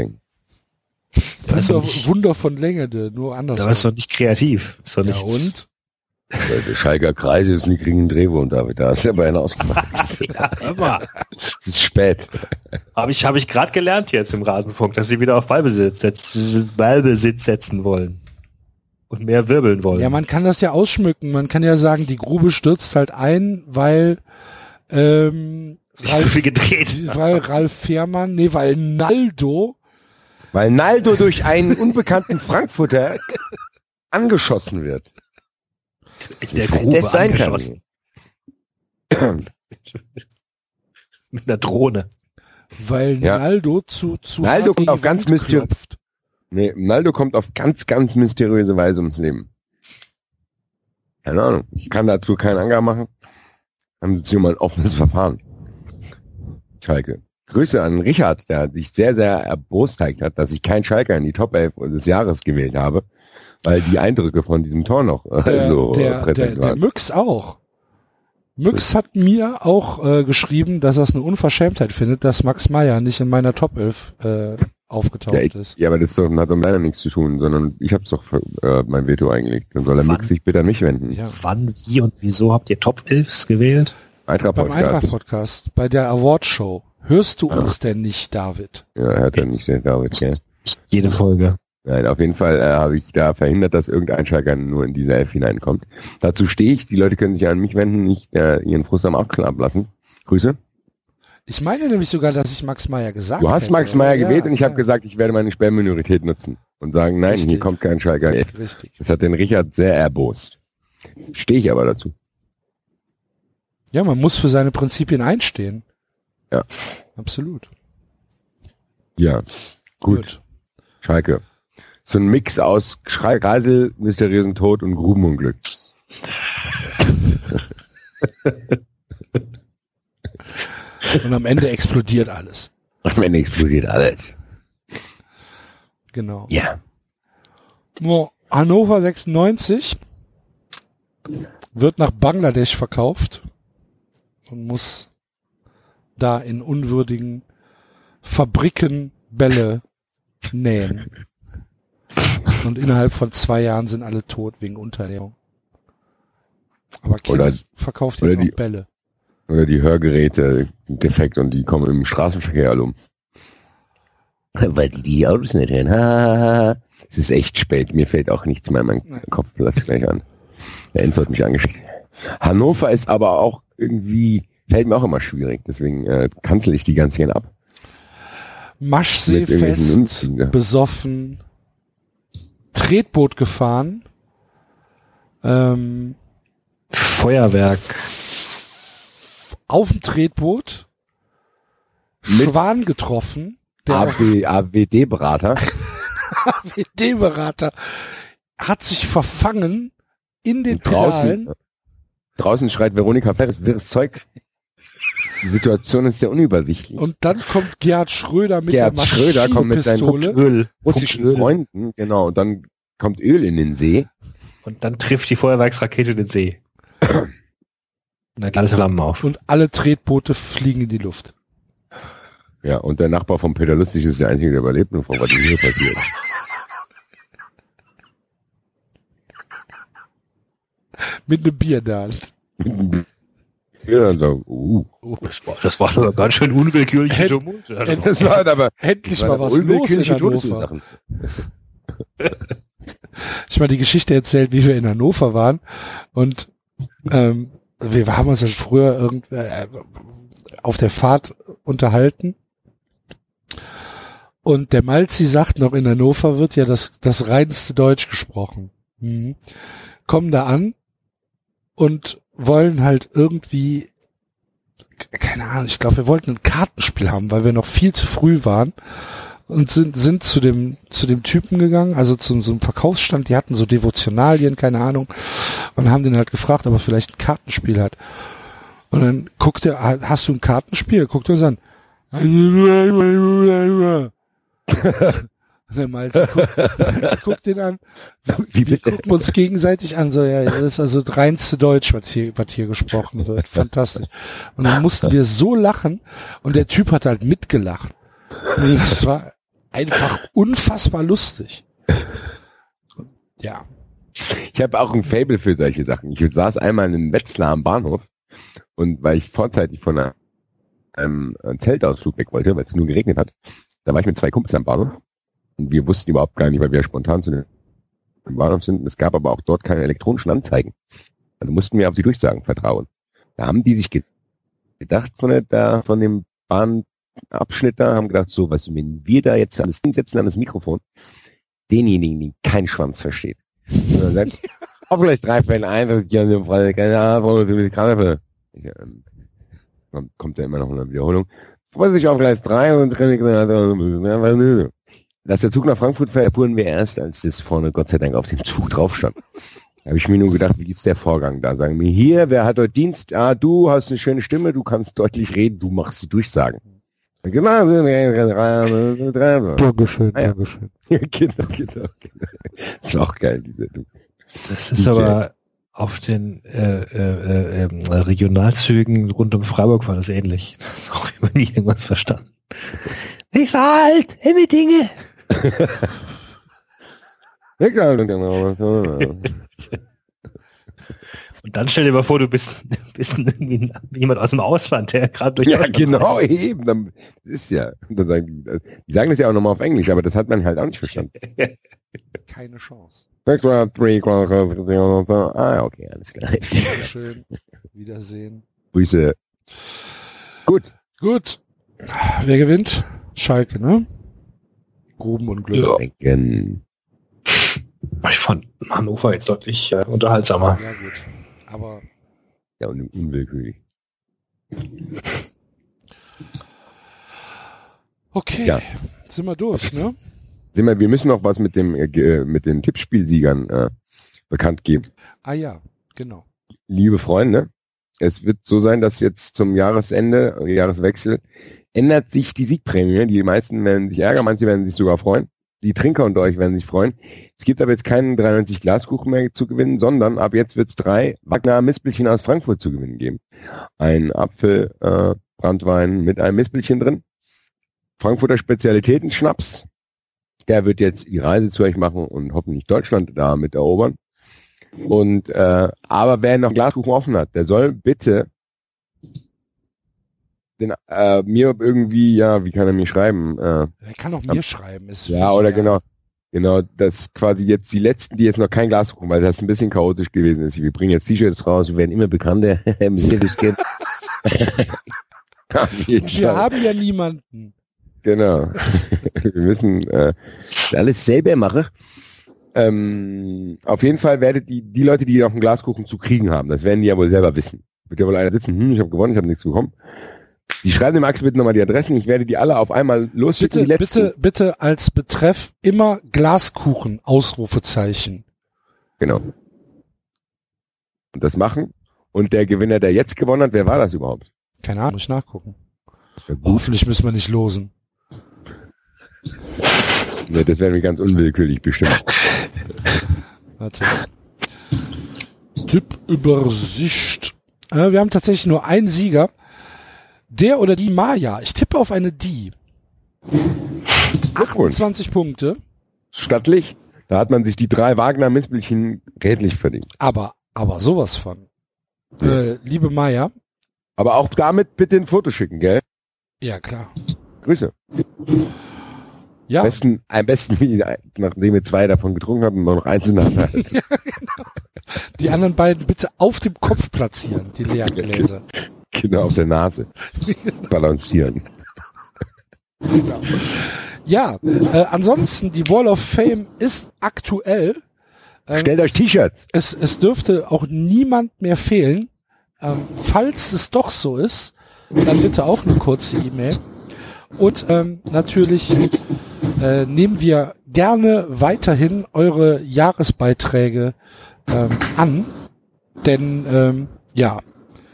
Wunder, Wunder von Länge, nur anders. Da warst du doch nicht kreativ. Ist doch ja, nichts. und? Der Schalker Kreis ist nicht kriegen einen Drehwurm, David. Da ist der Bein ausgemacht. Ja, immer. Es ist spät. Habe ich, habe ich gerade gelernt jetzt im Rasenfunk, dass sie wieder auf Ballbesitz, setz, Ballbesitz setzen wollen. Und mehr wirbeln wollen. Ja, man kann das ja ausschmücken. Man kann ja sagen, die Grube stürzt halt ein, weil ähm, Ralf, zu viel gedreht. Weil Ralf Fährmann, nee, weil Naldo Weil Naldo durch einen unbekannten Frankfurter angeschossen wird. In der Grube das sein angeschossen. Kann. Mit einer Drohne. Weil ja. Naldo zu, zu Naldo kommt auf ganz mysteriöse nee, Naldo kommt auf ganz, ganz mysteriöse Weise ums Leben. Keine Ahnung. Ich kann dazu keinen Angaben machen. Haben Sie jetzt hier mal ein offenes Verfahren. Schalke. Grüße an Richard, der sich sehr, sehr erbost zeigt hat, dass ich keinen Schalker in die Top elf des Jahres gewählt habe, weil die Eindrücke von diesem Tor noch äh, der, so der, präsent der, der waren. Müx auch. Müx hat mir auch äh, geschrieben, dass er es eine Unverschämtheit findet, dass Max Meyer nicht in meiner Top elf äh, aufgetaucht ja, ich, ist. Ja, aber das doch, hat doch leider nichts zu tun, sondern ich habe doch äh, mein Veto eingelegt. Dann soll der Müx sich bitte an mich wenden. Ja. Wann, wie und wieso habt ihr Top elf gewählt? Eintracht Beim Eintracht-Podcast, bei der Award-Show. Hörst du ah. uns denn nicht, David? Ja, hört er nicht, der David, ja. Jede Folge. Nein, auf jeden Fall äh, habe ich da verhindert, dass irgendein Schalker nur in diese Elf hineinkommt. Dazu stehe ich, die Leute können sich an mich wenden, nicht äh, ihren Frust am Achseln ablassen. Grüße. Ich meine nämlich sogar, dass ich Max Meyer gesagt habe. Du hast hätte, Max Meyer gewählt ja, und ich ja. habe gesagt, ich werde meine Sperrminorität nutzen und sagen, nein, Richtig. Hier kommt kein Schalker. Richtig. Das hat den Richard sehr erbost. Stehe ich aber dazu. Ja, man muss für seine Prinzipien einstehen. Ja. Absolut. Ja, gut. gut. Schalke. So ein Mix aus Kreisel, mysteriösen Tod und Grubenunglück. Und am Ende explodiert alles. Am Ende explodiert alles. Genau. Ja. Oh, Hannover sechsundneunzig wird nach Bangladesch verkauft und muss da in unwürdigen Fabriken Bälle nähen. Und innerhalb von zwei Jahren sind alle tot wegen Unterernährung. Aber Kind oder, verkauft jetzt oder die, auch Bälle. Oder die Hörgeräte sind defekt und die kommen im Straßenverkehr alle um. Weil die die Autos nicht hören. Es ist echt spät. Mir fällt auch nichts mehr in meinen Nein. Kopf. Lass gleich an. Der Enzo hat mich angeschickt. Hannover ist aber auch irgendwie, fällt mir auch immer schwierig. Deswegen äh, kanzel ich die ganz gern ab. Maschseefest, besoffen, Tretboot gefahren, ähm, Feuerwerk. Auf dem Tretboot, mit Schwan getroffen. A W D-Berater. A W D-Berater hat sich verfangen in den draußen, Pedalen. Draußen schreit Veronika Ferres, wirres Zeug. Die Situation ist sehr unübersichtlich. Und dann kommt Gerhard Schröder mit Gerhard der Schröder kommt mit seinen Öl. russischen Öl. Freunden, genau, und dann kommt Öl in den See. Und dann trifft die Feuerwerksrakete den See. Und dann alles Flammen auf. Und alle Tretboote fliegen in die Luft. Ja, und der Nachbar von Peter Lustig ist der Einzige, der überlebt, und was hier passiert. Mit einem Bier in der Hand. Ja, dann so, uh. Das war, das war aber ganz schön unwillkürliche Tumult. Das war aber endlich mal was los in Hannover. Ich mal die Geschichte erzählt, wie wir in Hannover waren und ähm, wir haben uns dann früher irgend, äh, auf der Fahrt unterhalten und der Malzi sagt noch, in Hannover wird ja das, das reinste Deutsch gesprochen. Mhm. Kommen da an und wollen halt irgendwie, keine Ahnung, ich glaube, wir wollten ein Kartenspiel haben, weil wir noch viel zu früh waren und sind sind zu dem zu dem Typen gegangen, also zu so einem Verkaufsstand, die hatten so Devotionalien, keine Ahnung, und haben den halt gefragt, ob er vielleicht ein Kartenspiel hat. Und dann guckt er, hast du ein Kartenspiel? Guckt er uns an. Und der Malze guckt, Malze guckt den an. Wir, wir gucken uns gegenseitig an. So, ja, das ist also das reinste Deutsch, was hier, was hier gesprochen wird. Fantastisch. Und dann mussten wir so lachen und der Typ hat halt mitgelacht. Und das war einfach unfassbar lustig. Ja. Ich habe auch ein Faible für solche Sachen. Ich saß einmal in einem Wetzlar am Bahnhof und weil ich vorzeitig von einer, einem Zeltausflug weg wollte, weil es nur geregnet hat, da war ich mit zwei Kumpels am Bahnhof und wir wussten überhaupt gar nicht, weil wir spontan zu dem Bahnhof sind. Es gab aber auch dort keine elektronischen Anzeigen. Also mussten wir auf die Durchsagen vertrauen. Da haben die sich gedacht von, der, da, von dem Bahnabschnitt da, haben gedacht, so, was, wenn wir da jetzt alles hinsetzen an das Mikrofon, denjenigen, der keinen Schwanz versteht. Und dann sagt, auf vielleicht drei Fälle ein, das ist ja eine Frage, keine Ahnung, dann kommt da immer noch eine Wiederholung. Freut sich auf Gleis drei und dass der Zug nach Frankfurt fährt, erfuhren wir erst, als das vorne Gott sei Dank auf dem Zug drauf stand. Da habe ich mir nur gedacht, wie ist der Vorgang da? Sagen wir, hier, wer hat heute Dienst? Ah, du hast eine schöne Stimme, du kannst deutlich reden, du machst die Durchsagen. Genau. Dankeschön, ah, ja. Dankeschön. Ja, genau, genau, genau. Das war auch geil, diese du. Das ist aber auf den äh, äh, äh, Regionalzügen rund um Freiburg war das ähnlich. Das ist auch immer nie irgendwas verstanden. Nicht so alt, immer Dinge. Und dann stell dir mal vor, du bist, bist irgendwie jemand aus dem Ausland, der gerade durch Ja, genau, reist. Eben. Dann, das ist ja. Dann sagen die, die sagen das ja auch nochmal auf Englisch, aber das hat man halt auch nicht verstanden. Keine Chance. Ah, okay, alles klar. Schön. Wiedersehen. Grüße. Gut. Gut. Wer gewinnt? Schalke, ne? Gruben und Glück. Ja. Ich fand Hannover jetzt deutlich äh, unterhaltsamer. Ja, gut. Aber. Ja, und unwillkürlich. Okay. Ja. Sind wir durch, ne? Sind wir, wir müssen noch was mit dem, äh, mit den Tippspielsiegern, äh, bekannt geben. Ah, ja. Genau. Liebe Freunde, es wird so sein, dass jetzt zum Jahresende, Jahreswechsel, ändert sich die Siegprämie. Die meisten werden sich ärgern, manche werden sich sogar freuen. Die Trinker unter euch werden sich freuen. Es gibt aber jetzt keinen dreiundneunzig Glaskuchen mehr zu gewinnen, sondern ab jetzt wird es drei Wagner Mispelchen aus Frankfurt zu gewinnen geben. Ein Apfel, äh, Brandwein mit einem Mispelchen drin. Frankfurter Spezialitäten-Schnaps. Der wird jetzt die Reise zu euch machen und hoffentlich Deutschland damit erobern. Und äh, aber wer noch Glaskuchen offen hat, der soll bitte den, äh, mir irgendwie, ja, wie kann er mir schreiben? Äh, er kann auch mir schreiben. Ist ja, oder genau, genau, dass quasi jetzt die Letzten, die jetzt noch kein Glaskuchen, weil das ein bisschen chaotisch gewesen ist. Wir bringen jetzt T-Shirts raus, wir werden immer bekannter. Wir haben ja niemanden. Genau. Wir müssen äh, das alles selber machen. Ähm, auf jeden Fall werdet die, die Leute, die noch einen Glaskuchen zu kriegen haben, das werden die ja wohl selber wissen. Wird ja wohl einer sitzen, hm, ich habe gewonnen, ich habe nichts bekommen. Die schreiben dem Axel bitte nochmal die Adressen, ich werde die alle auf einmal losschicken. Bitte, die letzten. bitte, bitte als Betreff immer Glaskuchen, Ausrufezeichen. Genau. Und das machen. Und der Gewinner, der jetzt gewonnen hat, wer war das überhaupt? Keine Ahnung, muss ich nachgucken. Hoffentlich müssen wir nicht losen. Ne, das werden wir ganz unwillkürlich bestimmt. Warte. Tippübersicht. Äh, wir haben tatsächlich nur einen Sieger. Der oder die Maja. Ich tippe auf eine die. achtundzwanzig Punkte. Stattlich. Da hat man sich die drei Wagner-Mispelchen redlich verdient. Aber, aber sowas von. Ja. Äh, liebe Maja. Aber auch damit bitte ein Foto schicken, gell? Ja, klar. Grüße. Ja. Am besten, am besten, wie, nachdem wir zwei davon getrunken haben, noch eins in der Hand halten. Ja, genau. Die anderen beiden bitte auf dem Kopf platzieren, die leeren Gläser. Genau, auf der Nase. Balancieren. Genau. Ja, äh, ansonsten, die Wall of Fame ist aktuell. Ähm, Stellt euch T-Shirts. Es, es dürfte auch niemand mehr fehlen. Ähm, falls es doch so ist, dann bitte auch eine kurze E-Mail. Und ähm, natürlich äh, nehmen wir gerne weiterhin eure Jahresbeiträge ähm, an, denn ähm, ja,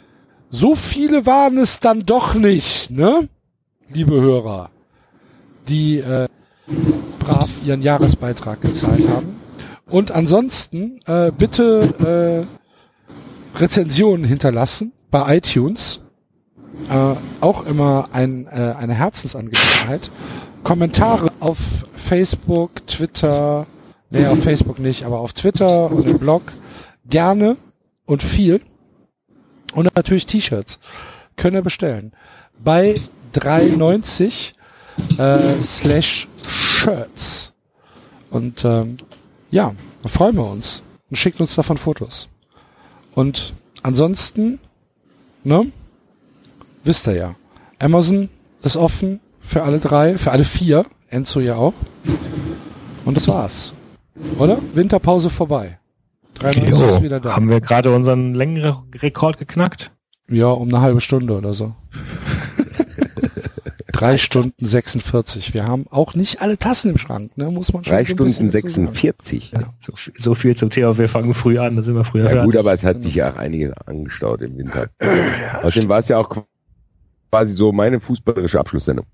so viele waren es dann doch nicht, ne? Liebe Hörer, die äh, brav ihren Jahresbeitrag gezahlt haben. Und ansonsten äh, bitte äh, Rezensionen hinterlassen bei iTunes. Äh, auch immer ein, äh, eine Herzensangelegenheit. Kommentare auf Facebook, Twitter, nee, auf Facebook nicht, aber auf Twitter und im Blog gerne und viel. Und natürlich T-Shirts. Könnt ihr bestellen. Bei drei neunzig äh, slash Shirts. Und ähm, ja, da freuen wir uns. Und schickt uns davon Fotos. Und ansonsten, ne, wisst ihr ja, Amazon ist offen für alle drei, für alle vier, Enzo ja auch. Und das war's. Oder? Winterpause vorbei. dreiundneunzig ist wieder da. Haben wir gerade unseren Längenrekord geknackt? Ja, um eine halbe Stunde oder so. Drei Stunden sechsundvierzig. Wir haben auch nicht alle Tassen im Schrank, ne? Muss man schon. Drei so ein bisschen Stunden dazu sechsundvierzig. sagen. Ja. So, viel- so viel zum Thema, wir fangen früh an, dann sind wir früher Ja fertig. gut, aber es hat sich ja auch einiges angestaut im Winter. Außerdem war es ja auch quasi so meine fußballerische Abschlusssendung.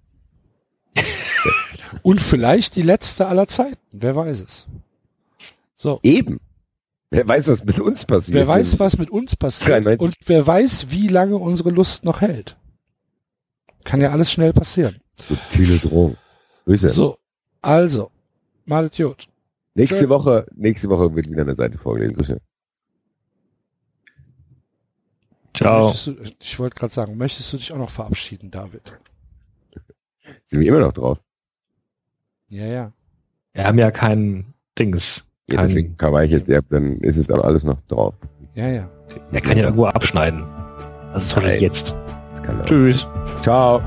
Und vielleicht die letzte aller Zeiten. Wer weiß es. So. Eben. Wer weiß, was mit uns passiert. Wer weiß, was mit uns passiert. dreiundneunzig. Und wer weiß, wie lange unsere Lust noch hält. Kann ja alles schnell passieren. Subtile Drohung. Grüße. So. Also. Malet Jod. Nächste Schön. Woche, nächste Woche wird wieder eine Seite vorgelesen. Grüße. Ciao. Möchtest du, ich wollte gerade sagen, möchtest du dich auch noch verabschieden, David? Sind wir immer noch drauf? Ja, ja. Wir haben ja keinen Dings. Ja, Kein, deswegen kann ich jetzt, ja, dann ist es dann alles noch drauf. Ja, ja. er kann ja irgendwo abschneiden. Also zum Beispiel Nein. jetzt. Das kann er auch. Tschüss. Ciao.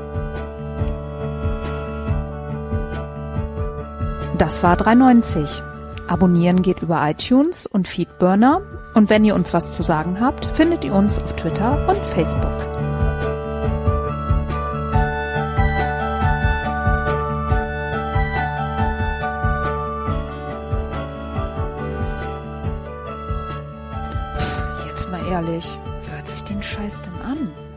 Das war drei neunzig. Abonnieren geht über iTunes und Feedburner. Und wenn ihr uns was zu sagen habt, findet ihr uns auf Twitter und Facebook. Jetzt mal ehrlich, wer hört sich den Scheiß denn an?